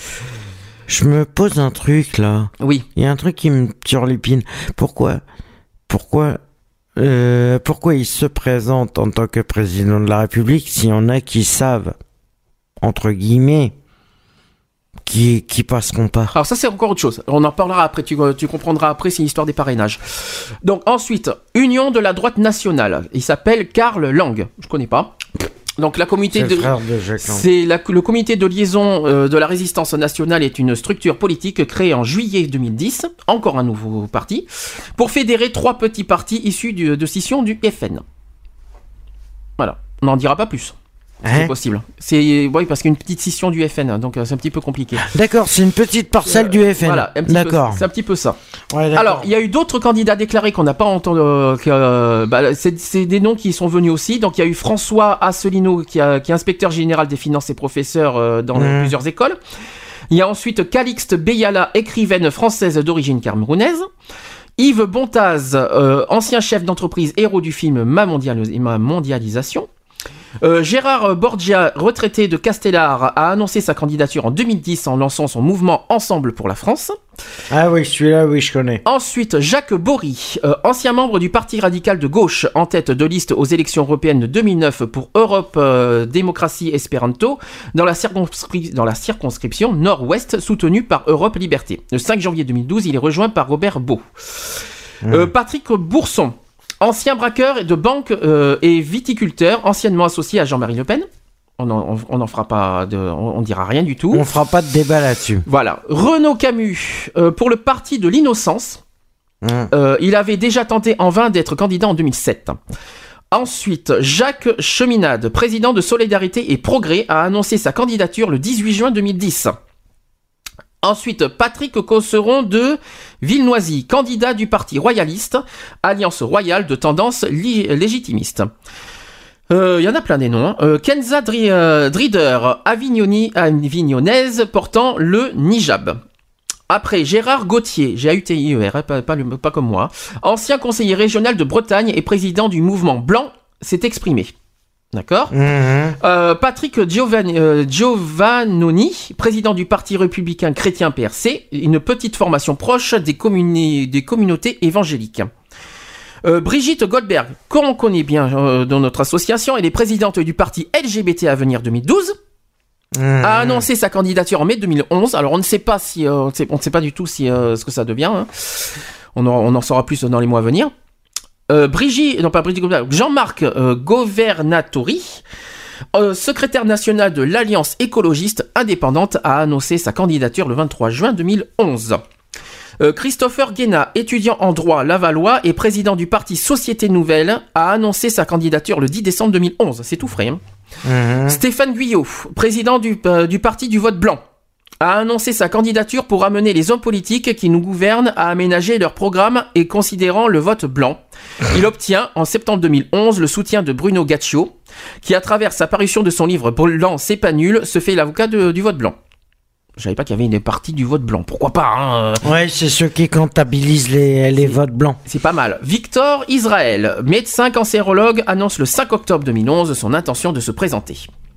Je me pose un truc, là. Oui. Il y a un truc qui me turlupine. Pourquoi il se présente en tant que président de la République s'il y en a qui savent, entre guillemets, qui passeront pas. Alors ça c'est encore autre chose, on en parlera après, tu comprendras après, c'est l'histoire des parrainages. Donc ensuite, Union de la droite nationale, il s'appelle Karl Lang, je connais pas. Donc la communauté le comité de liaison de la résistance nationale est une structure politique créée en juillet 2010, encore un nouveau parti, pour fédérer 3 petits partis issus de scission du FN. Voilà, on n'en dira pas plus. C'est possible. Oui, parce qu'il y a une petite scission du FN, donc c'est un petit peu compliqué. D'accord, c'est une petite parcelle du FN. Voilà, d'accord. C'est un petit peu ça. Ouais, alors, il y a eu d'autres candidats déclarés qu'on n'a pas entendu. C'est des noms qui sont venus aussi. Donc, il y a eu François Asselineau, qui est inspecteur général des finances et professeur dans plusieurs écoles. Il y a ensuite Calixte Beyala, écrivaine française d'origine camerounaise. Yves Bontaz, ancien chef d'entreprise, héros du film Ma mondialisation. Gérard Borgia, retraité de Castellar, a annoncé sa candidature en 2010 en lançant son mouvement Ensemble pour la France. Ah oui, celui-là, oui, je connais. Ensuite, Jacques Bory, ancien membre du Parti radical de gauche, en tête de liste aux élections européennes de 2009 pour Europe Démocratie Espéranto, dans la circonscription Nord-Ouest, soutenue par Europe Liberté. Le 5 janvier 2012, il est rejoint par Robert Beau. Patrick Bourson, ancien braqueur de banque et viticulteur, anciennement associé à Jean-Marie Le Pen. On n'en fera pas, on dira rien du tout. On fera pas de débat là-dessus. Voilà. Renaud Camus, pour le parti de l'innocence, il avait déjà tenté en vain d'être candidat en 2007. Ensuite, Jacques Cheminade, président de Solidarité et Progrès, a annoncé sa candidature le 18 juin 2010. Ensuite, Patrick Cosseron de Villenoisy, candidat du parti royaliste, alliance royale de tendance légitimiste. Il y en a plein des noms. Kenza Drieder, avignonnaise, portant le Nijab. Après, Gérard Gauthier, G-A-U-T-I-E-R, pas comme moi, ancien conseiller régional de Bretagne et président du mouvement blanc, s'est exprimé. D'accord. Patrick Giovannoni, président du Parti républicain chrétien PRC, une petite formation proche des communautés évangéliques. Brigitte Goldberg, qu'on connaît bien dans notre association, elle est présidente du parti LGBT Avenir 2012, a annoncé sa candidature en mai 2011. Alors on ne sait pas du tout ce que ça devient. Hein. On en saura plus dans les mois à venir. Jean-Marc Governatori, secrétaire national de l'Alliance écologiste indépendante, a annoncé sa candidature le 23 juin 2011. Christopher Guéna, étudiant en droit lavallois et président du parti Société Nouvelle, a annoncé sa candidature le 10 décembre 2011. C'est tout frais. Hein. Stéphane Guyot, président du parti du vote blanc, a annoncé sa candidature pour amener les hommes politiques qui nous gouvernent à aménager leur programme et considérant le vote blanc. Il obtient en septembre 2011 le soutien de Bruno Gaccio, qui à travers sa parution de son livre Blanc, c'est pas nul, se fait l'avocat du vote blanc. Je savais pas qu'il y avait une partie du vote blanc. Pourquoi pas, hein. Ouais, c'est ceux qui comptabilisent les votes blancs. C'est pas mal. Victor Israël, médecin cancérologue, annonce le 5 octobre 2011 son intention de se présenter.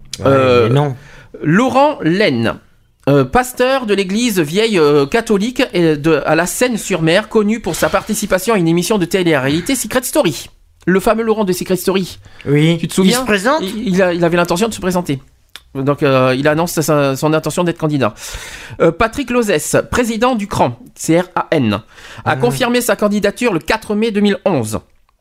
Non. Laurent Laine, pasteur de l'église vieille catholique à la Seine-sur-Mer, connu pour sa participation à une émission de télé-réalité Secret Story. Le fameux Laurent de Secret Story. Oui. Tu te souviens ? Il se présente ? Il avait l'intention de se présenter. Donc il annonce son intention d'être candidat. Patrick Lozès, président du CRAN, CRAN, a confirmé sa candidature le 4 mai 2011.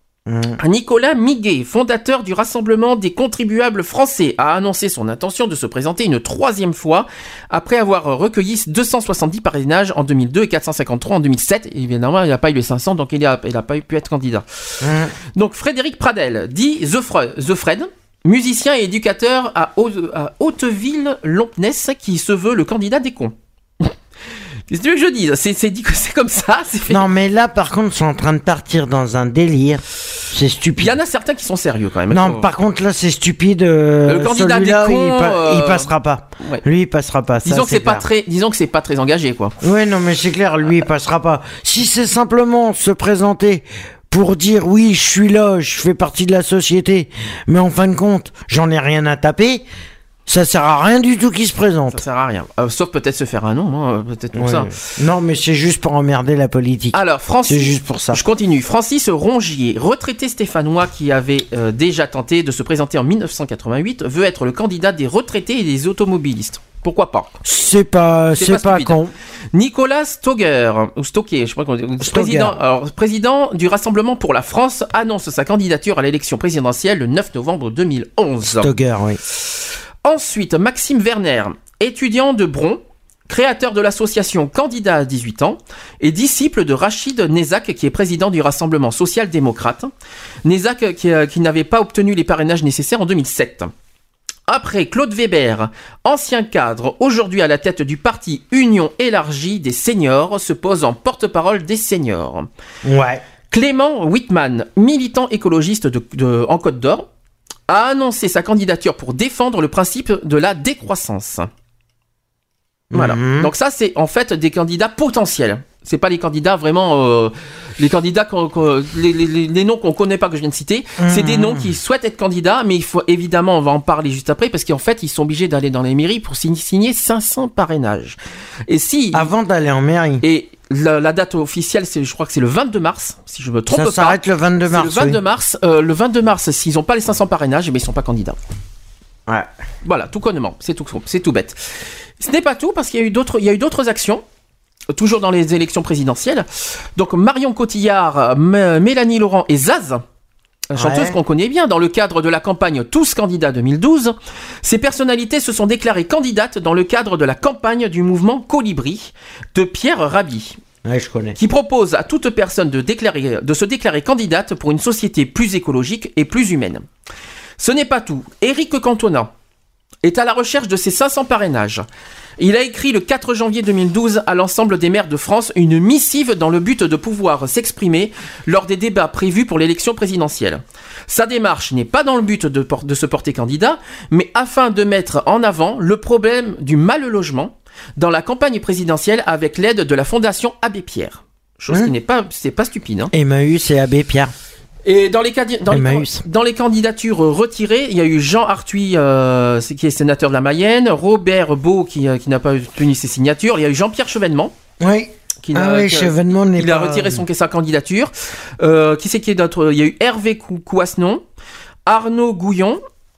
Nicolas Miguet, fondateur du Rassemblement des contribuables français, a annoncé son intention de se présenter une 3e fois après avoir recueilli 270 parrainages en 2002 et 453 en 2007. Évidemment, il n'a pas eu les 500, donc il n'a pas pu être candidat. Donc Frédéric Pradel, dit The Fred, musicien et éducateur à Hauteville-Lompness, qui se veut le candidat des cons. Qu'est-ce que tu veux que je dise ? C'est dit que c'est comme ça. Non, mais là, par contre, ils sont en train de partir dans un délire. C'est stupide. Il y en a certains qui sont sérieux quand même. Non, par contre, là, c'est stupide. Le candidat des cons, il passera pas. Ouais. Lui, il passera pas. Disons que c'est pas très engagé, quoi. Ouais, non, mais c'est clair, lui, il passera pas. Si c'est simplement se présenter pour dire oui, je suis là, je fais partie de la société, mais en fin de compte, j'en ai rien à taper. Ça sert à rien du tout qu'il se présente. Ça sert à rien. Sauf peut-être se faire un nom, hein, peut-être pour ça. Non, mais c'est juste pour emmerder la politique. Alors, c'est juste pour ça. Je continue. Francis Rongier, retraité stéphanois qui avait déjà tenté de se présenter en 1988, veut être le candidat des retraités et des automobilistes. Pourquoi pas ? C'est pas con. Nicolas Stocker, ou Stocker, je sais pas comment dire, président du Rassemblement pour la France, annonce sa candidature à l'élection présidentielle le 9 novembre 2011. Stocker, oui. Ensuite, Maxime Werner, étudiant de Bron, créateur de l'association Candidat à 18 ans, et disciple de Rachid Nezak, qui est président du Rassemblement social-démocrate. Nezak qui n'avait pas obtenu les parrainages nécessaires en 2007. Après, Claude Weber, ancien cadre, aujourd'hui à la tête du parti Union élargie des seniors, se pose en porte-parole des seniors. Ouais. Clément Whitman, militant écologiste en Côte d'Or, a annoncé sa candidature pour défendre le principe de la décroissance. Voilà. Donc ça, c'est en fait des candidats potentiels. C'est pas les candidats vraiment... les candidats, les noms qu'on connaît pas, que je viens de citer, c'est des noms qui souhaitent être candidats, mais il faut évidemment, on va en parler juste après, parce qu'en fait, ils sont obligés d'aller dans les mairies pour signer 500 parrainages. Et si... Avant d'aller en mairie. Et la date officielle, je crois que c'est le 22 mars, si je me trompe pas. Ça s'arrête le 22 mars. C'est le 22 mars. Le 22 mars, s'ils n'ont pas les 500 parrainages, mais ils sont pas candidats. Ouais. Voilà, tout connement. C'est tout bête. Ce n'est pas tout, parce qu'il y a eu d'autres actions. Toujours dans les élections présidentielles. Donc Marion Cotillard, Mélanie Laurent et Zaz, chanteuse qu'on connaît bien, dans le cadre de la campagne Tous candidats 2012, ces personnalités se sont déclarées candidates dans le cadre de la campagne du mouvement Colibri de Pierre Rabhi. Ouais, je connais. Qui propose à toute personne de se déclarer candidate pour une société plus écologique et plus humaine. Ce n'est pas tout. Éric Cantona est à la recherche de ses 500 parrainages. Il a écrit le 4 janvier 2012 à l'ensemble des maires de France une missive dans le but de pouvoir s'exprimer lors des débats prévus pour l'élection présidentielle. Sa démarche n'est pas dans le but de se porter candidat, mais afin de mettre en avant le problème du mal-logement dans la campagne présidentielle avec l'aide de la Fondation Abbé Pierre. Chose qui c'est pas stupide. Hein. Emmaüs et Abbé Pierre. Et dans les candidatures retirées, il y a eu Jean Arthuis, qui est sénateur de la Mayenne, Robert Beau, qui n'a pas obtenu ses signatures, il y a eu Jean-Pierre Chevènement. Oui. Chevènement il a retiré sa candidature. Qui c'est qui est d'autre ? Il y a eu Hervé Couasnon, Arnaud Gouillon,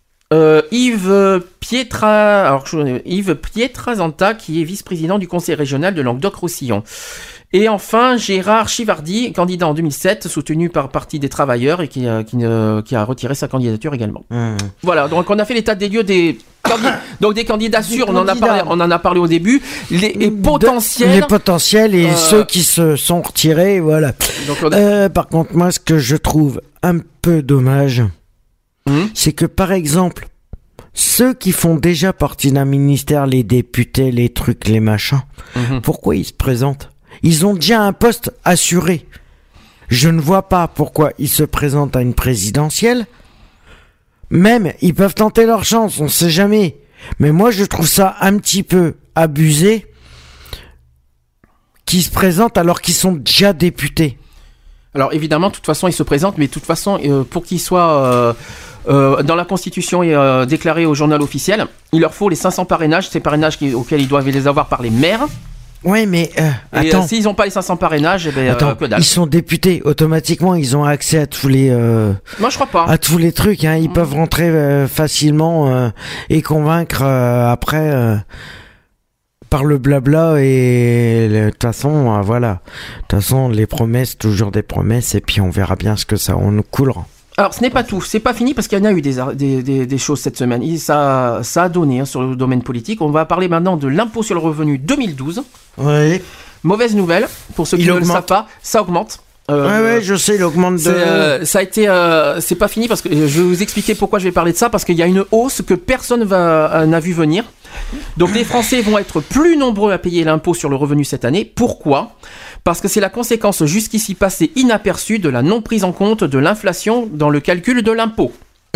Yves Pietrazanta, qui est vice-président du conseil régional de Languedoc-Roussillon. Et enfin, Gérard Chivardi, candidat en 2007, soutenu par Parti des Travailleurs et qui a retiré sa candidature également. Voilà, donc on a fait l'état des lieux des candidatures, on en a parlé au début, les potentiels et ceux qui se sont retirés, voilà. Donc par contre, moi, ce que je trouve un peu dommage, c'est que par exemple, ceux qui font déjà partie d'un ministère, les députés, les trucs, les machins, pourquoi ils se présentent ? Ils ont déjà un poste assuré. Je ne vois pas pourquoi ils se présentent à une présidentielle. Même, ils peuvent tenter leur chance, on ne sait jamais. Mais moi, je trouve ça un petit peu abusé qu'ils se présentent alors qu'ils sont déjà députés. Alors évidemment, de toute façon, ils se présentent, mais de toute façon, pour qu'ils soient dans la Constitution et déclarés au journal officiel, il leur faut les 500 parrainages, ces parrainages auxquels ils doivent les avoir par les maires. Ouais, mais attends. S'ils n'ont pas les 500 parrainages, que dalle. Ils sont députés, automatiquement, ils ont accès à tous les. Moi, je crois pas. À tous les trucs, hein. Ils peuvent rentrer facilement et convaincre après par le blabla et de toute façon, voilà. De toute façon, les promesses, toujours des promesses, et puis on verra bien ce que ça en coulera. Alors, ce n'est pas tout, c'est pas fini parce qu'il y en a eu des choses cette semaine. Ça a donné sur le domaine politique. On va parler maintenant de l'impôt sur le revenu 2012. Oui. Mauvaise nouvelle, pour ceux qui ne le savent pas, ça augmente. Ouais, je sais, il augmente de... Ça a été... c'est pas fini parce que je vais vous expliquer pourquoi je vais parler de ça, parce qu'il y a une hausse que personne n'a vu venir. Donc les Français vont être plus nombreux à payer l'impôt sur le revenu cette année. Pourquoi ? Parce que c'est la conséquence jusqu'ici passée inaperçue de la non prise en compte de l'inflation dans le calcul de l'impôt.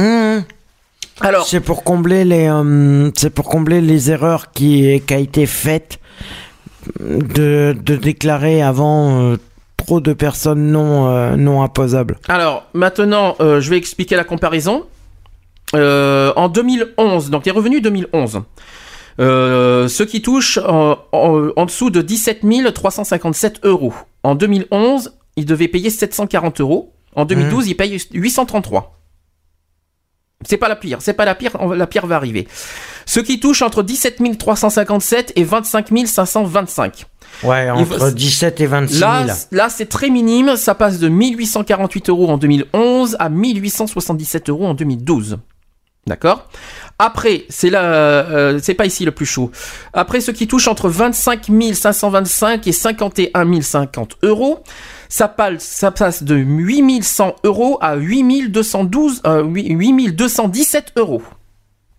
Alors, c'est pour combler les erreurs qui a été faite de déclarer avant trop de personnes non imposables. Alors maintenant, je vais expliquer la comparaison. En 2011, donc les revenus 2011. Ceux qui touchent en dessous de 17 357 euros. En 2011, ils devaient payer 740 euros. En 2012, ils payent 833. C'est pas la pire, la pire va arriver. Ceux qui touchent entre 17 357 et 25 525. Ouais, entre 17 et 26 000. Là, c'est très minime, ça passe de 1848 euros en 2011 à 1877 euros en 2012. D'accord ? Après, c'est pas ici le plus chaud. Après, ceux qui touchent entre 25 525 et 51 050 euros, ça passe de 8 100 euros à 8 217 euros. D'accord ?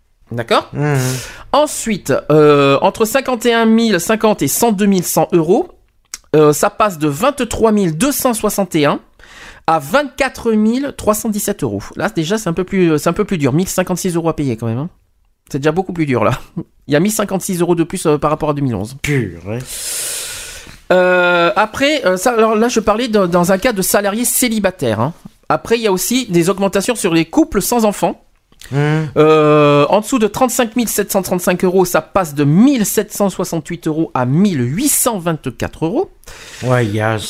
Ensuite, entre 51 050 et 102 100 euros, ça passe de 23 261 à 24 317 euros. Là, déjà, c'est un peu plus dur. 1056 euros à payer quand même. Hein. C'est déjà beaucoup plus dur, là. Il y a 1056 euros de plus par rapport à 2011. Purée. Après, alors là, je parlais dans un cas de salariés célibataires. Hein. Après, il y a aussi des augmentations sur les couples sans enfants. En dessous de 35 735 euros, ça passe de 1768 euros à 1824 euros. Ouais, il y a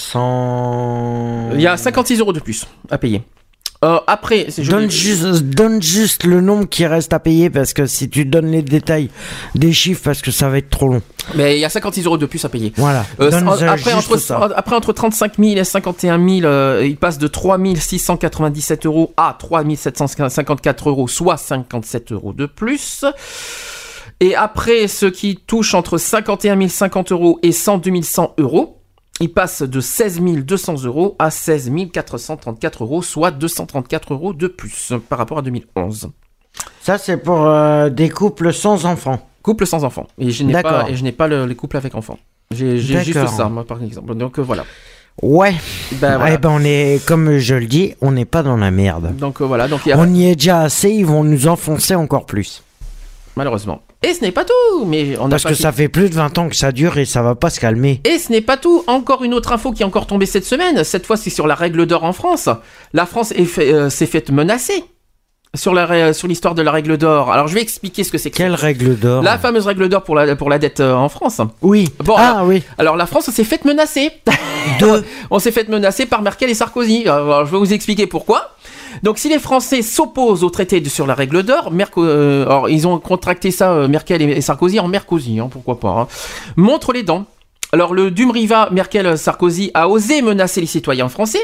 56 euros de plus à payer. Après, donne juste le nombre qui reste à payer, parce que si tu donnes les détails des chiffres, parce que ça va être trop long. Mais il y a 56 euros de plus à payer. Voilà. Après, entre 35 000 et 51 000, il passe de 3 697 euros à 3 754 euros, soit 57 euros de plus. Et après, ceux qui touchent entre 51 050 euros et 102 100 euros, il passe de 16 200 euros à 16 434 euros, soit 234 euros de plus par rapport à 2011. Ça, c'est pour des couples sans enfants. Couples sans enfants. Et je n'ai pas les couples avec enfants. J'ai juste ça, moi, par exemple. Donc, voilà. Ouais. Voilà. On est, comme je le dis, on n'est pas dans la merde. Donc, voilà. On y est déjà assez, ils vont nous enfoncer encore plus. Malheureusement. Et ce n'est pas tout, mais parce que ça fait plus de 20 ans que ça dure et ça va pas se calmer. Et ce n'est pas tout. Encore une autre info qui est encore tombée cette semaine. Cette fois, c'est sur la règle d'or en France. La France s'est faite menacer sur l'histoire de la règle d'or. Alors, je vais expliquer ce que c'est. Quelle règle d'or ? La fameuse règle d'or pour la dette en France. Oui. Bon, oui. Alors, la France s'est faite menacer. On s'est fait menacer par Merkel et Sarkozy. Alors, je vais vous expliquer pourquoi. Donc, si les Français s'opposent au traité sur la règle d'or, alors ils ont contracté ça, Merkel et Sarkozy, en Mercosur, pourquoi pas, hein, montre les dents. Alors le Dumriva Merkel-Sarkozy a osé menacer les citoyens français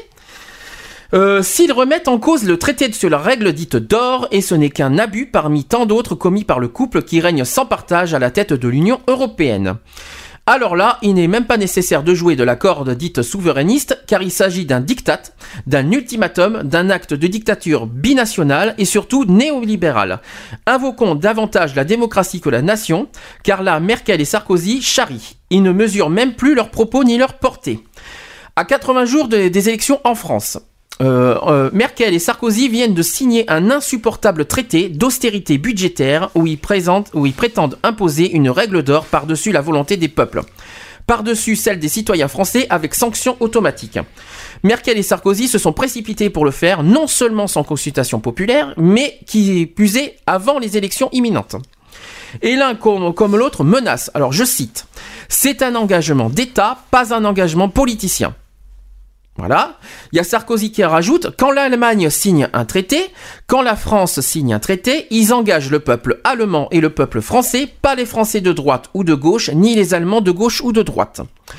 s'ils remettent en cause le traité sur la règle dite d'or, et ce n'est qu'un abus parmi tant d'autres commis par le couple qui règne sans partage à la tête de l'Union européenne. Alors là, il n'est même pas nécessaire de jouer de la corde dite souverainiste, car il s'agit d'un diktat, d'un ultimatum, d'un acte de dictature binationale et surtout néolibérale. Invoquons davantage la démocratie que la nation, car là, Merkel et Sarkozy charrient. Ils ne mesurent même plus leurs propos ni leur portée. À 80 jours des élections en France, Merkel et Sarkozy viennent de signer un insupportable traité d'austérité budgétaire où ils prétendent imposer une règle d'or par-dessus la volonté des peuples, par-dessus celle des citoyens français avec sanctions automatiques. Merkel et Sarkozy se sont précipités pour le faire, non seulement sans consultation populaire, mais qui plus est avant les élections imminentes. Et l'un comme l'autre menace, alors je cite, « C'est un engagement d'État, pas un engagement politicien ». Voilà. Il y a Sarkozy qui rajoute, quand l'Allemagne signe un traité, quand la France signe un traité, ils engagent le peuple allemand et le peuple français, pas les Français de droite ou de gauche, ni les Allemands de gauche ou de droite.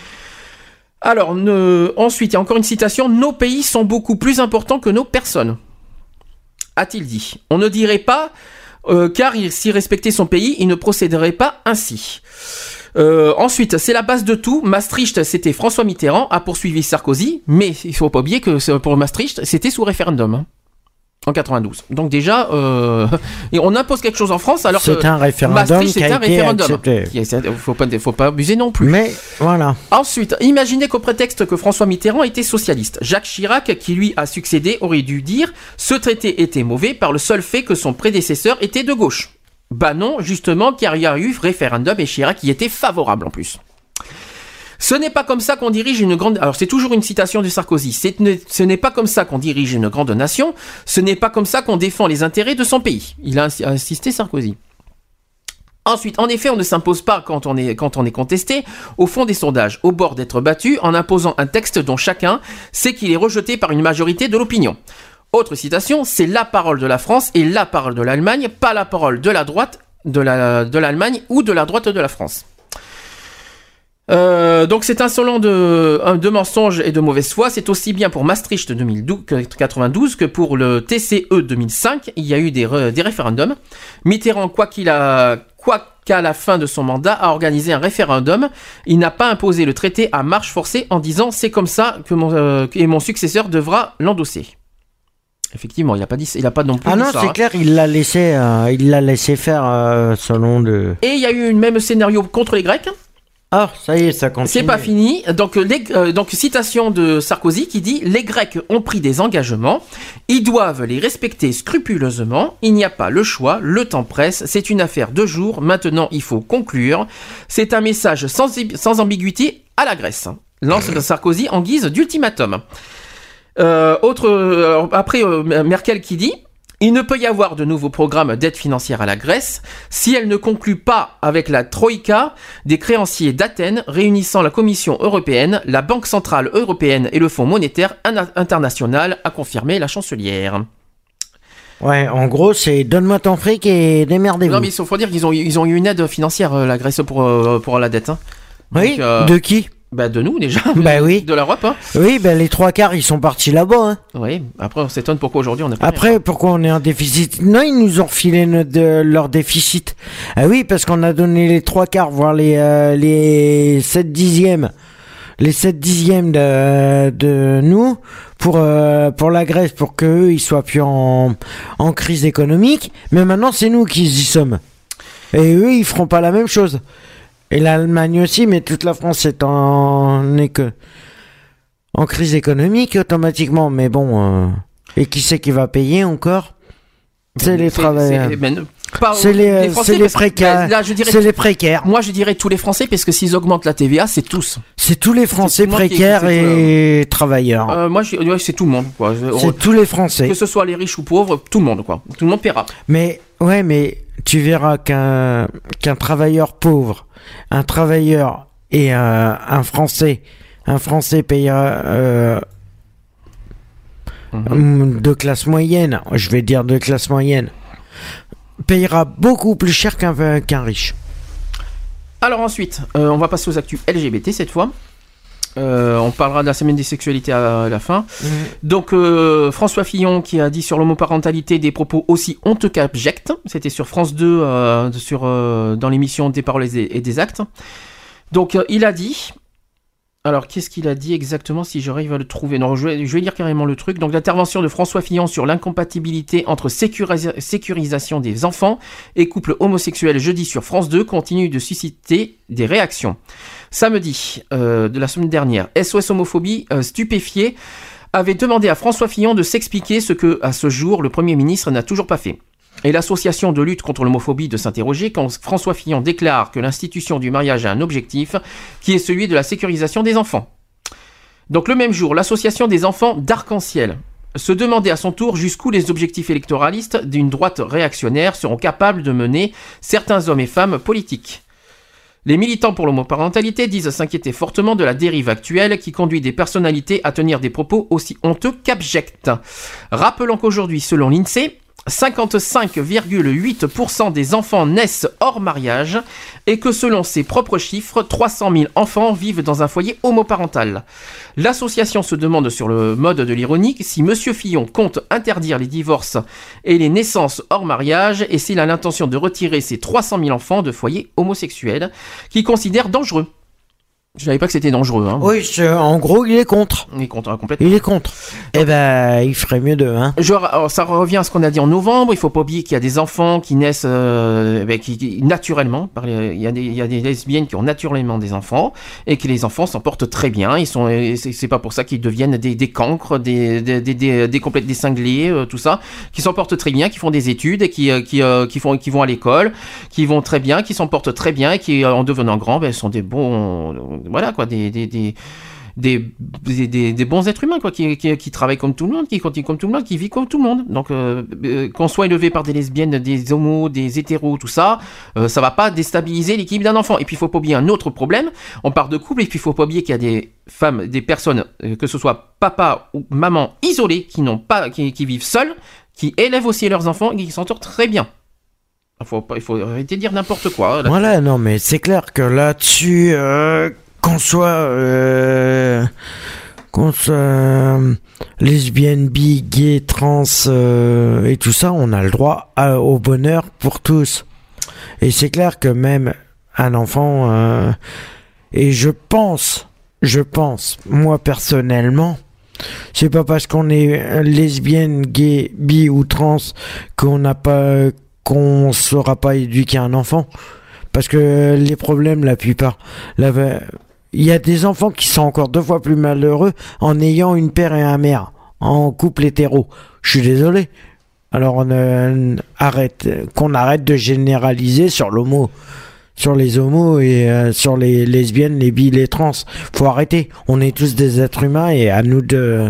Alors, ensuite, il y a encore une citation, nos pays sont beaucoup plus importants que nos personnes, a-t-il dit. On ne dirait pas, car s'il respectait son pays, il ne procéderait pas ainsi. Ensuite, c'est la base de tout. Maastricht, c'était François Mitterrand, a poursuivi Sarkozy, mais il faut pas oublier que pour Maastricht, c'était sous référendum, hein, en 92. Donc déjà, et on impose quelque chose en France, alors que un référendum Maastricht, qui a c'était un été référendum. accepté. Faut pas abuser non plus. Mais voilà. Ensuite, imaginez qu'au prétexte que François Mitterrand était socialiste, Jacques Chirac, qui lui a succédé, aurait dû dire « Ce traité était mauvais par le seul fait que son prédécesseur était de gauche ». Bah non, justement, car il y a eu référendum et Chirac y était favorable en plus. Ce n'est pas comme ça qu'on dirige une grande... Alors c'est toujours une citation de Sarkozy. Ce n'est pas comme ça qu'on dirige une grande nation. Ce n'est pas comme ça qu'on défend les intérêts de son pays. Il a insisté Sarkozy. Ensuite, en effet, on ne s'impose pas quand on est contesté au fond des sondages, au bord d'être battu, en imposant un texte dont chacun sait qu'il est rejeté par une majorité de l'opinion. Autre citation, c'est la parole de la France et la parole de l'Allemagne, pas la parole de la droite de l'Allemagne ou de la droite de la France. Donc c'est insolent de mensonges et de mauvaise foi. C'est aussi bien pour Maastricht 92 que pour le TCE 2005. Il y a eu des référendums. Mitterrand, quoi qu'à la fin de son mandat, a organisé un référendum. Il n'a pas imposé le traité à marche forcée en disant c'est comme ça que mon successeur devra l'endosser. Effectivement, il n'a pas non plus. Ah non, ça, c'est clair, il l'a laissé faire selon le. Et il y a eu le même scénario contre les Grecs. Ah, ça y est, ça continue. C'est pas fini. Donc, citation de Sarkozy qui dit « Les Grecs ont pris des engagements, ils doivent les respecter scrupuleusement, il n'y a pas le choix, le temps presse, c'est une affaire de jours, maintenant il faut conclure. C'est un message sans ambiguïté à la Grèce. » Lance de Sarkozy en guise d'ultimatum. Après, Merkel qui dit « Il ne peut y avoir de nouveaux programmes d'aide financière à la Grèce si elle ne conclut pas avec la Troïka des créanciers d'Athènes réunissant la Commission européenne, la Banque centrale européenne et le Fonds monétaire international », a confirmé la chancelière. Ouais, en gros, c'est donne-moi ton fric et démerdez-vous. Non, mais il faut dire qu'ils ont eu une aide financière, la Grèce, pour la dette. Hein. Oui, donc, de qui ? Bah de nous déjà, oui. De l'Europe. Hein. Oui, les trois quarts ils sont partis là-bas. Hein. Oui, après on s'étonne pourquoi aujourd'hui on n'a pas. Après pourquoi on est en déficit ? Non, ils nous ont refilé leur déficit. Ah oui, parce qu'on a donné les trois quarts, voire les 7 dixièmes. Les 7 dixièmes de nous pour la Grèce, pour qu'eux ils soient plus en crise économique. Mais maintenant c'est nous qui y sommes. Et eux ils feront pas la même chose. Et l'Allemagne aussi, mais toute la France est en crise économique automatiquement. Mais bon, et qui c'est qui va payer encore ? C'est les travailleurs. C'est les précaires. Là, c'est les précaires. Moi, je dirais tous les Français, parce que s'ils augmentent la TVA, c'est tous. C'est tous les Français précaires et travailleurs. Moi, c'est tout le monde, quoi. C'est tous les Français. Que ce soit les riches ou pauvres, tout le monde, quoi. Tout le monde paiera. Mais tu verras qu'un travailleur pauvre, un travailleur et un Français payera de classe moyenne, je vais dire de classe moyenne, payera beaucoup plus cher qu'un riche. Alors ensuite, on va passer aux actus LGBT cette fois. On parlera de la semaine des sexualités à la fin. Donc François Fillon qui a dit sur l'homoparentalité des propos aussi honteux qu'abjects. C'était sur France 2 dans l'émission Des paroles et des actes. Donc il a dit... Alors, qu'est-ce qu'il a dit exactement, si j'arrive à le trouver? Non, je vais lire carrément le truc. Donc, l'intervention de François Fillon sur l'incompatibilité entre sécurisation des enfants et couple homosexuel jeudi sur France 2 continue de susciter des réactions. Samedi de la semaine dernière, SOS Homophobie stupéfié avait demandé à François Fillon de s'expliquer ce que, à ce jour, le Premier ministre n'a toujours pas fait. Et l'association de lutte contre l'homophobie de s'interroger quand François Fillon déclare que l'institution du mariage a un objectif qui est celui de la sécurisation des enfants. Donc le même jour, l'association des enfants d'Arc-en-Ciel se demandait à son tour jusqu'où les objectifs électoralistes d'une droite réactionnaire seront capables de mener certains hommes et femmes politiques. Les militants pour l'homoparentalité disent s'inquiéter fortement de la dérive actuelle qui conduit des personnalités à tenir des propos aussi honteux qu'abjects. Rappelons qu'aujourd'hui, selon l'INSEE, 55,8% des enfants naissent hors mariage et que selon ses propres chiffres, 300 000 enfants vivent dans un foyer homoparental. L'association se demande sur le mode de l'ironie si M. Fillon compte interdire les divorces et les naissances hors mariage et s'il a l'intention de retirer ces 300 000 enfants de foyers homosexuels qu'il considère dangereux. Je savais pas que c'était dangereux. Hein. Oui, en gros, il est contre. Il est contre, complètement. Il est contre. Eh ben, il ferait mieux de... Hein. Alors, ça revient à ce qu'on a dit en novembre. Il faut pas oublier qu'il y a des enfants qui naissent naturellement. Il y a des lesbiennes qui ont naturellement des enfants et que les enfants s'en portent très bien. C'est pas pour ça qu'ils deviennent des cancres, des cinglés, tout ça. Qui s'en portent très bien, qui font des études et qui vont à l'école, qui vont très bien, qui s'en portent très bien et qui, en devenant grands, sont des bons... Voilà quoi, des bons êtres humains quoi, qui travaillent comme tout le monde, qui continuent comme tout le monde, qui vivent comme tout le monde. Donc qu'on soit élevé par des lesbiennes, des homos, des hétéros, tout ça, ça va pas déstabiliser l'équilibre d'un enfant. Et puis il faut pas oublier un autre problème. On parle de couple et puis il faut pas oublier qu'il y a des femmes, des personnes, que ce soit papa ou maman isolées, qui vivent seules, qui élèvent aussi leurs enfants et qui s'en sortent très bien. Il faut arrêter de dire n'importe quoi. Voilà, non mais c'est clair que là-dessus. Qu'on soit lesbienne, bi, gay, trans et tout ça, on a le droit au bonheur pour tous. Et c'est clair que même un enfant, et je pense, moi personnellement, c'est pas parce qu'on est lesbienne, gay, bi ou trans qu'on saura pas éduquer un enfant. Parce que les problèmes, la plupart, il y a des enfants qui sont encore 2 fois plus malheureux en ayant une mère et un mère, en couple hétéro. Je suis désolé. Alors qu'on arrête de généraliser sur les homos et sur les lesbiennes, les bi, les trans. Faut arrêter. On est tous des êtres humains et à nous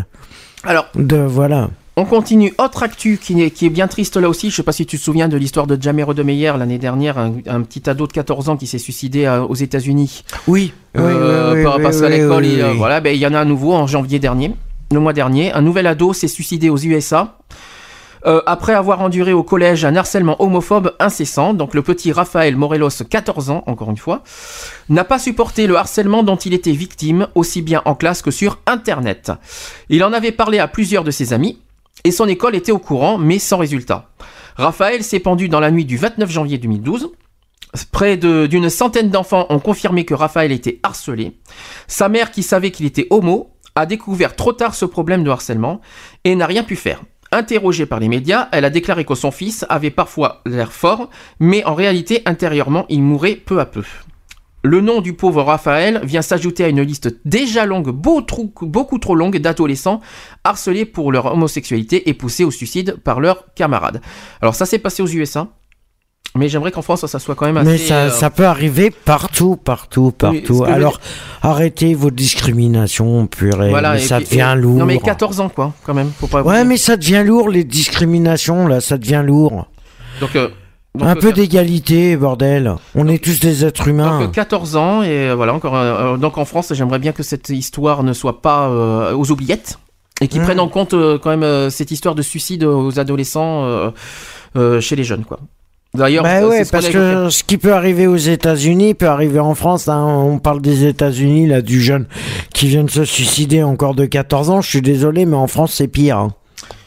voilà. On continue. Autre actu qui est bien triste là aussi. Je sais pas si tu te souviens de l'histoire de Jamé Rodemeyer l'année dernière, un petit ado de 14 ans qui s'est suicidé aux États-Unis. Oui. Parce qu'à l'école, voilà, il y en a un nouveau en janvier dernier, le mois dernier. Un nouvel ado s'est suicidé aux USA. Après avoir enduré au collège un harcèlement homophobe incessant, donc le petit Raphaël Morelos, 14 ans, encore une fois, n'a pas supporté le harcèlement dont il était victime, aussi bien en classe que sur Internet. Il en avait parlé à plusieurs de ses amis, et son école était au courant, mais sans résultat. Raphaël s'est pendu dans la nuit du 29 janvier 2012. Près d'une centaine d'enfants ont confirmé que Raphaël était harcelé. Sa mère, qui savait qu'il était homo, a découvert trop tard ce problème de harcèlement et n'a rien pu faire. Interrogée par les médias, elle a déclaré que son fils avait parfois l'air fort, mais en réalité, intérieurement, il mourait peu à peu. Le nom du pauvre Raphaël vient s'ajouter à une liste déjà longue, beaucoup trop longue d'adolescents harcelés pour leur homosexualité et poussés au suicide par leurs camarades. Alors ça s'est passé aux USA, mais j'aimerais qu'en France ça soit quand même assez... Mais ça peut arriver partout. Oui, alors arrêtez vos discriminations, purée, voilà, ça devient lourd. Non mais 14 ans quoi, quand même. Faut pas ouais mais ça devient lourd les discriminations là, ça devient lourd. Donc un peu d'égalité, bordel. On est tous des êtres humains. Donc 14 ans et voilà encore. Donc en France, j'aimerais bien que cette histoire ne soit pas aux oubliettes et qu'ils prennent en compte quand même cette histoire de suicide aux adolescents chez les jeunes, quoi. D'ailleurs, parce que ce qui peut arriver aux États-Unis peut arriver en France. Hein. On parle des États-Unis, là, du jeune qui vient de se suicider encore de 14 ans. Je suis désolé, mais en France, c'est pire. Hein.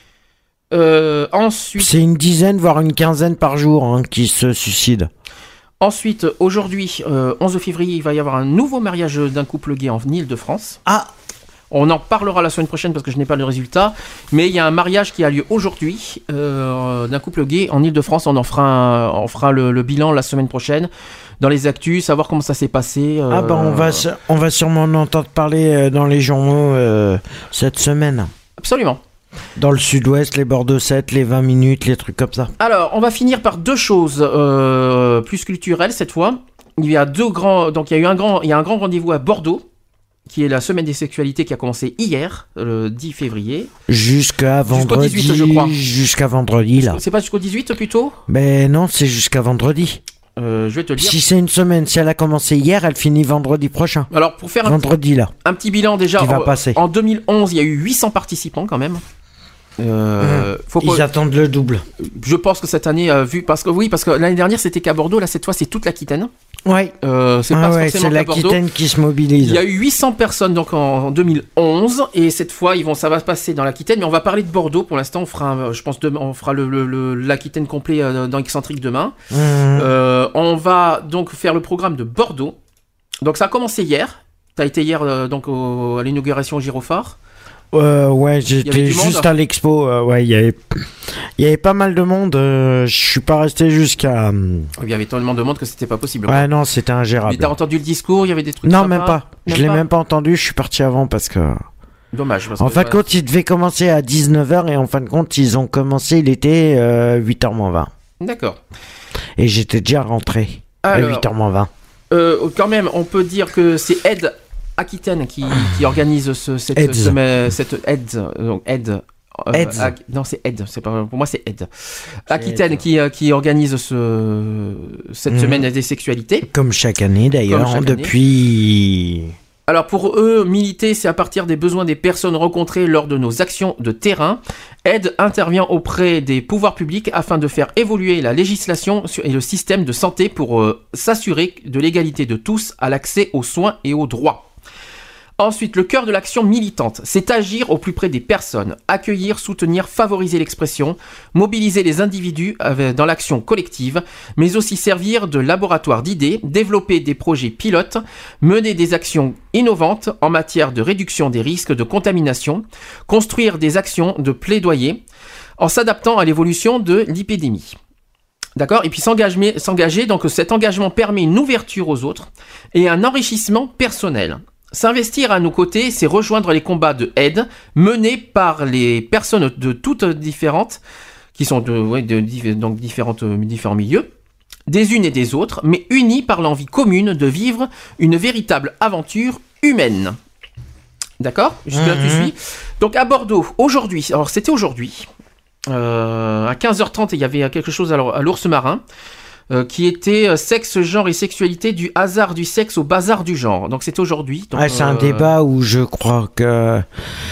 Ensuite, c'est une dizaine, voire une quinzaine par jour qui se suicident. Ensuite, aujourd'hui, 11 février, il va y avoir un nouveau mariage d'un couple gay en Île-de-France. Ah! On en parlera la semaine prochaine parce que je n'ai pas le résultat. Mais il y a un mariage qui a lieu aujourd'hui d'un couple gay en Île-de-France. On fera le bilan la semaine prochaine dans les actus, savoir comment ça s'est passé. On va sûrement en entendre parler dans les journaux cette semaine. Absolument. Dans le Sud-Ouest, les Bordeaux 7, les 20 minutes, les trucs comme ça. Alors, on va finir par deux choses plus culturelles cette fois. Il y a un grand rendez-vous à Bordeaux, qui est la semaine des sexualités qui a commencé hier, le 10 février. Jusqu'à vendredi. Jusqu'au 18, je crois. Jusqu'à vendredi, là. C'est pas jusqu'au 18 plutôt ? Ben non, c'est jusqu'à vendredi. Je vais te le dire. Si c'est une semaine, si elle a commencé hier, elle finit vendredi prochain. Alors, pour faire un petit bilan déjà, va passer. En 2011, il y a eu 800 participants quand même. Ils attendent le double. Je pense que cette année, parce que l'année dernière c'était qu'à Bordeaux, là cette fois c'est toute l'Aquitaine. Ouais. C'est l'Aquitaine qui se mobilise. Il y a eu 800 personnes donc en 2011 et cette fois ça va se passer dans l'Aquitaine, mais on va parler de Bordeaux pour l'instant. On fera, je pense, on fera l'Aquitaine complet dans Excentrique demain. On va donc faire le programme de Bordeaux. Donc ça a commencé hier. T'as été hier à l'inauguration au Gyrophare. J'étais juste à l'expo. Il y avait pas mal de monde. Je suis pas resté jusqu'à. Il y avait tellement de monde que c'était pas possible. Ouais, non, c'était ingérable. Mais t'as entendu le discours, il y avait des trucs. Non, même pas. Je l'ai même pas entendu. Je suis parti avant parce que. Dommage. En fin de compte, il devait commencer à 19h et en fin de compte, ils ont commencé. Il était 8h moins 20. D'accord. Et j'étais déjà rentré à 8h moins 20. Quand même, on peut dire que c'est Aide Aquitaine qui organise cette aide. Donc aide. Non, c'est Aide. C'est pas, pour moi, c'est Aide. Aquitaine qui organise cette semaine des sexualités. Comme chaque année d'ailleurs, depuis. Alors pour eux, militer, c'est à partir des besoins des personnes rencontrées lors de nos actions de terrain. Aide intervient auprès des pouvoirs publics afin de faire évoluer la législation et le système de santé pour s'assurer de l'égalité de tous à l'accès aux soins et aux droits. Ensuite, le cœur de l'action militante, c'est agir au plus près des personnes, accueillir, soutenir, favoriser l'expression, mobiliser les individus dans l'action collective, mais aussi servir de laboratoire d'idées, développer des projets pilotes, mener des actions innovantes en matière de réduction des risques de contamination, construire des actions de plaidoyer en s'adaptant à l'évolution de l'épidémie. D'accord ? Et puis s'engager, donc cet engagement permet une ouverture aux autres et un enrichissement personnel. S'investir à nos côtés, c'est rejoindre les combats de aide menés par les personnes de toutes différentes, qui sont donc différents milieux, des unes et des autres, mais unis par l'envie commune de vivre une véritable aventure humaine. D'accord ? Jusque-là, tu suis ? Donc à Bordeaux, aujourd'hui, alors c'était aujourd'hui, à 15h30, il y avait quelque chose à l'Ours Marin, qui était sexe, genre et sexualité, du hasard du sexe au bazar du genre. Donc c'est aujourd'hui. Donc, c'est un débat où je crois que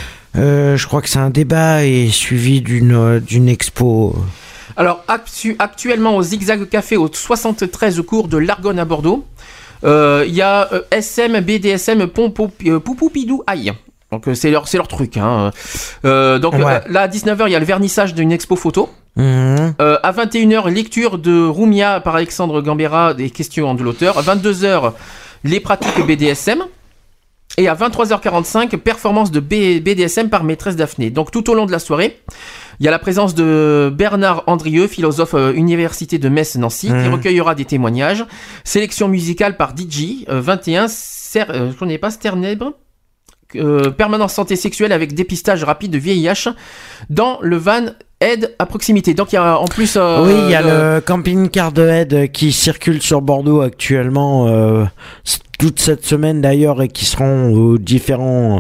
c'est un débat et suivi d'une expo. Alors actuellement au Zigzag Café au 73 cours de l'Argonne à Bordeaux, il y a SM, BDSM, Poupoupidou Aïe. Donc c'est leur truc. Hein. Là à 19h il y a le vernissage d'une expo photo. À 21h, lecture de Roumia par Alexandre Gambera, des questions de l'auteur. À 22h, les pratiques BDSM. Et à 23h45, performance de BDSM par maîtresse Daphné. Donc tout au long de la soirée, il y a la présence de Bernard Andrieux, philosophe Université de Metz-Nancy, qui recueillera des témoignages. Sélection musicale par DJ. 21, je connais pas, Sternebre. Permanence santé sexuelle avec dépistage rapide de VIH dans le van Aide à proximité. Donc il y a en plus il y a le camping-car de Aide qui circule sur Bordeaux actuellement toute cette semaine d'ailleurs et qui seront aux différents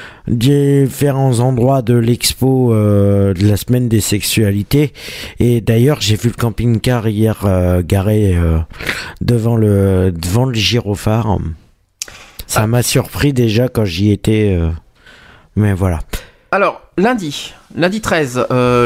endroits de l'expo de la semaine des sexualités. Et d'ailleurs j'ai vu le camping-car hier garé devant le gyrophare. Ça m'a surpris déjà quand j'y étais, mais voilà. Alors, lundi, Lundi 13,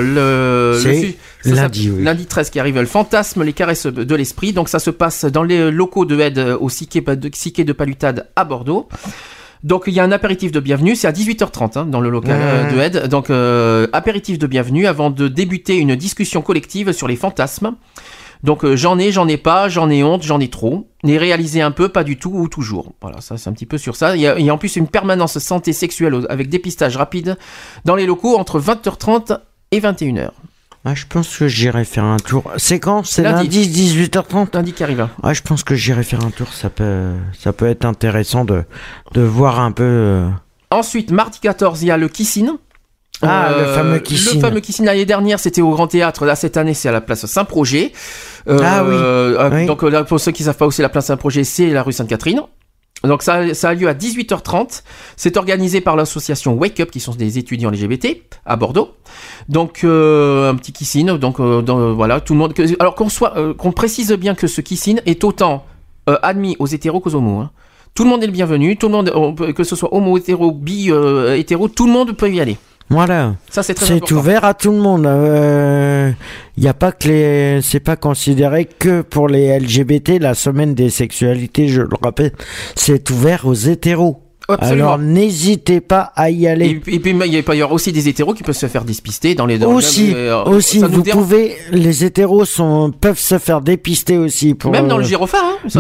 lundi 13 qui arrive, le fantasme, les caresses de l'esprit. Donc ça se passe dans les locaux de aide au Siquet de Palutade à Bordeaux. Donc il y a un apéritif de bienvenue, c'est à 18h30 dans le local de aide. Donc apéritif de bienvenue avant de débuter une discussion collective sur les fantasmes. Donc j'en ai pas, j'en ai honte, j'en ai trop. Les réaliser un peu, pas du tout ou toujours. Voilà, ça c'est un petit peu sur ça. Il y a en plus une permanence santé sexuelle avec dépistage rapide dans les locaux entre 20h30 et 21h. Ah, je pense que j'irai faire un tour. C'est quand ? C'est lundi 18h30 ? Lundi qui arrive. Ah, je pense que j'irai faire un tour. Ça peut être intéressant de voir un peu. Ensuite, mardi 14, il y a le Kissine. Le fameux Kissine. Le fameux Kissine, l'année dernière, c'était au Grand Théâtre. Là, cette année, c'est à la place Saint-Projet. Oui. Donc, là, pour ceux qui ne savent pas où c'est la place Saint-Projet, c'est la rue Sainte-Catherine. Donc, ça a lieu à 18h30. C'est organisé par l'association Wake Up, qui sont des étudiants LGBT, à Bordeaux. Donc, un petit Kissine. Donc, voilà, tout le monde. Alors, qu'on précise bien que ce Kissine est autant admis aux hétéros qu'aux homos. Hein. Tout le monde est le bienvenu. Tout le monde, que ce soit homo, hétéro, bi, hétéro, tout le monde peut y aller. Voilà. Ça, c'est très important. C'est ouvert à tout le monde. Y a pas que c'est pas considéré que pour les LGBT. La semaine des sexualités, je le rappelle, c'est ouvert aux hétéros. Absolument. Alors n'hésitez pas à y aller. Et puis il peut y avoir aussi des hétéros qui peuvent se faire dépister dans les aussi vous pouvez, les hétéros peuvent se faire dépister aussi même dans le gyrophare hein.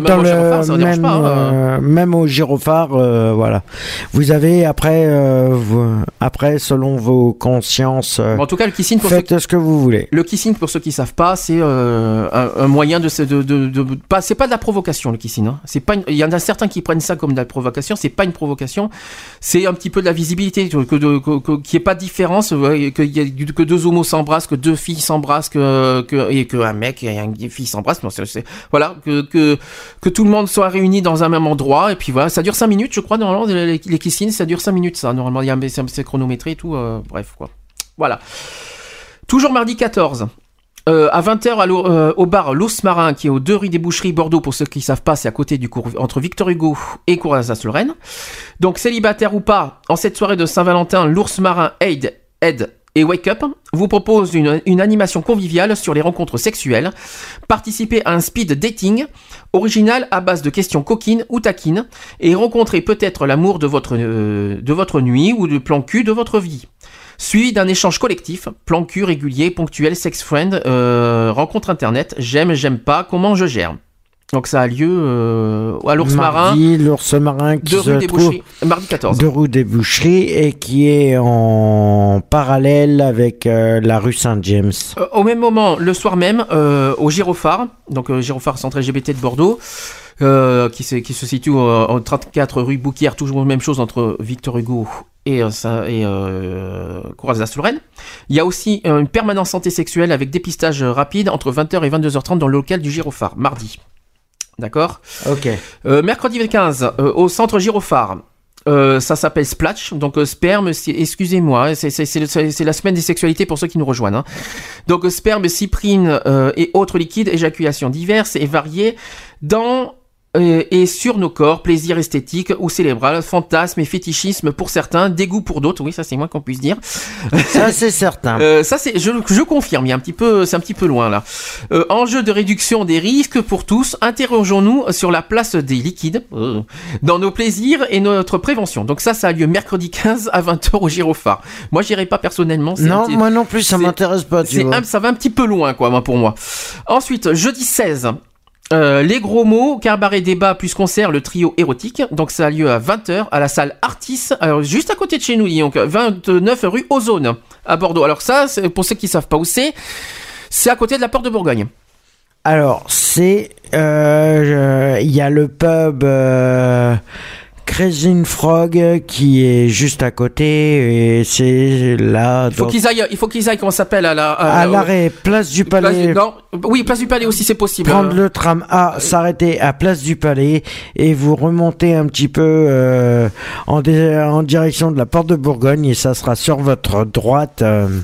Même au gyrophare voilà. Vous avez après selon vos consciences en tout cas le kissing faites ce que vous voulez. Le kissing pour ceux qui savent pas c'est un moyen de pas, c'est pas de la provocation le kissing hein. C'est pas il y en a certains qui prennent ça comme de la provocation, c'est pas une provocation, c'est un petit peu de la visibilité, qu'il n'y ait pas de différence, que deux homos s'embrassent, que deux filles s'embrassent, et qu'un mec et une fille s'embrassent. Voilà, que tout le monde soit réuni dans un même endroit, et puis voilà, ça dure 5 minutes, je crois, normalement, les kissings, ça dure 5 minutes, ça, normalement, c'est chronométré et tout, bref, quoi. Voilà. Toujours mardi 14. À 20h au bar L'Ours Marin qui est aux 2 rue des Boucheries Bordeaux, pour ceux qui ne savent pas, c'est à côté du cours entre Victor Hugo et cours Alsace-Lorraine. Donc célibataire ou pas, en cette soirée de Saint-Valentin, L'Ours Marin Aid et Wake Up vous propose une animation conviviale sur les rencontres sexuelles. Participez à un speed dating original à base de questions coquines ou taquines et rencontrez peut-être l'amour de votre nuit ou le plan cul de votre vie. Suivi d'un échange collectif, plan cul régulier, ponctuel, sex friend, rencontre internet, j'aime pas, comment je gère. Donc ça a lieu à l'Ours Marin. L'Ours Marin qui se trouve mardi 14. 2 rue des Boucheries et qui est en parallèle avec la rue Saint-James. Au même moment, le soir même, au Gyrophare, donc Gyrophare Centre LGBT de Bordeaux, qui se situe en 34 rue Bouquière, toujours la même chose entre Victor Hugo et cours Alsace-Lorraine. Il y a aussi une permanence santé sexuelle avec dépistage rapide entre 20h et 22h30 dans le local du Gyrophare, mardi. D'accord ? Ok. Mercredi 15, au centre Gyrophare. Ça s'appelle Splatch, donc sperme, excusez-moi, c'est la semaine des sexualités pour ceux qui nous rejoignent. Hein. Donc sperme, cyprine et autres liquides, éjaculations diverses et variées dans et sur nos corps, plaisir esthétique ou cérébral, fantasme et fétichisme pour certains, dégoût pour d'autres, oui ça c'est moins qu'on puisse dire. Ça c'est certain. Ça c'est, je confirme, c'est un petit peu loin là. Enjeu de réduction des risques pour tous, interrogeons-nous sur la place des liquides dans nos plaisirs et notre prévention. Donc ça a lieu mercredi 15 à 20h au Gyrophare. Moi j'irai pas personnellement. Moi non plus, ça m'intéresse pas. Ça va un petit peu loin quoi, pour moi. Ensuite, jeudi 16. Les gros mots, cabaret débat plus concert, le trio érotique. Donc ça a lieu à 20h à la salle Artis, alors juste à côté de chez nous, donc 29 rue Ozone à Bordeaux. Alors ça, c'est pour ceux qui savent pas où c'est à côté de la Porte de Bourgogne. Alors c'est il y a le pub Crazy Frog qui est juste à côté et c'est là. Il faut qu'ils aillent, comment ça s'appelle à l'arrêt Place du Palais. Place du Palais aussi c'est possible. Prendre le tram A, s'arrêter à Place du Palais et vous remontez un petit peu en direction de la Porte de Bourgogne et ça sera sur votre droite.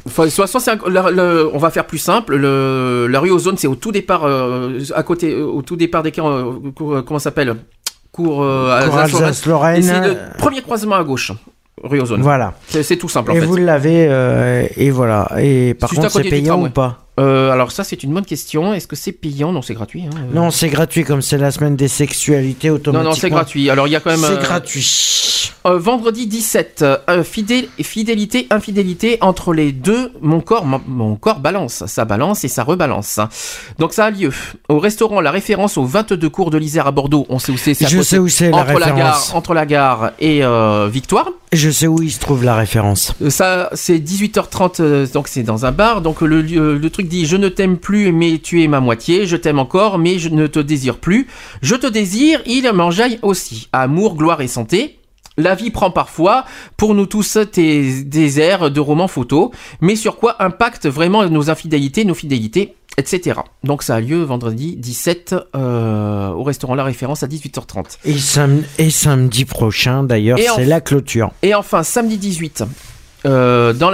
On va faire plus simple. La rue Ozone c'est au tout départ à côté, au tout départ des comment ça s'appelle? Cours Alsace-Lorraine. Et c'est le premier croisement à gauche. Rue Ozone. Voilà. C'est tout simple en et fait. Vous l'avez, et voilà. Et par Juste contre, à côté c'est du payant tram, ou pas? Alors ça c'est une bonne question. Est-ce que c'est payant? Non, c'est gratuit. Hein. Non, c'est gratuit comme c'est la semaine des sexualités automatiquement. Non, c'est gratuit. Alors il y a quand même. C'est gratuit. Vendredi 17, fidélité, infidélité entre les deux. Mon corps balance, ça balance et ça rebalance. Donc ça a lieu au restaurant La Référence au 22 cours de l'Isère à Bordeaux. On sait où c'est. Je sais où c'est la Référence. Entre la gare et Victoire. Je sais où il se trouve la Référence. Ça, c'est 18h30, donc c'est dans un bar. Donc le truc dit: je ne t'aime plus, mais tu es ma moitié. Je t'aime encore, mais je ne te désire plus. Je te désire, il m'enjaille aussi. Amour, gloire et santé. La vie prend parfois, pour nous tous, des airs de romans photos. Mais sur quoi impactent vraiment nos infidélités, nos fidélités, etc. Donc ça a lieu vendredi 17 au restaurant La Référence à 18h30. Et samedi prochain, d'ailleurs, c'est la clôture. Et enfin, samedi 18, dans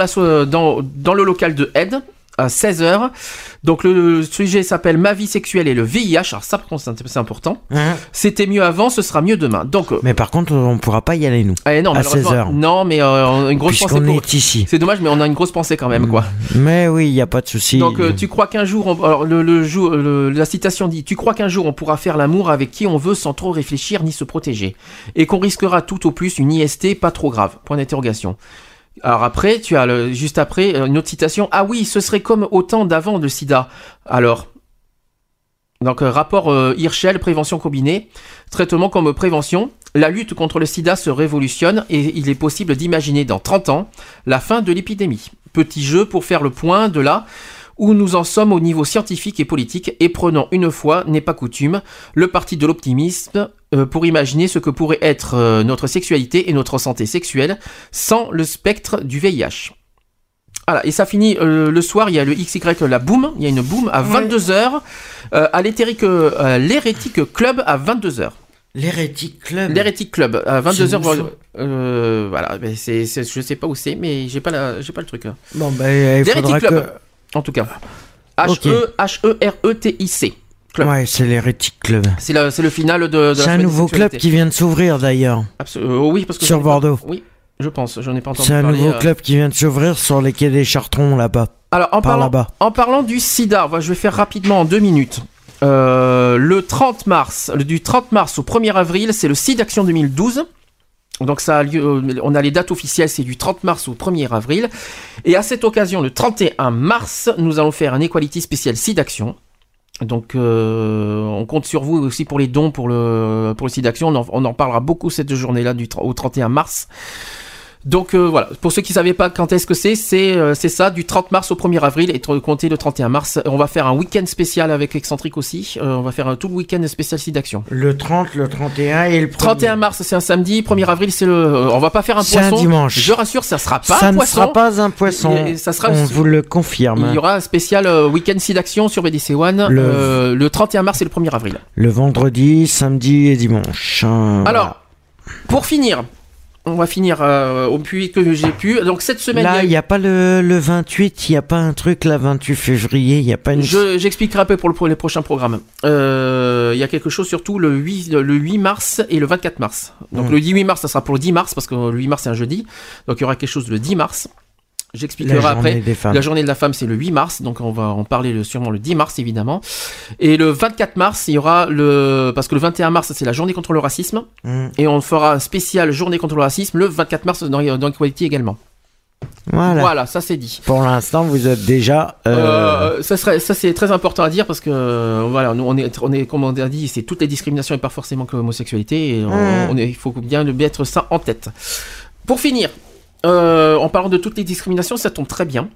le local de Aide, à 16h. Donc le sujet s'appelle Ma vie sexuelle et le VIH. Alors ça, par contre, c'est important. C'était mieux avant, ce sera mieux demain. Donc, mais par contre, on ne pourra pas y aller, nous. Non, à 16h. Non, mais on a une grosse pensée. Puisqu'on est ici. C'est dommage, mais on a une grosse pensée quand même, quoi. Mais oui, il n'y a pas de souci. Donc, tu crois qu'un jour... Alors, la citation dit: tu crois qu'un jour, on pourra faire l'amour avec qui on veut sans trop réfléchir ni se protéger. Et qu'on risquera tout au plus une IST pas trop grave. Point d'interrogation. Alors après, tu as juste après une autre citation. Ah oui, ce serait comme au temps d'avant le sida. Alors, donc rapport Hirschel, prévention combinée, traitement comme prévention. La lutte contre le sida se révolutionne et il est possible d'imaginer dans 30 ans la fin de l'épidémie. Petit jeu pour faire le point de là où nous en sommes au niveau scientifique et politique, et prenons une fois, n'est pas coutume, le parti de l'optimisme pour imaginer ce que pourrait être notre sexualité et notre santé sexuelle sans le spectre du VIH. Voilà, et ça finit le soir, il y a le XY, la boom, il y a une boom à 22h, à l'Hérétique Club à 22h. L'Hérétique Club à 22h. Voilà, mais je sais pas où c'est, mais j'ai pas le truc. Là. Bon, ben, il faudra Club. En tout cas, H-E-R-E-T-I-C. Club. Ouais, c'est l'Hérétique Club. C'est le final de c'est un nouveau club qui vient de s'ouvrir d'ailleurs. Oui, parce que sur Bordeaux. Oui, je pense. J'en ai pas entendu parler. C'est un nouveau club qui vient de s'ouvrir sur les quais des Chartrons là-bas. Alors, en parlant du sida, je vais faire rapidement en 2 minutes. Du 30 mars au 1er avril, c'est le SIDAction 2012. Donc ça a lieu, on a les dates officielles, c'est du 30 mars au 1er avril. Et à cette occasion, le 31 mars, nous allons faire un Equality spécial SIDAction. Donc on compte sur vous aussi pour les dons pour le SIDAction. On en parlera beaucoup cette journée-là au 31 mars. Donc voilà, pour ceux qui ne savaient pas quand est-ce que c'est ça, du 30 mars au 1er avril et compter le 31 mars. On va faire un week-end spécial avec Excentrique aussi. On va faire tout le week-end spécial SIDAction. Le 30, le 31 et le 1er. 31 mars, c'est un samedi. 1er avril, c'est on va pas faire un poisson. C'est un dimanche. Je rassure, ça sera pas ça un poisson. Ça ne sera pas un poisson. On vous le confirme. Il y aura un spécial week-end SIDAction sur BDC One le 31 mars et le 1er avril. Le vendredi, samedi et dimanche. Alors, pour finir... On va finir au plus que j'ai pu. Donc cette semaine... Là, il n'y a pas le 28, il n'y a pas un truc, là, 28 février, il n'y a pas une... J'expliquerai un peu pour les prochains programmes. Il y a quelque chose surtout le 8 mars et le 24 mars. Donc le 18 mars, ça sera pour le 10 mars, parce que le 8 mars, c'est un jeudi. Donc il y aura quelque chose le 10 mars. J'expliquerai après. La journée de la femme, c'est le 8 mars, donc on va en parler sûrement le 10 mars, évidemment. Et le 24 mars, il y aura parce que le 21 mars, c'est la journée contre le racisme. Et on fera un spécial journée contre le racisme le 24 mars dans Equality également. Voilà, ça c'est dit. Pour l'instant, vous êtes déjà... Ça c'est très important à dire parce que voilà, nous on est comme on a dit, c'est toutes les discriminations et pas forcément que l'homosexualité. Et il faut bien mettre ça en tête. Pour finir... en parlant de toutes les discriminations, ça tombe très bien.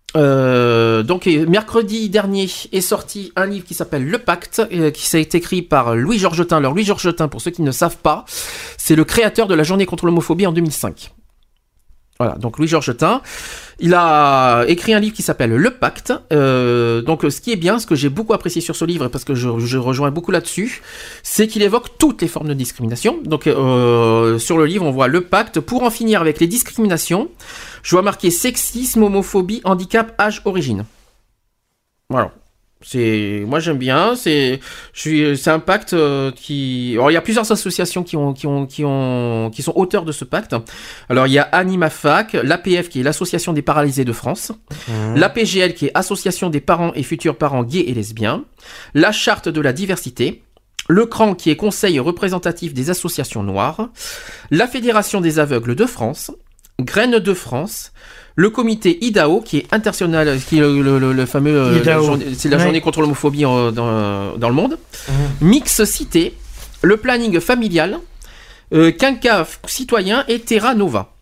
Donc mercredi dernier est sorti un livre qui s'appelle Le Pacte, qui a été écrit par Louis Georgetin. Alors Louis Georgetin, pour ceux qui ne savent pas, c'est le créateur de la journée contre l'homophobie en 2005. Voilà, donc Louis Georgetin, il a écrit un livre qui s'appelle Le Pacte. Donc ce qui est bien, ce que j'ai beaucoup apprécié sur ce livre, parce que je rejoins beaucoup là-dessus, c'est qu'il évoque toutes les formes de discrimination. Donc sur le livre, on voit Le Pacte pour en finir avec les discriminations. Je vois marqué sexisme, homophobie, handicap, âge, origine. Voilà. Moi j'aime bien. C'est un pacte qui. Alors il y a plusieurs associations qui sont auteurs de ce pacte. Alors il y a AnimaFac, l'APF qui est l'association des paralysés de France, l'APGL qui est association des parents et futurs parents gays et lesbiens, la Charte de la diversité, le CRAN qui est conseil représentatif des associations noires, la Fédération des aveugles de France, Graines de France, le comité IDAO qui est international, qui est le fameux c'est la journée contre l'homophobie dans le monde, Mix Cité, le planning familial, Quinca citoyen et Terra Nova.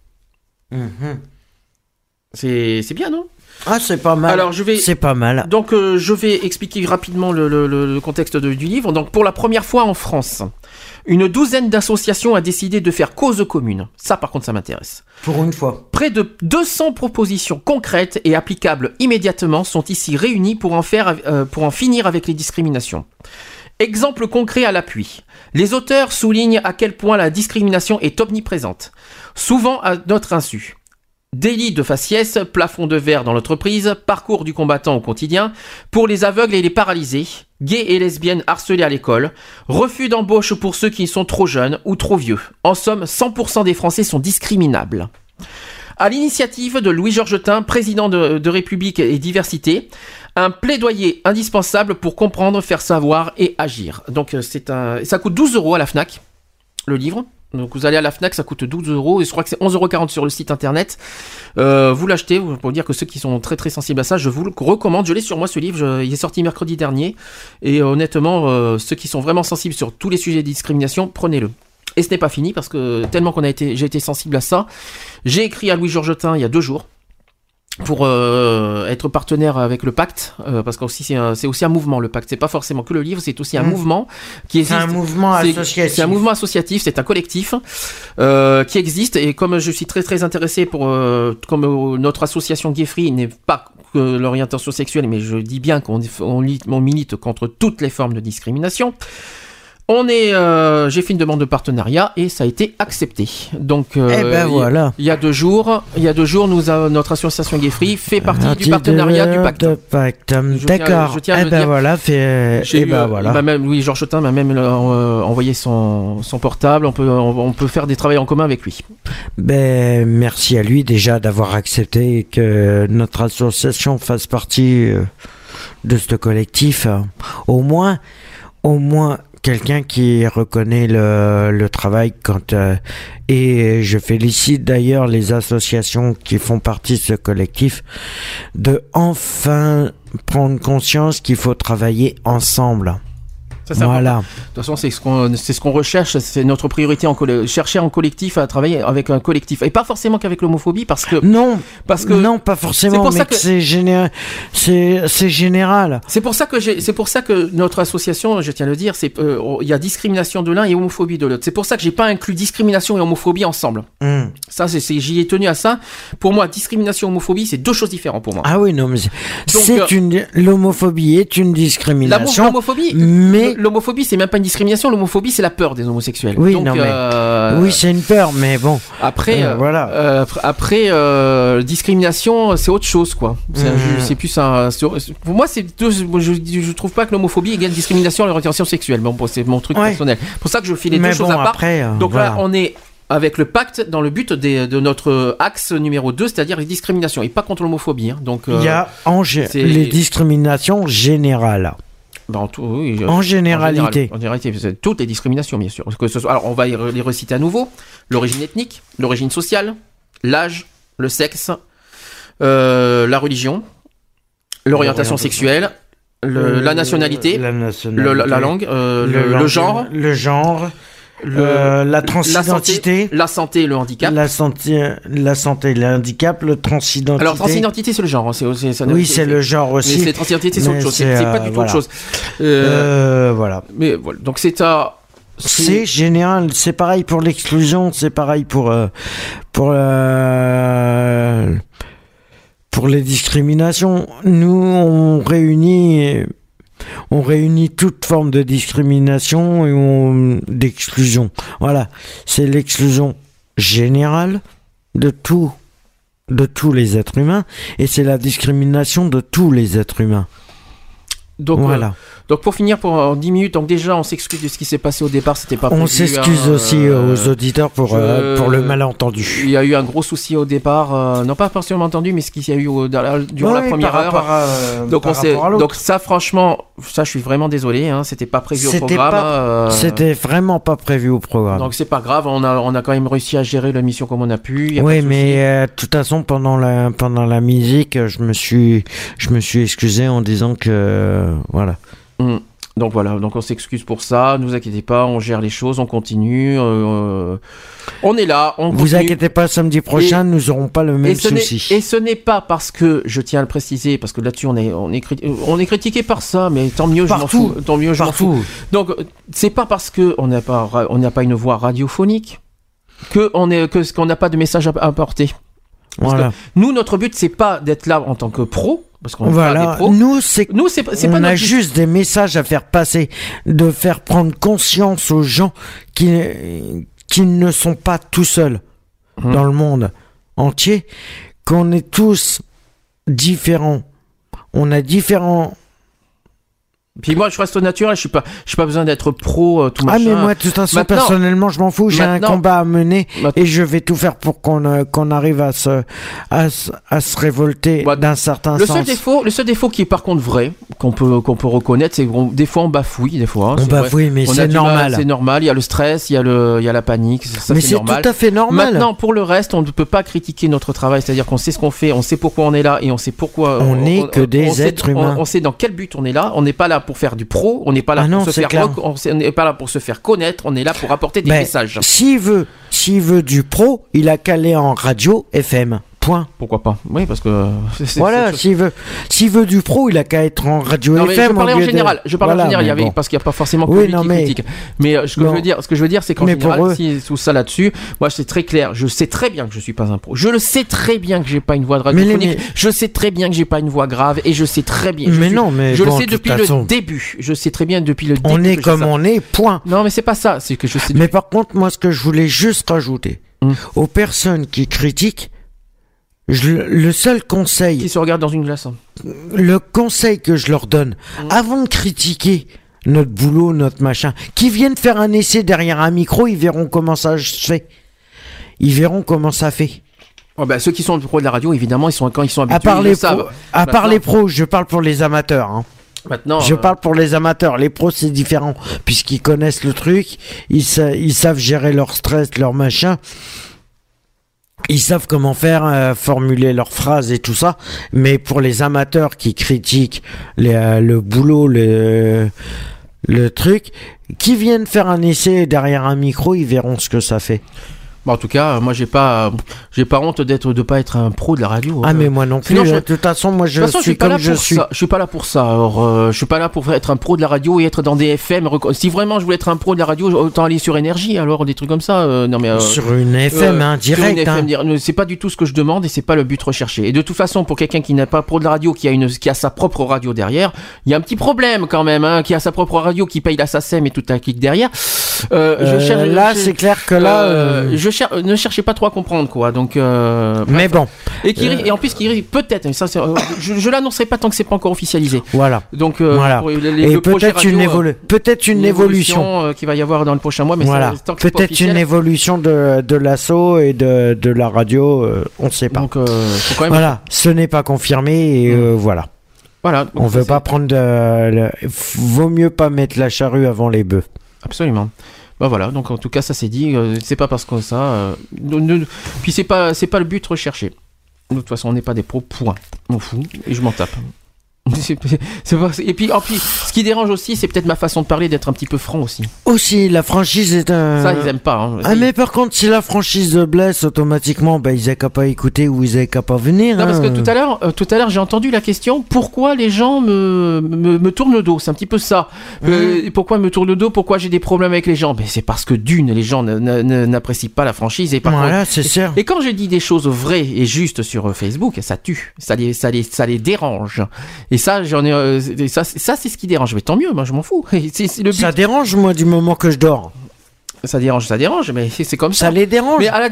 C'est bien, non? Ah, c'est pas mal. Alors, c'est pas mal. Donc, je vais expliquer rapidement le contexte du livre. Donc, pour la première fois en France, une douzaine d'associations a décidé de faire cause commune. Ça, par contre, ça m'intéresse. Pour une fois. Près de 200 propositions concrètes et applicables immédiatement sont ici réunies pour en finir avec les discriminations. Exemple concret à l'appui. Les auteurs soulignent à quel point la discrimination est omniprésente, souvent à notre insu. Délit de faciès, plafond de verre dans l'entreprise, parcours du combattant au quotidien, pour les aveugles et les paralysés, gays et lesbiennes harcelés à l'école, refus d'embauche pour ceux qui sont trop jeunes ou trop vieux. En somme, 100% des Français sont discriminables. À l'initiative de Louis Georgetin, président de République et Diversité, un plaidoyer indispensable pour comprendre, faire savoir et agir. Donc ça coûte 12 € à la Fnac, le livre. Donc vous allez à la Fnac, ça coûte 12 €, et je crois que c'est 11,40 € sur le site internet. Vous l'achetez, pour dire que ceux qui sont très très sensibles à ça, je vous le recommande. Je l'ai sur moi ce livre, il est sorti mercredi dernier, et honnêtement, ceux qui sont vraiment sensibles sur tous les sujets de discrimination, prenez-le. Et ce n'est pas fini, parce que tellement j'ai été sensible à ça, j'ai écrit à Louis Georgetin il y a 2 jours, pour être partenaire avec le pacte, parce que c'est aussi un mouvement, le pacte. C'est pas forcément que le livre, c'est aussi un mouvement qui existe. C'est un mouvement associatif. C'est un mouvement associatif, c'est un collectif qui existe. Et comme je suis très très intéressé comme notre association Gay Free n'est pas que l'orientation sexuelle, mais je dis bien qu'on milite contre toutes les formes de discrimination. J'ai fait une demande de partenariat et ça a été accepté. Donc, voilà. Il y a 2 jours, notre association Gay Free fait partie du partenariat du pacte. D'accord. Voilà. Même Louis Georgetin m'a même envoyé son portable. On peut faire des travaux en commun avec lui. Merci à lui déjà d'avoir accepté que notre association fasse partie de ce collectif. Au moins. Quelqu'un qui reconnaît le travail et je félicite d'ailleurs les associations qui font partie de ce collectif de enfin prendre conscience qu'il faut travailler ensemble. Ça, voilà. De toute façon, c'est ce qu'on recherche, c'est notre priorité chercher en collectif à travailler avec un collectif et pas forcément qu'avec l'homophobie parce que non, pas forcément, mais c'est général. C'est pour ça que notre association, je tiens à le dire, il y a discrimination de l'un et homophobie de l'autre. C'est pour ça que j'ai pas inclus discrimination et homophobie ensemble. Ça, j'y ai tenu à ça. Pour moi, discrimination et homophobie, c'est 2 choses différentes pour moi. Ah oui, non, mais l'homophobie est une discrimination. L'homophobie, mais l'homophobie, c'est même pas une discrimination. L'homophobie, c'est la peur des homosexuels. Oui, donc, oui, c'est une peur, mais bon. Après, discrimination, c'est autre chose, quoi. C'est plus un. Pour moi, je trouve pas que l'homophobie égale discrimination à l'orientation sexuelle. Bon, c'est mon truc personnel. C'est pour ça que je fais les 2 choses à part. Donc là, on est avec le pacte dans le but de notre axe numéro 2, c'est-à-dire les discriminations, et pas contre l'homophobie. Donc, il y a les discriminations générales. En généralité. En généralité, toutes les discriminations, bien sûr. Alors, on va les reciter à nouveau. L'origine ethnique, l'origine sociale, l'âge, le sexe, la religion, l'orientation sexuelle, la nationalité, la langue, le genre. La transidentité, la santé et le handicap. La santé, le handicap, le transidentité. Alors transidentité, c'est le genre. C'est le genre aussi. Mais transidentité, c'est autre chose. C'est pas du tout autre chose. Voilà. Mais voilà. Donc c'est général. C'est pareil pour l'exclusion. C'est pareil pour les discriminations. Nous, on réunit toute forme de discrimination et d'exclusion. Voilà, c'est l'exclusion générale de tous les êtres humains et c'est la discrimination de tous les êtres humains. Donc, voilà. Donc pour finir, pour 10 minutes, donc déjà on s'excuse de ce qui s'est passé au départ, c'était pas prévu. On s'excuse aussi aux auditeurs pour le malentendu. Il y a eu un gros souci au départ, non pas forcément entendu, mais ce qu'il y a eu durant la première heure. Donc ça franchement, ça je suis vraiment désolé, hein, c'était pas prévu au programme. C'était vraiment pas prévu au programme. Donc c'est pas grave, on a quand même réussi à gérer l'émission comme on a pu. Oui, mais de toute façon pendant la musique, je me suis excusé en disant que voilà. Donc voilà, donc on s'excuse pour ça, ne vous inquiétez pas, on gère les choses, on continue, on est là, on continue. Vous inquiétez pas, samedi prochain, nous n'aurons pas le même souci. Et ce n'est pas parce que, je tiens à le préciser, parce que là-dessus on est critiqué par ça, mais tant mieux, je m'en fous. Tant mieux, je m'en fous. Donc c'est pas parce que on n'a pas une voix radiophonique qu'on n'a pas de message à apporter. Voilà. Nous, notre but, c'est pas d'être là en tant que pro. Parce qu'on voilà. Des pros. Nous, c'est on a juste des messages à faire passer, de faire prendre conscience aux gens qui ne sont pas tout seuls dans le monde entier, qu'on est tous différents. On a différents. Puis moi, je reste au naturel, je suis pas besoin d'être pro, tout machin. Ah, mais moi, de toute façon, personnellement, je m'en fous. J'ai un combat à mener et je vais tout faire pour qu'on arrive à se révolter d'un certain sens. Le seul défaut qui est par contre vrai, qu'on peut reconnaître, c'est que des fois on bafouille, des fois. On bafouille, mais c'est normal. C'est normal. Il y a le stress, il y a la panique. Ça, mais c'est normal. tout à fait normal. Maintenant, pour le reste, on ne peut pas critiquer notre travail. C'est-à-dire qu'on sait ce qu'on fait, on sait pourquoi on est là et on sait pourquoi. On n'est que des êtres humains. On sait dans quel but on est là. On n'est pas là pour faire du pro, on n'est pas là on n'est pas là pour se faire connaître, on est là pour apporter des messages. S'il veut du pro, il a qu'à aller en radio FM. Point. Pourquoi pas? Oui, parce que voilà, s'il veut du pro, il a qu'à être en radio FM. Je parlais en général. Parce qu'il n'y a pas forcément que lui qui critique. Mais ce que je veux dire, c'est qu'en général, si tout ça là-dessus, moi c'est très clair. Je sais très bien que je suis pas un pro. Je le sais très bien que j'ai pas une voix de radiophonique. Je sais très bien que j'ai pas une voix grave et je sais très bien. Je le sais depuis le début. Je sais très bien depuis le début. On est comme on est. Point. Non, mais c'est pas ça. C'est que je sais. Mais par contre, moi, ce que je voulais juste rajouter aux personnes qui critiquent. Le seul conseil... Qui se regarde dans une glace. Le conseil que je leur donne, avant de critiquer notre boulot, notre machin, qui viennent faire un essai derrière un micro, ils verront comment ça se fait. Ils verront comment ça fait. Oh bah, ceux qui sont pros de la radio, évidemment, quand ils sont habitués, à part les pros, je parle pour les amateurs. Hein. Maintenant, je parle pour les amateurs. Les pros, c'est différent, puisqu'ils connaissent le truc, ils savent gérer leur stress, leur machin. Ils savent comment faire, formuler leurs phrases et tout ça. Mais pour les amateurs qui critiquent le boulot, le truc, qui viennent faire un essai derrière un micro, ils verront ce que ça fait. Bon, en tout cas, moi j'ai pas honte de pas être un pro de la radio. Ah mais moi non plus. De toute façon, moi je suis comme je suis. Je suis pas là pour ça. Alors, je suis pas là pour être un pro de la radio et être dans des FM. Si vraiment je voulais être un pro de la radio, autant aller sur Énergie. Alors des trucs comme ça. Non mais sur une FM, direct. Sur une FM, c'est pas du tout ce que je demande et c'est pas le but recherché. Et de toute façon, pour quelqu'un qui n'est pas pro de la radio, qui a sa propre radio derrière, il y a un petit problème quand même. Qui a sa propre radio, qui paye la SACEM et tout un clic derrière. C'est clair que là. Ne cherchez pas trop à comprendre quoi. Donc mais bon. Et en plus qui rit peut-être ça je l'annoncerai pas tant que c'est pas encore officialisé. Voilà. Donc voilà. Et peut-être une évolution qui va y avoir dans le prochain mois mais voilà. tant que peut-être une évolution de l'assaut et de la radio, on ne sait pas. Donc faut quand même... Voilà, ce n'est pas confirmé et voilà. Voilà. On veut pas prendre vaut mieux pas mettre la charrue avant les bœufs. Absolument. Bah voilà, donc en tout cas ça c'est dit, c'est pas parce que ça, puis c'est pas le but recherché. De toute façon on n'est pas des pros, point. On m'en fout et je m'en tape. Et puis ce qui dérange aussi, c'est peut-être ma façon de parler, d'être un petit peu franc aussi. Aussi, la franchise est un... Ça, ils aiment pas. Hein. Ah, mais par contre, si la franchise blesse, automatiquement, ils n'aient qu'à pas écouter ou ils n'aient qu'à pas venir. Non, parce que tout à l'heure, j'ai entendu la question, pourquoi les gens me tournent le dos? C'est un petit peu ça. Pourquoi me tournent le dos? Pourquoi j'ai des problèmes avec les gens? C'est parce que les gens n'apprécient pas la franchise. Et voilà, c'est sûr. Et quand je dis des choses vraies et justes sur Facebook, ça tue. Ça les dérange. Et ça, ça c'est ce qui dérange. Mais tant mieux, moi je m'en fous. C'est le but. Ça dérange, moi, du moment que je dors. Ça dérange, mais c'est comme ça. Ça les dérange. Mais à la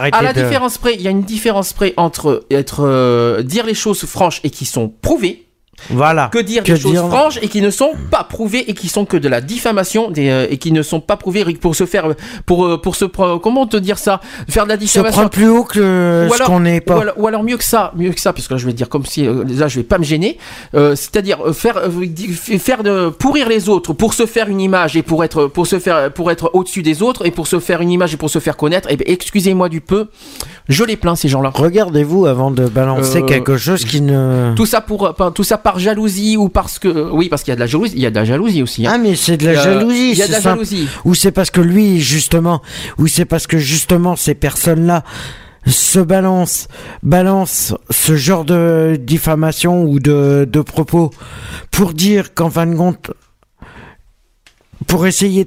différence près, il y a une différence près entre dire les choses franches et qui sont prouvées Voilà. Que dire des choses franches et qui ne sont pas prouvées et qui sont que de la diffamation et qui ne sont pas prouvées pour se faire comment te dire ça, faire de la diffamation. Se prendre plus haut que ce qu'on n'est pas. Ou alors mieux que ça, puisque là, je vais dire comme si là je vais pas me gêner, c'est-à-dire pourrir les autres pour se faire une image et pour être au-dessus des autres et pour se faire une image et pour se faire connaître. Et excusez-moi du peu, je les plains ces gens-là. Regardez-vous avant de balancer quelque chose qui ne. Tout ça par jalousie ou parce qu'il y a de la jalousie aussi. Hein. Ah mais c'est de la jalousie. Il y a de la jalousie. Ou c'est parce que justement ces personnes-là se balancent ce genre de diffamation ou de propos pour dire qu'en fin de compte, pour essayer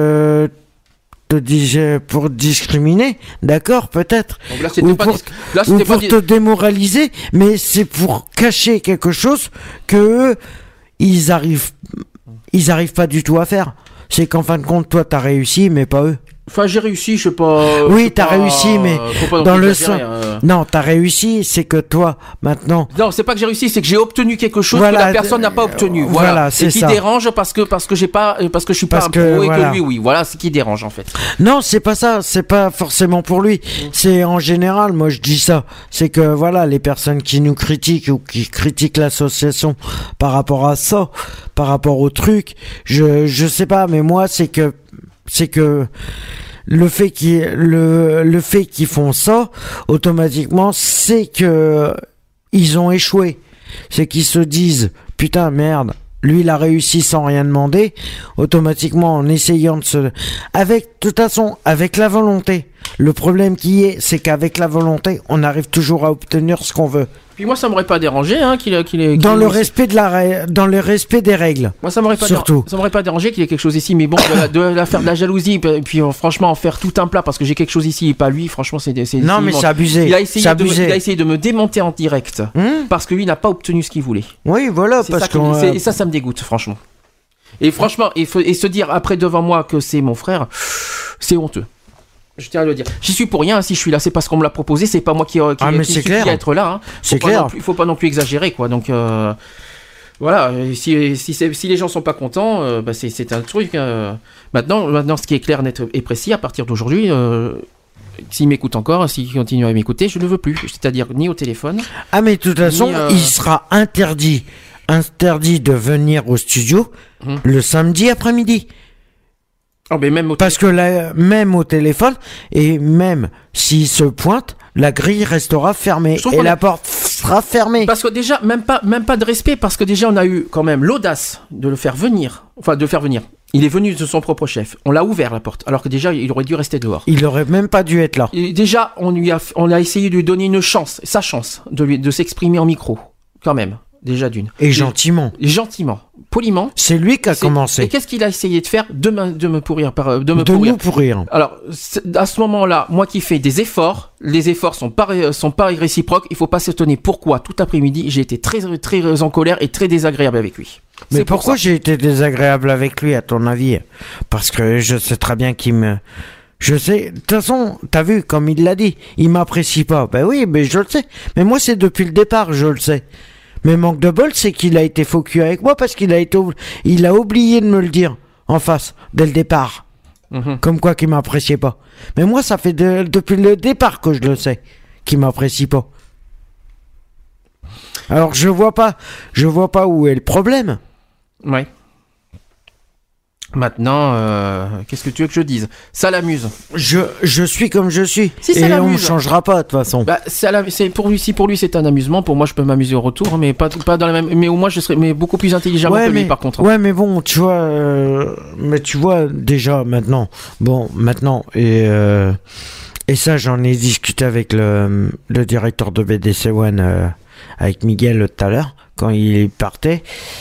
pour discriminer, d'accord, peut-être, ou pour te démoraliser, mais c'est pour cacher quelque chose que eux, ils arrivent pas du tout à faire. C'est qu'en fin de compte, toi, t'as réussi, mais pas eux. Enfin, j'ai réussi, je sais pas. Oui, t'as réussi, mais dans le sens. Non, t'as réussi, c'est que toi, maintenant. Non, c'est pas que j'ai réussi, c'est que j'ai obtenu quelque chose que la personne n'a pas obtenu. Voilà, c'est ça. Et qui dérange parce que je suis pas un pro et que lui, oui. Voilà, c'est qui dérange en fait. Non, c'est pas ça. C'est pas forcément pour lui. C'est en général, moi je dis ça. C'est que voilà, les personnes qui nous critiquent ou qui critiquent l'association par rapport à ça, par rapport au truc, je sais pas, mais moi c'est que le fait qu'ils font ça, automatiquement, c'est que ils ont échoué. C'est qu'ils se disent, putain, merde, lui il a réussi sans rien demander, automatiquement en essayant de de toute façon, avec la volonté. Le problème c'est qu'avec la volonté, on arrive toujours à obtenir ce qu'on veut. Puis moi, ça m'aurait pas dérangé, hein, qu'il ait dans le respect des règles. Moi, ça m'aurait pas ça m'aurait pas dérangé qu'il y ait quelque chose ici, mais bon, de faire de la jalousie, et puis franchement, en faire tout un plat parce que j'ai quelque chose ici et pas lui, franchement, c'est non, mais c'est abusé. Il a essayé de me démonter en direct parce que lui n'a pas obtenu ce qu'il voulait. Oui, voilà, et ça me dégoûte, franchement. Et franchement, et se dire après devant moi que c'est mon frère, c'est honteux. Je tiens à le dire. J'y suis pour rien. Si je suis là, c'est parce qu'on me l'a proposé. C'est pas moi qui suis à être là. Hein. C'est clair. Il faut pas non plus exagérer, quoi. Donc voilà. Si les gens sont pas contents, c'est un truc. Maintenant, ce qui est clair, net et précis, à partir d'aujourd'hui, s'il m'écoute encore, s'il continue à m'écouter, je ne veux plus. C'est-à-dire ni au téléphone. Ah mais de toute façon, il sera interdit de venir au studio le samedi après-midi. Oh, mais parce que même au téléphone, et même s'il se pointe, la grille restera fermée et la porte sera fermée. Parce que déjà, même pas de respect, parce que déjà on a eu quand même l'audace de le faire venir. Enfin, de le faire venir. Il est venu de son propre chef. On l'a ouvert la porte, alors que déjà il aurait dû rester dehors. Il aurait même pas dû être là. Et déjà, on a essayé de lui donner sa chance de s'exprimer en micro, quand même. Déjà d'une. Et gentiment. Poliment. C'est lui qui a commencé. Et qu'est-ce qu'il a essayé de faire? De me pourrir. Nous pourrir. Alors, à ce moment-là, moi qui fais des efforts, les efforts sont pas réciproques. Il faut pas s'étonner. Pourquoi tout après-midi, j'ai été très, très en colère et très désagréable avec lui. Mais pourquoi j'ai été désagréable avec lui, à ton avis? Parce que je sais très bien qu'il me... Je sais, de toute façon, t'as vu, comme il l'a dit, il m'apprécie pas. Ben oui, mais je le sais. Mais moi, c'est depuis le départ, je le sais. Mais manque de bol, c'est qu'il a été faux cul avec moi parce qu'il a oublié de me le dire en face, dès le départ. Comme quoi qu'il m'appréciait pas. Mais moi, ça fait depuis le départ que je le sais, qu'il m'apprécie pas. Alors, je vois pas où est le problème. Ouais. Maintenant, qu'est-ce que tu veux que je dise? Ça l'amuse. Je suis comme je suis. Si ça l'amuse. On me changera pas de toute façon. Bah, pour lui c'est un amusement. Pour moi, je peux m'amuser au retour, mais pas dans la même. Mais au moins, je serais beaucoup plus intelligemment que lui, par contre. Ouais, mais bon, tu vois, déjà maintenant. Bon, maintenant et ça, j'en ai discuté avec le directeur de BDC One, avec Miguel tout à l'heure quand il partait.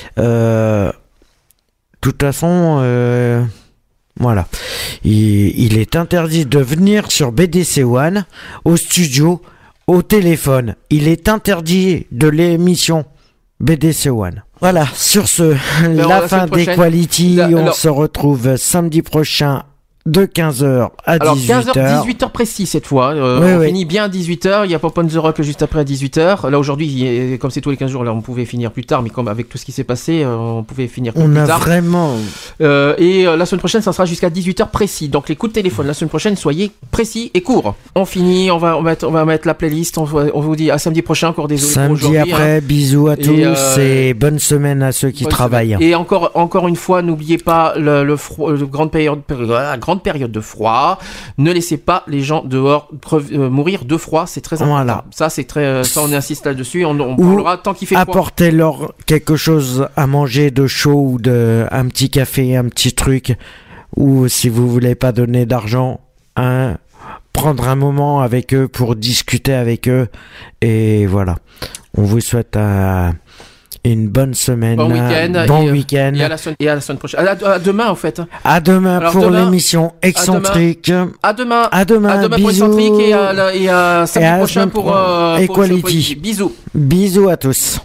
De toute façon, voilà. Il est interdit de venir sur BDC One, au studio, au téléphone. Il est interdit de l'émission BDC One. Voilà, sur ce, la fin d'Equality. On se retrouve samedi prochain de 15h à 18h. Alors 15h, 18h précis cette fois. On finit bien à 18h. Il y a Pop on the Rock juste après à 18h. Là aujourd'hui, comme c'est tous les 15 jours, là on pouvait finir plus tard, mais comme avec tout ce qui s'est passé, on pouvait finir plus tard. On a vraiment... et la semaine prochaine, ça sera jusqu'à 18h précis. Donc les coups de téléphone, la semaine prochaine, soyez précis et courts. On finit, on va mettre la playlist. On vous dit à samedi prochain, encore désolé pour aujourd'hui. Samedi après, bisous à tous et bonne semaine à ceux qui travaillent. Et encore une fois, n'oubliez pas la grande période de froid. Ne laissez pas les gens dehors mourir de froid, c'est très important. Voilà. Ça, c'est très. Ça, on insiste là-dessus. On parlera tant qu'il fait froid. Apportez-leur quelque chose à manger de chaud ou un petit café, un petit truc. Ou si vous voulez pas donner d'argent, prendre un moment avec eux pour discuter avec eux. Et voilà. On vous souhaite une bonne semaine, bon week-end, week-end. Et à la semaine prochaine. À demain, en fait. À demain. Alors, pour l'émission Excentrique. À demain bisous. Pour Excentrique et à samedi prochain pour Equality. Bisous. Bisous à tous.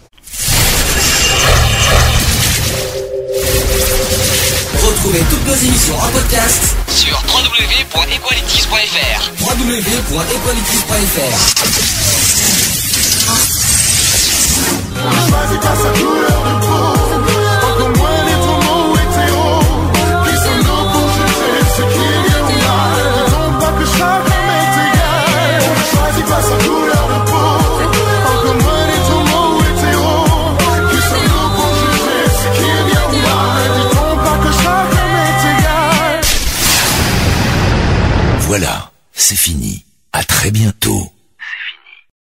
Retrouvez toutes nos émissions en podcast sur www.equalities.fr. Choisis pas sa couleur de peau, encore moins les tourments hétéros. Qui sommes-nous pour juger ce qui est bien ou mal? Disons pas que chacun est égal. Choisis pas sa couleur de peau, encore moins les tourments hétéros. Qui sommes-nous pour juger ce qui est bien ou mal? Disons pas que chacun est égal. Voilà, c'est fini. À très bientôt.